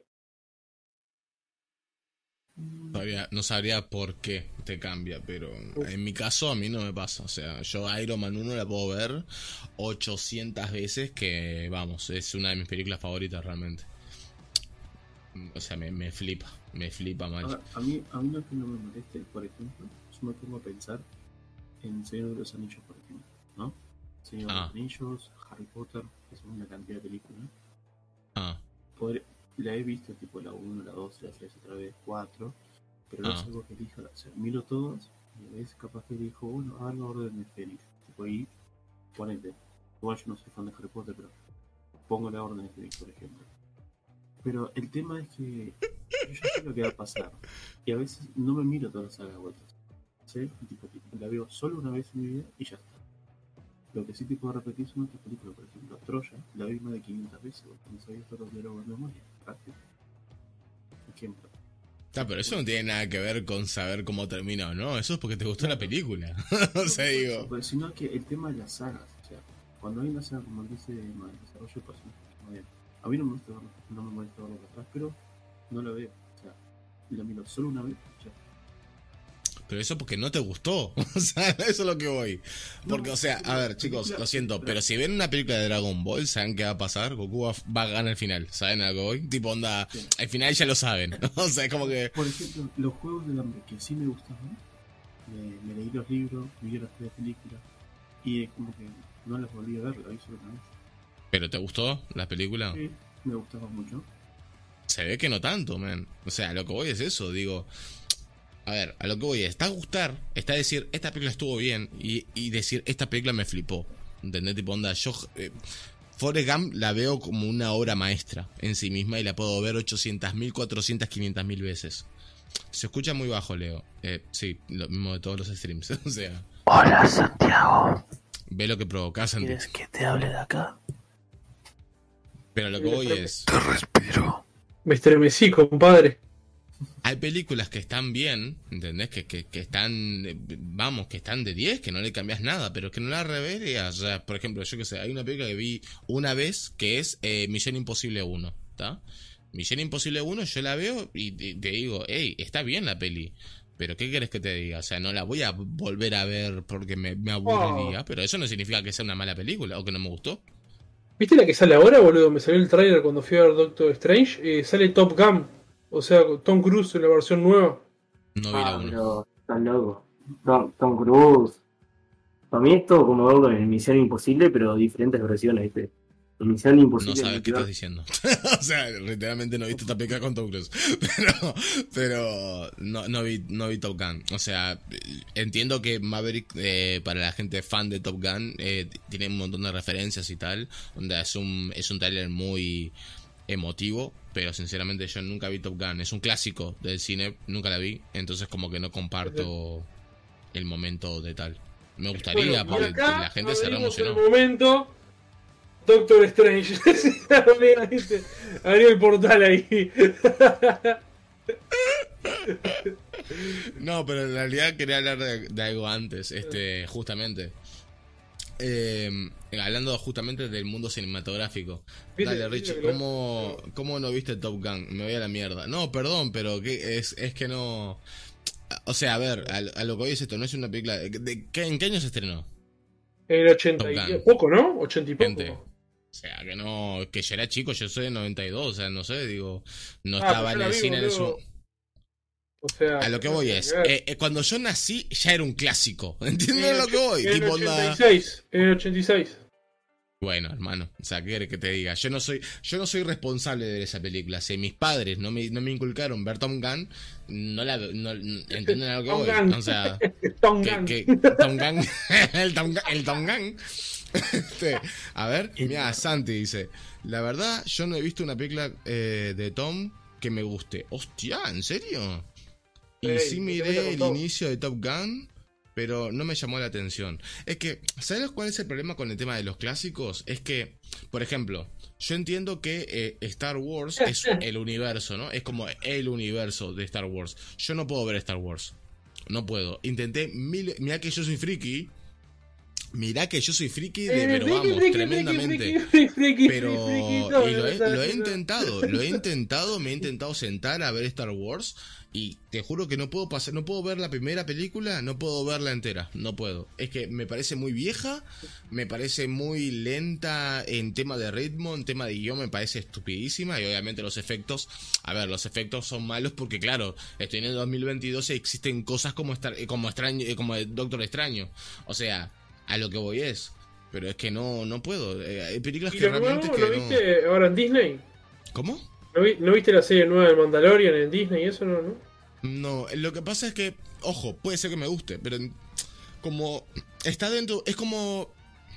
Sabría- no sabría por qué te cambia, pero en mi caso a mí no me pasa. O sea, yo Iron Man uno la puedo ver ochocientas veces que, vamos, es una de mis películas favoritas realmente. O sea, me, me flipa, me flipa mal. Ahora, a mí, a mí no es que no me moleste, por ejemplo, yo me pongo a pensar en Señor de los Anillos, por ejemplo, ¿no? Señor Ah. de los Anillos, Harry Potter, que son una cantidad de películas. Ah, Podré- la he visto tipo la uno, la dos, la tres, otra vez, cuatro, pero no Ah. es algo que elija, o sea, miro todas y a veces capaz que elijo, bueno, a ver la orden de Fénix, tipo ahí, ponete, igual yo no soy fan de Harry Potter, pero pongo la orden de Fénix, por ejemplo. Pero el tema es que yo ya sé lo que va a pasar y a veces no me miro todas las sagas vueltas, ¿sí? Tipo, tipo, la veo solo una vez en mi vida y ya está. Lo que sí te puedo repetir son otras películas, por ejemplo, Troya, la vi más de quinientas veces, porque no sabía todos los diálogos de memoria. Rápido. Ejemplo. Ah, pero eso no tiene nada que ver con saber cómo termina o no. Eso es porque te gustó la película. O sea, digo. Pero sino que el tema de las sagas, o sea, cuando hay una saga como dice no, el desarrollo de personajes, muy bien. A mí no me gusta verlo, no me molesta verlo para atrás, pero no la veo. O sea, la miro solo una vez y ya. pero eso porque no te gustó. O sea, eso es lo que voy. Porque, o sea, a ver, chicos, lo siento, pero si ven una película de Dragon Ball, ¿saben qué va a pasar? Goku va, va a ganar el final, ¿saben a lo que voy? Tipo, onda, al final ya lo saben. O sea, es como que... Por ejemplo, los Juegos del Hambre, que sí me gustaban, me, me leí los libros, vi las tres películas, y es como que no las volví a ver, la vi solo una vez. ¿Pero te gustó la película? Sí, me gustaba mucho. Se ve que no tanto, man. O sea, a lo que voy es eso, digo... A ver, a lo que voy es, está a gustar, está a decir, esta película estuvo bien, y, y decir, esta película me flipó. ¿Entendés? Tipo, onda, yo... Eh, Forrest Gump la veo como una obra maestra en sí misma y la puedo ver ochocientas mil, cuatrocientas, quinientas mil veces. Se escucha muy bajo, Leo. Eh, sí, lo mismo de todos los streams. O sea... Hola, Santiago. Ve lo que provocas, Santi. ¿Quieres que te hable de acá? Pero lo que voy es... Te respiro. Me estremecí, compadre. Hay películas que están bien, ¿entendés? Que, que, que están, eh, vamos, que están de diez, que no le cambias nada, pero que no la reverías. O sea, por ejemplo, yo que sé, hay una película que vi una vez que es eh, Misión Imposible uno, ¿está? Misión Imposible uno, yo la veo y te, te digo, hey, está bien la peli, pero ¿qué querés que te diga? O sea, no la voy a volver a ver porque me, me aburriría, Oh. pero eso no significa que sea una mala película o que no me gustó. ¿Viste la que sale ahora, boludo? Me salió el trailer cuando fui a ver Doctor Strange. Eh, sale Top Gun. O sea, Tom Cruise en la versión nueva. No vi la Ah, uno. pero estás loco. Tom, Tom Cruise. Para mí es todo como verlo en Misión Imposible, pero diferentes versiones, ¿viste? En Misión No Imposible. sabes qué estás diciendo. O sea, literalmente no viste esta película con Tom Cruise. Pero, pero no, no, vi, no vi Top Gun. O sea, entiendo que Maverick, eh, para la gente fan de Top Gun, eh, tiene un montón de referencias y tal. Donde es un, es un tráiler muy emotivo. Pero sinceramente yo nunca vi Top Gun. Es un clásico del cine, nunca la vi. Entonces como que no comparto el momento de tal. Me gustaría, Bueno, y porque acá la gente se re abrimos el emocionó. momento Doctor Strange. Abría, ¿viste? Abrió el portal ahí. No, pero en realidad quería hablar de, de algo antes, este, justamente. Eh, hablando justamente del mundo cinematográfico. ¿Viste? Dale, ¿Viste Richie, que- ¿cómo, ¿cómo no viste Top Gun? Me voy a la mierda. No, perdón, pero que es, es que no... O sea, a ver, a, a lo que hoy es esto, no es una película... ¿De, de- qué- ¿En qué año se estrenó? En ochenta y Top Gun. poco, ¿no? ochenta y poco. Gente. O sea, que no... Que yo era chico, yo soy de noventa y dos, o sea, no sé, digo... No Ah, estaba pues yo en la el vi, cine en boludo. su... O sea, A lo que no voy tiene es, que ver. eh, eh, cuando yo nací ya era un clásico, ¿entiendes En a lo que voy? En Tipo, ochenta y onda... seis. En el ochenta y seis. Bueno, hermano, o sea, ¿qué querés que te diga? Yo no soy, yo no soy responsable de esa película. Si mis padres no me, no me inculcaron ver Tom Gun, no la, no, ¿entienden a lo que Tom voy? Gun. O sea, Tom que, Gun. que Tom Gun, el Tom Gun, el Tom Gun. Este, a ver, mira, Santi dice, la verdad, yo no he visto una película eh, de Tom que me guste. Hostia, ¿en serio? Y Ey, sí no te metas miré con el Tom. inicio de Top Gun, pero no me llamó la atención. Es que, ¿sabes cuál es el problema con el tema de los clásicos? Es que, por ejemplo, yo entiendo que eh, Star Wars es el universo, ¿no? Es como el universo de Star Wars. Yo no puedo ver Star Wars. No puedo. Intenté mil... Mirá que yo soy friki. Mirá que yo soy friki de... Eh, Pero friki, vamos, friki, tremendamente. friki, friki, friki, Pero friki, todo, y lo, he, todo, lo he todo. intentado, lo he intentado, me he intentado sentar a ver Star Wars y te juro que no puedo pasar, no puedo ver la primera película, no puedo verla entera, no puedo. Es que me parece muy vieja, me parece muy lenta en tema de ritmo, en tema de guión me parece estupidísima y obviamente los efectos, a ver, los efectos son malos porque claro, estoy en el dos mil veintidós y existen cosas como Star, como extraño, como el Doctor Extraño, o sea, a lo que voy es. Pero es que no, no puedo. Eh, hay películas ¿Y que lo realmente nuevo que lo no. viste ahora en Disney? ¿Cómo? ¿No, vi- no viste la serie nueva de Mandalorian en Disney y eso no? ¿no? No, lo que pasa es que, ojo, puede ser que me guste, pero como está dentro, es como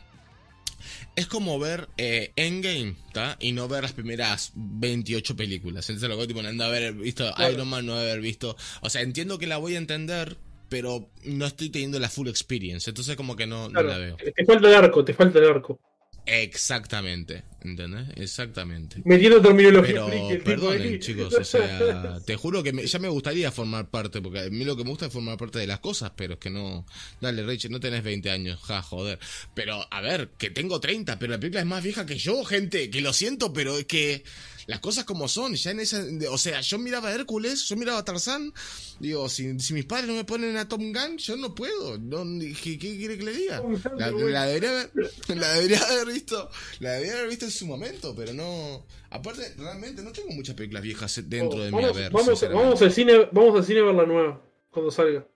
es como ver eh, Endgame, ¿tá? Y no ver las primeras veintiocho películas. Entonces lo que tipo, no haber visto Claro. Iron Man, no haber visto, o sea, entiendo que la voy a entender, pero no estoy teniendo la full experience, entonces como que no, no Claro, la veo. te te falta el arco, te falta el arco. Exactamente, ¿entendés? Exactamente. Metiendo terminología Pero friki, el tipo perdonen, ahí. chicos, o sea, te juro que me- ya me gustaría formar parte, porque a mí lo que me gusta es formar parte de las cosas, pero es que no... Dale, Rachel, no tenés veinte años, ja, joder. Pero, a ver, que tengo treinta, pero la película es más vieja que yo, gente, que lo siento, pero es que... Las cosas como son, ya en esa... O sea, yo miraba a Hércules, yo miraba a Tarzán. Digo, si, si mis padres no me ponen a Top Gun, yo no puedo. No, ¿qué, ¿Qué quiere que le diga? La, la, debería haber, la debería haber visto. La debería haber visto en su momento, pero no... Aparte, realmente no tengo muchas películas viejas dentro de mi vamos, haber. Vamos, vamos, al cine, vamos al cine a ver la nueva, cuando salga.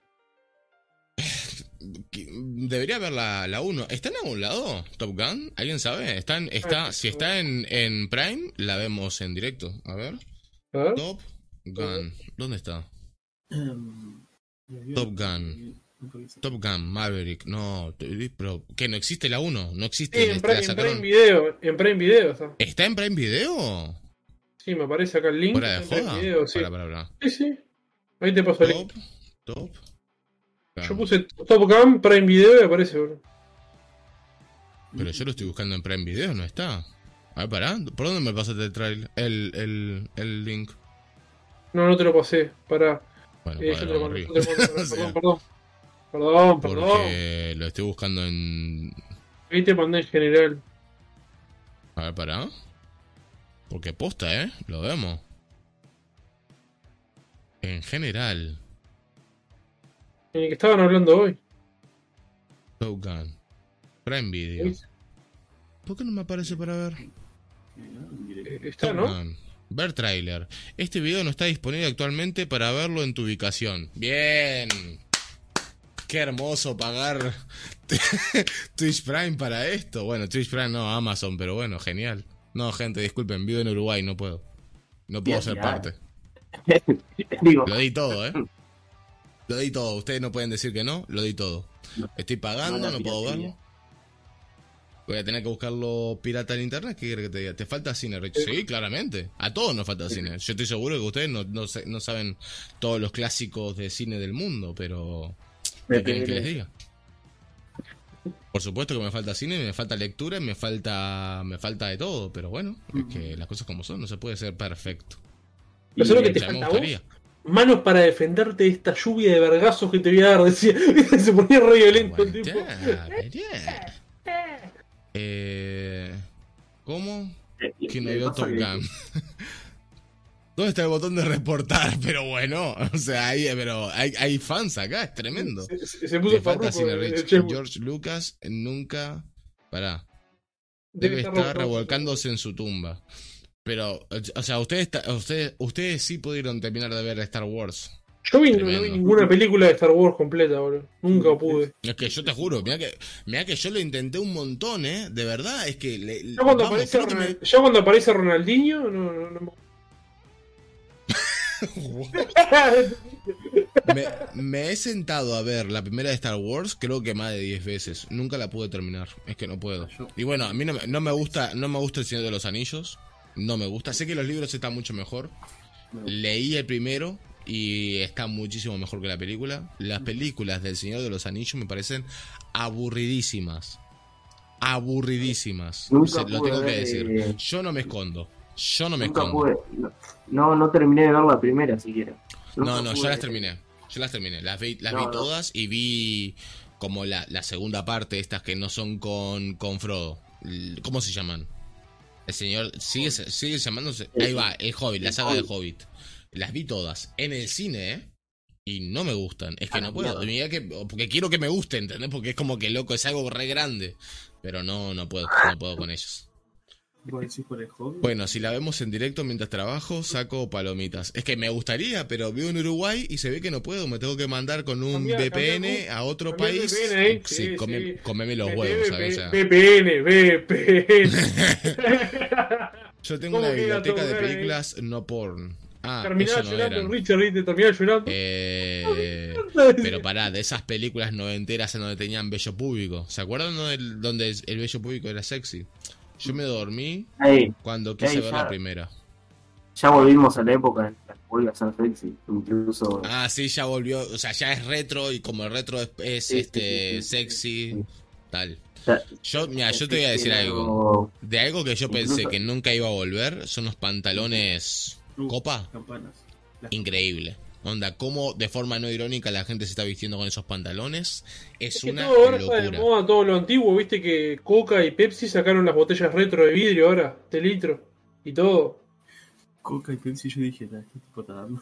Debería ver la, la uno. ¿Está en algún lado Top Gun? ¿Alguien sabe? Está en, está, si está en, en Prime, la vemos en directo. A ver. ¿A ver? Top Gun. ¿Dónde está? Um, Top Gun. Top Gun, Maverick. No, pero ¿qué? ¿No existe la uno? ¿No existe? Sí, en, Prime, en Prime Video. En Prime Video está. ¿Está en Prime Video? Sí, me aparece acá el link. ¿Fuera de joda? Video, sí. Para, para, para. Sí, sí. Ahí te paso el Top, link. Top. Yo puse Top Gun, Prime Video y aparece, bro. Pero yo lo estoy buscando en Prime Video, no está. A ver, pará. ¿Por dónde me pasaste el trail? El, el, el link. No, no te lo pasé. Pará. Bueno, eh, bueno, yo te lo mando, aburrí. yo te lo mando. O sea, Perdón, perdón. Perdón, perdón. Porque lo estoy buscando en... Ahí te mandé en general. A ver, pará. Porque posta, ¿eh? Lo vemos. En general. En el que estaban hablando hoy. Top Gun. Prime Video. ¿Sí? ¿Por qué no me aparece para ver? Eh, Está, Top ¿no? Gun. Ver trailer. Este video no está disponible actualmente para verlo en tu ubicación. Bien. Qué hermoso pagar Twitch Prime para esto. Bueno, Twitch Prime no, Amazon, pero bueno, genial. No, gente, disculpen, vivo en Uruguay, no puedo. No puedo Ya, ser ya. parte. Digo, Lo di todo, ¿eh? Lo di todo. Ustedes no pueden decir que no, lo di todo. Estoy pagando, No, no, la puedo piratería. verlo. Voy a tener que buscarlo pirata en internet. ¿Qué quieres que te diga? ¿Te falta cine, Rich? Sí, claramente. A todos nos falta cine. Yo estoy seguro que ustedes no, no, sa- no saben todos los clásicos de cine del mundo, pero... ¿Qué quieren que les diga? Por supuesto que me falta cine, me falta lectura, me falta me falta de todo, pero bueno, es que las cosas como son, no se puede ser perfecto. Pero ¿sabes lo que te Ya me falta a vos? gustaría. Manos para defenderte de esta lluvia de vergazos que te voy a dar, decía. Se ponía re violento el tipo. Aguantá, mirá. Eh, ¿Cómo? Que no vio Top Gun. ¿Dónde está el botón de reportar? Pero bueno, o sea, hay, pero hay, hay fans acá, es tremendo. Se, se- se puso Me falta farruco cine, el- el Rich. Chemo. George Lucas nunca... Pará. Debe Debe estar estar rojo. revolcándose en su tumba. Pero, o sea, ustedes, ta- ustedes, ustedes sí pudieron terminar de ver Star Wars. Yo vi, no, no vi Tremendo. ninguna película de Star Wars completa, boludo. Nunca pude. Es que yo te juro, mira que, mirá que yo lo intenté un montón, ¿eh? De verdad, es que... Le, Ya cuando, vamos, aparece creo que me- Ronald- ya cuando aparece Ronaldinho, no, no, no me- Me, me he sentado a ver la primera de Star Wars, creo que más de diez veces. Nunca la pude terminar, es que no puedo. Y bueno, a mí no, me- no me gusta, no me gusta El Señor de los Anillos. No me gusta. Sé que los libros están mucho mejor. Leí el primero y está muchísimo mejor que la película. Las películas del Señor de los Anillos me parecen aburridísimas. Aburridísimas. Nunca Se- lo pude tengo que ver, decir. eh, Yo no me escondo. Yo no me nunca escondo. pude. No, no, no terminé de ver la primera siquiera. Nunca No, no, pude- ya las terminé. Yo las terminé. Las vi, las No, vi no. todas y vi como la, la segunda parte, estas que no son con, con Frodo. L- ¿Cómo se llaman? El señor. Sigue, sigue llamándose. Ahí va, el Hobbit, la El saga de Hobbit. Hobbit. Las vi todas en el cine, ¿eh? Y no me gustan. Es que Ah, no puedo. mierda. Mirá que, porque quiero que me guste, ¿entendés? Porque es como que loco, es algo re grande. Pero no, no puedo, no puedo con ellos. ¿Vos decís por el hobby? Bueno, si la vemos en directo mientras trabajo, saco palomitas. Es que me gustaría, pero vivo en Uruguay y se ve que no puedo. Me tengo que mandar con un Cambia- V P N cambia- a otro cambia el país. V P N ahí. Sí, Sí, come- sí. comeme los Mete huevos, ¿sabes? O sea, V P N, V P N. yo tengo ¿Cómo una queda biblioteca todo de bien ahí? películas no porn. Ah, Terminaba eso no llorando, eran. Richard, ¿viste? Terminaba llorando. Eh, pero pará, de esas películas noventeras en donde tenían bello público. ¿Se acuerdan no, del- donde el bello público era sexy? Yo me dormí Ey, cuando quise Ey, ver ya. la primera. ya volvimos a la época en la que vuelve a ser sexy. Incluso. Ah, sí, ya volvió, o sea, ya es retro y como el retro es, es, Sí, sí, este sí, sí, sexy, sí. tal. ya- Yo, mira, yo te voy a decir era algo. De algo que yo pensé Incluso- que nunca iba a volver, son los pantalones Uh, copa. Campanas. Las- Increíble. Onda, cómo de forma no irónica la gente se está vistiendo con esos pantalones. Es, Es que una todo ahora está de locura. moda, todo lo antiguo, viste que Coca y Pepsi sacaron las botellas retro de vidrio ahora, de litro, y todo. Coca y Pepsi, yo dije, "Nah, este tipo está dando".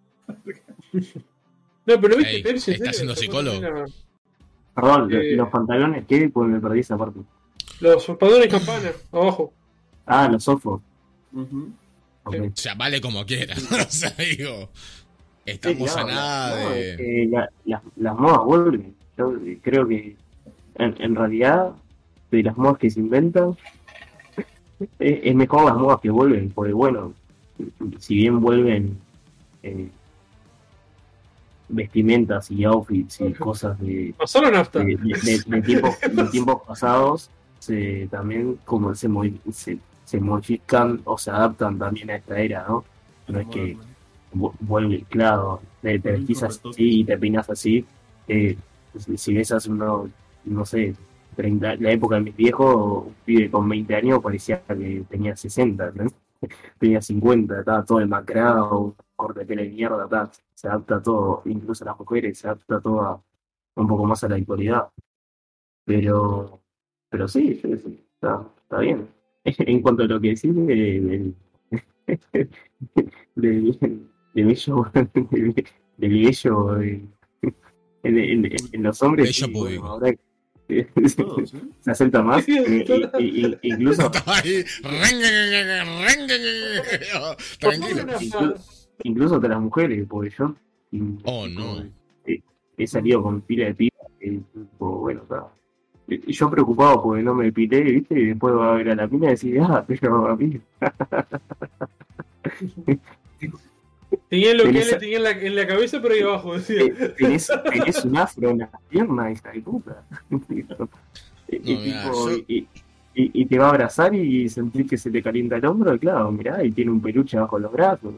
No, pero viste, Ey, Pepsi. en está serio, siendo sacó psicólogo. también a- Perdón, lo- Eh. los pantalones, ¿qué? Pues me perdí esa parte. Los pantalones campana, abajo. Ah, los sofos. Ujú. Ok. O sea, vale como quiera. O sea, digo. Estamos Sí, a no, nada no, de. es que la- la- las modas vuelven. Yo eh, creo que en, en realidad de las modas que se inventan es, es mejor las modas que vuelven, porque bueno, si bien vuelven eh, vestimentas y outfits y cosas de, Pasaron hasta. de, de- de- de tiempos, de tiempos pasados, se, también como se, modi- se, se modifican o se adaptan también a esta era, ¿no? No es que vu- vuelve, claro, te, te Vuelven vestís con así retoques. y te peinas así. eh, si, si ves hace unos, no sé, treinta, la época de mis viejos, un pibe con veinte años parecía que tenía sesenta, ¿no? Tenía cincuenta, estaba todo demacrado, corte de pelo de mierda, ta, se adapta a todo, incluso a las mujeres, se adapta todo a- un poco más a la actualidad. Pero, pero sí, sí, sí, está, está bien. En cuanto a lo que decís de, de, de, de bello, de, de bello de- en, en- en los hombres, Bello sí, bueno, público. ahora Todos, ¿eh? se acepta más, Sí, eh, todas. y- y- y- incluso, Estaba ahí. Tranquilo. Pasaron hasta. incluso, incluso hasta las mujeres, porque yo y- Oh, no. eh, he salido con pila de pibas, y, tipo, bueno, está. Y yo preocupado porque no me depilé, ¿viste? Y después va a ver a la mina y decir, ah, pero a mí. Tenían lo que Tenés- él tenía en la, en la cabeza, pero ahí abajo, decía. Eh, tenés, tenés un afro en las piernas, hija de puta. Y, y No, mirá, tipo, yo- y, y- y te va a abrazar y sentir que se te calienta el hombro, y claro, mirá, y tiene un peluche bajo los brazos.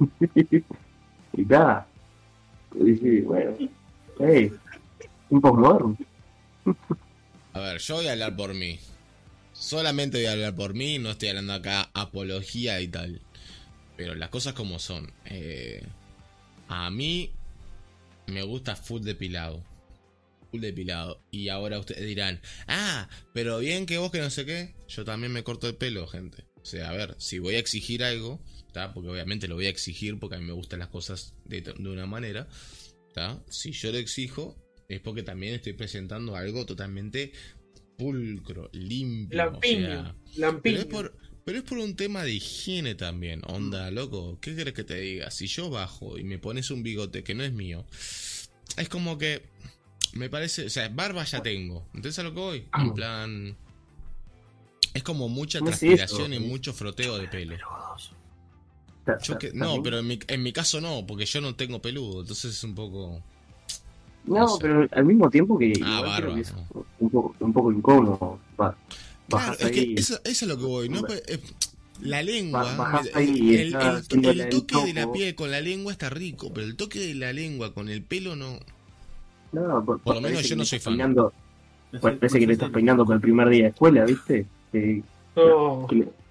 Y está. Y sí, bueno, hey, un poco moderno. A ver, yo voy a hablar por mí. Solamente voy a hablar por mí, no estoy hablando acá apología y tal. Pero las cosas como son. Eh, a mí me gusta full depilado. Full depilado. Y ahora ustedes dirán, ah, pero bien que vos que no sé qué. Yo también me corto el pelo, gente. O sea, a ver, si voy a exigir algo, ¿tá? Porque obviamente lo voy a exigir porque a mí me gustan las cosas de, de una manera. ¿Tá? Si yo lo exijo, es porque también estoy presentando algo totalmente pulcro, limpio. Lampiño. O sea, Lampiño. pero es por, pero es por un tema de higiene también. Onda, loco, ¿qué querés que te diga? Si yo bajo y me pones un bigote que no es mío, es como que me parece, o sea, barba ya tengo. ¿Entonces a lo que voy? En plan, es como mucha No es transpiración eso. y mucho froteo de pelo. Ta- Yo ta- que, no, también- pero en mi, en mi caso no, porque yo no tengo peludo, entonces es un poco... No, no sé. pero al mismo tiempo que Ah, igual creo barba, que es no. un poco, un poco incómodo. Va, Claro, bajás es que ahí, eso, eso es lo que voy, ¿no? Hombre. Pues, eh, la lengua, Ba- bajás me- ahí y el, estás el- haciéndole el el toque de la topo. piel con la lengua está rico, pero el toque de la lengua con el pelo no... no, por, Por lo menos parece yo que no le soy estás fan. peinando- Ese- parece que le estás ese- peinando con el primer día de escuela, ¿viste? Que- No. que le-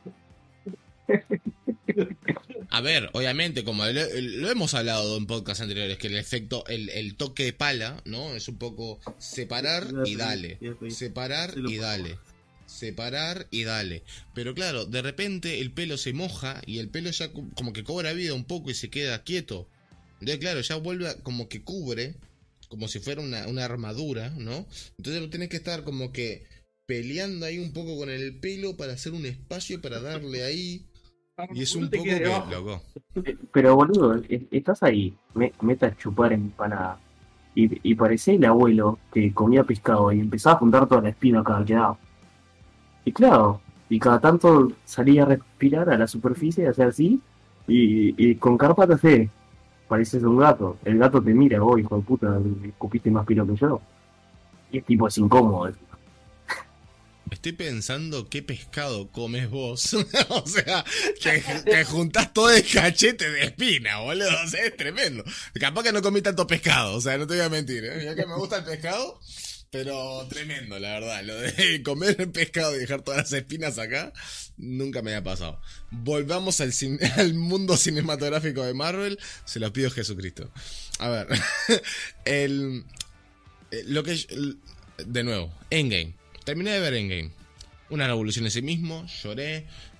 A ver, obviamente, como lo, lo hemos hablado en podcasts anteriores, que el efecto, el, el toque de pala, ¿no? Es un poco separar y dale. Separar y dale. Separar y dale. Pero claro, de repente el pelo se moja y el pelo ya co- como que cobra vida un poco y se queda quieto. Entonces, claro, ya vuelve a- como que cubre, como si fuera una, una armadura, ¿no? Entonces lo tenés que estar como que peleando ahí un poco con el pelo para hacer un espacio para darle ahí. Y es un Te poco quede que, abajo. loco. Eh, Pero boludo, es- estás ahí, me, meta a chupar empanada. Y, y parecía el abuelo que comía pescado y empezaba a juntar toda la espina acá que quedaba. Y claro, y cada tanto salía a respirar a la superficie, hacer así, y, y con carpa te hace, pareces un gato. El gato te mira, vos, hijo de puta, escupiste más pelo que yo. Y es tipo, es incómodo. Estoy pensando qué pescado comes vos. O sea, que, que juntás todo el cachete de espina, boludo. O sea, es tremendo. Capaz que no comí tanto pescado, o sea, no te voy a mentir, ¿eh? Mirá que me gusta el pescado, pero tremendo, la verdad. Lo de comer el pescado y dejar todas las espinas acá, nunca me había pasado. Volvamos al, cin- al mundo cinematográfico de Marvel, se lo pido a Jesucristo. A ver, el, eh, lo que... el- de nuevo, Endgame. Terminé de ver Endgame. Una revolución en sí mismo, lloré,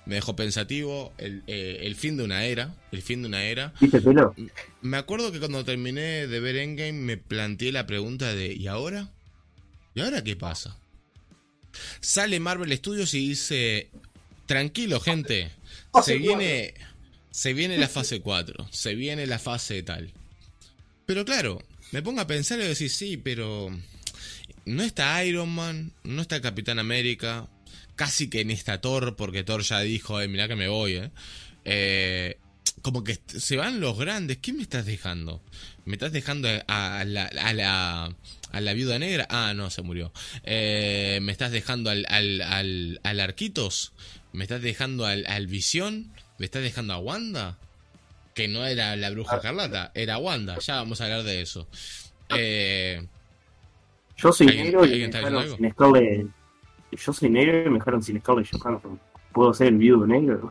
me dejó pensativo, el, eh, el fin de una era, el fin de una era. ¿Viste pelo? Me acuerdo que cuando terminé de ver Endgame me planteé la pregunta de ¿y ahora? ¿Y ahora qué pasa? Sale Marvel Studios y dice, tranquilo gente, se viene, se viene la fase cuatro, se viene la fase tal. Pero claro, me pongo a pensar y decir, sí, pero no está Iron Man, no está Capitán América, casi que ni está Thor, porque Thor ya dijo, eh, mirá que me voy, eh. eh como que se van los grandes. ¿Qué me estás dejando? ¿Me estás dejando a, a, la, a, la, a la viuda negra? Ah, no, se murió. Eh, ¿Me estás dejando al, al, al, al Arquitos? ¿Me estás dejando al, al Visión? ¿Me estás dejando a Wanda? Que no era la Bruja Escarlata, era Wanda. Ya vamos a hablar de eso. Eh, Yo soy ¿alguien- negro y alguien me está dejaron diciendo sin Scarlett. Yo soy negro y me dejaron sin Scarlett Johansson. ¿Puedo ser el viudo negro?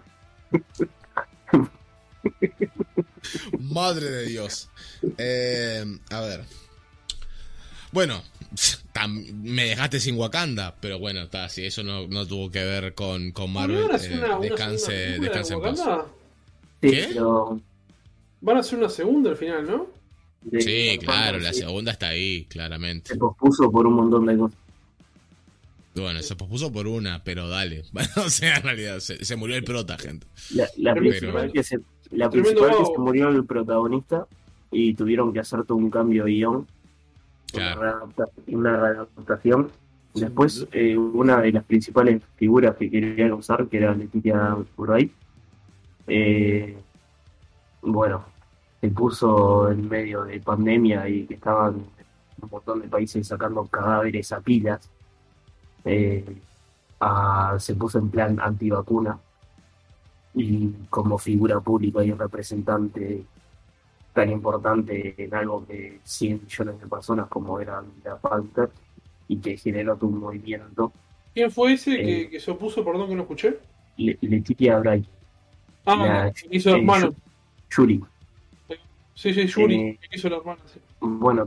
Madre de Dios. Eh, a ver. Bueno, tam- me dejaste sin Wakanda, pero bueno, está, si eso no, no tuvo que ver con, con ¿No Marvel, van a hacer eh, una, una descanse, segunda película descanse de en paz. Wakanda? Sí, ¿Qué? pero Van a hacer una segunda al final, ¿no? de- Sí, claro, la sí, segunda está ahí, claramente. se pospuso por un montón de cosas. Bueno, se pospuso por una, pero dale. O sea, en realidad, se, se murió el prota, gente. La, la Tremendo- principal, que se, la tremendo principal que vago. se murió el protagonista y tuvieron que hacer todo un cambio de guión, Claro. una, readapta- una readaptación. Después, eh, una de las principales figuras que querían usar, que era Letitia Wright, eh, bueno, se puso en medio de pandemia y que estaban un montón de países sacando cadáveres a pilas. Eh, a- se puso en plan antivacuna y como figura pública y representante tan importante en algo que cien millones de personas como era la Panther y que generó todo un movimiento. ¿Quién fue ese Eh. que, que se opuso? Perdón que no escuché. Le- Letitia Wright, Ah, la- que hizo el eh, hermano. Yuri. Sí, sí, Yuri, eh, que hizo el hermano. Sí. Bueno,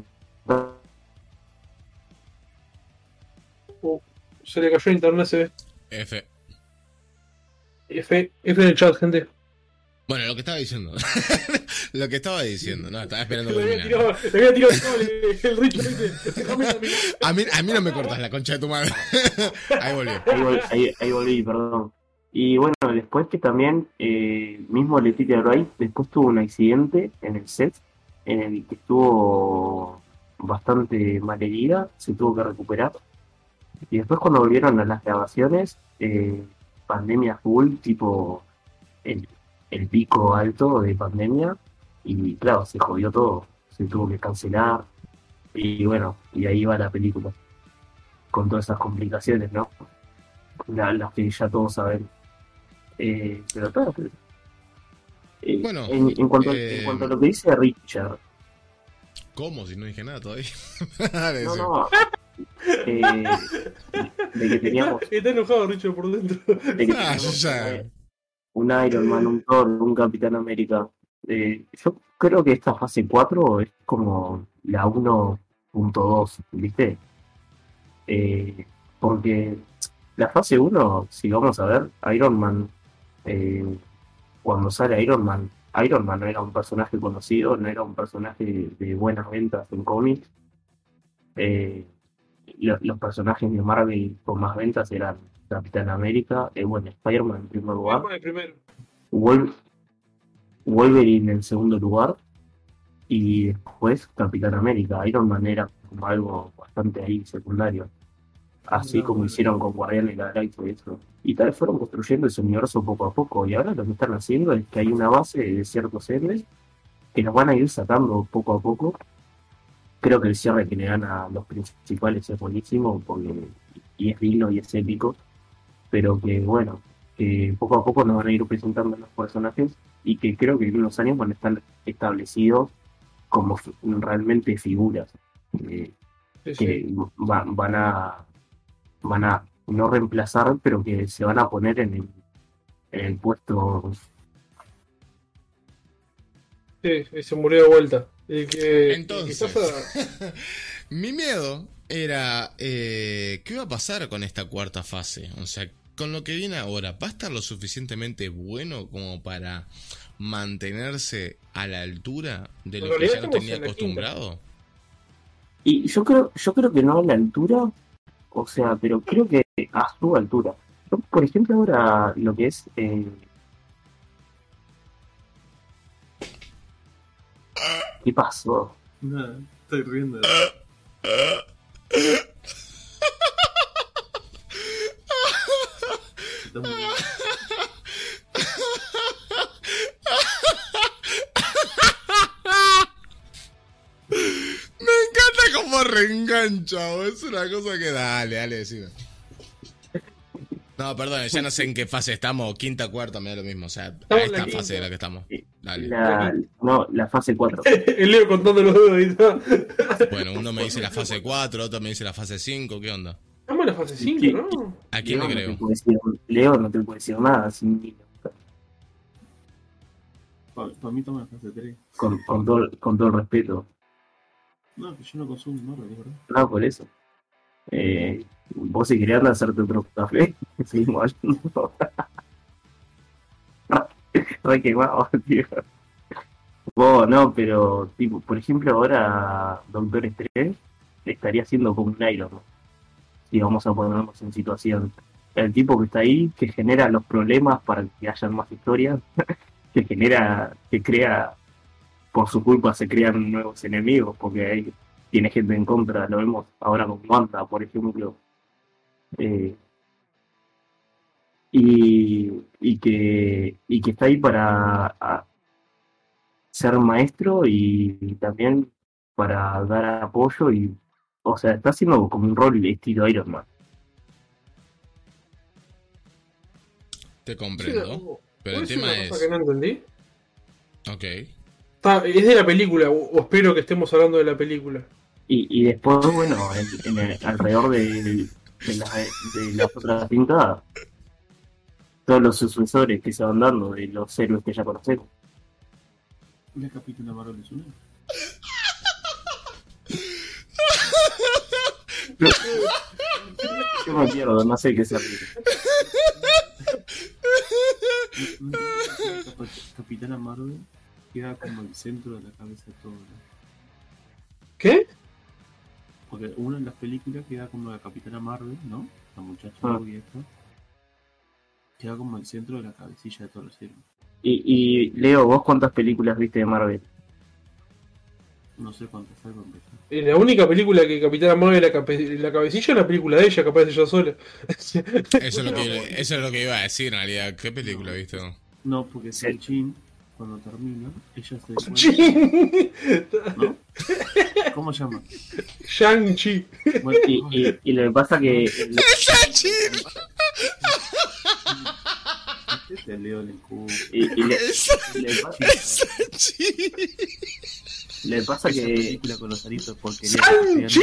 Uh, se le cayó el internet, se ve. F. F, F en el chat, gente. Bueno, lo que estaba diciendo. Lo que estaba diciendo. No, estaba esperando Le que había terminara. tirado, le había tirado todo el, el Richard, ¿viste? Déjame terminar. A mí, a mí no me cortas la concha de tu madre. Ahí volvió. ahí, vol- ahí- ahí volví, perdón. Y bueno, después que también, eh, mismo Letitia Wright, después tuvo un accidente en el set, en el que estuvo bastante malherida, se tuvo que recuperar. Y después cuando volvieron a las grabaciones, eh, pandemia full, tipo el, el pico alto de pandemia, y claro, se jodió todo, se tuvo que cancelar, y bueno, y ahí va la película, con todas esas complicaciones, ¿no? La- las que ya todos saben. Eh, pero claro, pero- eh, Bueno, en, en cuanto, eh, en cuanto a lo que dice Richard, ¿Cómo? Si no dije nada todavía. Dale, no, sí. no, eh, de que teníamos Está enojado Richard por dentro. de que Ah, yo teníamos ya. un Iron Man, un Thor, un Capitán América. Eh, yo creo que esta fase cuatro es como la uno punto dos, ¿viste? Eh, porque la fase uno, si vamos a ver, Iron Man, eh, cuando sale Iron Man, Iron Man no era un personaje conocido, no era un personaje de, de buenas ventas en cómics. Eh, lo- los personajes de Marvel con más ventas eran Capitán América, eh, bueno, Spider-Man en primer lugar, Vamos de primero. Wol- Wolverine en segundo lugar y después Capitán América. Iron Man era como algo bastante ahí secundario, así No, como bueno. hicieron con Guardianes de la Galaxia y eso. Y tal vez fueron construyendo ese universo poco a poco y ahora lo que están haciendo es que hay una base de ciertos héroes que los van a ir sacando poco a poco. Creo que el cierre que le dan a los principales es buenísimo porque y es digno y es épico, pero que bueno, que poco a poco nos van a ir presentando los personajes y que creo que en unos años van a estar establecidos como fi- realmente figuras eh, Sí, que sí. va- van a van a no reemplazar, pero que se van a poner en el, en el puesto. Sí, y se murió de vuelta. Y que, Entonces, que pasa- mi miedo era eh, ¿qué va a pasar con esta cuarta fase? O sea, con lo que viene ahora, ¿va a estar lo suficientemente bueno como para mantenerse a la altura de lo En que realidad ya nos estamos tenía en la acostumbrado? Y yo creo, yo creo que no a la altura, o sea, pero creo que a su altura. Yo, por ejemplo, ahora lo que es... Eh... ¿Qué pasó? Nada, estoy riendo. Estamos bien. Me encanta cómo reengancha, boludo. Es una cosa que dale, dale, decime. No, perdón, ya no sé en qué fase estamos, quinta, cuarta, me da lo mismo. O sea, a Estamos en esta la fase quinta. en la que estamos. Dale. La, no, la fase cuatro. El Leo contando los dedos ahí. ¿No? Bueno, uno me dice la fase cuatro, otro me dice la fase cinco, ¿qué onda? Estamos en la fase cinco, ¿Qué? ¿no? ¿A quién Leo le no te creo? puede decir- Leo no te puede decir nada sin, Para, para mí toma la fase tres. con, con, todo, con todo el respeto. No, que yo no consumo Marvel, es verdad. No, por eso. Eh, vos si querías hacerte otro café, seguimos hablando. Re quemado, tío. Vos no, pero tipo, por ejemplo ahora Doctor Strange estaría siendo como un Iron Man. Si vamos a ponernos en situación. El tipo que está ahí, que genera los problemas para que hayan más historias, que genera, que crea, por su culpa se crean nuevos enemigos, porque hay, tiene gente en contra, lo vemos ahora con Wanda, por ejemplo. Eh, y, y que y que está ahí para a, ser maestro y también para dar apoyo y o sea está haciendo como un rol estilo Iron Man. Te comprendo. Pero el ¿Puedo decir tema una es... cosa que no entendí? Ok. Está, es de la película, o, o espero que estemos hablando de la película. Y, y después bueno en, en el- alrededor de, de, las, de las otras cintas todos los sucesores que se van dando de los héroes que ya conocemos. ¿La Capitana Marvel es una? Yo me pierdo, no sé qué se ríe. No, no, no, Cap- Capitana Marvel queda como el centro de la cabeza de todo, ¿no? ¿Qué? Porque uno en las películas queda como la Capitana Marvel, ¿no? La muchacha Ah. rubia esta. Queda como el centro de la cabecilla de todos los héroes. Y, y Leo, ¿vos cuántas películas viste de Marvel? No sé cuántas hay para empezar. Eh, La única película que Capitana mueve la, cape- la cabecilla es la película de ella, capaz de ella sola. Eso es, lo que, eso es lo que iba a decir en realidad. ¿Qué película viste? No, porque Shang-Chi, cuando termina, ella se da cuenta- Chin. ¿No? ¿Cómo se llama? Shang-Chi. Bueno, Y, y, y lo que pasa que lo- te leo en el cubo. y, y le, y le pasa, le pasa Esa que película con los aritos porquería. ¡Shang-Chi!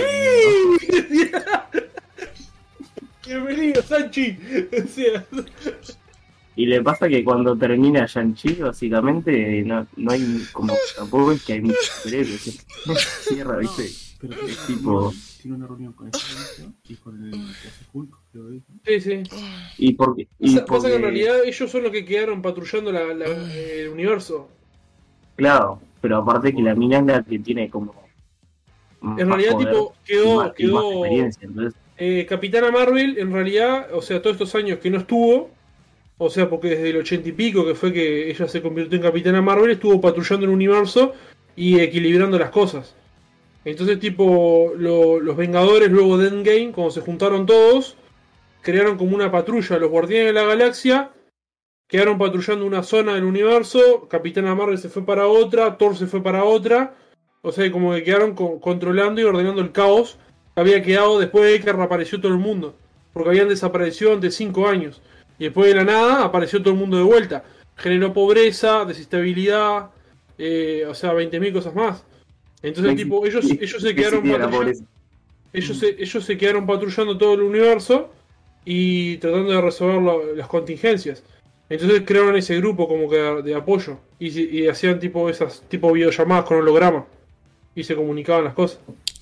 Bienvenido, Sanchi. O sea, y le pasa que cuando termina Shang-Chi básicamente no, no hay como tampoco es que hay muchos superhéroes, es- cierra, ¿viste? Pero Es que tipo- tiene una reunión con ese aristo y con el que hace Hulk, creo que sí, es. sí. Y porque y Pasa, pasa que en porque- realidad ellos son los que quedaron patrullando la, la- el universo. claro, pero aparte que la mina es la que tiene como En realidad, tipo, quedó- y más, y más quedó- experiencia, entonces Eh, Capitana Marvel, en realidad, o sea, todos estos años que no estuvo, o sea, porque desde el ochenta y pico que fue que ella se convirtió en Capitana Marvel, estuvo patrullando el universo y equilibrando las cosas. Entonces, tipo, lo- los Vengadores luego de Endgame, cuando se juntaron todos, crearon como una patrulla, los Guardianes de la Galaxia, quedaron patrullando una zona del universo, Capitana Marvel se fue para otra, Thor se fue para otra, o sea, como que quedaron co- controlando y ordenando el caos que había quedado después de que reapareció todo el mundo, porque habían desaparecido durante cinco años, y después de la nada apareció todo el mundo de vuelta, generó pobreza, desestabilidad, eh, o sea, veinte mil cosas más. Entonces, Sí, tipo, ellos, sí, ellos se sí, quedaron sí, la patrullando, pobreza. ellos se, ellos se quedaron patrullando todo el universo y tratando de resolver lo- las contingencias. Entonces crearon ese grupo como que de, de apoyo y, se- y hacían tipo esas tipo videollamadas con holograma y se comunicaban las cosas.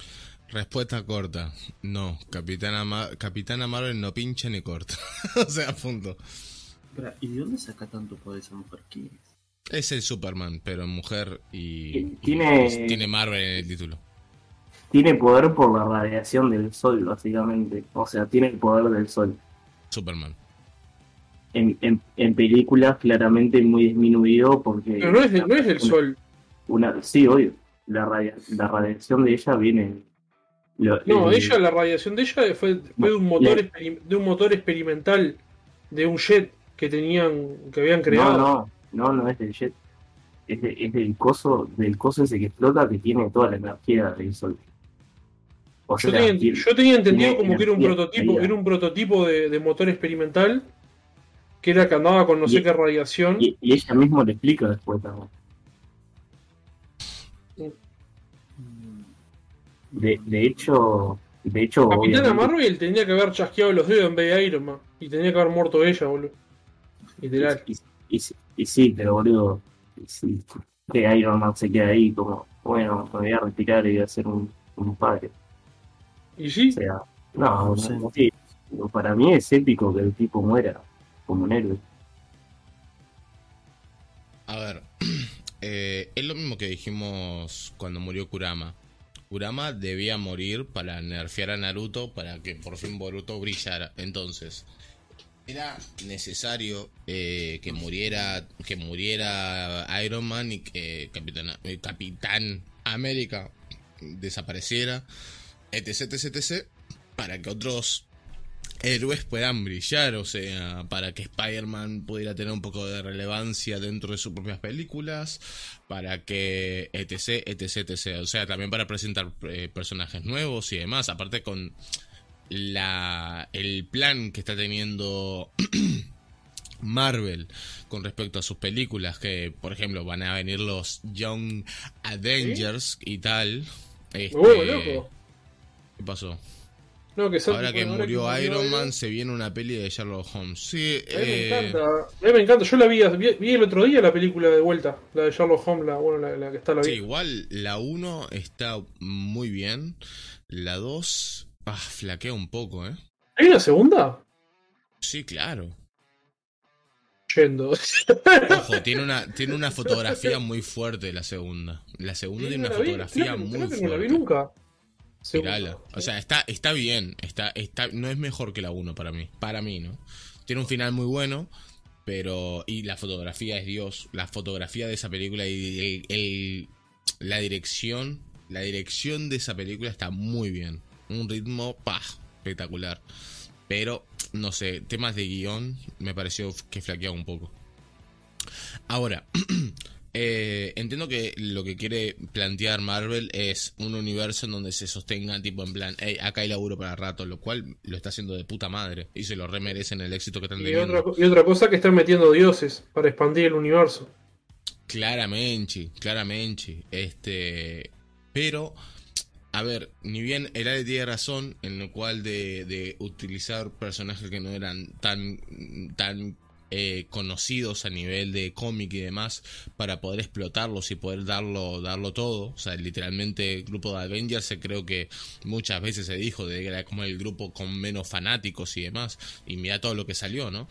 Respuesta corta. No, Capitana, Ma- Capitana Marvel no pincha ni corta. O sea, punto. Espera, ¿y de dónde saca tanto poder esa mujer? ¿Quién es? Es el Superman, pero en mujer y, Tiene- y tiene Marvel en el título. Tiene poder por la radiación del sol, básicamente. O sea, tiene el poder del sol. Superman. En, en, en películas claramente muy disminuido porque... Pero no es, de- no es del una- sol. Una, sí, obvio. La, radia- la radiación de ella viene... lo- No, el- ella, la radiación de ella fue, fue de un motor Le- experi- de un motor experimental de un jet que tenían, que habían creado. No, no, no, no es del jet. Es, de- es del coso, del coso ese que explota que tiene toda la energía del sol. O Yo sea, tenía, tiene- yo tenía entendido tiene como que era un energía prototipo, extraída. era un prototipo de, de motor experimental que era que andaba con no sé Y- qué radiación. Y, y ella mismo le explica después también. De, de hecho, de hecho, Capitana obviamente- Marvel tenía que haber chasqueado los dedos en vez de Iron Man. Y tenía que haber muerto ella, boludo. Literal. Y, y, y- y sí, pero boludo, y sí, que Iron Man se queda ahí como, bueno, me voy a retirar y voy a ser un, un padre. Y sí, O sea, no, no, Sí. no, sí. Para mí es épico que el tipo muera como un héroe. A ver, eh, es lo mismo que dijimos cuando murió Kurama. Kurama debía morir para nerfear a Naruto para que por fin Boruto brillara. Entonces, era necesario eh, que muriera que muriera Iron Man y que Capitán, eh, Capitán América desapareciera, etc, etc, etc, para que otros héroes puedan brillar, o sea, para que Spider-Man pudiera tener un poco de relevancia dentro de sus propias películas, para que etc, etc, etc, o sea, también para presentar eh, personajes nuevos y demás, aparte con la el plan que está teniendo Marvel con respecto a sus películas, que por ejemplo van a venir los Young Avengers y tal. Este, me vuelvo loco. ¿Qué pasó? No, que sal- Ahora que bueno, murió Iron Man, Iron- se viene una peli de Sherlock Holmes. Sí, A mí me eh, encanta. A mí me encanta. Yo la vi, vi, vi el otro día la película de vuelta. La de Sherlock Holmes, la, bueno, la, la que está la sí, vi. igual la uno está muy bien. La dos ah, flaquea un poco, ¿eh? ¿Hay una segunda? Sí, claro. Yendo. Ojo, tiene una, tiene una fotografía muy fuerte la segunda. La segunda Sí, tiene no una la vi, fotografía creo que- muy creo que fuerte. no la vi nunca. Segunda. Mirala. O sea, está, está bien. Está, está, no es mejor que la uno para mí. Para mí, ¿no? Tiene un final muy bueno. Pero. Y la fotografía es Dios. La fotografía de esa película y el, el- la dirección. La dirección de esa película está muy bien. Un ritmo, ¡pah! Espectacular. Pero, no sé, temas de guión me pareció que flaqueaba un poco. Ahora, eh, entiendo que lo que quiere plantear Marvel es un universo en donde se sostenga tipo en plan, hey, acá hay laburo para rato, lo cual lo está haciendo de puta madre y se lo remerecen el éxito que están Y teniendo. otra, y otra cosa que están metiendo dioses para expandir el universo. Claramente, claramente. Este, pero, a ver, ni bien el Ale tiene razón en lo cual de, de utilizar personajes que no eran tan, tan eh, conocidos a nivel de cómic y demás para poder explotarlos y poder darlo, darlo todo. O sea, literalmente el grupo de Avengers se creo que muchas veces se dijo de que era como el grupo con menos fanáticos y demás. Y mira todo lo que salió, ¿no?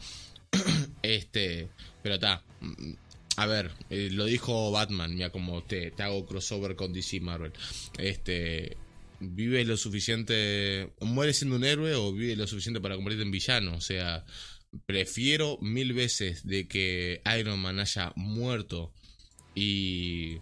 Este, pero está. A ver, eh, lo dijo Batman, mira como te, te hago crossover con D C Marvel. Este, vive lo suficiente, o mueres siendo un héroe o vive lo suficiente para convertirte en villano. O sea, prefiero mil veces de que Iron Man haya muerto y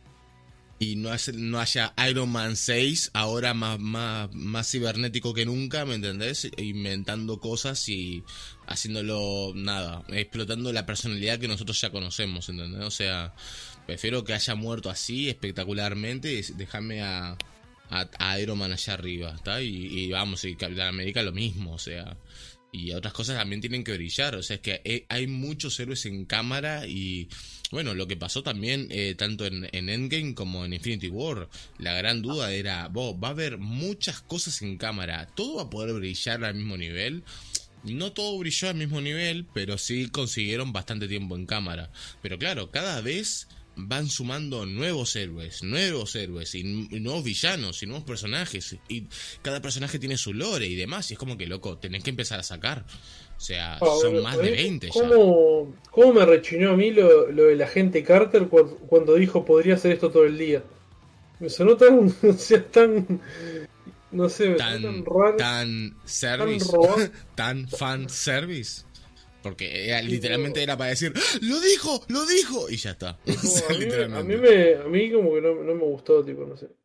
y no, hace, no haya Iron Man seis ahora más, más, más cibernético que nunca, ¿me entendés? Inventando cosas y haciéndolo nada, explotando la personalidad que nosotros ya conocemos, ¿entendés? O sea, prefiero que haya muerto así espectacularmente y dejarme a, a, a Iron Man allá arriba, ¿está? Y, y vamos, y Capitán América lo mismo, o sea, y otras cosas también tienen que brillar, o sea, es que hay muchos héroes en cámara y bueno, lo que pasó también eh, tanto en, en Endgame como en Infinity War, la gran duda era, oh, va a haber muchas cosas en cámara, ¿todo va a poder brillar al mismo nivel? No todo brilló al mismo nivel, pero sí consiguieron bastante tiempo en cámara. Pero claro, cada vez van sumando nuevos héroes, nuevos héroes, y, y nuevos villanos, y nuevos personajes, y cada personaje tiene su lore y demás, y es como que, loco, tenés que empezar a sacar. O sea, Ah, son bueno, más de veinte ya. ¿Cómo, ¿Cómo me rechinó a mí lo, lo del agente Carter cuando, cuando dijo podría hacer esto todo el día? Me sonó tan, o sea, tan, no sé, me sonó Tan, tan raro, tan service, tan robado. tan fan service. Porque era- literalmente era para decir, ¡lo dijo! ¡Lo dijo! Y ya está. O Tipo, sea, a, mí, me- a, literalmente. mí me, a mí como que no, no me gustó, tipo, no sé.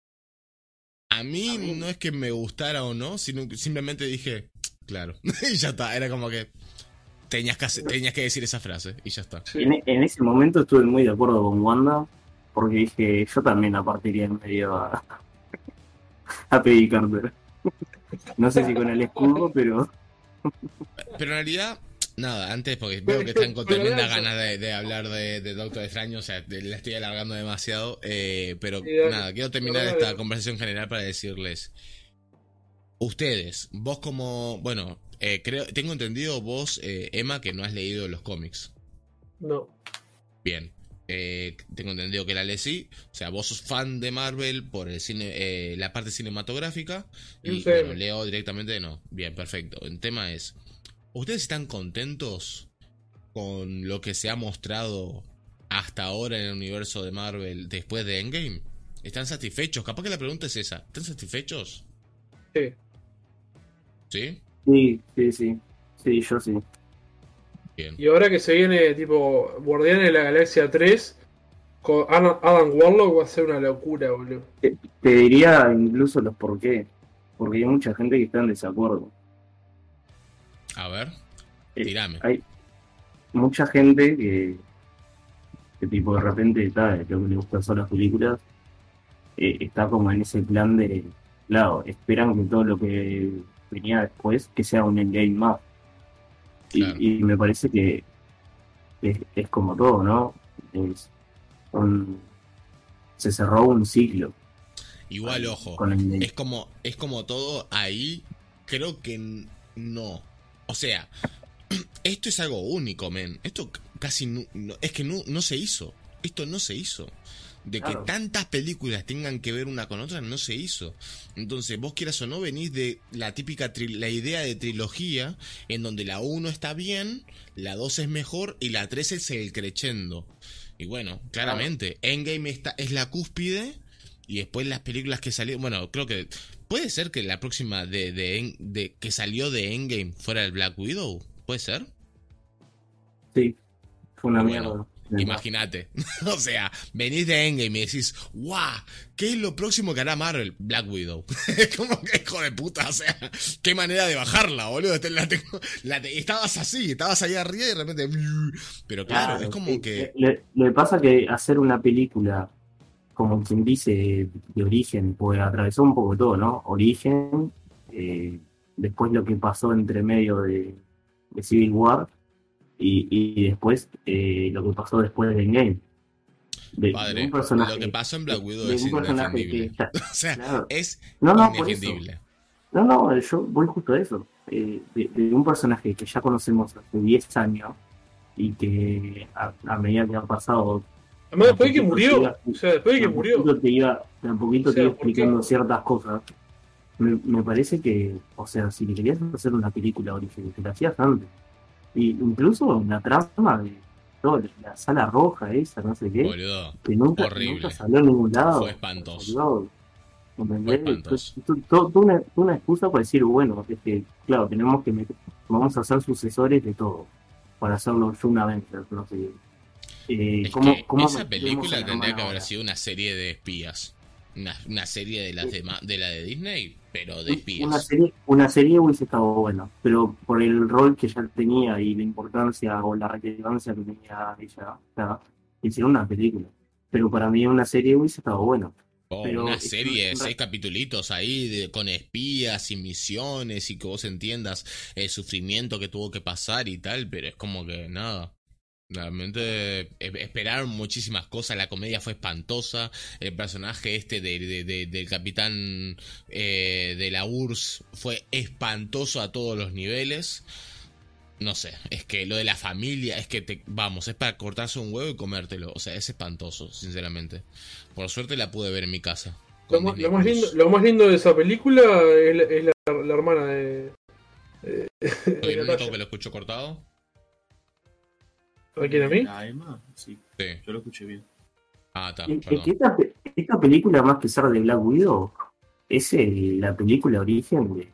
A mí no es que me gustara o no, sino que simplemente dije, claro. Y ya está. Era como que tenías que, hacer- tenías que decir esa frase. Y ya está. Sí. En, en ese momento estuve muy de acuerdo con Wanda, porque dije, yo también la partiría en medio a, a Peggy Carter. No sé si con el escudo, pero Pero en realidad, nada, antes, porque veo que están con tremenda ganas de, de hablar de, de Doctor Extraño, o sea, de- la estoy alargando demasiado, eh, pero Sí, dale. nada, quiero terminar Dale. esta conversación general para decirles, ustedes, vos como, bueno, eh, creo, tengo entendido vos, eh, Emma, que no has leído los cómics. No. Bien. Eh, tengo entendido que la leí. O sea, vos sos fan de Marvel por el cine, eh, la parte cinematográfica. Y U C M. bueno, leo directamente no. Bien, perfecto. El tema es, ¿ustedes están contentos con lo que se ha mostrado hasta ahora en el universo de Marvel después de Endgame? ¿Están satisfechos? Capaz que la pregunta es esa. ¿Están satisfechos? Sí. ¿Sí? sí, sí, sí. Sí, yo sí. Bien. Y ahora que se viene tipo Guardianes de la Galaxia tres con Adam Adam Warlock va a ser una locura, boludo. Te, te diría incluso los por qué. Porque hay mucha gente que está en desacuerdo. A ver, Eh, tirame. Hay mucha gente que, que tipo de repente está, lo que le gustan son las películas, eh, está como en ese plan de, claro, esperan que todo lo que venía después, que sea un endgame más. Y, Claro. y me parece que es, es como todo, ¿no? Es un- se cerró un ciclo Igual, ojo. con el Es como, es como todo ahí. Creo que n- no. O sea, esto es algo único, men. Esto c- casi no, no- es que no, no se hizo. Esto no se hizo. De que Claro. tantas películas tengan que ver una con otra, no se hizo. Entonces, vos quieras o no, venís de la típica, tri- la idea de trilogía, en donde la uno está bien, la dos es mejor y la tres es el crescendo. Y bueno, claramente, Endgame está, es la cúspide. Y después las películas que salieron, bueno, creo que puede ser que la próxima de, de, En- de que salió de Endgame fuera el Black Widow, ¿puede ser? Sí, fue una Y bueno, mierda. Imagínate, o sea, venís de Endgame y decís, ¡guau! ¿Qué es lo próximo que hará Marvel? Black Widow. Es como que hijo de puta, o sea, qué manera de bajarla, boludo. Te- La tengo- la te- estabas así, estabas ahí arriba y de repente. Pero claro, es como sí, que. Le, le pasa que hacer una película, como quien dice, de origen, pues atravesó un poco todo, ¿no? Origen, eh, después lo que pasó entre medio de, de Civil War y, y después eh, lo que pasó después de Endgame. De, de Padre, un personaje, lo que pasó en Black de- Widow de es un personaje que indefendible. ya- O sea, claro. es No, no, por eso. indefendible. No, no, yo voy justo a eso. Eh, de, de un personaje que ya conocemos hace diez años y que a, a medida que han pasado, Además, de a después de que poquito te murió, iba- o sea, después de de que a murió. poquito te iba, de a poquito O sea, te iba ¿por qué? explicando ciertas cosas. Me, me parece que, o sea, si le querías hacer una película origen, te la hacías antes. Y incluso la trama de todo, la sala roja esa, no sé qué, Boludo, que nunca, horrible. nunca salió en ningún lado. Fue espantoso. Salió, ¿entendés? Fue espantoso. Fue- fue todo- todo una, toda una excusa para decir, bueno, es que, claro, tenemos que meter- vamos a ser sucesores de todo, para hacerlo Young Avengers, no sé qué. Eh, Es ¿cómo- que cómo esa metemos a película la tendría hermana que haber ahora? sido una serie de espías. Una, una serie de las de, ma- de la de Disney, pero de Una espías. serie, una serie hubiese estado buena, pero por el rol que ya tenía y la importancia o la relevancia que tenía ella, o sea, hicieron una película. Pero para mí una serie hubiese estado buena. O pero una es serie de una- seis capitulitos ahí de- con espías y misiones y que vos entiendas el sufrimiento que tuvo que pasar y tal, pero es como que nada. Realmente eh, esperaron muchísimas cosas, la comedia fue espantosa, el personaje este de, de- de- del capitán eh, de la U R S S fue espantoso a todos los niveles. No sé, es que lo de la familia, es que te, vamos, es para cortarse un huevo y comértelo. O sea, es espantoso, sinceramente. Por suerte la pude ver en mi casa. Lo, con más- Disney lo más Plus. lindo, lo más lindo de esa película es la, es la, la hermana de. de- ¿Soy de el único Natalia. que lo escucho cortado? ¿A quién, a mí? ¿A Emma? Sí, Sí. yo lo escuché bien. Ah, está, Es es perdón. que esta, pe- esta película, más que ser de Black Widow, es el- la película origen de,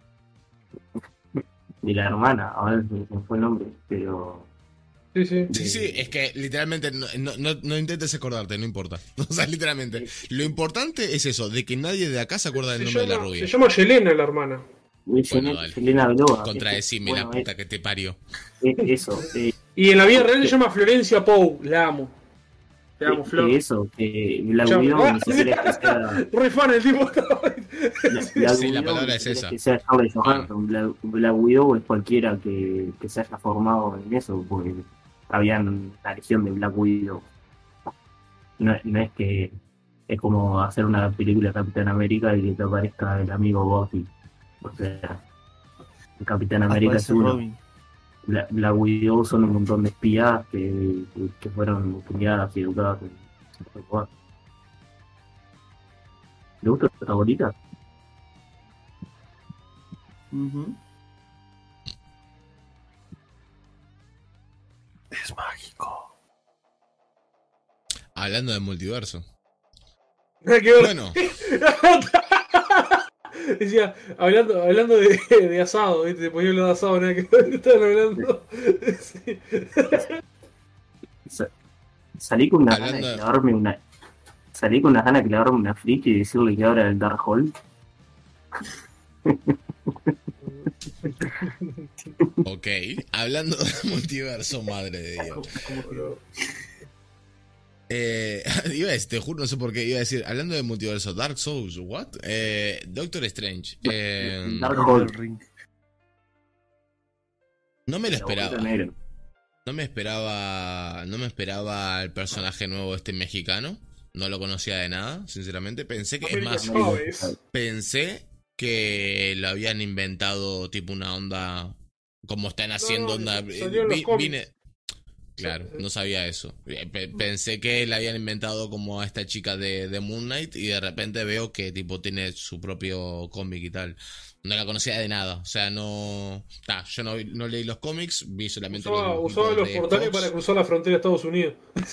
de la hermana. Ahora se me fue el nombre, pero. Sí, sí. Sí, sí, es que literalmente no, no, no, no intentes acordarte, no importa. O sea, literalmente. Lo importante es eso, de que nadie de acá se acuerda del Se nombre de la llama, rubia. se llama Yelena, la hermana. Es Bueno, Yelena- dale. Yelena Belova. Contradecime Bueno, la puta que te parió. es- es eso. eh, Y en la vida real se llama Florencia Pou. La amo. Te amo, que- Flor. que eso, que Black Chao. Widow Ah, ni siquiera es que sea. Re fan el tipo. Black Sí, la Widow palabra ni es siquiera esa. que sea Scarlett Johansson. Black, Black Widow es cualquiera que, que se haya formado en eso, porque habían una legión de Black Widow. No, no es que es como hacer una película de Capitán América y que te aparezca el amigo Bucky. O sea, el Capitán América es Aparece uno. Robin. Black, Black Widow son un montón de espías que, que fueron criadas y educadas en en lugar. ¿Le gusta tu favorita? Ujú. Es mágico. Hablando de multiverso. Nada que ver. Bueno, Decía, hablando, hablando de, de asado, ¿viste? Se ponía hablar de asado, nada que ver. Estaban hablando. Sí. Sa- Salí con una Hablando gana de de- clavarme una. Salí con una gana de clavarme una friki y decirle que ahora el Dark Hole. ok. Hablando de multiverso, madre de Dios. Eh, iba a decir, te juro, no sé por qué, iba a decir, hablando de multiverso, Dark Souls, what? Eh, Doctor Strange. Eh, Dark Elden Hole. Ring. no me lo La bolita esperaba. negra. No me esperaba. No me esperaba el personaje nuevo este mexicano. No lo conocía de nada, sinceramente. Pensé que, es América más, Chávez. pensé que lo habían inventado tipo una onda. Como están haciendo no, onda. salió en los vi- cómics. vine. Claro, no sabía eso. Pe- Pensé que le habían inventado como a esta chica de, de Moon Knight y de repente veo que tipo tiene su propio cómic y tal. No la conocía de nada, o sea, no... Ah, yo no, no leí los cómics, vi solamente Usaba, los usaba dibujitos los de portales Fox. para cruzar la frontera de Estados Unidos.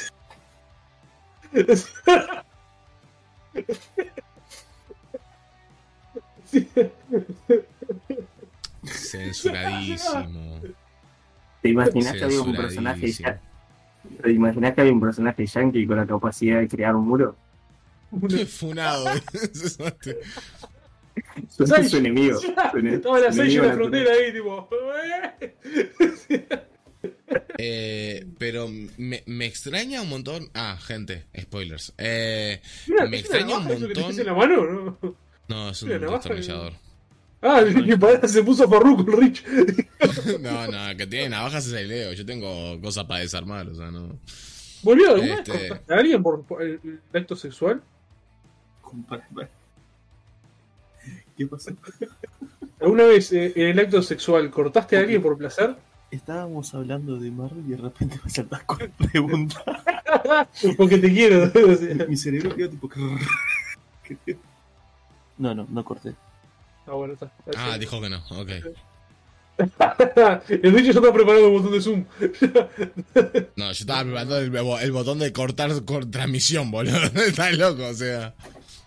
Sí. Censuradísimo. ¿Te imaginas que había un personaje Censuradísimo. ya- ¿Te imaginas que había un personaje yankee con la capacidad de crear un muro? Funado. Su, ¿Sabes? su enemigo. Su ene- Estaba la su seis en enemigo la frontera ahí, tipo. Eh, pero me, me extraña un montón... Ah, gente, spoilers. Eh, Mira, me ¿es una extraña un navaja eso que montón... tenés en la mano, ¿no? No, es un Mira, navaja destornillador. Ah, que parece se puso farruco el Rich. No, no, que tiene navajas es el Leo. Yo tengo cosas para desarmar, o sea, no. ¿Volvió alguna Este- vez cortaste a alguien por, por el, el acto sexual? Compara- ¿Qué pasó? ¿Alguna vez eh, en el acto sexual cortaste a alguien por placer? Estábamos hablando de Marvel y de repente me saltás con preguntas. Porque te quiero. O sea. Mi cerebro quedó tipo. No, no, no corté. Ah, bueno, está. está Ah, bien. dijo que no, ok. El Rich ya está preparando un botón de zoom. No, yo estaba preparando el, el botón de cortar con transmisión, boludo. Estás loco, o sea.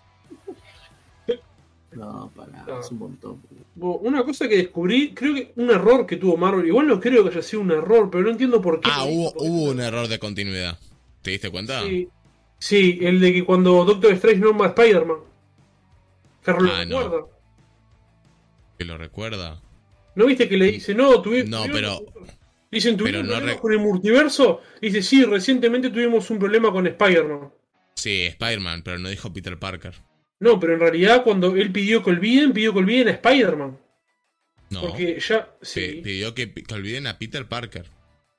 No, para, No. es un montón. Bo, Una cosa que descubrí, creo que un error que tuvo Marvel, igual no creo que haya sido un error, pero no entiendo por qué. Ah, lo hubo, hizo, porque- hubo un error de continuidad. ¿Te diste cuenta? Sí, sí, el de que cuando Doctor Strange nombra a Spider-Man. Ferro lo Ah, no. recuerda. ¿Que lo recuerda? ¿No viste que le dice, no, tuvimos... No, pero... Dicen, ¿tuvimos pero no problemas re- con el multiverso? Dice, sí, recientemente tuvimos un problema con Spider-Man. Sí, Spider-Man, pero no dijo Peter Parker. No, pero en realidad cuando él pidió que olviden, pidió que olviden a Spider-Man. No, Porque ya... Pi- Sí. pidió que, que olviden a Peter Parker.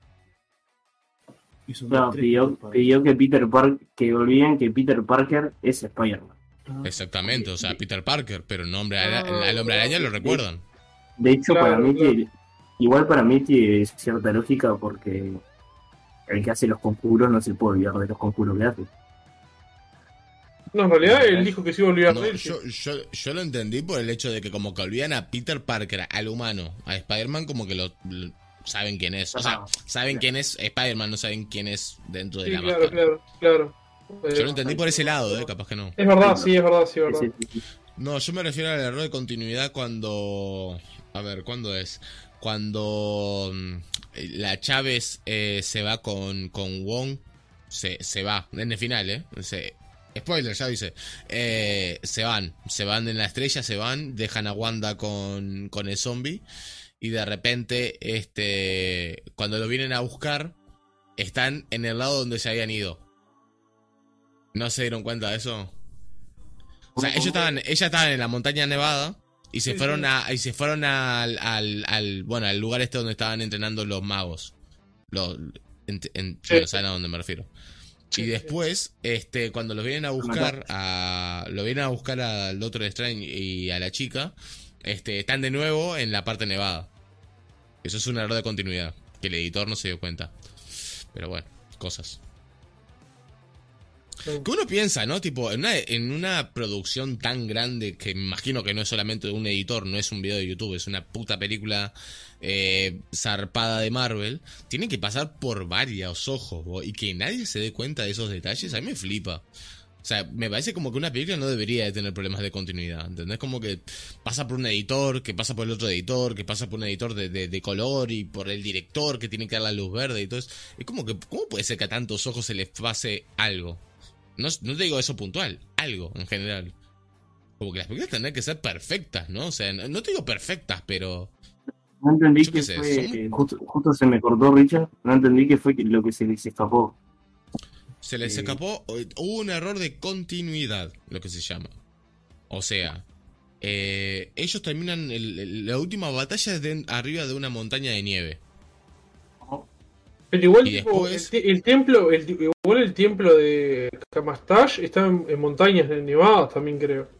Y son No, tres pidió, culpas. pidió que Peter Parker, que olviden que Peter Parker es Spider-Man. Ah, Exactamente, o sea, Peter Parker, pero el nombre Ah, al, al hombre araña lo recuerdan. De hecho, Claro, para mí claro. que igual para mí tiene cierta lógica porque el que hace los conjuros no se puede olvidar de los conjuros que hace. No, en realidad él dijo que se iba a olvidar No, de él. yo, yo, yo lo entendí por el hecho de que como que olvidan a Peter Parker, al humano, a Spider-Man como que lo, lo- saben quién es. O sea, Ah, saben claro. quién es Spider-Man, no saben quién es dentro de Sí, la claro, máscara. claro, claro. Yo Eh, lo entendí por ese lado, eh, capaz que no. Es verdad, sí, es verdad, sí, es verdad. Sí, sí, sí. No, yo me refiero al error de continuidad cuando... A ver, ¿cuándo es? Cuando mm, la Chávez eh, se va con, con Wong, se, se va, en el final, ¿eh? Se- spoiler, ya dice. Eh, se van, se van en la estrella, se van, dejan a Wanda con, con el zombie y de repente, este, cuando lo vienen a buscar, están en el lado donde se habían ido. ¿No se dieron cuenta de eso? O sea, ellos estaban, ellas estaban en la montaña nevada y se Sí, fueron sí. a, y se fueron al, al, al- bueno, al lugar este donde estaban entrenando los magos. Los, en- en- Sí. bueno, saben a dónde me refiero. Sí, Y sí. después, este, cuando los vienen a buscar a, lo vienen a buscar al Doctor Strange y a la chica, este, están de nuevo en la parte nevada. Eso es un error de continuidad, que el editor no se dio cuenta. Pero bueno, cosas. Sí. Que uno piensa, ¿no? Tipo, en una, en una producción tan grande que me imagino que no es solamente un editor, no es un video de YouTube, es una puta película eh, zarpada de Marvel, tiene que pasar por varios ojos, bo, y que nadie se dé cuenta de esos detalles, a mí me flipa. O sea, me parece como que una película no debería de tener problemas de continuidad, ¿entendés? Como que pasa por un editor, que pasa por el otro editor, que pasa por un editor de, de, de color y por el director que tiene que dar la luz verde y todo eso. Es como que, ¿cómo puede ser que a tantos ojos se les pase algo? No, no te digo eso puntual, algo en general. Como que las películas tendrán que ser perfectas, ¿no? O sea, no, no te digo perfectas, pero... No entendí Yo que qué sé, fue, son- eh, justo, justo se me cortó Richard, no entendí que fue que- lo que se les escapó. Se les Eh. escapó, hubo un error de continuidad, lo que se llama. O sea, eh, ellos terminan, el- el- la última batalla es de- arriba de una montaña de nieve. Pero igual, Y tipo, después- el, te- el templo, el, igual el templo de Kamastash está en, en montañas nevadas también, creo.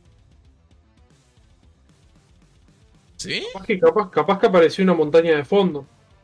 ¿Sí? Capaz que, capaz, capaz que apareció una montaña de fondo.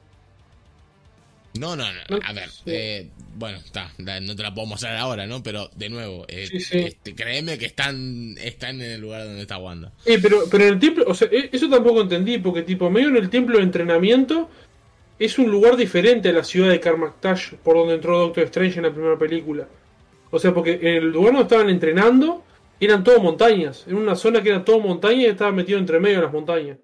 No, no, no, No, a ver, sí. eh, bueno, está, la- no te la puedo mostrar ahora, ¿no? Pero, de nuevo, eh, Sí, sí. este, créeme que están, están en el lugar donde está Wanda. Eh, pero, pero en el templo, o sea, eh, eso tampoco entendí, porque tipo, medio en el templo de entrenamiento es un lugar diferente a la ciudad de Karmaktash, por donde entró Doctor Strange en la primera película. O sea, porque en el lugar donde estaban entrenando eran todo montañas, en una zona que era todo montaña y estaba metido entre medio de las montañas.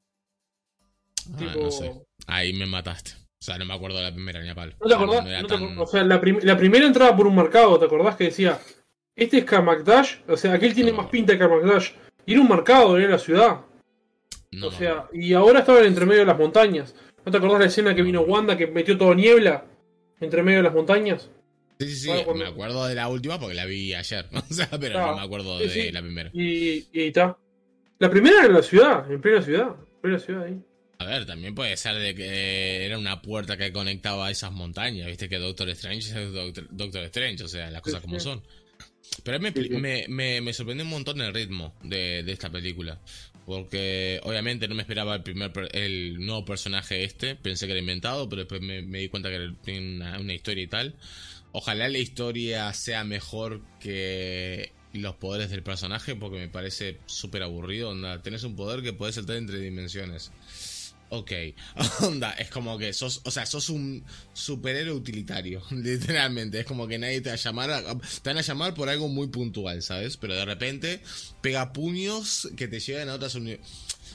Ah, Tipo- no sé, ahí me mataste. O sea, no me acuerdo de la primera ni a palo. ¿No te O sea, acordás? no era No te tan- acordás. O sea, la, prim- la primera entraba por un marcado, ¿te acordás que decía, este es Karmakdash? O sea, aquel tiene No. más pinta de Karmakdash. Y era un marcado, era la ciudad. no o me sea, acuerdo. y ahora estaban entre medio de las montañas. ¿No te acordás la escena que vino Wanda que metió todo niebla entre medio de las montañas? Sí, sí, sí, Ahora cuando- me acuerdo de la última porque la vi ayer, o sea, pero Ah, no me acuerdo sí, de sí. la primera. Y y está. La primera era en la ciudad, en plena ciudad. En plena ciudad ahí. A ver, también puede ser de que era una puerta que conectaba a esas montañas, viste que Doctor Strange es Doctor, Doctor Strange, o sea, las cosas Sí, como sí. son. Pero a mí me, Sí, sí. me, me, me sorprendió un montón el ritmo de, de esta película. Porque obviamente no me esperaba el primer per- el nuevo personaje este. Pensé que era inventado, pero después me, me di cuenta que era- tiene una, una historia y tal. Ojalá la historia sea mejor que los poderes del personaje, porque me parece súper aburrido. Onda, tenés un poder que puede saltar entre dimensiones. Ok, onda, es como que sos, o sea, sos un superhéroe utilitario, literalmente, es como que nadie te va a llamar, a- te van a llamar por algo muy puntual, ¿sabes? Pero de repente pega puños que te llevan a otras unidades.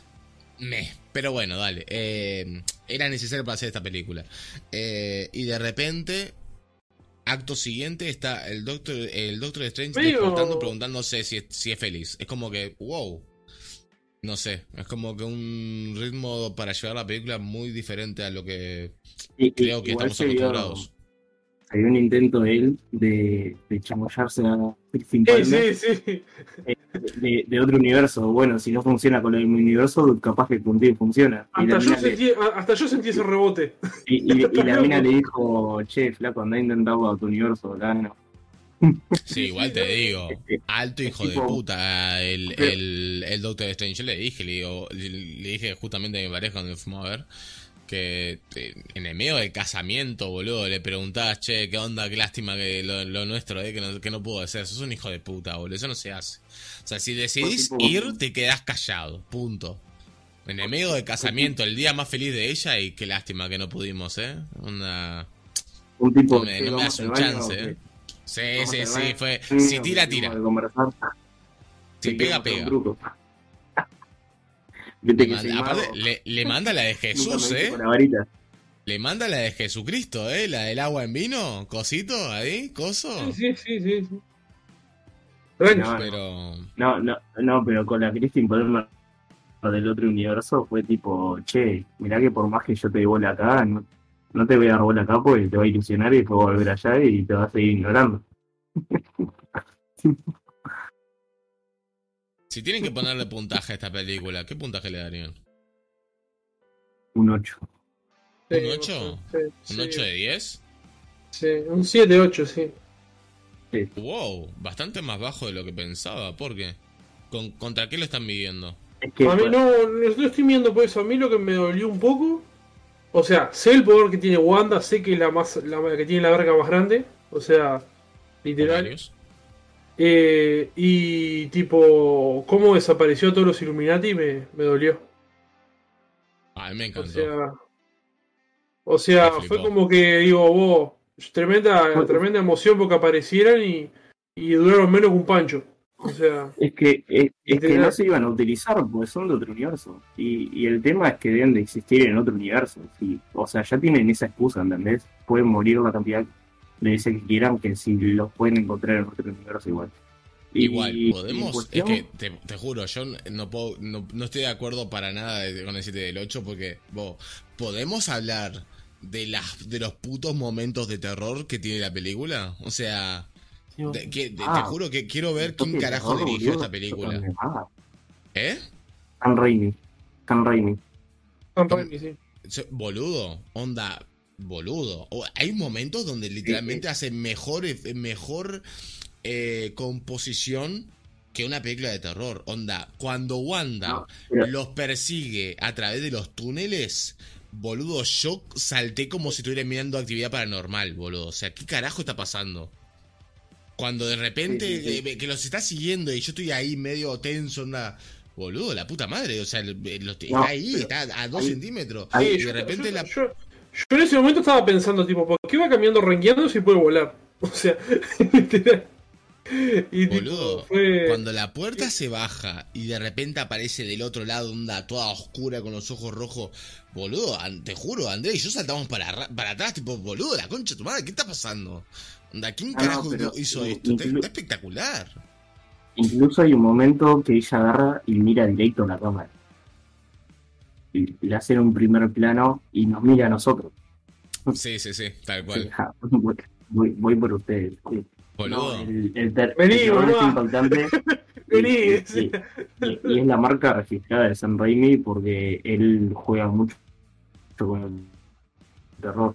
Meh, pero bueno, dale, eh, era necesario para hacer esta película. Eh, y de repente, acto siguiente, está el Doctor, el Doctor Strange Medio- despertando preguntándose si es, si es feliz. Es como que, wow. No sé, es como que un ritmo para llevar la película muy diferente a lo que Y- y- creo que igual estamos se vio- acostumbrados. Hay un intento de él de, de chamullarse a Griffin Sí, Palmer sí, sí. de, de otro universo. Bueno, si no funciona con el universo, capaz que con Tim funciona. Y la, Hasta yo, mina le, sentí, a- hasta yo sentí ese rebote. y, y- y la mina le dijo, che, flaco, andá a intentar a tu universo, acá no. Sí, igual te digo, Eh, alto hijo de tipo- puta el, el, el Doctor Strange. Yo le dije, le, digo, le, le dije justamente a mi pareja cuando fuimos a ver, que eh, en el medio del casamiento, boludo, le preguntabas, che, qué onda, qué lástima que lo, lo nuestro, eh, que no, que no pudo ser. Sos un hijo de puta, boludo, eso no se hace. O sea, si decidís Fue tipo- ir, te quedás callado, punto. En el medio del casamiento, el día más feliz de ella, y qué lástima que no pudimos, eh. Una... Un tipo No me, che, no me vamos das al un baño, chance, que- eh. Sí, vamos sí, al sí, baño. fue... Sí, Si nos tira, pusimos tira. a conversar. Si Te pega, quedamos en pega. bruto. Viste Le que manda- soy aparte, mago. le, le manda la de Nunca me Jesús, viste eh. con la varita. Le manda la de Jesucristo, eh. La del agua en vino, cosito, ahí, coso. Sí, sí, sí, sí. sí. Ranch. No, Pero... No, no, no, pero con la Christine Palmer del otro universo fue tipo, che, mirá que por más que yo te dé bola acá, no, no te voy a dar bola acá porque te va a ilusionar y después volver allá y te vas a seguir ignorando. Si tienen que ponerle puntaje a esta película, ¿qué puntaje le darían? Un ocho. Sí, ¿Un ocho? sí, ¿Un sí. ocho de diez? Sí, un siete ocho, sí. Wow, bastante más bajo de lo que pensaba. ¿Por qué? ¿Con, ¿Contra qué lo están midiendo? Es que A mí no, no no estoy viendo por eso. A mí lo que me dolió un poco. O sea, sé el poder que tiene Wanda, sé que es la más la que tiene la verga más grande. O sea, literal. Varios. Eh, y tipo, cómo desapareció todos los Illuminati me, me dolió. A mí me O encantó. sea, o sea, Me fue flipó. como que digo, vos, tremenda, tremenda emoción porque aparecieran y, y duraron menos que un pancho. O sea, Es que, es, es que Literal. no se iban a utilizar porque son de otro universo. Y, y el tema es que deben de existir en otro universo. Sí. O sea, ya tienen esa excusa, ¿entendés? Pueden morir la cantidad de veces que quieran, que si los pueden encontrar en otro universo igual. Y- Igual, y en podemos. cuestión- Es que te, te juro, yo no puedo, no, no estoy de acuerdo para nada de- con el siete del ocho porque, vos, podemos hablar de las de los putos momentos de terror que tiene la película. O sea, de- que- de- te Ah, juro que quiero ver quién toque de carajo terror, dirigió boludo, esta película. tocan de más. ¿Eh? Sam Raimi. Sam Raimi. Sam Raimi, sí. Se- Boludo, onda, boludo. O- hay momentos donde literalmente hace mejor, ef- mejor eh, composición que una película de terror. Onda, cuando Wanda No, pero- los persigue a través de los túneles, boludo, yo salté como si estuviera mirando Actividad Paranormal, boludo. O sea, ¿qué carajo está pasando? Cuando de repente Sí, sí, sí. eh, que los está siguiendo y yo estoy ahí medio tenso, onda... Boludo, la puta madre, o sea, lo- lo- está No, ahí, pero está a dos ahí- centímetros. ahí- y Sí, de yo, repente yo- la... yo- yo en ese momento estaba pensando, tipo, ¿por qué va cambiando rengueando si puede volar? O sea, literal. Y tipo, Boludo, fue. cuando la puerta se baja y de repente aparece del otro lado onda toda oscura con los ojos rojos, boludo, an- te juro, Andrés y yo saltamos para, ra- para atrás, tipo, boludo, la concha de tu madre, ¿qué está pasando? Onda, ¿quién Ah, no, carajo pero hizo in- esto? Está, inclu- está espectacular. Incluso hay un momento que ella agarra y mira directo a la cámara. Y le hacen un primer plano y nos mira a nosotros. Sí, sí, sí, tal Sí, cual. ja, voy, voy- voy por ustedes. Sí. Boludo. No, el, el ter- Vení, el terror es mamá. impactante. Vení, y, y- sí. y- y es la marca registrada de Sam Raimi porque él juega mucho con el terror.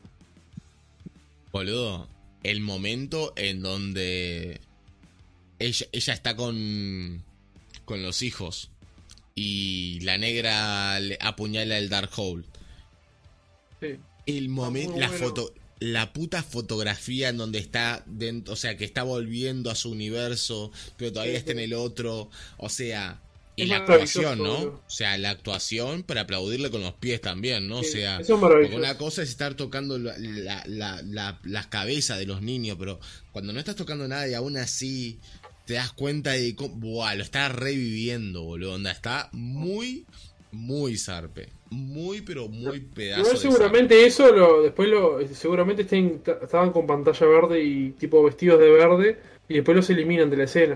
Boludo, el momento en donde ella, ella está con, con los hijos y la negra le apuñala el Darkhold. Sí. El momento, muy la bueno. foto, la puta fotografía en donde está dentro, o sea, que está volviendo a su universo, pero todavía Sí, está en sí. el otro, o sea, y Es la maravilloso, actuación, ¿no? boludo. O sea, la actuación para aplaudirle con los pies también, ¿no? O Sí, sea, eso es porque maravilloso. una cosa es estar tocando la, la, la, la- las cabezas de los niños, pero cuando no estás tocando nada y aún así te das cuenta de cómo, buah, lo está reviviendo, boludo, onda, está muy, muy zarpe, muy, pero muy pedazo Igual de seguramente eso lo, después lo, seguramente estén, estaban con pantalla verde y tipo vestidos de verde y después los eliminan de la escena.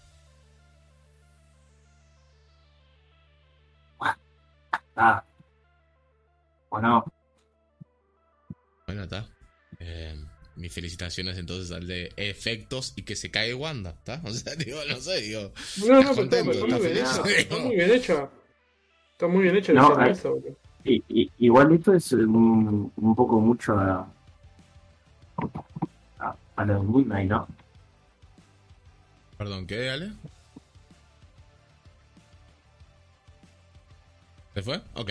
Ah. Bueno, Bueno, está. Eh, mis felicitaciones entonces al de efectos y que se cae Wanda, ¿está? O sea, digo, no sé, digo. No, ¿Estás no, pero está, contento? está muy bien ¿Estás hecha. feliz? Está muy bien hecha. Está muy bien hecha la No, escena hay- esa, boludo. y, y- igual esto es un, un poco mucho a, a, a lo de Moon Knight, ¿no? Perdón, ¿qué, Ale? ¿Se fue? Ok.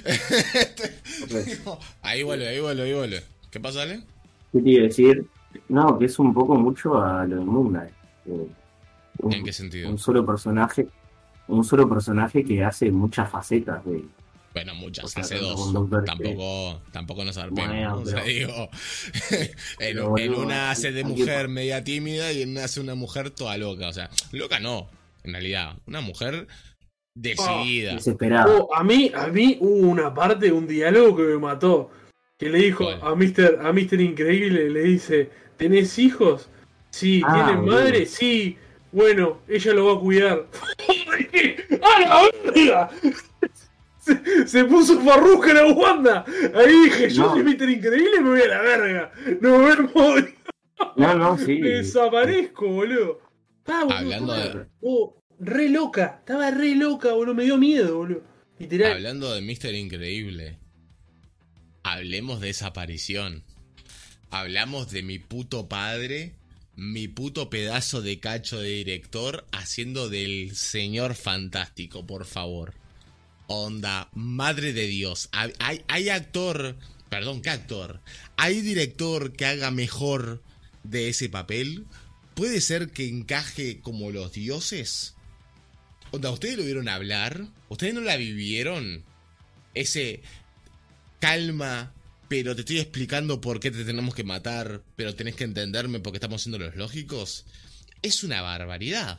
Ok. Ahí vuelve, ahí vuelve, ahí vuelve. ¿Qué pasa, Ale? ¿Qué te iba a decir? No, que es un poco mucho a lo de Moon Knight. Eh, un, ¿En qué sentido? un solo personaje, un solo personaje que hace muchas facetas de, Bueno, muchas, o sea, hace tanto dos. con Doctor Tampoco, tampoco nos zarpemos. Bueno, ¿no? O sea, pero- digo, en, pero, en boludo, una hace de hay- hay mujer que- media tímida y en una hace una mujer toda loca. O sea, loca no, en realidad. Una mujer decidida. Desesperado. Oh, a mí, a mí hubo una parte, un diálogo que me mató. Que le dijo ¿Cuál? a Mister a Mister Increíble, le dice, ¿tenés hijos? Sí, Ah, ¿tienen boludo. madre? Sí. Bueno, ella lo va a cuidar. ¡A la verga! Se, se puso farruca la Wanda. Ahí dije, yo No. soy Mister Increíble, me voy a la verga. No me vemos. No, no, sí. Desaparezco, boludo. Ah, boludo, Hablando estaba- de- oh, re loca. Estaba re loca, boludo. Me dio miedo, boludo. Literal. Hablando de Mister Increíble, hablemos de esa aparición. Hablamos de mi puto padre, mi puto pedazo de cacho de director, haciendo del señor fantástico, por favor. Onda, madre de Dios. Hay, hay, hay actor, perdón, ¿qué actor? ¿Hay director que haga mejor de ese papel? ¿Puede ser que encaje como los dioses? Onda, ¿ustedes lo vieron hablar? ¿Ustedes no la vivieron? Ese calma, pero te estoy explicando por qué te tenemos que matar, pero tenés que entenderme porque estamos siendo los lógicos. Es una barbaridad.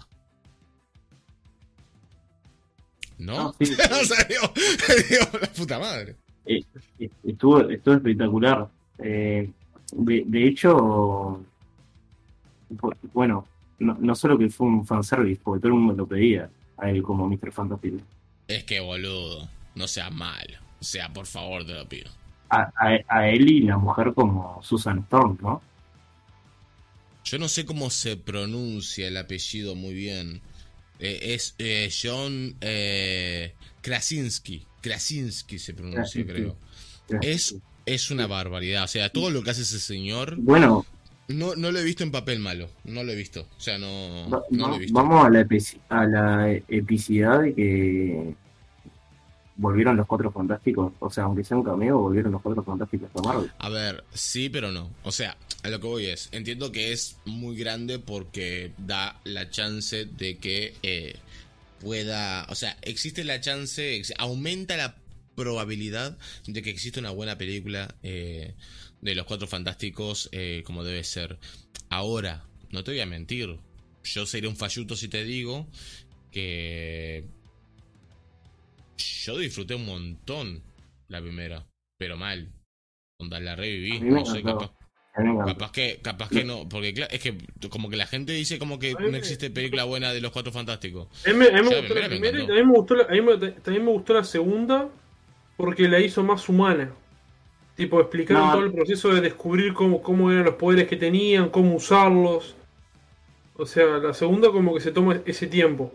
¿No? No, sí, sí. O sea, digo, digo, la puta madre. Eh, eh, Estuvo, estuvo espectacular. Eh, de, de hecho, bu- bueno, no, no solo que fue un fanservice, porque todo el mundo lo pedía a él como Mister Fantastic. Es que boludo, no seas malo. O sea, por favor, te lo pido. A, a, a él y la mujer como Susan Storm, ¿no? Yo no sé cómo se pronuncia el apellido muy bien. Eh, es eh, John eh, Krasinski. Krasinski se pronuncia, Krasinski. creo. Es, es una barbaridad. O sea, todo lo que hace ese señor. Bueno, No, no lo he visto en papel malo. No lo he visto. O sea, no, va- no va- lo he visto. vamos a la, epici- a la epicidad de que volvieron los Cuatro Fantásticos. O sea, aunque sea un cameo, volvieron los Cuatro Fantásticos a Marvel. A ver, sí, pero no. O sea, a lo que voy es, entiendo que es muy grande porque da la chance de que eh, pueda, o sea, existe la chance, ex- aumenta la probabilidad de que exista una buena película eh, de los Cuatro Fantásticos eh, como debe ser. Ahora, no te voy a mentir, yo seré un falluto si te digo que yo disfruté un montón la primera, pero mal. Onda, la reviví, A mí me no sé, encantó. capaz, A mí me encantó. capaz que, capaz que no, porque claro, es que como que la gente dice como que no existe película buena de los Cuatro Fantásticos. A mí, me- a mí me Ya, gustó me la encantó. primera y también me gustó la, a mí me- también me gustó la segunda porque la hizo más humana. Tipo, explicaron No. todo el proceso de descubrir cómo, cómo eran los poderes que tenían, cómo usarlos. O sea, la segunda como que se toma ese tiempo.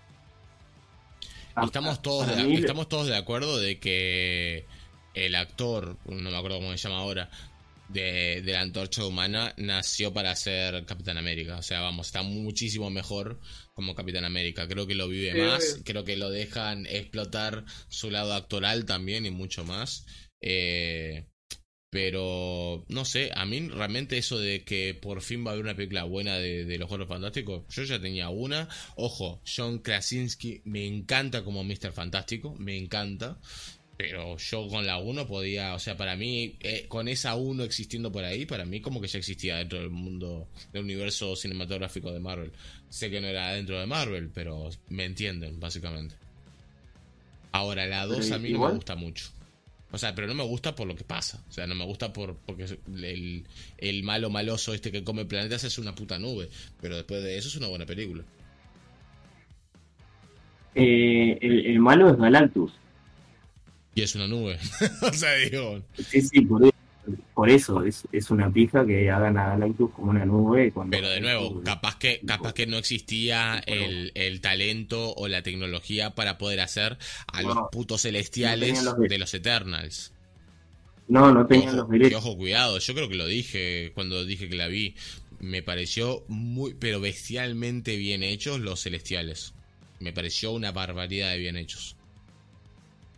A- Y estamos todos, para de, mí- estamos todos de acuerdo de que el actor, no me acuerdo cómo se llama ahora, de, de la Antorcha Humana nació para ser Capitán América. O sea, vamos, está muchísimo mejor como Capitán América. Creo que lo vive Sí, más, obvio. creo que lo dejan explotar su lado actoral también y mucho más. Eh, pero, no sé, a mí realmente eso de que por fin va a haber una película buena de, de los Juegos Fantásticos, yo ya tenía una. Ojo, John Krasinski me encanta como Mister Fantástico, me encanta. Pero yo con la uno podía, o sea, para mí, eh, con esa uno existiendo por ahí, para mí como que ya existía dentro del mundo, del universo cinematográfico de Marvel. Sé que no era dentro de Marvel, pero me entienden, básicamente. Ahora, la dos Pero a mí no igual- me gusta mucho. O sea, pero no me gusta por lo que pasa. O sea, no me gusta por porque es el, el malo maloso este que come planetas es una puta nube. Pero después de eso es una buena película. Eh, el, el malo es Galactus. Y es una nube. O sea, digo... Sí, sí, por, e- por eso. Es, es una pija que hagan a Galactus como una nube. Cuando Pero de nuevo, capaz que, capaz que no existía el, el talento o la tecnología para poder hacer a los No, putos no celestiales tenían los de- de los Eternals. No, no tenían Ojo, los que derechos. ojo, cuidado, yo creo que lo dije cuando dije que la vi. Me pareció muy, pero bestialmente bien hechos los celestiales. Me pareció una barbaridad de bien hechos.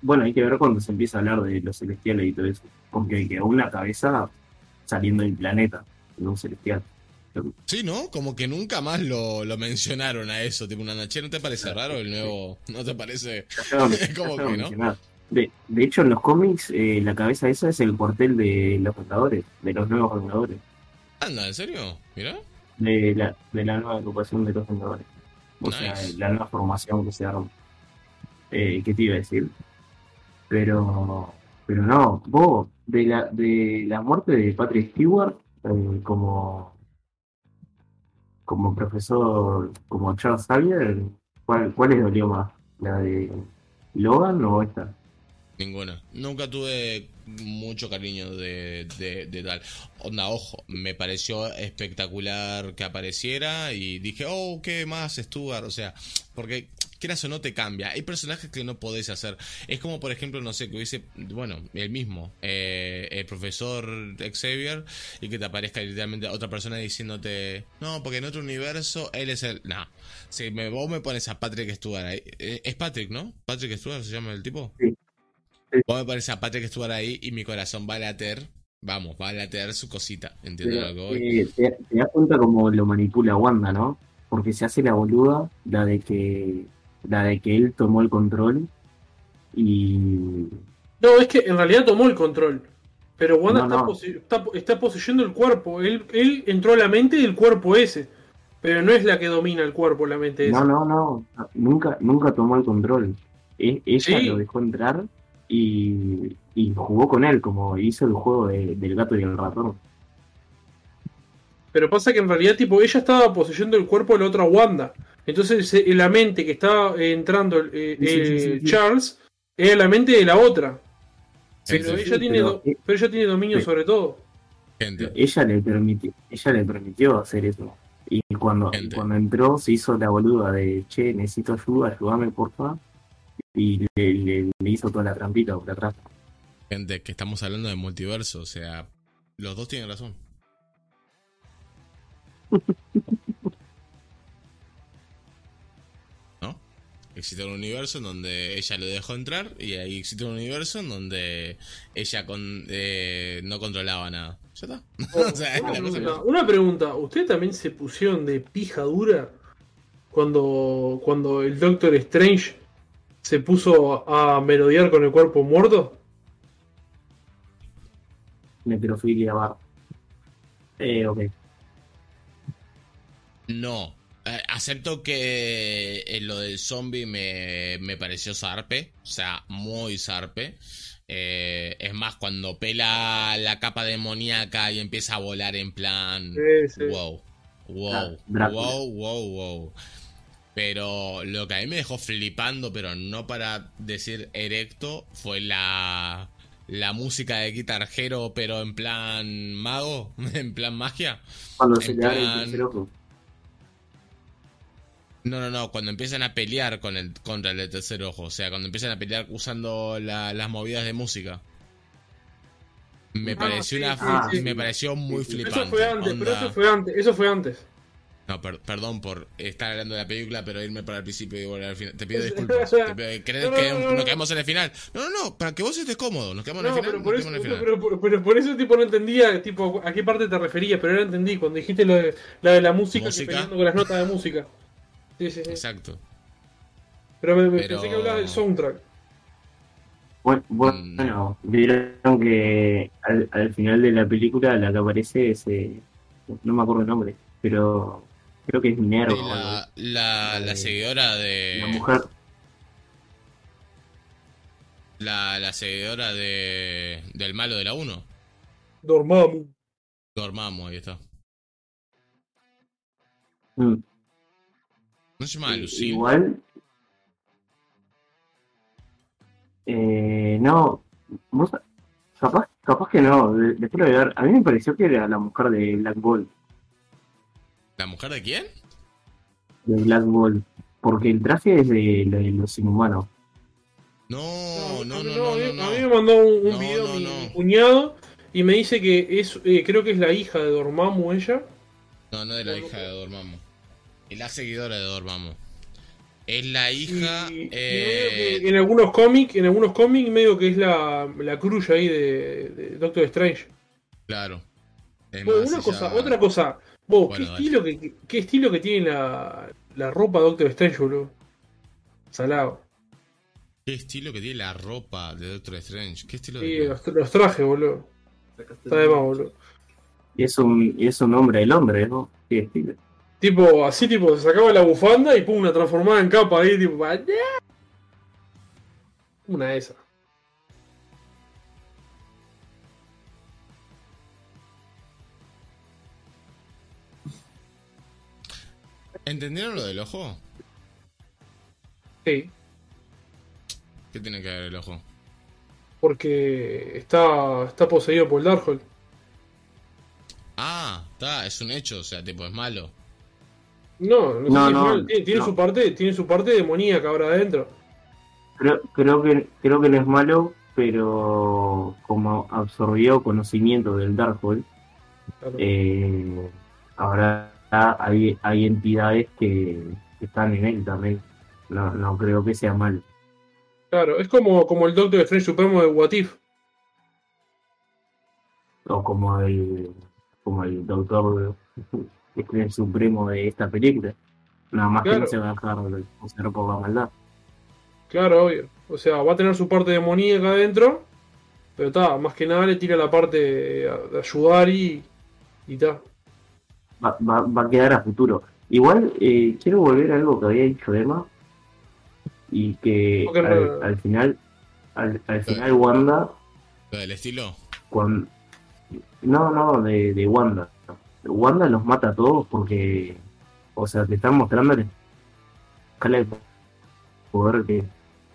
bueno, hay que ver cuando se empieza a hablar de los celestiales y todo eso. Porque quedó una cabeza saliendo del planeta, de un celestial. Sí, ¿no? Como que nunca más lo, lo mencionaron a eso. Tipo, una noche, ¿no te parece raro el nuevo? ¿No te parece? Como que no. De, de hecho, en los cómics, eh, la cabeza esa es el cuartel de los Vengadores, de los nuevos Vengadores. Anda, ¿en serio? Mira. De la, de la nueva agrupación de los Vengadores. O Nice. sea, la nueva formación que se arma. Eh, ¿Qué te iba a decir? Pero, pero no, vos, de la, de la muerte de Patrick Stewart, eh, como, como profesor, como Charles Xavier, ¿cuál, cuál les dolió más? ¿La de Logan o esta? Ninguna. Nunca tuve mucho cariño de, de, de tal. Onda, ojo, me pareció espectacular que apareciera y dije, oh, ¿qué más, Stuart? O sea, porque quieras o no te cambia. Hay personajes que no podés hacer. Es como, por ejemplo, no sé, que hubiese, bueno, el mismo, eh, el profesor Xavier, y que te aparezca literalmente otra persona diciéndote, no, porque en otro universo él es el... Nah, si me, vos me pones a Patrick Stewart ahí. eh, Es Patrick, ¿no? Patrick Stewart se llama el tipo. Sí. Vos me pones a Patrick Stewart ahí y mi corazón va a later. Vamos, va a later su cosita. ¿Entiendes Pero, lo que voy? eh, te, te das cuenta cómo lo manipula Wanda, ¿no? Porque se hace la boluda, la de que, la de que él tomó el control y No, es que en realidad tomó el control. Pero Wanda No, está, no. pose- está, está poseyendo el cuerpo. Él, él entró a la mente del cuerpo ese. Pero no es la que domina el cuerpo, la mente no, esa. no, no, nunca, nunca tomó el control. E- ella Sí. lo dejó entrar y, y jugó con él, como hizo el juego de- del gato y el ratón. Pero pasa que en realidad, tipo, ella estaba poseyendo el cuerpo de la otra Wanda. Entonces, eh, la mente que estaba eh, entrando eh, Sí, sí, sí, eh, sí, sí. Charles era la mente de la otra. Sí, Pero sí, ella sí, tiene, pero- do- pero ella tiene dominio sí. sobre todo. Gente. Ella le permitió, ella le permitió hacer eso. Y cuando, Gente. cuando entró se hizo la boluda de, che, necesito ayuda, ayúdame porfa. Y le, le- le hizo toda la trampita por atrás. Gente, que estamos hablando de multiverso. O sea, los dos tienen razón. ¿No? Existe un universo en donde ella lo dejó entrar y ahí existe un universo en donde ella con, eh, no controlaba nada. ¿Ya está? O sea, es Una la cosa pregunta, que- una pregunta, ¿ustedes también se pusieron de pija dura cuando, cuando el Doctor Strange se puso a merodear con el cuerpo muerto? Necrofilia bar. Eh, ok. No. Eh, acepto que eh, lo del zombie me, me pareció zarpe. O sea, muy zarpe. Eh, es más, cuando pela la capa demoníaca y empieza a volar en plan... Sí, sí. Wow. Wow. Ah, Drácula. Wow, wow, wow. Pero lo que a mí me dejó flipando, pero no para decir erecto, fue la... La música de Guitar Hero, pero en plan mago, en plan magia. Cuando se En le abre el plan- tercer ojo. No, no, no, cuando empiezan a pelear con el, contra el tercer ojo, o sea, cuando empiezan a pelear usando la- las movidas de música. Me Ah, pareció sí, una, sí, sí. me pareció muy Sí, sí. flipante. Eso fue antes, onda- pero eso fue antes, eso fue antes. No, per- perdón por estar hablando de la película, pero irme para el principio y volver al final. Te pido Es- disculpas. o sea, Te pido- ¿Querés no, no, que no, no, nos no. quedemos en el final? No, no, no, para que vos estés cómodo. Nos quedamos en No, el final. pero nos por, eso, quedamos en el final. pero, pero- pero por eso tipo no entendía tipo a qué parte te referías, pero ahora entendí cuando dijiste lo de la de la música, Música. que peleando con las notas de música. Sí, sí, sí. Exacto. Pero, me, me Pero- pensé que hablabas del soundtrack. Bueno, Mm. bueno, vieron que al, al final de la película la que aparece es, eh, no me acuerdo el nombre, pero creo que es Minerva. De o algo la, así. la, la Eh, seguidora de. La mujer. La, la seguidora de. Del malo de la uno. Dormammu. Dormamos, ahí está. Mm, ¿No se llama i- Lucille? Igual. Eh, no, vos- capaz, capaz que no, de- después lo voy a ver. A mí me pareció que era la mujer de Black Ball, ¿La mujer de quién? de Black Ball, porque el traje es de, de los inhumanos. No, no, a no, mí- no, a mí- no, no. A mí me mandó un, un No, video no, mi, no. mi cuñado y me dice que es, eh, creo que es la hija de Dormammu ella. No, no de la hija de Dormammu. Es la seguidora de Dormammu. Es la hija. Y, y eh, medio que en algunos cómics, en algunos cómics, medio que es la, la cruz ahí de, de Doctor Strange. Claro. Es Bueno, más, una ella- cosa, otra cosa. Vos, Bueno, ¿qué dale. estilo que, qué estilo que tiene la, la ropa de Doctor Strange, boludo? Salado. ¿Qué estilo que tiene la ropa de Doctor Strange? ¿Qué estilo Sí, de.? los, los trajes, boludo. Está de más, boludo. Y es un, y es un hombre el hombre, ¿no? Qué estilo. Tipo, así tipo, se sacaba la bufanda y pum, la transformaba en capa ahí, tipo, ¡ah! Una de esas. ¿Entendieron lo del ojo? Sí, ¿Qué tiene que ver el ojo? porque está, está poseído por el Darkhold. Ah, está, es un hecho, o sea, tipo, es malo. No, no sé No, si es no, mal. Tiene, tiene no. su parte, tiene su parte demoníaca ahora adentro. Creo, creo que creo que no es malo, pero como absorbió conocimiento del Darkhold, Claro. eh, ahora hay, hay entidades que, que están en él también. No, no creo que sea malo. Claro, es como, como el Doctor Strange Supremo de What If. O como el como el doctor que es el supremo de esta película. Nada más que Claro. no se va a dejar usar por la maldad. Claro, obvio. O sea, va a tener su parte demoníaca adentro, pero está, más que nada le tira la parte de, de ayudar y y ta. Va, va, va a quedar a futuro. Igual eh, quiero volver a algo que había dicho Emma y que ¿Por qué no? al, al final al, al final Wanda ¿Lo del estilo? cuando no no de, de Wanda Wanda los mata a todos porque o sea te están mostrando la escala de poder que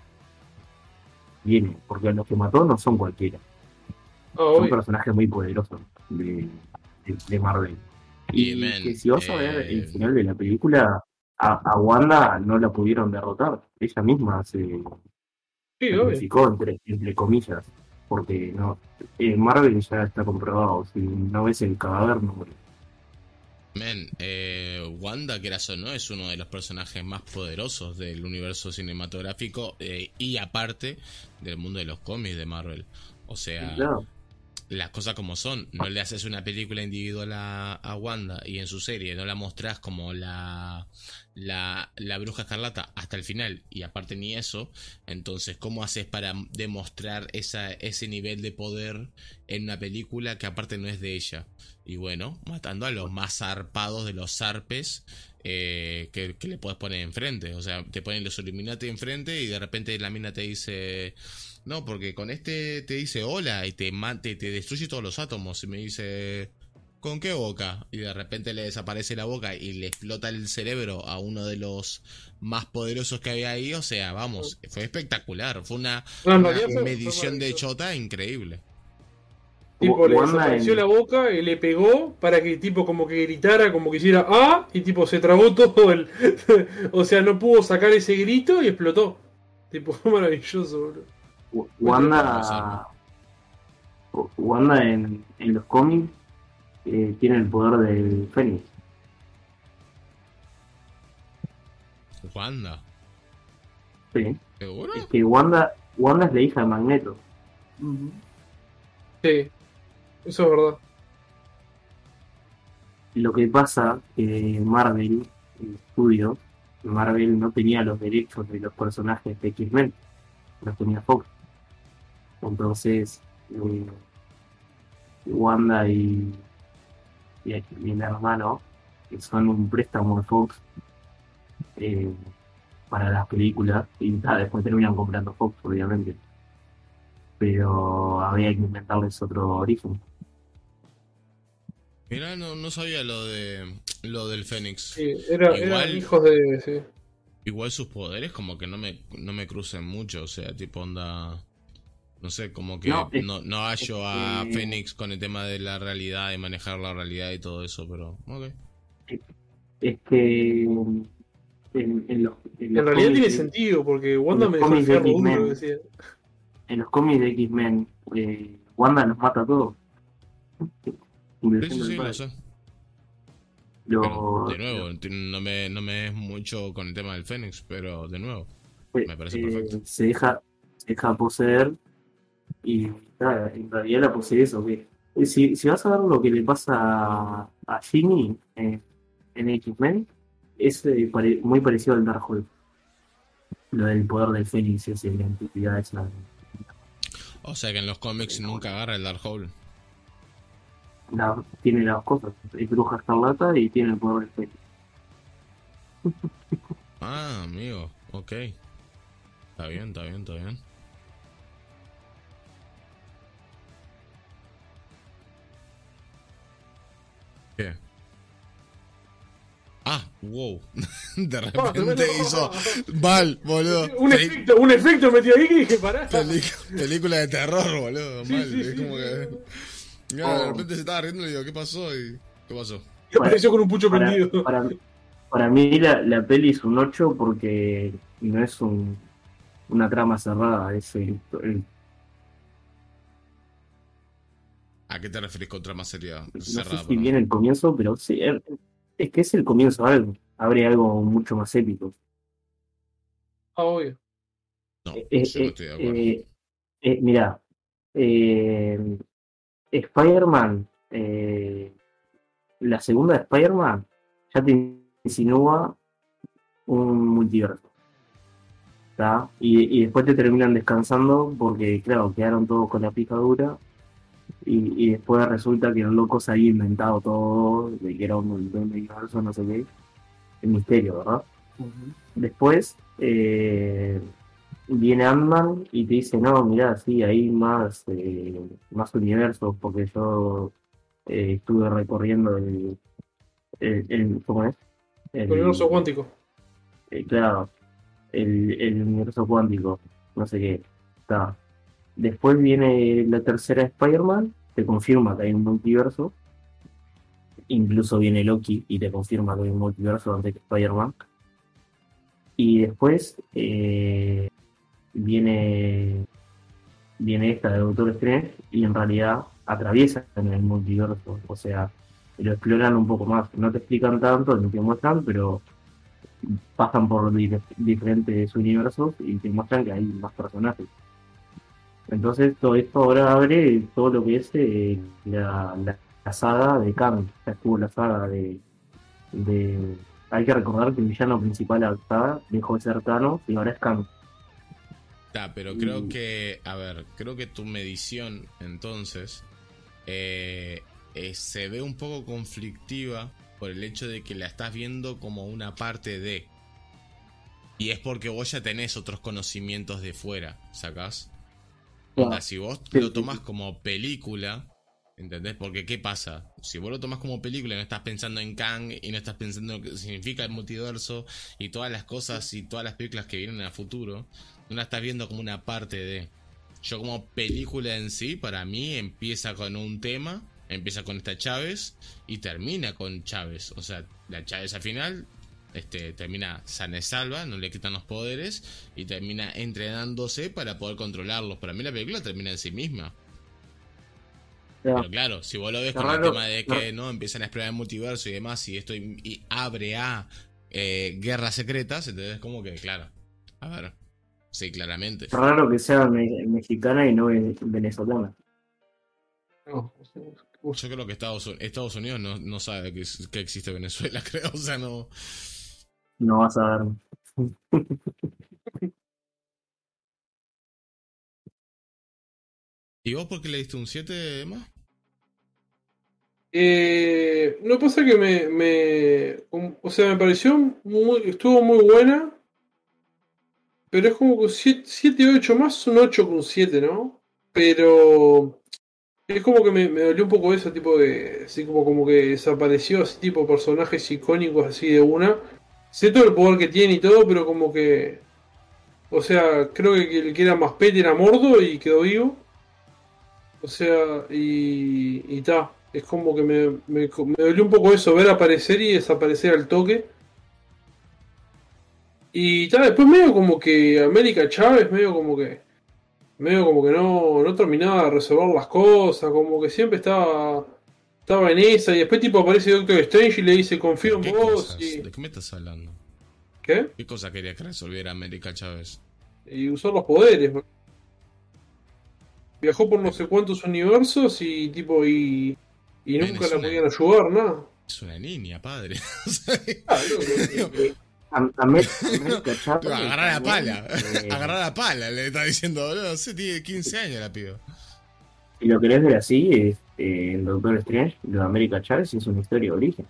tiene porque los que mató no son cualquiera, Ah, son obvio. personajes muy poderosos de, de, de Marvel. Y Y, men, que si vas a ver eh, el final de la película, a, a Wanda no la pudieron derrotar. Ella misma se Sí, obvio. sacrificó, entre, entre comillas, porque no en Marvel ya está comprobado. Si no ves el cadáver, no muere. Men, eh, Wanda, quieras o no, es uno de los personajes más poderosos del universo cinematográfico eh, y aparte del mundo de los cómics de Marvel. O sea, Claro. las cosas como son. No le haces una película individual a, a Wanda y en su serie no la mostrás como la, la, la bruja escarlata hasta el final y aparte ni eso. Entonces, ¿cómo haces para demostrar esa, ese nivel de poder en una película que aparte no es de ella? Y bueno, matando a los más zarpados de los zarpes eh, que, que le puedes poner enfrente. O sea, te ponen los Illuminati enfrente y de repente la mina te dice... No, porque con este te dice hola y te, te, te destruye todos los átomos. Y me dice, ¿con qué boca? Y de repente le desaparece la boca y le explota el cerebro a uno de los más poderosos que había ahí. O sea, vamos, fue espectacular. Fue una, No, en una realidad fue- fue medición de maravilloso. chota increíble. Tipo, le Wanda desapareció en- la boca y le pegó para que tipo como que gritara, como que hiciera ¡ah! Y tipo se trabó todo el... o sea, no pudo sacar ese grito y explotó. Tipo, fue maravilloso, boludo. W- Muy Wanda, Wanda en, en los cómics eh, tiene el poder del Fénix. Wanda, Sí. ¿seguro? Es que Wanda, Wanda es la hija de Magneto. Ujú. Sí, eso es verdad. Lo que pasa que Marvel, el estudio, Marvel no tenía los derechos de los personajes de X-Men, los tenía Fox. Entonces, eh, Wanda y, y, y el hermano, que son un préstamo de Fox eh, para las películas, y ta, después terminan comprando Fox, obviamente. Pero había que inventarles otro origen. Mirá, no, no sabía lo de lo del Fénix. Sí, era, Igual- eran hijos de... Sí. Igual sus poderes como que no me, no me crucen mucho, o sea, tipo onda... No sé, como que No, no, es- no, hallo a que- Fénix con el tema de la realidad y manejar la realidad y todo eso, pero... Ok. Es que en, en los, en los En realidad tiene cómics- sentido, porque Wanda los me dejó el cómics de fierro X-Men. duro, decía. en los cómics de X-Men, eh, Wanda los mata a todos. Sí, sí, Incluyendo sí, el lo padre. sé. Lo, Pero, de nuevo, no me, no me es mucho con el tema del Fénix, pero de nuevo, me parece eh, perfecto. se deja, se deja poseer y nada, en realidad la posee eso. Que, eh, si, si vas a ver lo que le pasa a, a Ginny en, en X-Men, es eh, pare- muy parecido al Darkhold. Lo del poder del Fénix y así, la entidad esa. O sea que en los cómics nunca agarra el Darkhold. La- tiene las cosas, es bruja escarlata y tiene el poder del Fénix. Ah, amigo, ok. Está bien, está bien, está bien. ¿Qué? Ah, wow. De repente hizo mal, boludo. Un Peli- efecto, un efecto metido ahí que dije, pará. peli- película de terror, boludo. Sí, Mal. sí, es sí, como sí. que. Ya, de repente se estaba riendo y le digo, ¿qué pasó? Y. ¿Qué pasó? Y apareció con un pucho Para, prendido. para, para mí la, la peli es un ocho porque no es un, una trama cerrada, es el, el- ¿A qué te referís con trama seria? no sé Cerrada, si perdón. viene el comienzo, pero sí, es, es que es el comienzo de algo, abre algo mucho más épico. Ah, obvio. No, Eh, eh, yo no estoy de acuerdo. eh, eh, mirá, eh, Spider-Man, eh, la segunda de Spider-Man ya te insinúa un multiverso, ¿tá? Y, y después te terminan descansando porque, claro, quedaron todos con la picadura y, y después resulta que el loco se había inventado todo, de que era un montón de universo, no sé qué, el misterio, ¿verdad? Después eh, viene Ant-Man y te dice, no, mirá, sí, hay más, eh, más universos porque yo eh, estuve recorriendo el, el, el- ¿cómo es? El universo El, cuántico. eh, claro, el, el universo cuántico, no sé qué, está. Después viene la tercera Spider-Man, te confirma que hay un multiverso, incluso viene Loki y te confirma que hay un multiverso antes que Spider-Man. Y después eh, viene, viene esta de Doctor Strange y en realidad atraviesa en el multiverso, o sea, lo exploran un poco más, no te explican tanto ni te muestran, pero pasan por di- diferentes universos y te muestran que hay más personajes. Entonces todo esto ahora abre todo lo que es eh, la, la, la saga de Kang. Ya estuvo la saga de, de... Hay que recordar que el villano principal de la saga dejó de ser Thanos y ahora es Kang. Ta, pero creo que, a ver, creo que tu medición, entonces, eh, eh, se ve un poco conflictiva por el hecho de que la estás viendo como una parte de. Y es porque vos ya tenés otros conocimientos de fuera, ¿sacás? Onda, si vos Sí, lo sí, tomás sí. como película, ¿entendés? Porque ¿qué pasa? Si vos lo tomás como película y no estás pensando en Kang y no estás pensando en lo que significa el multiverso y todas las cosas y todas las películas que vienen a futuro, no la estás viendo como una parte de. Yo como película en sí, para mí empieza con un tema, empieza con esta Chávez y termina con Chávez. O sea, la Chávez al final este, termina sana y salva, no le quitan los poderes y termina entrenándose para poder controlarlos. Para mí la película termina en sí misma. Ya. Pero claro, si vos lo ves Qué con el raro, tema de qué- que no empiezan a explorar el multiverso y demás, y esto y, y abre a eh, guerras secretas, entonces como que, claro, a ver, sí, claramente. qué raro que sea me- mexicana y no ve- venezolana. No, Yo creo que Estados, Un- Estados Unidos no, no sabe que, es- que existe Venezuela, creo, o sea, no. No vas a ver. ¿Y vos por qué le diste un siete más? Eh, no pasa que me, me. um, O sea, me pareció muy. Estuvo muy buena. Pero es como que siete ocho más un ocho con siete, ¿no? Pero. Es como que me, me dolió un poco ese tipo de. Así como, como que desapareció ese tipo de personajes icónicos así de una. Sé todo el poder que tiene y todo, pero como que. O sea, creo que el que era más pete era Mordo y quedó vivo. O sea, y. Y ta. Es como que me, me, me dolió un poco eso, ver aparecer y desaparecer al toque. Y ta, después medio como que América Chávez, medio como que. Medio como que no, no terminaba de resolver las cosas, como que siempre estaba. Estaba en esa y después tipo aparece Doctor Strange y le dice confío en ¿Qué vos cosas? y... ¿De qué me estás hablando? ¿Qué? ¿Qué cosa quería que resolviera América Chávez? Y usar los poderes. Viajó por no sé cuántos universos y tipo y... Y Ven, nunca es la una- podían ayudar, nada. Es una niña, padre. O sea, Ah, loco, eh, eh, Am- Amer- América Chávez agarrar la también, pala. eh, Agarrar la pala, le está diciendo, boludo. No sé, tiene quince años la piba. Si lo querés ver así, es, eh, el Doctor Strange, lo de América Chávez, es una historia de origen.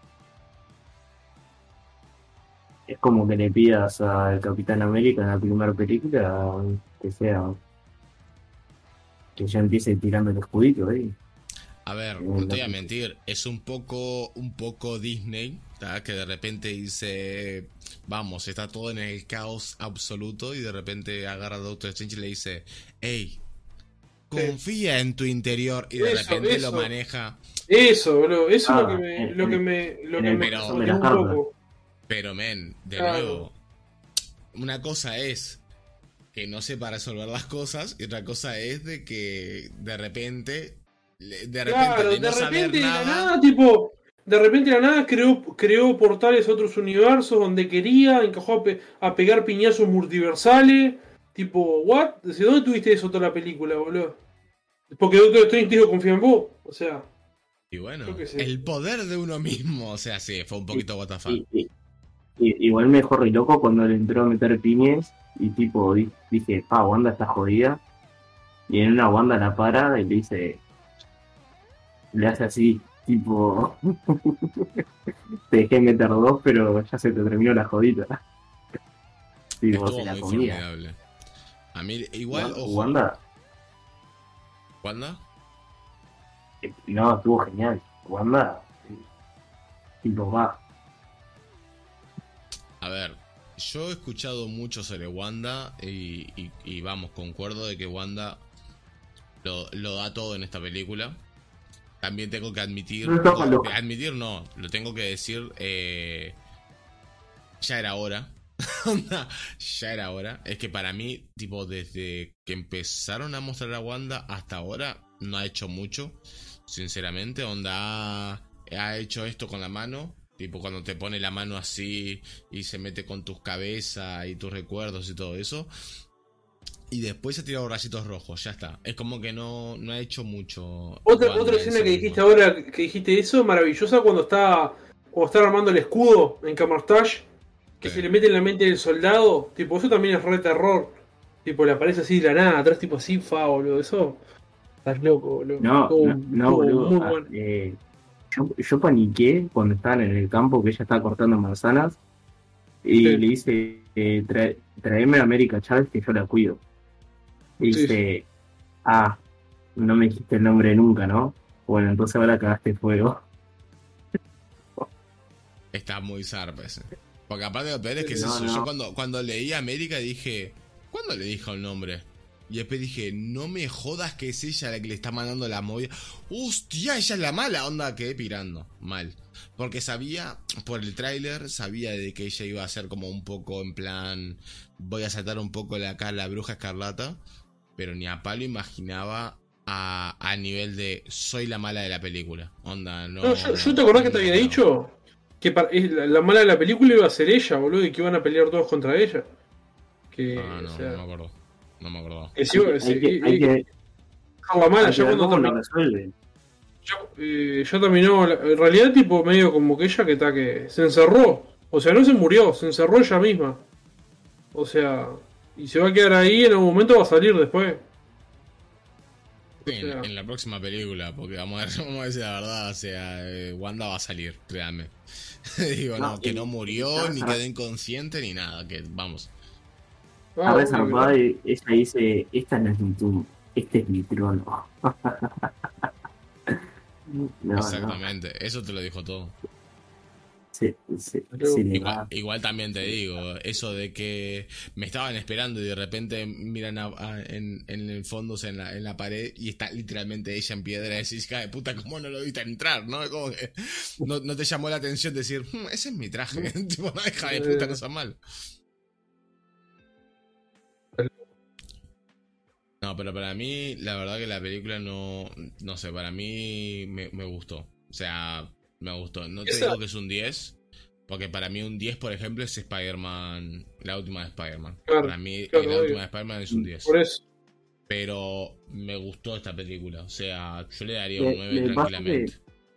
Es como que le pidas al Capitán América en la primera película que sea, que ya empiece tirando el escudito ahí. A ver, Eh, no te voy a la- mentir, es un poco, un poco Disney, ¿tá? Que de repente dice, vamos, está todo en el caos absoluto y de repente agarra a Doctor Strange y le dice, hey, confía en tu interior y de Eso, repente eso. lo maneja. Eso, boludo, eso Ah, es lo que me, en- lo que en- me, lo en que el me corazón jode de las un cartas. poco. Pero, men, de Claro. nuevo, una cosa es que no sepa resolver las cosas y otra cosa es de que de repente, le- de repente, Claro, de no de saber repente de la nada, nada, tipo, de repente de la nada creó, creó portales a otros universos donde quería, encajó a, pe- a pegar piñazos multiversales, tipo, what? ¿Desde dónde tuviste eso toda la película, boludo? Porque Doctor Strange te dijo confía en vos, o sea, y bueno, Yo qué sé. el poder de uno mismo, o sea, sí, fue un poquito what the fuck. Y, y- y- igual me dejó re loco cuando le entró a meter piñes y tipo di- dije, pa, Wanda está jodida. Y en una Wanda la para y le dice, le hace así, tipo, te dejé meter dos, pero ya se te terminó la jodita. Tipo, Estuvo se la muy comía. formidable. A mí, igual, Wanda- ojo, Wanda, ¿Wanda? eh, no, estuvo genial. Wanda, eh, tipo, va. A ver, yo he escuchado mucho sobre Wanda y, y- y vamos, concuerdo de que Wanda lo, lo da todo en esta película. También tengo que admitir, No está no, mal loca. admitir no, lo tengo que decir, eh, ya era hora. Onda, ya era hora. Es que para mí, tipo, desde que empezaron a mostrar a Wanda hasta ahora, no ha hecho mucho, sinceramente. Onda, ha, ha hecho esto con la mano. Tipo, cuando te pone la mano así y se mete con tus cabezas y tus recuerdos y todo eso. Y después se ha tirado rayitos rojos, ya está. Es como que no, no ha hecho mucho. otra, Wanda otra en escena sí que mismo. dijiste ahora, que dijiste eso, maravillosa, cuando está, cuando está armando el escudo en Camartage, que Sí. se le mete en la mente del soldado, tipo, eso también es re terror. Tipo, le aparece así de la nada, atrás tipo así, fa, boludo, eso. Estás loco, boludo. No, Estuvo- no, no, estuvo boludo. muy ah, bueno. eh, yo, yo paniqué cuando estaban en el campo que ella estaba cortando manzanas y Sí. le dice, eh, trae, tráeme a América Chávez que yo la cuido. Y Sí. dice, ah, no me dijiste el nombre nunca, ¿no? Bueno, entonces ahora cagaste fuego. Está muy zarpa ese. Porque aparte lo peor es que es No, eso. no. Yo cuando, cuando leí América dije, ¿cuándo le dijo el nombre? Y después dije, no me jodas que es ella la que le está mandando la movida. Hostia, ella es la mala onda, quedé pirando. Mal. Porque sabía, por el tráiler, sabía de que ella iba a ser como un poco en plan, voy a saltar un poco la cara a la bruja escarlata. Pero ni a palo imaginaba a, a nivel de soy la mala de la película. Onda, no. No, yo, yo te acordás que te había no. dicho que para- es la, la mala de la película iba a ser ella, boludo, y que iban a pelear todos contra ella. Que, Ah, no, o sea, no me acuerdo. No me acordaba. que sí, Hay que- sí, hay que- y- hay y- que- dejar la mala, hay que ya ver cuando cómo lo terminó, resuelven. ya, eh, ya terminó, la- en realidad tipo medio como que ella que está que se encerró, o sea, no se murió, se encerró ella misma. O sea, y se va a quedar ahí, en algún momento va a salir después. Sí, en, sea. en la próxima película, porque vamos a, ver, vamos a decir la verdad, o sea, eh, Wanda va a salir, créanme. Digo, no, No, que y- no murió, y- ni quedó inconsciente, ni nada, que vamos. Ah, A ver, obvio, zarpada, y ella dice, esta no es mi tumba, este es mi trono. No, no, Exactamente, eso te lo dijo todo. se, se, Luego- se le Igual, va. igual también te digo, eso de que me estaban esperando y de repente miran a- a- en, en el fondo, o sea, en la, en la pared, y está literalmente ella en piedra, y decís, hija de puta, ¿cómo no lo viste entrar? ¿No? Como que no, no te llamó la atención decir, "Hmm, ese es mi traje, tipo, no, hija de puta, no sea mal. No, pero para mí, la verdad que la película no. No sé, para mí me, me gustó. O sea, me gustó. No te Esa- digo que es un diez, porque para mí un diez, por ejemplo, es Spider-Man. La última de Spider-Man. Claro, para mí, claro, la obvio. última de Spider-Man es un diez. Por eso. Pero me gustó esta película. O sea, yo le daría Le- un nueve le pasa tranquilamente.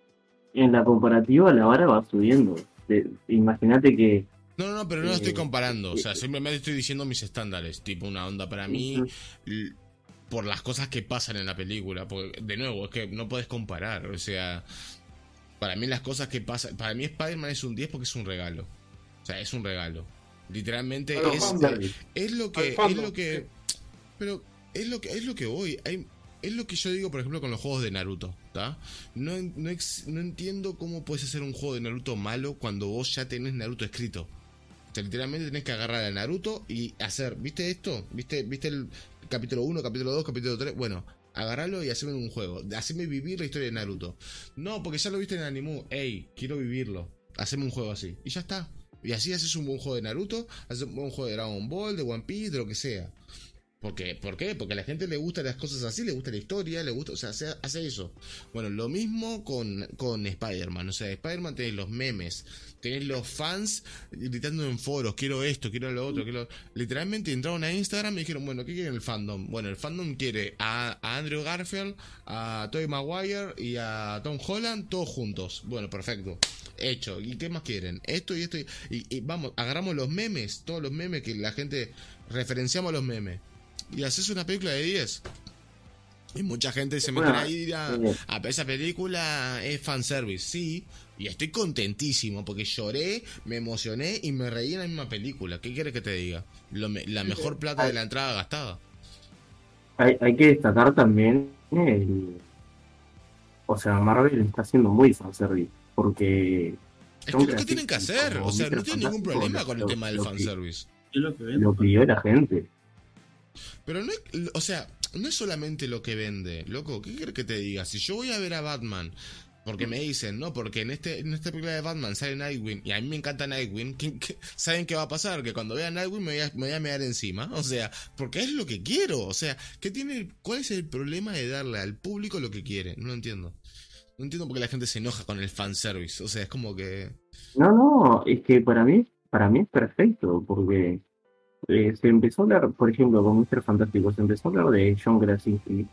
En la comparativa la vara va subiendo. Te- Imagínate que No, no, no, pero no lo estoy Eh, comparando. O sea, eh, simplemente estoy diciendo mis estándares. Tipo, una onda para mí. Ujú. l- Por las cosas que pasan en la película. Porque, de nuevo, es que no puedes comparar. O sea, para mí las cosas que pasan. Para mí Spider-Man es un diez porque es un regalo. O sea, es un regalo. Literalmente Bueno, es, fandom. es lo Al que. Es fandom, lo que. Pero es lo que es lo que voy. Hay, es lo que yo digo, por ejemplo, con los juegos de Naruto, ¿tá? No, en- no, ex- no entiendo cómo puedes hacer un juego de Naruto malo cuando vos ya tenés Naruto escrito. O sea, literalmente tenés que agarrar a Naruto y hacer, ¿viste esto? ¿Viste, viste el capítulo uno, capítulo dos, capítulo tres? Bueno, agarralo y haceme un juego. Haceme vivir la historia de Naruto. No, porque ya lo viste en Animu. Ey, quiero vivirlo. Haceme un juego así. Y ya está. Y así haces un buen juego de Naruto, haces un buen juego de Dragon Ball, de One Piece, de lo que sea. Porque, ¿por qué? Porque a la gente le gustan las cosas así, le gusta la historia, le gusta, o sea, hace, hace eso. Bueno, lo mismo con, con Spider-Man. O sea, Spider-Man tenés los memes, tenés los fans gritando en foros, quiero esto, quiero lo otro, quiero... Literalmente entraron a Instagram y dijeron, bueno, ¿qué quieren el fandom? Bueno, el fandom quiere a, a Andrew Garfield, a Tobey Maguire y a Tom Holland, todos juntos. Bueno, perfecto. Hecho. ¿Y qué más quieren? Esto y esto. Y, y, y vamos, agarramos los memes, todos los memes que la gente... Referenciamos los memes. Y haces una película de diez. Y mucha gente se Bueno, meterá ahí y dirá, eh. ah, pero esa película es fanservice. Sí, y estoy contentísimo porque lloré, me emocioné y me reí en la misma película. ¿Qué quieres que te diga? Lo me- la mejor plata de la entrada gastada. hay, hay que destacar también el... O sea, Marvel está haciendo muy fanservice. Porque... Es son que es lo que creativos tienen que hacer. como O sea, no Mister tienen ningún Fantástico, problema con el lo- tema del lo que- fanservice. Es lo que vende. Lo pidió la gente. Pero no es, o sea, no es solamente lo que vende, loco, ¿qué quieres que te diga? Si yo voy a ver a Batman, porque me dicen, no, porque en este en esta película de Batman sale Nightwing, y a mí me encanta Nightwing, ¿qué- qué- ¿saben qué va a pasar? Que cuando vea Nightwing me voy, a, me voy a mear encima, o sea, porque es lo que quiero, o sea, ¿qué tiene, ¿cuál es el problema de darle al público lo que quiere? No lo entiendo. No entiendo por qué la gente se enoja con el fanservice, o sea, es como que... No, no, es que para mí, para mí es perfecto, porque eh, se empezó a hablar, por ejemplo, con Mister Fantástico, se empezó a hablar de John Krasinski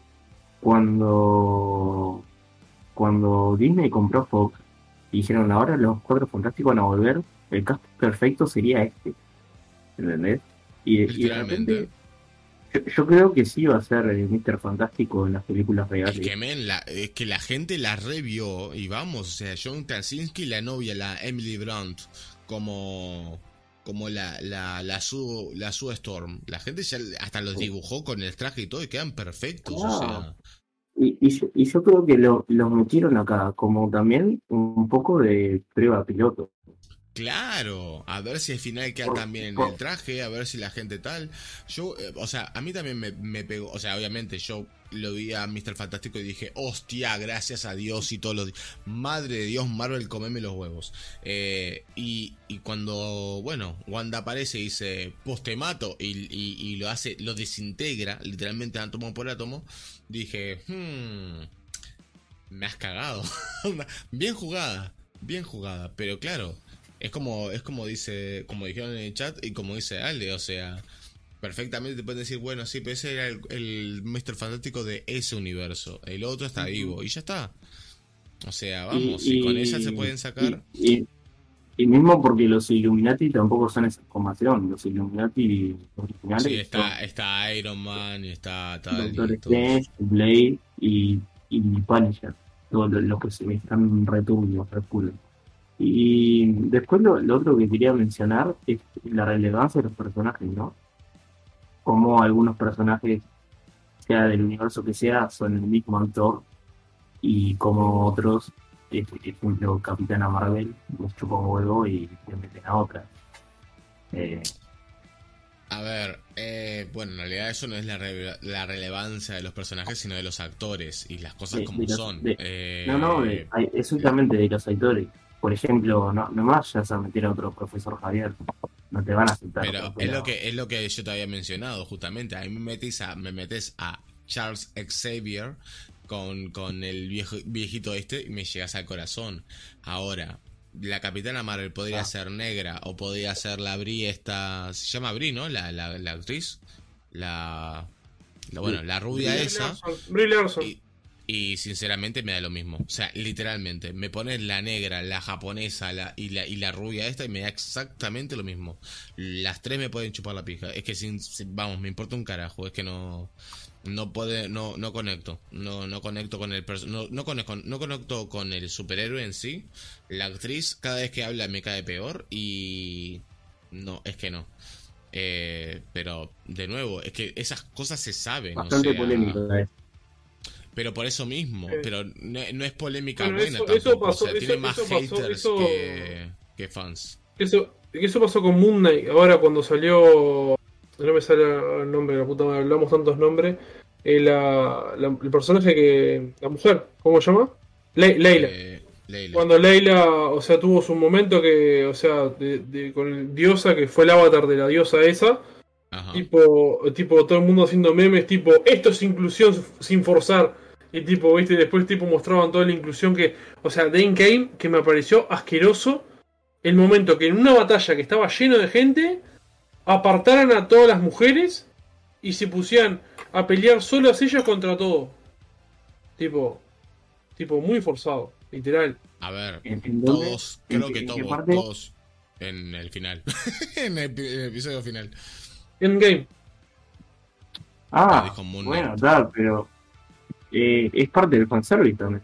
cuando, cuando Disney compró Fox y dijeron, ahora los Cuatro Fantásticos van a volver, el cast perfecto sería este, ¿entendés? Y, y de Literalmente. repente, yo, yo creo que sí va a ser el Mister Fantástico en las películas reales. Es que, men, la, es que la gente la revió y vamos, o sea, John Krasinski, la novia, la Emily Blunt, como como la la la Sue, la Sue Storm. La gente ya hasta los dibujó con el traje y todo y quedan perfectos, o sea. Y, y, yo, y yo creo que lo, los metieron acá como también un poco de prueba piloto. Claro, a ver si al final queda Por- también en por- el traje, a ver si la gente tal. Yo, eh, o sea, a mí también me, me pegó, o sea, obviamente yo lo vi a Mister Fantástico y dije, hostia, gracias a Dios y todos los... Madre de Dios, Marvel, comeme los huevos. Eh, y, y cuando, bueno, Wanda aparece y dice, pues te mato, y, y, y lo hace, lo desintegra, literalmente átomo por átomo, dije, hmm, me has cagado. Bien jugada, bien jugada, pero claro... Es como, es como dice, como dijeron en el chat y como dice Ale, o sea, perfectamente te pueden decir, bueno, sí, pero ese era el, el Mister Fantástico de ese universo, el otro está vivo, y ya está. O sea, vamos, Y- y, con y- ella se pueden sacar. Y, y- y mismo porque los Illuminati tampoco son esa formación. Los Illuminati originales Sí, está, está Iron Man y está son tal Doctor y todo. Strange, Blade y, y Punisher. Todos los, los que se están returbios, reculan. Y después lo, lo otro que quería mencionar es la relevancia de los personajes, ¿no? Como algunos personajes, sea del universo que sea, son el mismo actor y como otros, eh, por ejemplo, Capitana Marvel, los chupa un huevo y le meten a otra. Eh, A ver, eh, bueno, en realidad eso no es la, re- la relevancia de los personajes, sino de los actores y las cosas de- como de los- son. de- Eh, no, no, de- exactamente de los actores. Por ejemplo, no, no me vayas a meter a otro profesor Javier. no te van a aceptar. Pero es lo que es lo que yo te había mencionado, justamente. A mí me metes a, me metes a Charles Xavier con, con el viejo, viejito este y me llegas al corazón. Ahora, la Capitana Marvel podría Ah. ser negra o podría ser la Brie esta... Se llama Brie, ¿no? La, la, la actriz. La, la- Bueno, la rubia Brie esa. Larson, Brie Larson. Y, y sinceramente me da lo mismo. O sea, literalmente. Me pones la negra, la japonesa la, y, la, y la rubia esta y me da exactamente lo mismo. Las tres me pueden chupar la pija. Es que sin, sin- vamos, me importa un carajo. Es que no... No puede, no, no conecto. No, no conecto con el perso- no, no conecto, no conecto con el superhéroe en sí. La actriz cada vez que habla me cae peor. Y no, es que no. Eh, pero de nuevo, es que esas cosas se saben. Bastante o sea, polémica es. pero por eso mismo, Eh. pero no, no es polémica Bueno, buena eso- tampoco. eso pasó- o sea, eso- tiene más eso pasó- haters eso- que, que fans. Eso, eso pasó con Moon Knight. Ahora cuando salió. No me sale el nombre, la puta madre, hablamos tantos nombres. Eh, la, la- el personaje que. La mujer, ¿cómo se llama? Le- Leila. Eh, Leila. Cuando Leila, o sea, tuvo su momento que, o sea, de, de- con el diosa, que fue el avatar de la diosa esa. Ajá. Tipo, tipo, todo el mundo haciendo memes, tipo, esto es inclusión sin forzar. Y tipo, viste, después tipo mostraban toda la inclusión que. O sea, de Endgame, que me pareció asqueroso. El momento que en una batalla que estaba lleno de gente, apartaran a todas las mujeres y se pusieran a pelear solas ellas contra todo. Tipo, tipo, muy forzado, literal. A ver, ¿En- en dónde? todos, ¿En creo qué- que en qué todos, parte? todos en el final. en el, epi- el episodio final. Endgame. Ah, Lo dijo Moon bueno, Knight. tal, pero eh, es parte del fanservice también.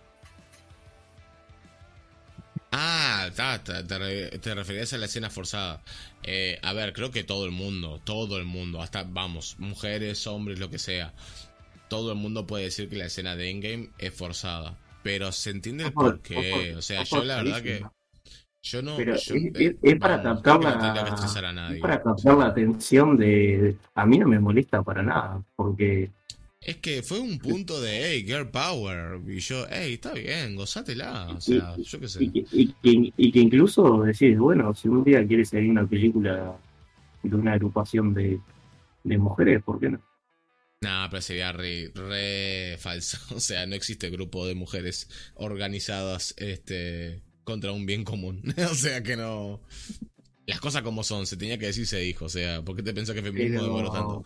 Ah, ta, ta, te, re- te referías a la escena forzada. Eh, a ver, creo que todo el mundo, todo el mundo, hasta, vamos, mujeres, hombres, lo que sea, todo el mundo puede decir que la escena de Endgame es forzada. Pero se entiende el Está for- porqué. está O sea, está yo la verdad que... forzadísima. Yo no... Pero yo, es, eh, es- es para vamos, captar creo que no tendría que la, estresar a es nadie. para captar la atención de, de- a mí no me molesta para nada, porque Es que fue un punto de, hey, girl power. Y yo, hey, está bien, gozátela. O sea, yo qué sé. y, que- y que, y que incluso decís, bueno, si un día quieres salir una película de una agrupación de, de mujeres, ¿por qué no? Nah, pero sería re, re falso. O sea, no existe grupo de mujeres organizadas este contra un bien común. O sea que no. Las cosas como son, se tenía que decir, se dijo. O sea, ¿por qué te pensás que el feminismo Pero- demoró tanto?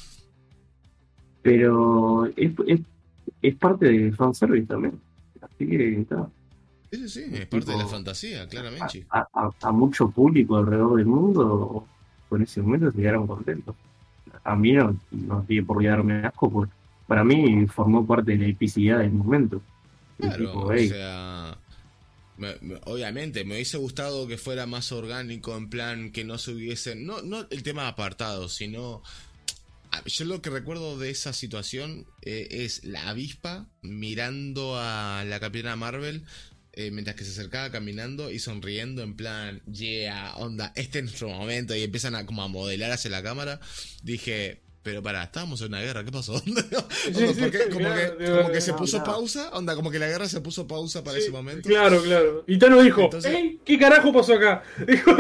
Pero es, es, es parte del fanservice también. Así que está. Sí, sí, sí, es parte de la Tipo, fantasía, claramente. A, a- a mucho público alrededor del mundo con ese momento se quedaron contentos. A mí no, no tiene por qué darme asco, porque para mí formó parte de la epicidad del momento. El Claro, tipo, o "Ey, sea, me- me- obviamente me hubiese gustado que fuera más orgánico, en plan que no se hubiesen, no, no el tema apartado, sino ah, yo lo que recuerdo de esa situación eh, es la avispa mirando a la Capitana Marvel eh, mientras que se acercaba caminando y sonriendo en plan, yeah, onda, este es nuestro momento y empiezan a como a modelar hacia la cámara. Dije, pero pará, estábamos en una guerra, ¿qué pasó? Onda, Sí, ¿por sí, qué? Como claro, que, digo, como que se no, puso no. pausa, onda, como que la guerra se puso pausa para Sí, ese momento. Claro, claro. Y Tano dijo, Entonces- ¡Ey! ¿Qué carajo pasó acá? Dijo,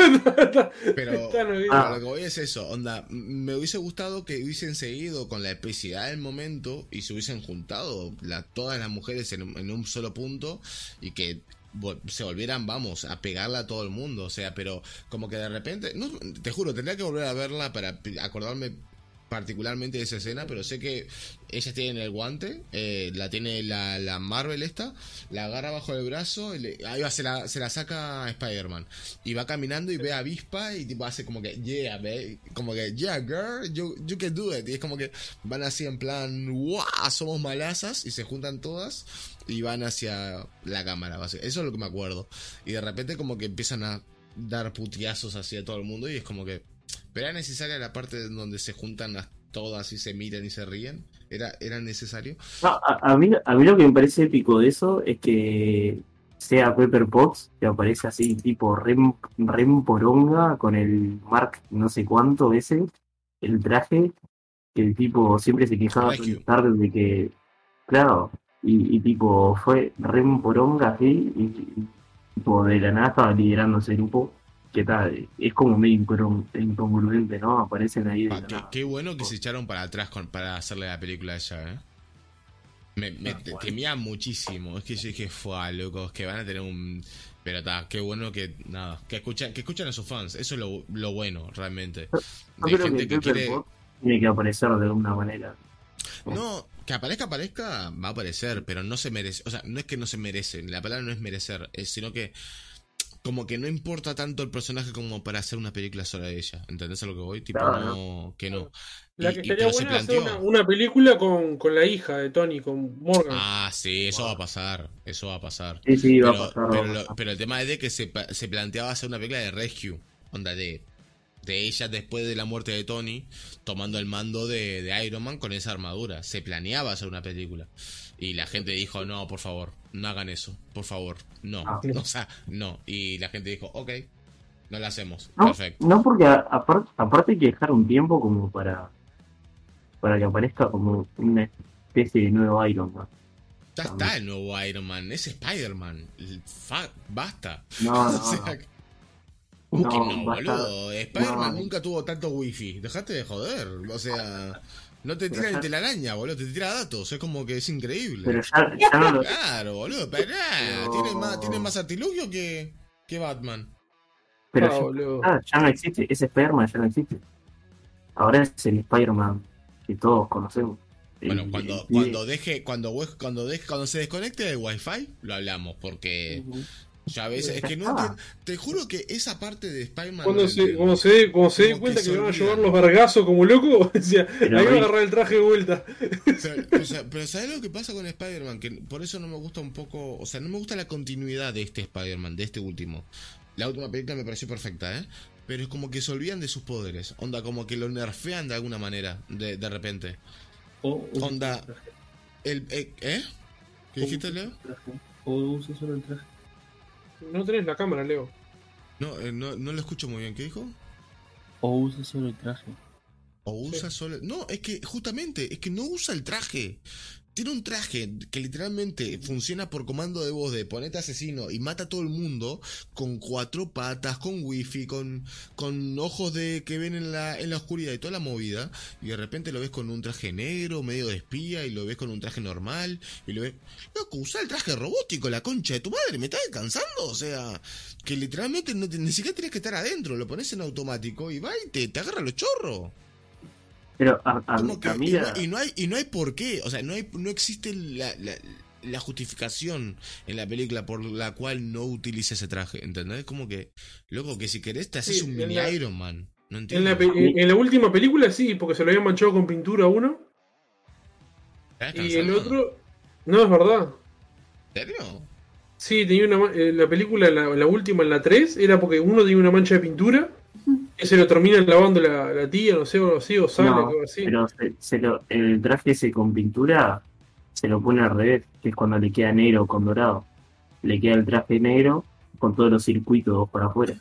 Pero Tano dijo, Ah. lo que voy es eso, onda, m- me hubiese gustado que hubiesen seguido con la epicidad del momento y se hubiesen juntado la- todas las mujeres en, un- en un solo punto y que vol- se volvieran, vamos, a pegarla a todo el mundo, o sea, pero como que de repente, no, te juro, tendría que volver a verla para pi- acordarme particularmente de esa escena, pero sé que ellas tienen el guante, eh, la tiene la, la Marvel esta, la agarra bajo el brazo, y le- ahí va, se la, se la saca a Spider-Man, y va caminando y ve a Avispa y tipo hace como que, yeah, ve, como que, yeah, girl, you, you can do it, y es como que van así en plan, wow, somos malazas, y se juntan todas, y van hacia la cámara, básicamente. Eso es lo que me acuerdo, y de repente como que empiezan a dar putiazos hacia todo el mundo, y es como que, ¿pero era necesaria la parte en donde se juntan las todas y se miran y se ríen? ¿Era, era necesario? no, a, a mí, a mí lo que me parece épico de eso es que sea Pepper Potts, que aparece así, tipo rem, rem poronga, con el Mark no sé cuánto ese, el traje, que el tipo siempre se quejaba Rescue. tarde de que, claro, y, y tipo fue rem poronga así, y, y tipo de la nada estaba liderando ese grupo, que tal, es como medio incongru- incongruente, ¿no? Aparecen ahí de Pa, la qué, nada. qué bueno que se echaron para atrás con, para hacerle la película a ella, ¿eh? Me, me Ah, te- bueno. temía muchísimo. Es que yo dije, fue locos, que van a tener un. Pero está, qué bueno que. Nada, que escuchan, que escuchan a sus fans. Eso es lo, lo bueno, realmente. Yo De creo que gente que Pepper quiere. Potts tiene que aparecer de alguna manera. No, que aparezca, aparezca, va a aparecer, pero no se merece. O sea, no es que no se merece. La palabra no es merecer, es, sino que. Como que no importa tanto el personaje como para hacer una película sobre ella. ¿Entendés a lo que voy? Tipo, Claro, no. Que no. La Y- que y- estaría pero se buena es hacer planteó. una, una película con, con la hija de Tony, con Morgan. Ah, sí, eso va a pasar, eso va a pasar. Sí, sí, va a Pero, pasar, va pero, a lo- pasar. pero el tema es de que se, pa- se planteaba hacer una película de Rescue, onda de, de ella después de la muerte de Tony, tomando el mando de, de Iron Man con esa armadura. Se planeaba hacer una película. Y la gente dijo, no, por favor, no hagan eso, por favor, no. Ah. O sea, no. Y la gente dijo, ok, no la hacemos, No, perfecto. no porque a- aparte, aparte hay que dejar un tiempo como para para que aparezca como una especie de nuevo Iron Man. Ya está el nuevo Iron Man, es Spider-Man. El fa- Basta. No, no, O sea, no. ¿cómo que No, no, va a estar- boludo? Spider-Man no. nunca tuvo tanto wifi. Dejate de joder. O sea, no te tira Pero ni ya- telaraña, boludo. Te tira datos. Es como que es increíble. Pero ya, ya no lo Claro, boludo. Pero, Pero- tiene más, tiene más artilugio que, que Batman. pero Ah, ya, boludo. ah, ya no existe, ese Spider-Man ya no existe. Ahora es el Spider-Man que todos conocemos. Bueno, El- cuando, el- cuando deje, cuando, we- cuando deje, cuando se desconecte del wifi, lo hablamos, porque ya ves, es que no Ah. entiendo. Te juro que esa parte de Spider-Man. Cuando no se, entiendo. cuando se, cuando se dé Como cuenta que que, se le van a olvidan. llevar los vergazos como loco, decía, Pero ahí va a ahí- agarrar el traje de vuelta. Pero, o sea, pero ¿sabes lo que pasa con Spider-Man? Que por eso no me gusta un poco. O sea, no me gusta la continuidad de este Spider-Man, de este último. La última película me pareció perfecta, ¿eh? Pero es como que se olvidan de sus poderes. Onda, como que lo nerfean de alguna manera, de, de repente. O usa Onda. solo el traje. El, eh, ¿Eh? ¿Qué O dijiste, usa Leo? el traje. O usa solo el traje. No tenés la cámara, Leo. No, eh, no, no lo escucho muy bien. ¿Qué dijo? O usa solo el traje. O usa solo. No, es que justamente, es que no usa el traje. Tiene un traje que literalmente funciona por comando de voz de ponete asesino y mata a todo el mundo con cuatro patas, con wifi, con, con ojos de que ven en la, en la oscuridad y toda la movida. Y de repente lo ves con un traje negro, medio de espía, y lo ves con un traje normal. Y lo ves. Loco, usa el traje robótico, la concha de tu madre, ¿me estás descansando? O sea, que literalmente no te- ni siquiera tienes que estar adentro, lo pones en automático y va y te, te agarra los chorros. Pero a, a, Como que- a mí y, la- no, y no hay y no hay por qué, o sea, no hay no existe la, la, la justificación en la película por la cual no utilice ese traje, ¿entendés? Como que, loco, que si querés te haces Sí, un en mini la- Iron Man, no En entiendo. la, pe- en- en la última película sí, porque se lo habían manchado con pintura a uno. ¿Estás Y el descansando? otro. No, es verdad. ¿En serio? Sí, tenía una ma- eh, la película, la, la última, en la tres, era porque uno tenía una mancha de pintura. Que se lo termina lavando la, la tía, no sé, o algo así, o sale, no, o algo así. pero se, se lo, el traje ese con pintura se lo pone al revés, que es cuando le queda negro con dorado. Le queda el traje negro con todos los circuitos para afuera.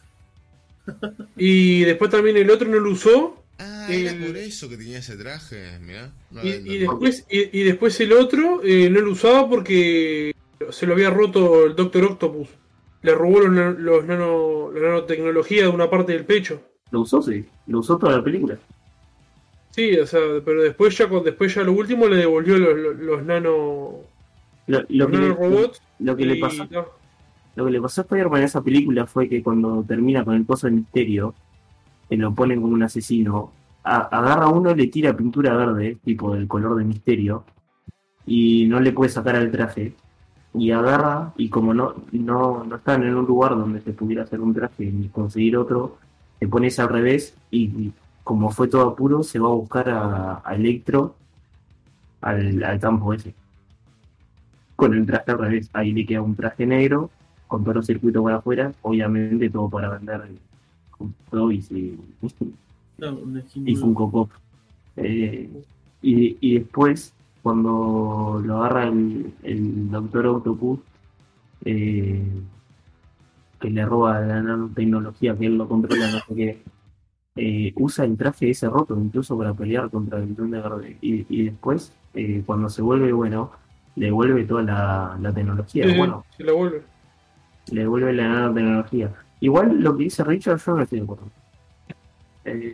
Y después también el otro no lo usó. Ah, era El- por eso que tenía ese traje, mirá. No Y, había y entendido. después, y, y después el otro eh, no lo usaba porque se lo había roto el Doctor Octopus. Le robó los, nano- los nano, la nanotecnología de una parte del pecho. Lo usó, sí, lo usó toda la película. Sí, o sea, pero después ya con después ya lo último le devolvió los, los, los nano Lo, lo los que, le, nanorobots. lo que le y pasó no. Lo que le pasó a Spider-Man en esa película fue que cuando termina con el coso de misterio, que lo ponen como un asesino, a- agarra a uno y le tira pintura verde, tipo del color de misterio, y no le puede sacar al traje. Y agarra, y como no, no, no están en un lugar donde se pudiera hacer un traje ni conseguir otro, se pone ese al revés, y, y como fue todo apuro, se va a buscar a, a Electro al, al campo ese. Con el traje al revés, ahí le queda un traje negro con todos los circuitos para afuera, obviamente todo para vender con Toys y, No, una skin y nueva. Funko Pop. Eh, y, y después, cuando lo agarra el, el Doctor Octopus, eh, que le roba la nanotecnología, que él lo controla, no sé qué, eh, usa el traje ese roto incluso para pelear contra el Duende Verde. Y, y después, eh, cuando se vuelve bueno, le devuelve toda la, la tecnología. Sí, sí, Bueno, se la vuelve. le devuelve la nanotecnología. igual lo que dice Richard, yo no estoy de acuerdo. Eh,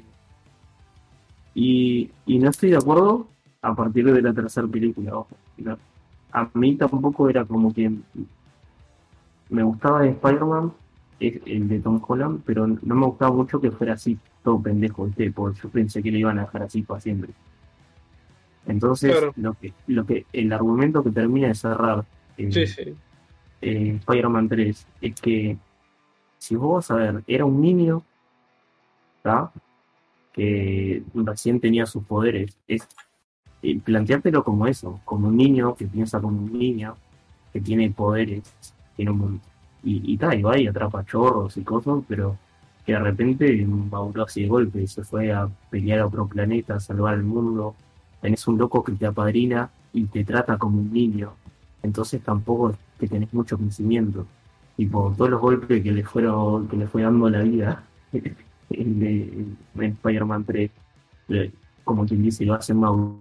y, y no estoy de acuerdo a partir de la tercera película. Ojo. No. A mí tampoco era como que me gustaba de Spider-Man, es el de Tom Holland, pero no me gustaba mucho que fuera así, todo pendejo, ¿viste? Porque yo pensé que lo iban a dejar así para siempre. Entonces, Claro. lo que, lo que, el argumento que termina de cerrar eh, Sí, sí. eh, Spider-Man tres es que, si vos vas a ver, era un niño, ¿tá? Que recién tenía sus poderes. Es eh, planteártelo como eso, como un niño que piensa como un niño, que tiene poderes, tiene un, y, y tal, y va y atrapa chorros y cosas, pero que de repente maduró así de golpe y se fue a pelear a otro planeta, a salvar el mundo. Tenés un loco que te apadrina y te trata como un niño, entonces tampoco es que tenés mucho conocimiento. Tipo, todos los golpes que le fueron, que le fue dando la vida en, en- en Spider-Man tres, le- como quien dice, lo hacen maduro.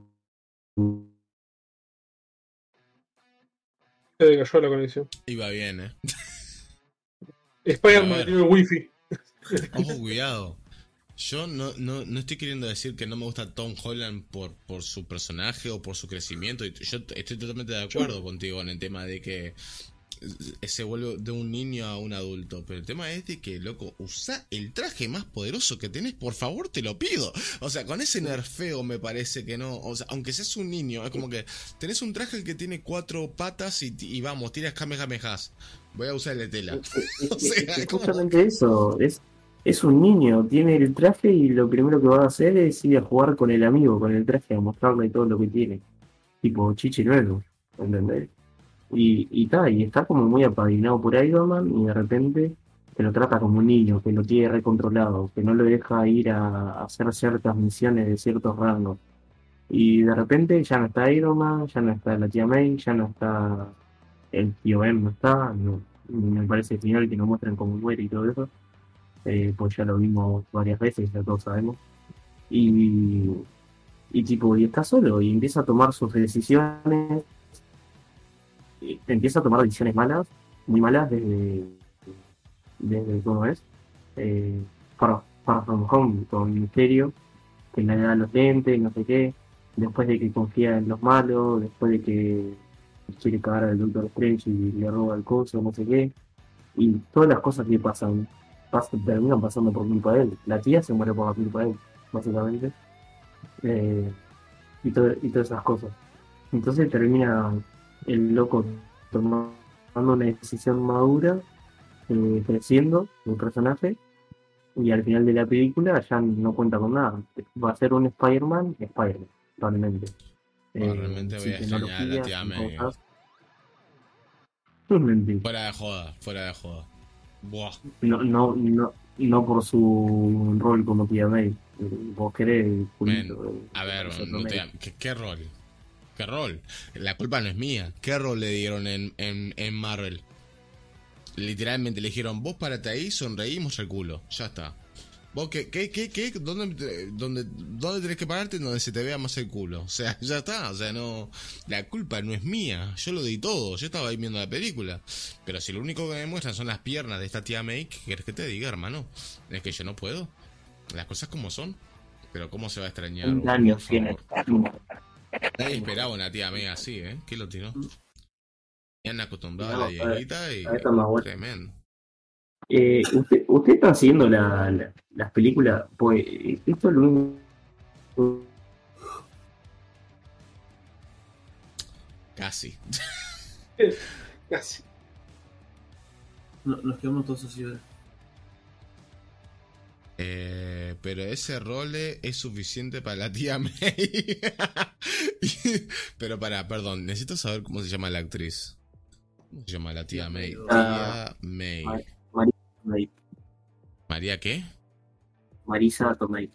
Se decayó la conexión. Iba bien, eh. Spider-Man A ver. tiene el wifi. Ojo, cuidado. Yo no, no, no estoy queriendo decir que no me gusta Tom Holland por, por su personaje o por su crecimiento. Y yo estoy totalmente de acuerdo contigo en el tema de que se vuelve de un niño a un adulto. Pero el tema es de que, loco, usa el traje más poderoso que tenés, por favor, te lo pido. O sea, con ese nerfeo me parece que no. O sea, aunque seas un niño, es como que tenés un traje que tiene cuatro patas y, y vamos, tiras kamehamehas. Voy a usar el de tela. O sea, Es como... justamente eso, es, es un niño, tiene el traje y lo primero que va a hacer es ir a jugar con el amigo, con el traje, a mostrarle todo lo que tiene. Tipo chichi nuevo, ¿entendés? Y, y, ta, y está como muy apadrinado por Iron Man y de repente que lo trata como un niño, que lo tiene recontrolado, que no lo deja ir a, a hacer ciertas misiones de ciertos rangos. Y de repente ya no está Iron Man, ya no está la tía May, ya no está el tío Ben, no está, no, me parece genial que nos muestren cómo muere y todo eso, eh, pues ya lo vimos varias veces, ya todos sabemos. Y, y tipo, y está solo y empieza a tomar sus decisiones, y empieza a tomar decisiones malas, muy malas desde, desde ¿cómo es? Eh, Far, Far From Home con Misterio, que le da los lentes, no sé qué, después de que confía en los malos, después de que quiere cagar al Doctor Strange y le roba el coso, no sé qué, y todas las cosas que pasan, pasan terminan pasando por culpa de él. La tía se muere por la culpa de él, básicamente, eh, y, to- y todas esas cosas. Entonces termina el loco tomando una decisión madura, eh, creciendo el personaje, y al final de la película ya no cuenta con nada. Va a ser un Spider-Man, Spider-Man, probablemente. Bueno, Eh, realmente voy sin a extrañar a la tecnología, tía sin May. cosas. Mentira. Fuera de joda, fuera de joda. Buah. No, no, no, no por su rol como tía May. Eh, Vos querés, Men, Julito, eh, a ver, ese no te- May. ¿qué, qué rol? ¿Qué rol? La culpa no es mía. ¿Qué rol le dieron en, en, en Marvel? Literalmente le dijeron, vos párate ahí, sonreímos el culo. Ya está. ¿Vos qué, qué, qué, qué? ¿Dónde, te- dónde, ¿Dónde tenés que pararte? Donde se te vea más el culo. O sea, ya está. O sea, no. La culpa no es mía. Yo lo di todo. Yo estaba ahí viendo la película. Pero si lo único que me muestran son las piernas de esta tía May, ¿qué querés que te diga, hermano? Es que yo no puedo. Las cosas como son. Pero ¿cómo se va a extrañar? Un Por año favor. tiene. Nadie esperaba una tía May así, ¿eh? ¿Qué lo tiró? Ya han acostumbrado a No, la viejita y. a esta más buena. Tremendo. Eh, usted, usted está haciendo la, la- las películas, pues esto es lo único. Casi. Casi. No- nos quedamos todos así ahora. Eh, pero ese role es suficiente para la tía May. Pero para, perdón, necesito saber cómo se llama la actriz. ¿Cómo se llama la tía May? Ah, Tía May. Ma- Marisa Tomei. ¿María qué? Marisa Tomei.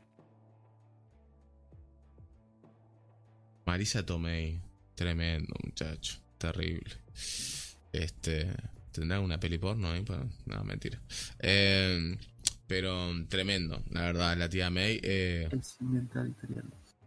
Marisa Tomei. Tremendo, muchacho. Terrible. Este. ¿Tendrá una peli porno ahí? Pa- No, mentira. Eh, pero tremendo, la verdad, la tía May. Eh, Es mental italiano.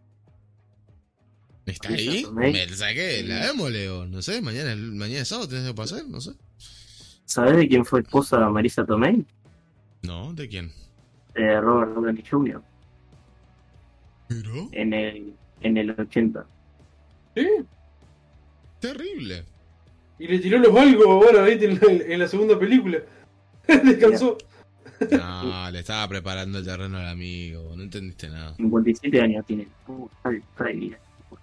¿Está Marisa ahí? Tomei. Me la saqué, la vemos, Leo. No sé, mañana, mañana es sábado, ¿tenés algo para hacer? No sé. ¿Sabés de quién fue esposa Marisa Tomei? ¿No? ¿De quién? de Robert Downey junior ¿Pero? en el, en el ochenta. ¿Sí? Terrible. Y le tiró los algo ahora, ¿viste? En la, en la segunda película. Descansó. No, le estaba preparando el terreno al amigo. No entendiste nada. cincuenta y siete años tiene. Uh, está, está de vida.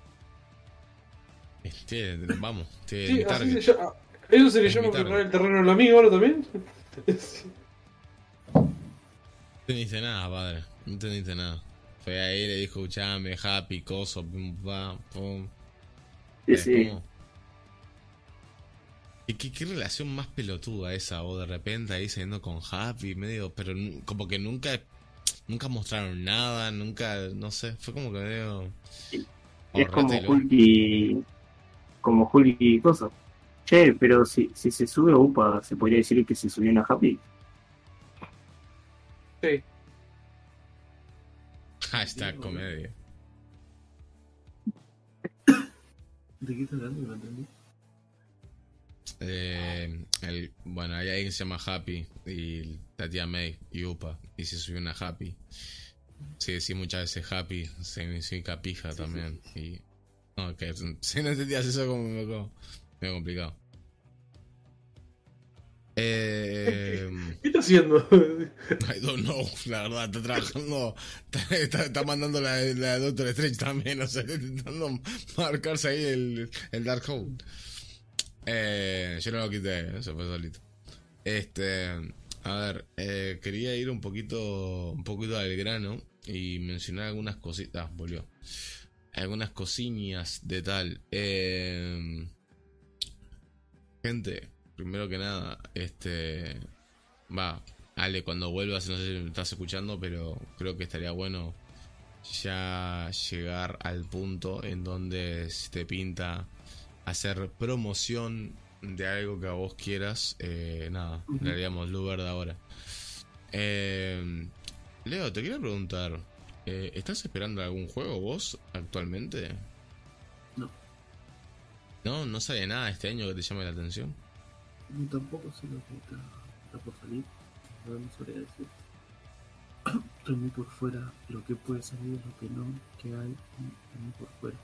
Tiene- vamos, tiene Sí, mi así target. se llama. ¿Eso se le Es llama mi target. preparar el terreno al amigo ahora también? No entendiste nada, padre. No entendiste nada. Fue ahí, le dijo, escuchame, happy, coso, pum, pam, pum. Sí, Eh, sí. ¿cómo? ¿Y qué, qué relación más pelotuda esa? O de repente ahí saliendo con Happy, medio, pero nu- como que nunca, nunca mostraron nada, nunca, no sé, fue como que medio... Es como ahorrátelo. Hulk y. Como Hulk y cosas. Che, pero si, si se sube a UPA, ¿se podría decir que se subió una Happy? Sí. Hashtag comedia. ¿De qué estás hablando? No entendí. Eh, el, bueno, hay alguien que se llama Happy y la tía May y Upa y se subió una Happy. Sí, sí, muchas veces Happy significa pija Sí, también. sí, Y no, que si no entendías eso como me medio complicado. Eh, ¿Qué está haciendo? I don't know, la verdad, está trabajando, está, está, está mandando la, la Doctor Strange también, o sea, está intentando marcarse ahí el, el Dark Hole. Eh, yo no lo quité, se fue solito. Este, a ver, eh, quería ir un poquito, un poquito al grano y mencionar algunas cositas, ah, volvió. Algunas cosillas de tal. Eh, gente, primero que nada, este, va, Ale, cuando vuelvas, no sé si me estás escuchando, pero creo que estaría bueno ya llegar al punto en donde si te pinta hacer promoción de algo que a vos quieras, eh, nada, Ujú. le haríamos luz verde ahora. Eh, Leo, te quiero preguntar, eh, ¿estás esperando algún juego vos actualmente? No. ¿No? ¿No sale nada este año que te llame la atención? Ni tampoco sé lo que está, está por salir. No me sabría decir. Estoy muy por fuera. Lo que puede salir, lo que no, que hay, muy por fuera.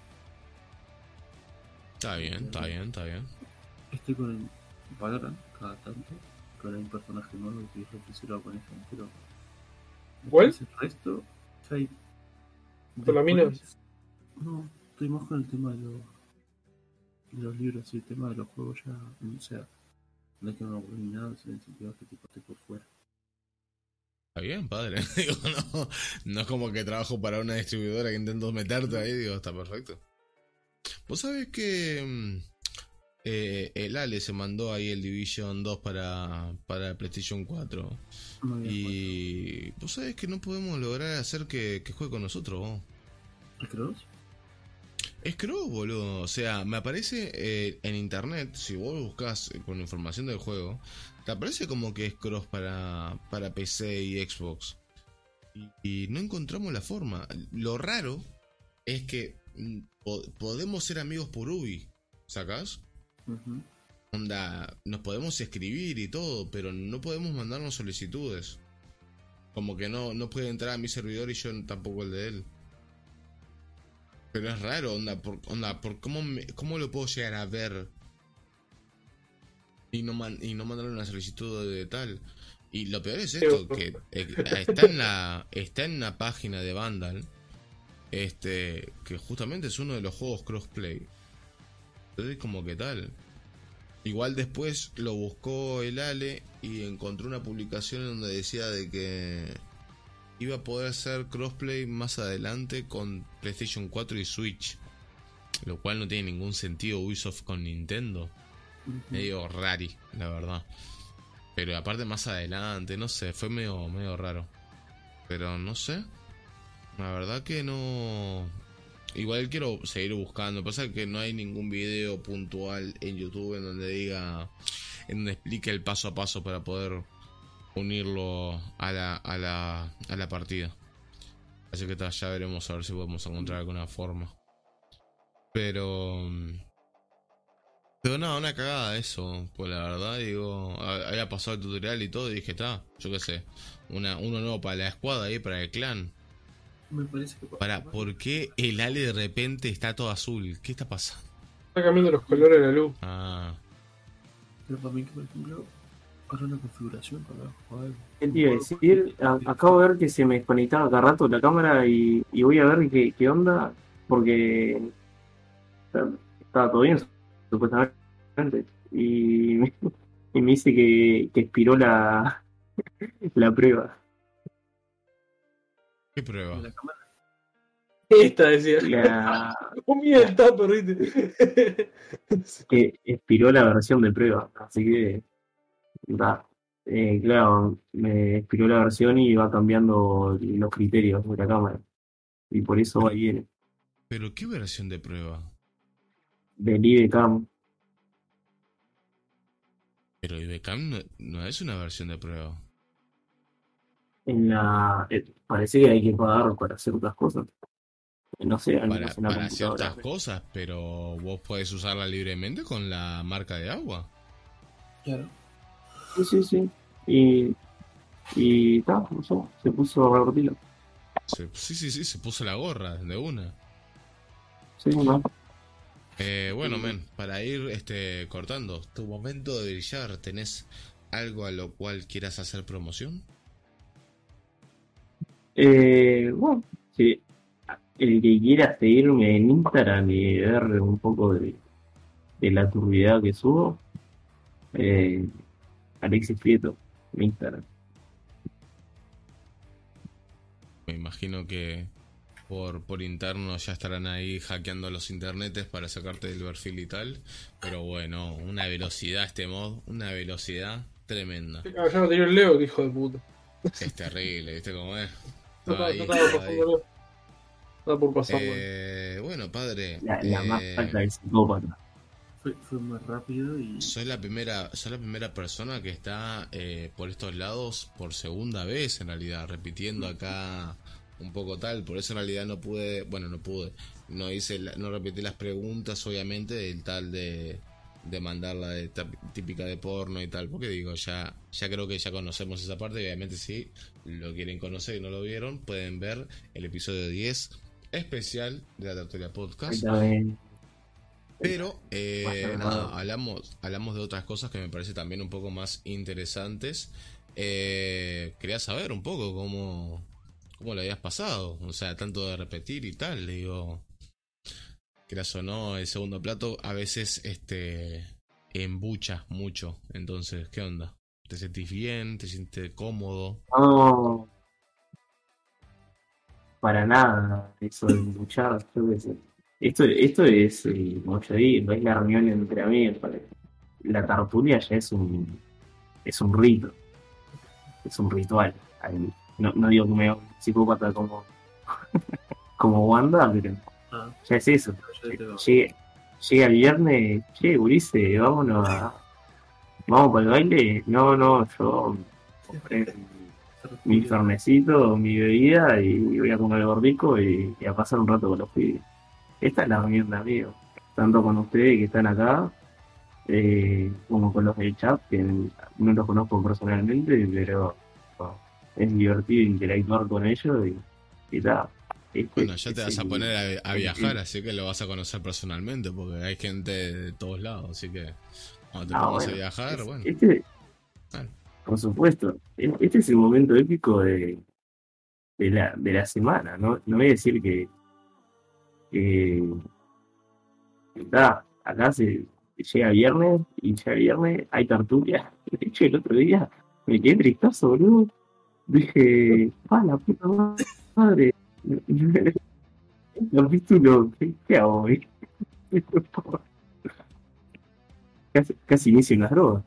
Está bien, está bien, está bien. Estoy con el Valorant cada tanto. Con un personaje nuevo que es lo que se lo con eso, pero. ¿Cuál? El resto, o sea, ¿Con la mina? después- No, estoy más con el tema de los, de los libros y el tema de los juegos ya. O sea, no es que no me aburrí ni nada, en el sentido que tipo estoy por fuera. Está bien, padre. Digo, no, no es como que trabajo para una distribuidora que intento meterte ahí, digo, está perfecto. Vos sabés que mm, eh, el Ale se mandó ahí el Division dos para, para PlayStation cuatro. Muy bien, Y vos sabés que no podemos lograr hacer que, que juegue con nosotros, vos. ¿El Cross? Es Cross, boludo. O sea, me aparece eh, en internet, si vos buscas eh, con información del juego, te aparece como que es Cross para, para P C y Xbox. Y, y no encontramos la forma. Lo raro es que mm, po- podemos ser amigos por Ubi, ¿sacás? Ujú. Onda, nos podemos escribir y todo, pero no podemos mandarnos solicitudes. Como que no, no puede entrar a mi servidor y yo tampoco el de él. Pero es raro, onda, por, onda, por cómo, me- cómo lo puedo llegar a ver y no, man- y no mandarle una solicitud de tal. Y lo peor es esto, que eh, está en la está en la página de Vandal, este, que justamente es uno de los juegos crossplay. Entonces como que tal. Igual después lo buscó el Ale y encontró una publicación en donde decía de que iba a poder hacer crossplay más adelante con PlayStation cuatro y Switch. Lo cual no tiene ningún sentido Ubisoft con Nintendo. Ujú. Medio rari, la verdad. Pero aparte más adelante, no sé, fue medio, medio raro. Pero no sé. La verdad que no... Igual quiero seguir buscando. Pasa que no hay ningún video puntual en YouTube en donde diga... En donde explique el paso a paso para poder unirlo a la, a la, a la partida. Así que ta, ya veremos a ver si podemos encontrar alguna forma. Pero... Pero no, una cagada eso. Pues la verdad, digo, ha- había pasado el tutorial y todo y dije, está, yo qué sé. Una, uno nuevo para la escuadra ahí, para el clan. Me parece que Para, ¿por qué el Ale de repente está todo azul? ¿Qué está pasando? Está cambiando los colores de la luz. Ah, Pero para mí que, por ejemplo, ahora una configuración para jugar. ¿Qué te iba a decir? A- Acabo de ver que se me desconectaba cada rato la cámara y, y voy a ver qué, qué onda, porque está- estaba todo bien, supuestamente. Y, me- y me dice que, que expiró la, la prueba. ¿qué prueba? La cámara. Esta decía. La, Comía el tupper, ¿viste? que expiró la versión de prueba. Así que, da. Eh, claro, me expiró la versión y va cambiando los criterios de la cámara. Y por eso va y viene. ¿Pero qué versión de prueba? Del I D Cam. Pero Ibecam no, no es una versión de prueba. En la, eh, parece que hay que pagar para hacer otras cosas. No sé, al Para, menos en la para computadora. ciertas cosas, pero vos podés usarla libremente con la marca de agua. Claro. Sí, sí, sí. Y, y ta, no sé, se puso a repetirlo. Se- sí, sí, sí, se puso la gorra de una. Sí, no. Eh, bueno, men, para ir este, cortando, tu momento de brillar, ¿tenés algo a lo cual quieras hacer promoción? Eh, bueno, sí. El que quiera seguirme en Instagram y ver un poco de, de la turbidez que subo, eh, Alexis Prieto, mi Instagram. Me imagino que por, por interno ya estarán ahí hackeando los internetes para sacarte del perfil y tal. Pero bueno, una velocidad este mod, una velocidad tremenda. Ah, ya no tenía el Leo, que hijo de puta. Es terrible, ¿viste cómo es? No Estaba estaba, ahí, no estaba estaba ahí. pasándolo. Estaba por pasarlo. Eh, bueno, padre, La, la más eh, falta del psicópata. Fue, fue más rápido y. soy la primera, soy la primera persona que está eh, por estos lados por segunda vez en realidad, repitiendo acá un poco tal, por eso en realidad no pude, bueno no pude, no hice, la- no repetí las preguntas obviamente del tal de, de mandar la de tap- típica de porno y tal, porque digo, ya, ya creo que ya conocemos esa parte y obviamente si lo quieren conocer y no lo vieron, pueden ver el episodio diez especial de la Tertulia Podcast. También. Pero, eh, Bastante nada, raro. hablamos, hablamos de otras cosas que me parece también un poco más interesantes. Eh, quería saber un poco cómo, cómo lo habías pasado. O sea, tanto de repetir y tal. Le digo, quieras o no, el segundo plato a veces este embucha mucho. Entonces, ¿qué onda? ¿Te sentís bien? ¿Te sientes cómodo? No, para nada, eso de luchar, yo qué sé. Esto, esto es, eh, como yo digo, es la reunión entre amigos. para- La tertulia ya es un, es un rito, es un ritual. Ahí, No, no digo que me haga un psicópata como, como Wanda, pero Ah, ya es eso. yo te digo. Llega, llega el viernes, che, Ulises, vámonos a, vamos para el baile. No, no, yo compré mi fernecito, mi bebida y voy a comer algo rico y, y a pasar un rato con los pibes. Esta es la reunión de amigos, tanto con ustedes que están acá, eh, como con los del chat, que no los conozco personalmente, pero bueno, es divertido interactuar con ellos y, y tal. Este Bueno, ya te es vas a el- poner a, a el- viajar, así que lo vas a conocer personalmente, porque hay gente de todos lados, así que cuando te Ah, pongas bueno, a viajar, es- bueno. Este, Claro. por supuesto, e- este es el momento épico de, de la, de la semana, ¿no? No voy a decir que, que está, acá se llega viernes y llega viernes, hay tertulia. De hecho, el otro día me quedé tristoso, boludo. Dije, ah, la puta madre. Capítulo, ¿qué, qué hago hoy? Casi, casi inicio en las drogas.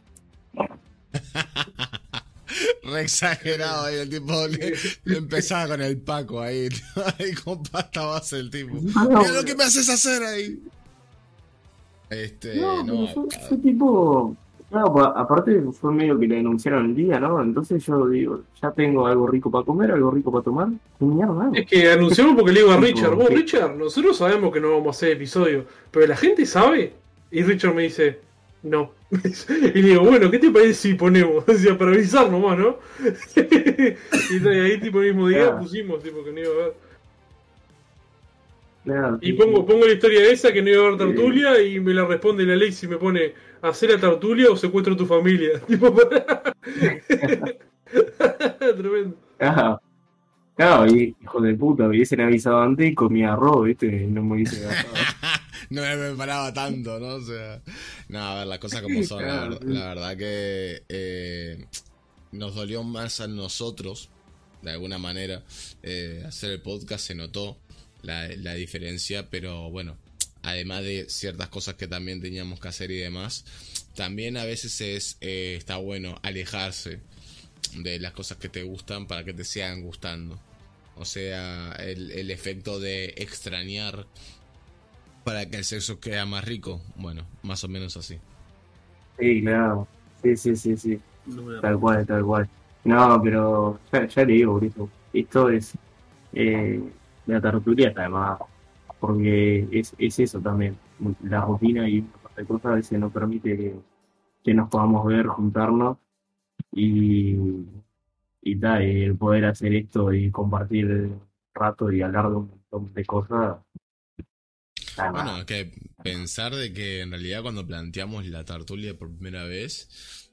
Re exagerado ahí el tipo, le, le empezaba con el Paco ahí, ahí con pasta base el tipo. Ah, no, Mira lo que me haces hacer ahí. Este, No, no, pero fue, fue tipo. Claro, pa- aparte fue medio que le denunciaron el día, ¿no? Entonces yo digo, ya tengo algo rico para comer, algo rico para tomar. ¿Qué mierda hago? Es que anunciamos porque le digo a Tipo, Richard, vos ¿qué? Richard, nosotros sabemos que no vamos a hacer episodio, pero la gente sabe. Y Richard me dice, no. Y le digo, bueno, ¿qué te parece si ponemos? O sea, para avisar nomás, ¿no? Y ahí, tipo, el mismo día Claro, pusimos, tipo, que no iba a haber. claro, Y sí, pongo, sí. pongo la historia esa que no iba a haber Eh, tertulia y me la responde la ley si me pone hacer la tertulia o secuestro a tu familia. Tipo, para... Tremendo. claro, claro, y hijo de puta, me hubiesen avisado antes y comía arroz, ¿viste? Y no me hubiese gastado. No me preparaba tanto, ¿no? O sea, no, a ver, las cosas como son, la, Claro, ver- sí. la verdad que eh, nos dolió más a nosotros, de alguna manera, eh, hacer el podcast, se notó la, la diferencia, pero bueno, además de ciertas cosas que también teníamos que hacer y demás, también a veces es, eh, está bueno alejarse de las cosas que te gustan para que te sigan gustando. O sea, el, el efecto de extrañar para que el sexo quede más rico. Bueno, más o menos así. Sí, claro. Sí, sí, sí, sí. No me Tal cual, tal cual. No, pero ya, ya le digo, Brito. Esto es. Eh, la tertulia está de más. Porque es, es eso también. La rutina y un montón de cosas a veces nos permite que, que nos podamos ver, juntarnos y, y tal, y el poder hacer esto y compartir el rato y hablar de un montón de cosas, está de Bueno, más. es que pensar de que en realidad cuando planteamos la tertulia por primera vez,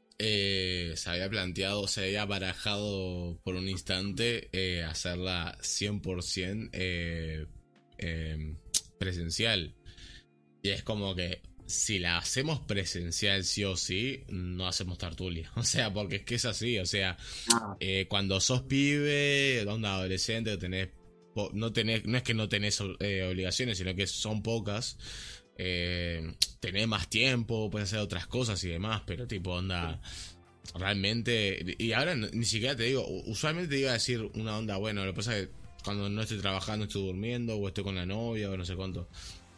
eh, se había planteado, se había barajado por un instante eh, hacerla cien por ciento eh, eh, presencial. Y es como que si la hacemos presencial sí o sí, no hacemos tertulia. O sea, porque es que es así. O sea, Ah, eh, cuando sos pibe, onda adolescente, tenés, po- no tenés, no es que no tenés eh, obligaciones, sino que son pocas. Eh, tenés más tiempo, puedes hacer otras cosas y demás, pero tipo, onda, realmente. Y ahora no- ni siquiera te digo, u- usualmente te iba a decir una onda, bueno, lo que pasa es que cuando no estoy trabajando, estoy durmiendo, o estoy con la novia, o no sé cuánto.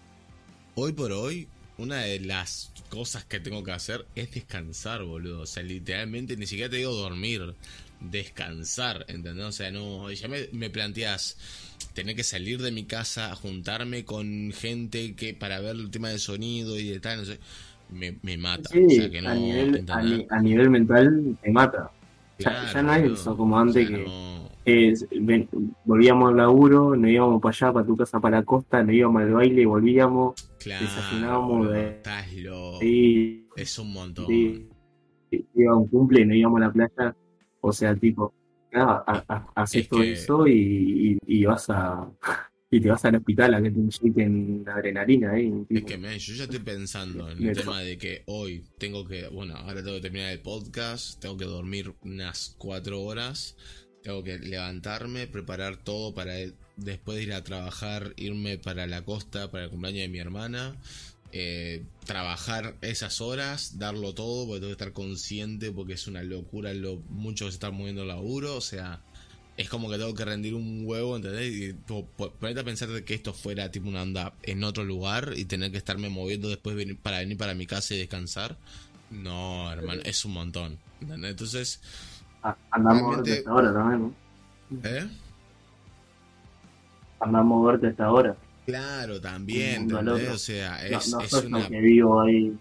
Hoy por hoy, una de las cosas que tengo que hacer es descansar, boludo. O sea, literalmente ni siquiera te digo dormir, descansar, ¿entendés? O sea, no, ya me, me planteas tener que salir de mi casa, a juntarme con gente que para ver el tema del sonido y de tal, no sé, me, me mata. O sea, sí, que a no, nivel, a, ¿entendés? ni- a nivel mental te mata. Ya, ya Claro, no es boludo. eso como O antes sea, que no. es, ven- volvíamos al laburo, nos íbamos para allá, para tu casa, para la costa, nos íbamos al baile, volvíamos, Claro, desayunábamos, boludo. de Estás loco. ahí Es un montón. de- iba a un cumple y nos íbamos a la playa. O sea, tipo, nada, ha- ha- haces Es todo que eso y, y, y vas a y te vas al hospital a que te inyecten adrenalina, ¿eh? Es Tipo, que, man, yo ya estoy pensando en el de tema eso. de que hoy tengo que, bueno, ahora tengo que terminar el podcast, tengo que dormir unas cuatro horas, tengo que levantarme, preparar todo para el- después de ir a trabajar, irme para la costa para el cumpleaños de mi hermana, eh, trabajar esas horas, darlo todo, porque tengo que estar consciente, porque es una locura lo mucho que se está moviendo el laburo, o sea, es como que tengo que rendir un huevo, ¿entendés? Y tipo, po- ponerte a pensar de que esto fuera tipo una onda en otro lugar y tener que estarme moviendo después venir, para venir para mi casa y descansar. No, hermano, es un montón. ¿Entendés? Entonces, A- Andamos a verte realmente, hasta ahora también, ¿no? ¿eh? Andamos a verte hasta ahora, Claro, un también, mundo al ¿entendés? O otro. sea, No, es, no es sos yo una, que vivo ahí,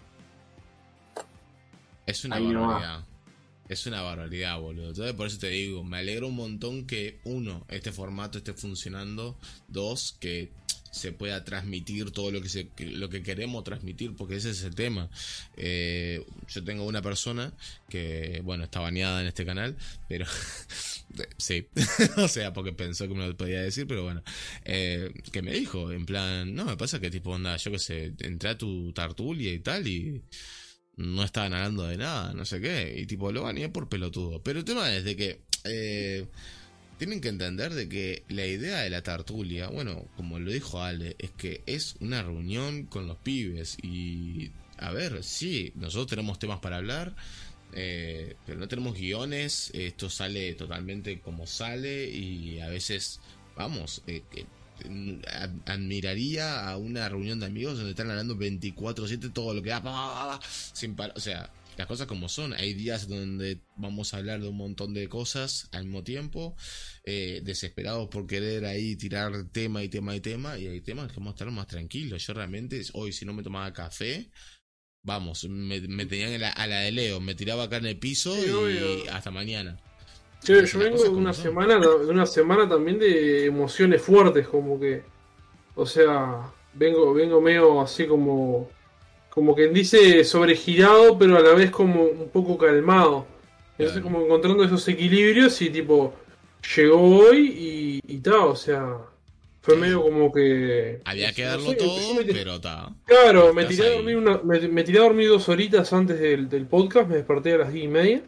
es una ahí nomás. barbaridad. Es una barbaridad, boludo. Entonces, por eso te digo, me alegro un montón que, uno, este formato esté funcionando. Dos, que se pueda transmitir todo lo que, se, que- lo que queremos transmitir, porque ese es el tema. Eh, yo tengo una persona que, bueno, está baneada en este canal, pero sí, o sea, porque pensó que me lo podía decir, pero bueno, eh, que me dijo, en plan, no, me pasa que tipo, onda, yo qué sé, entré a tu tertulia y tal, y no estaban hablando de nada, no sé qué, y tipo lo baneé por pelotudo. Pero el tema es de que eh, tienen que entender de que la idea de la tertulia, bueno, como lo dijo Ale, es que es una reunión con los pibes y a ver, sí, nosotros tenemos temas para hablar, eh, pero no tenemos guiones, esto sale totalmente como sale y a veces, vamos, eh, eh, ad- admiraría a una reunión de amigos donde están hablando veinticuatro siete todo lo que da, pa, pa, pa, sin par- o sea, las cosas como son. Hay días donde vamos a hablar de un montón de cosas al mismo tiempo, eh, desesperados por querer ahí tirar tema y tema y tema, y hay temas que vamos a estar más tranquilos. Yo realmente, hoy si no me tomaba café, vamos, me, me tenían en la- a la de Leo, me tiraba acá en el piso Sí, y obvio. hasta mañana. Yo, Las yo vengo cosas de como una son. semana, de una semana también de emociones fuertes, como que, o sea, vengo, vengo medio así como, como quien dice sobregirado, pero a la vez como un poco calmado. Entonces Claro. como encontrando esos equilibrios y tipo, llegó hoy y, y tal, o sea, fue Sí. medio como que, Había que no darlo sé, yo todo, me, pero está. claro, me Estás tiré a ahí. dormir una, me, me tiré a dormir dos horitas antes del, del podcast, me desperté a las diez y media.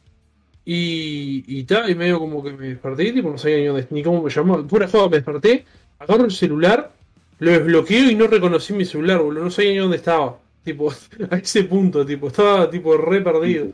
Y, y tal, y medio como que me desperté, tipo, no sabía ni, dónde- ni cómo me llamaba. Pura joda, me desperté, agarro el celular, lo desbloqueo y no reconocí mi celular, boludo. No sabía ni dónde estaba. Tipo, a ese punto, tipo, estaba tipo re perdido.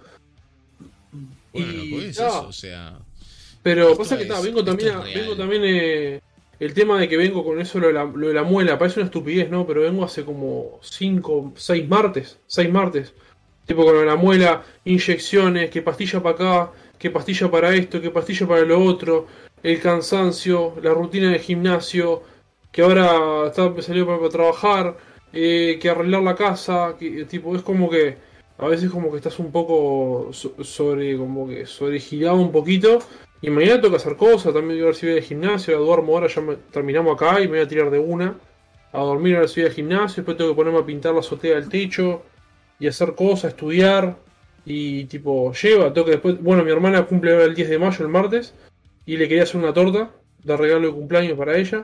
Bueno, loco, Y es ta, eso, o sea, pero esto pasa que está, es, vengo esto también, es a- vengo real. también eh, el tema de que vengo con eso lo de la, lo de la muela, parece una estupidez, ¿no? Pero vengo hace como cinco seis martes, seis martes. Tipo con lo de la muela, inyecciones, que pastilla para acá, que pastilla para esto, que pastilla para lo otro, el cansancio, la rutina de gimnasio, que ahora está salió para, para trabajar, eh, que arreglar la casa, que tipo es como que a veces como que estás un poco so- sobre como que sobregirado un poquito y mañana toca hacer cosas, también voy a ver si voy al gimnasio, ahora duermo ahora, ya me- terminamos acá y me voy a tirar de una a dormir a ver si voy al gimnasio, después tengo que ponerme a pintar la azotea del techo y hacer cosas, estudiar y tipo lleva, tengo que después, bueno, mi hermana cumple ahora el diez de mayo, el martes, y le quería hacer una torta de regalo de cumpleaños para ella.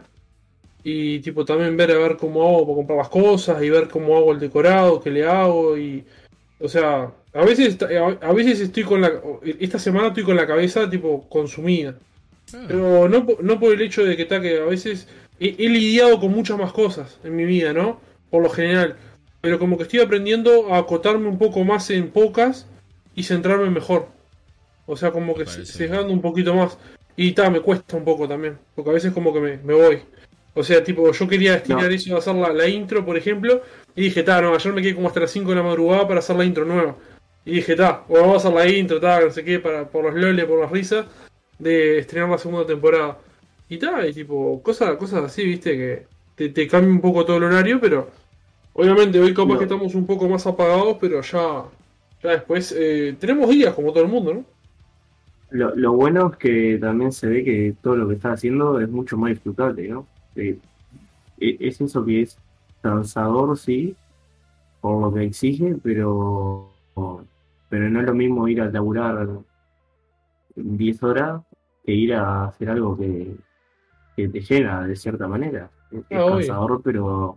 Y tipo también ver a ver cómo hago para comprar las cosas y ver cómo hago el decorado, qué le hago y o sea, a veces a veces estoy con la esta semana estoy con la cabeza tipo consumida, Claro, pero no po- no por el hecho de que está que a veces he, he lidiado con muchas más cosas en mi vida, ¿no? Por lo general, pero como que estoy aprendiendo a acotarme un poco más en pocas y centrarme mejor. O sea, como me que se- parece bien. sesgando un poquito más. Y ta, me cuesta un poco también. Porque a veces como que me, me voy. O sea, tipo, yo quería estirar No, eso de hacer la, la intro, por ejemplo. Y dije, ta, no, ayer me quedé como hasta las cinco de la madrugada para hacer la intro nueva. Y dije, ta, bueno, vamos a hacer la intro, ta, no sé qué, para, por los loles, por las risas, de estrenar la segunda temporada. Y ta, y tipo, cosas, cosas así, viste, que te, te cambia un poco todo el horario, pero obviamente hoy capaz que lo, estamos un poco más apagados, pero ya, ya después eh, tenemos días como todo el mundo, ¿no? lo, lo bueno es que también se ve que todo lo que estás haciendo es mucho más disfrutable, ¿no? Eh, e- es eso que es cansador, sí, por lo que exige, pero, pero no es lo mismo ir a laburar diez horas que ir a hacer algo que, que te llena de cierta manera. Es, Ah, es obvio. cansador, pero,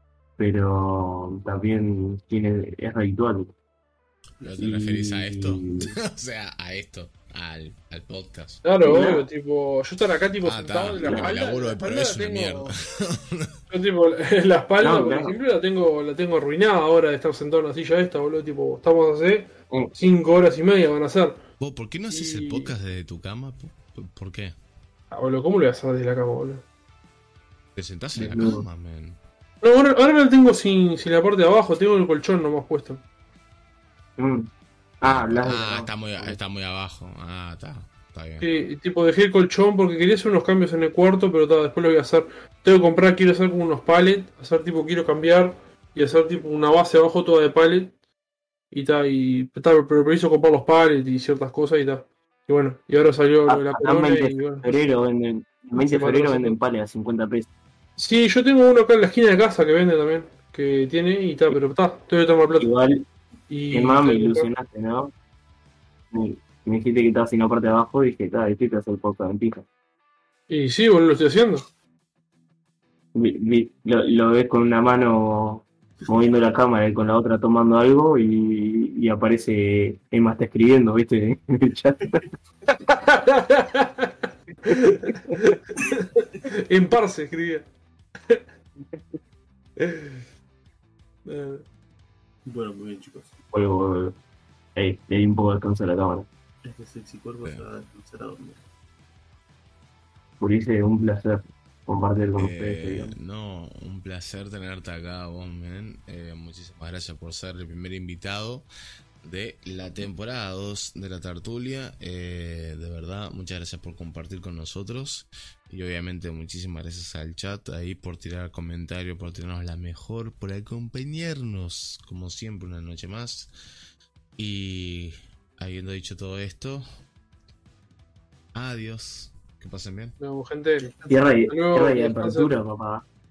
pero también tiene, es ritual. ¿Pero te referís a esto? Y O sea, a esto, al, al podcast. Claro, sí, obvio, nada, tipo, yo estar acá tipo Ah, sentado está, en la porque mi espalda, laburo la de pro espalda es la una mierda. tengo. Yo tipo, la espalda, no, por claro. ejemplo, la tengo, la tengo arruinada ahora de estar sentado en la silla esta, boludo, tipo, estamos hace Eh, cinco horas y media van a ser. ¿Vos por qué no haces el Y. podcast desde tu cama? ¿Por, por qué? Ah, boludo, ¿cómo le vas a hacer desde la cama, boludo? ¿Te sentás en la desnudo. cama, man? No, ahora, ahora la tengo sin, sin la parte de abajo, tengo el colchón nomás puesto. Mm. Ah, Ah, por- hablas de la ah, cama. está muy, Ok. está muy abajo. Ah, está, está bien. Sí, tipo, dejé el colchón porque quería hacer unos cambios en el cuarto, pero ta, después lo voy a hacer. Tengo que comprar, quiero hacer como unos pallets, hacer tipo, quiero cambiar y hacer tipo una base abajo toda de pallet. Y tal, y ta, pero, pero hizo comprar los pallets y ciertas cosas y tal. Y bueno, y ahora salió lo A- de la Acá en corona veinte y de bueno, febrero venden, en veinte se de me febrero atrasó venden todo. pales a cincuenta pesos. Sí, yo tengo uno acá en la esquina de casa que vende también, que tiene y tal, pero está, tengo que tomar plata. Igual, que Y más me tengo que comprar. ilusionaste, ¿no? Me, me dijiste que estabas sin la parte de abajo y dije, está, estoy que hacer podcast en pija. Y sí, boludo, lo estoy haciendo. Vi- vi- lo, lo ves con una mano moviendo la cámara y con la otra tomando algo y, y aparece Emma está escribiendo, ¿viste? En el chat. En Parse escribía. Eh, Bueno, muy bien, chicos. Vuelvo, eh, le di un poco de descanso a la cámara. Este sexy cuerpo se va a descansar a dormir. Ulises, un placer compartir con ustedes. Eh, digamos. no, un placer tenerte acá, vos, men. Eh, muchísimas gracias por ser el primer invitado de la temporada dos de la tertulia. Eh, de verdad, muchas gracias por compartir con nosotros. y obviamente muchísimas gracias al chat ahí por tirar comentario, por tirarnos la mejor, por acompañarnos como siempre una noche más. Y habiendo dicho todo esto, adiós, que pasen bien. No, gente. Tierra y, Hasta luego, tierra y descansen. apertura, papá.